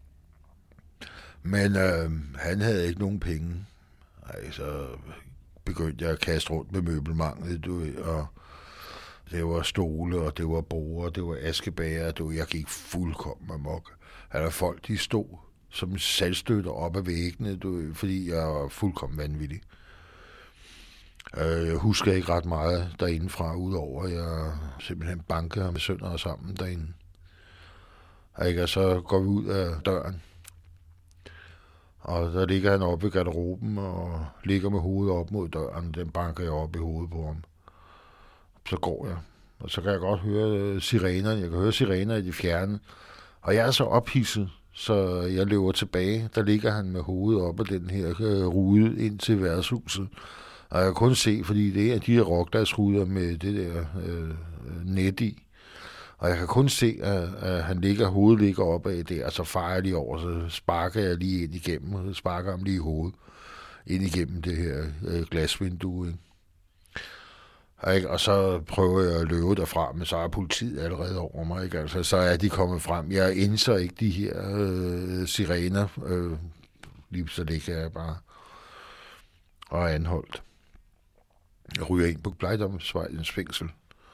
Men øh, han havde ikke nogen penge. Ej, så begyndte jeg at kaste rundt med møbelmanglet, du ved, og det var stole, og det var borde, det var askebager, du ved, jeg gik fuldkommen amok. Altså folk, de stod som salgstøtter op ad væggene, du ved, fordi jeg var fuldkommen vanvittig. Jeg husker ikke ret meget derindefra, udover at jeg simpelthen bankede ham med sønner sammen derinde. Og så går vi ud af døren, og der ligger han oppe i garderoben og ligger med hovedet op mod døren. Den banker jeg op i hovedet på ham. Så går jeg, og så kan jeg godt høre sirener. Jeg kan høre sirener i de fjerne. Og jeg er så ophidset, så jeg løber tilbage. Der ligger han med hovedet op af den her rude ind til værtshuset. Og jeg kan kun se, fordi det er de her rokglasruder med det der øh, net i. Og jeg kan kun se, at, at han ligger, hovedet ligger opad der, og så farer jeg lige over, så sparker jeg lige ind igennem, og sparker ham lige i hovedet, ind igennem det her øh, glasvindue, ikke? Og, ikke? Og så prøver jeg at løbe derfra, men så er politiet allerede over mig, ikke? Altså, så er de kommet frem. Jeg indser ikke de her øh, sirener, øh, lige så ligger jeg bare og anholdt. Jeg ryger ind på Blejdomsvejens fængsel,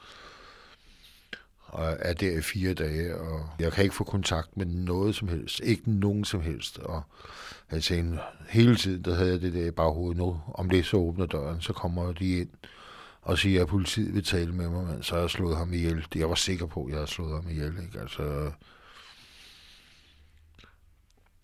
og er der i fire dage, og jeg kan ikke få kontakt med noget som helst. Ikke nogen som helst. Og jeg tænkte, hele tiden, der havde jeg det der i baghovedet nu. Om det så åbner døren, så kommer de ind og siger, at politiet vil tale med mig, men så har jeg slået ham ihjel. Jeg var sikker på, at jeg havde slået ham ihjel, ikke? Altså,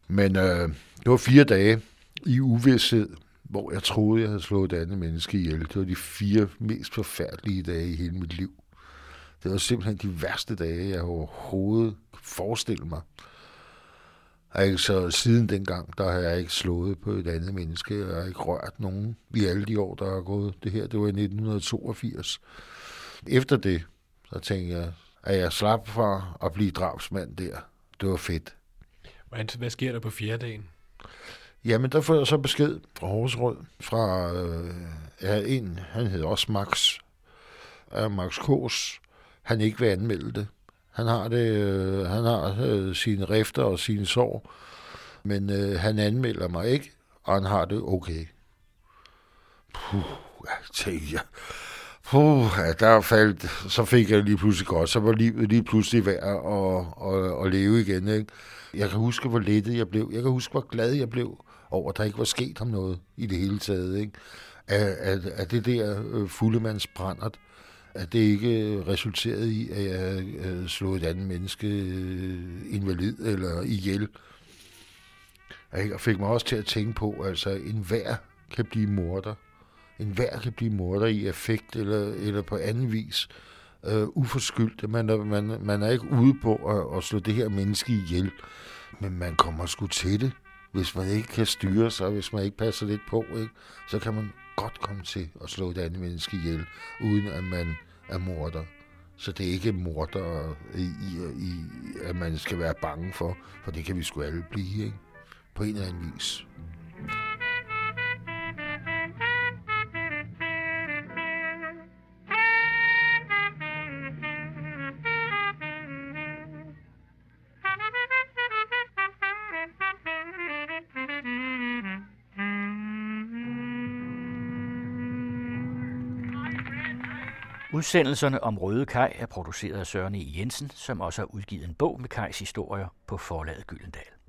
Men øh, det var fire dage i uvished, hvor jeg troede, jeg havde slået et andet menneske ihjel. Det var de fire mest forfærdelige dage i hele mit liv. Det var simpelthen de værste dage, jeg overhovedet kunne forestille mig. Altså siden dengang, der har jeg ikke slået på et andet menneske. Jeg har ikke rørt nogen i alle de år, der er gået. Det her, det var i nitten toogfirs. Efter det, så tænkte jeg, at jeg slap fra at blive drabsmand der. Det var fedt. Hvad sker der på fjerde dagen? Jamen, der får jeg så besked fra Horsrød, fra øh, ja, en, han hed også Max, øh, Max Kås. Han ikke vil anmelde det. Han har det, øh, han har øh, sine rifter og sine sår, men øh, han anmelder mig ikke, og han har det okay. Puh, tænkte jeg. Puh, ja, der faldt, så fik jeg lige pludselig godt, så var livet lige pludselig værd at, at, at leve igen, ikke? Jeg kan huske, hvor lettet jeg blev. Jeg kan huske, hvor glad jeg blev over, at der ikke var sket ham noget i det hele taget, ikke? At, at, at det der øh, fuldemandsbrændert, at det ikke resulterede i, at jeg øh, slog et andet menneske øh, invalid eller ihjel. Og fik mig også til at tænke på, altså enhver kan blive morder. Enhver kan blive morder i affekt eller, eller på anden vis øh, uforskyldt. Man er, man, man er ikke ude på at, at slå det her menneske ihjel, men man kommer sgu til det. Hvis man ikke kan styre sig, hvis man ikke passer lidt på, ikke, så kan man godt komme til at slå et andet menneske ihjel, uden at man er morder. Så det er ikke morder, i, i, i, at man skal være bange for, for det kan vi sgu alle blive, ikke? På en eller anden vis. Udsendelserne om Røde Kaj er produceret af Søren E. Jensen, som også har udgivet en bog med Kajs historier på forlaget Gyldendal.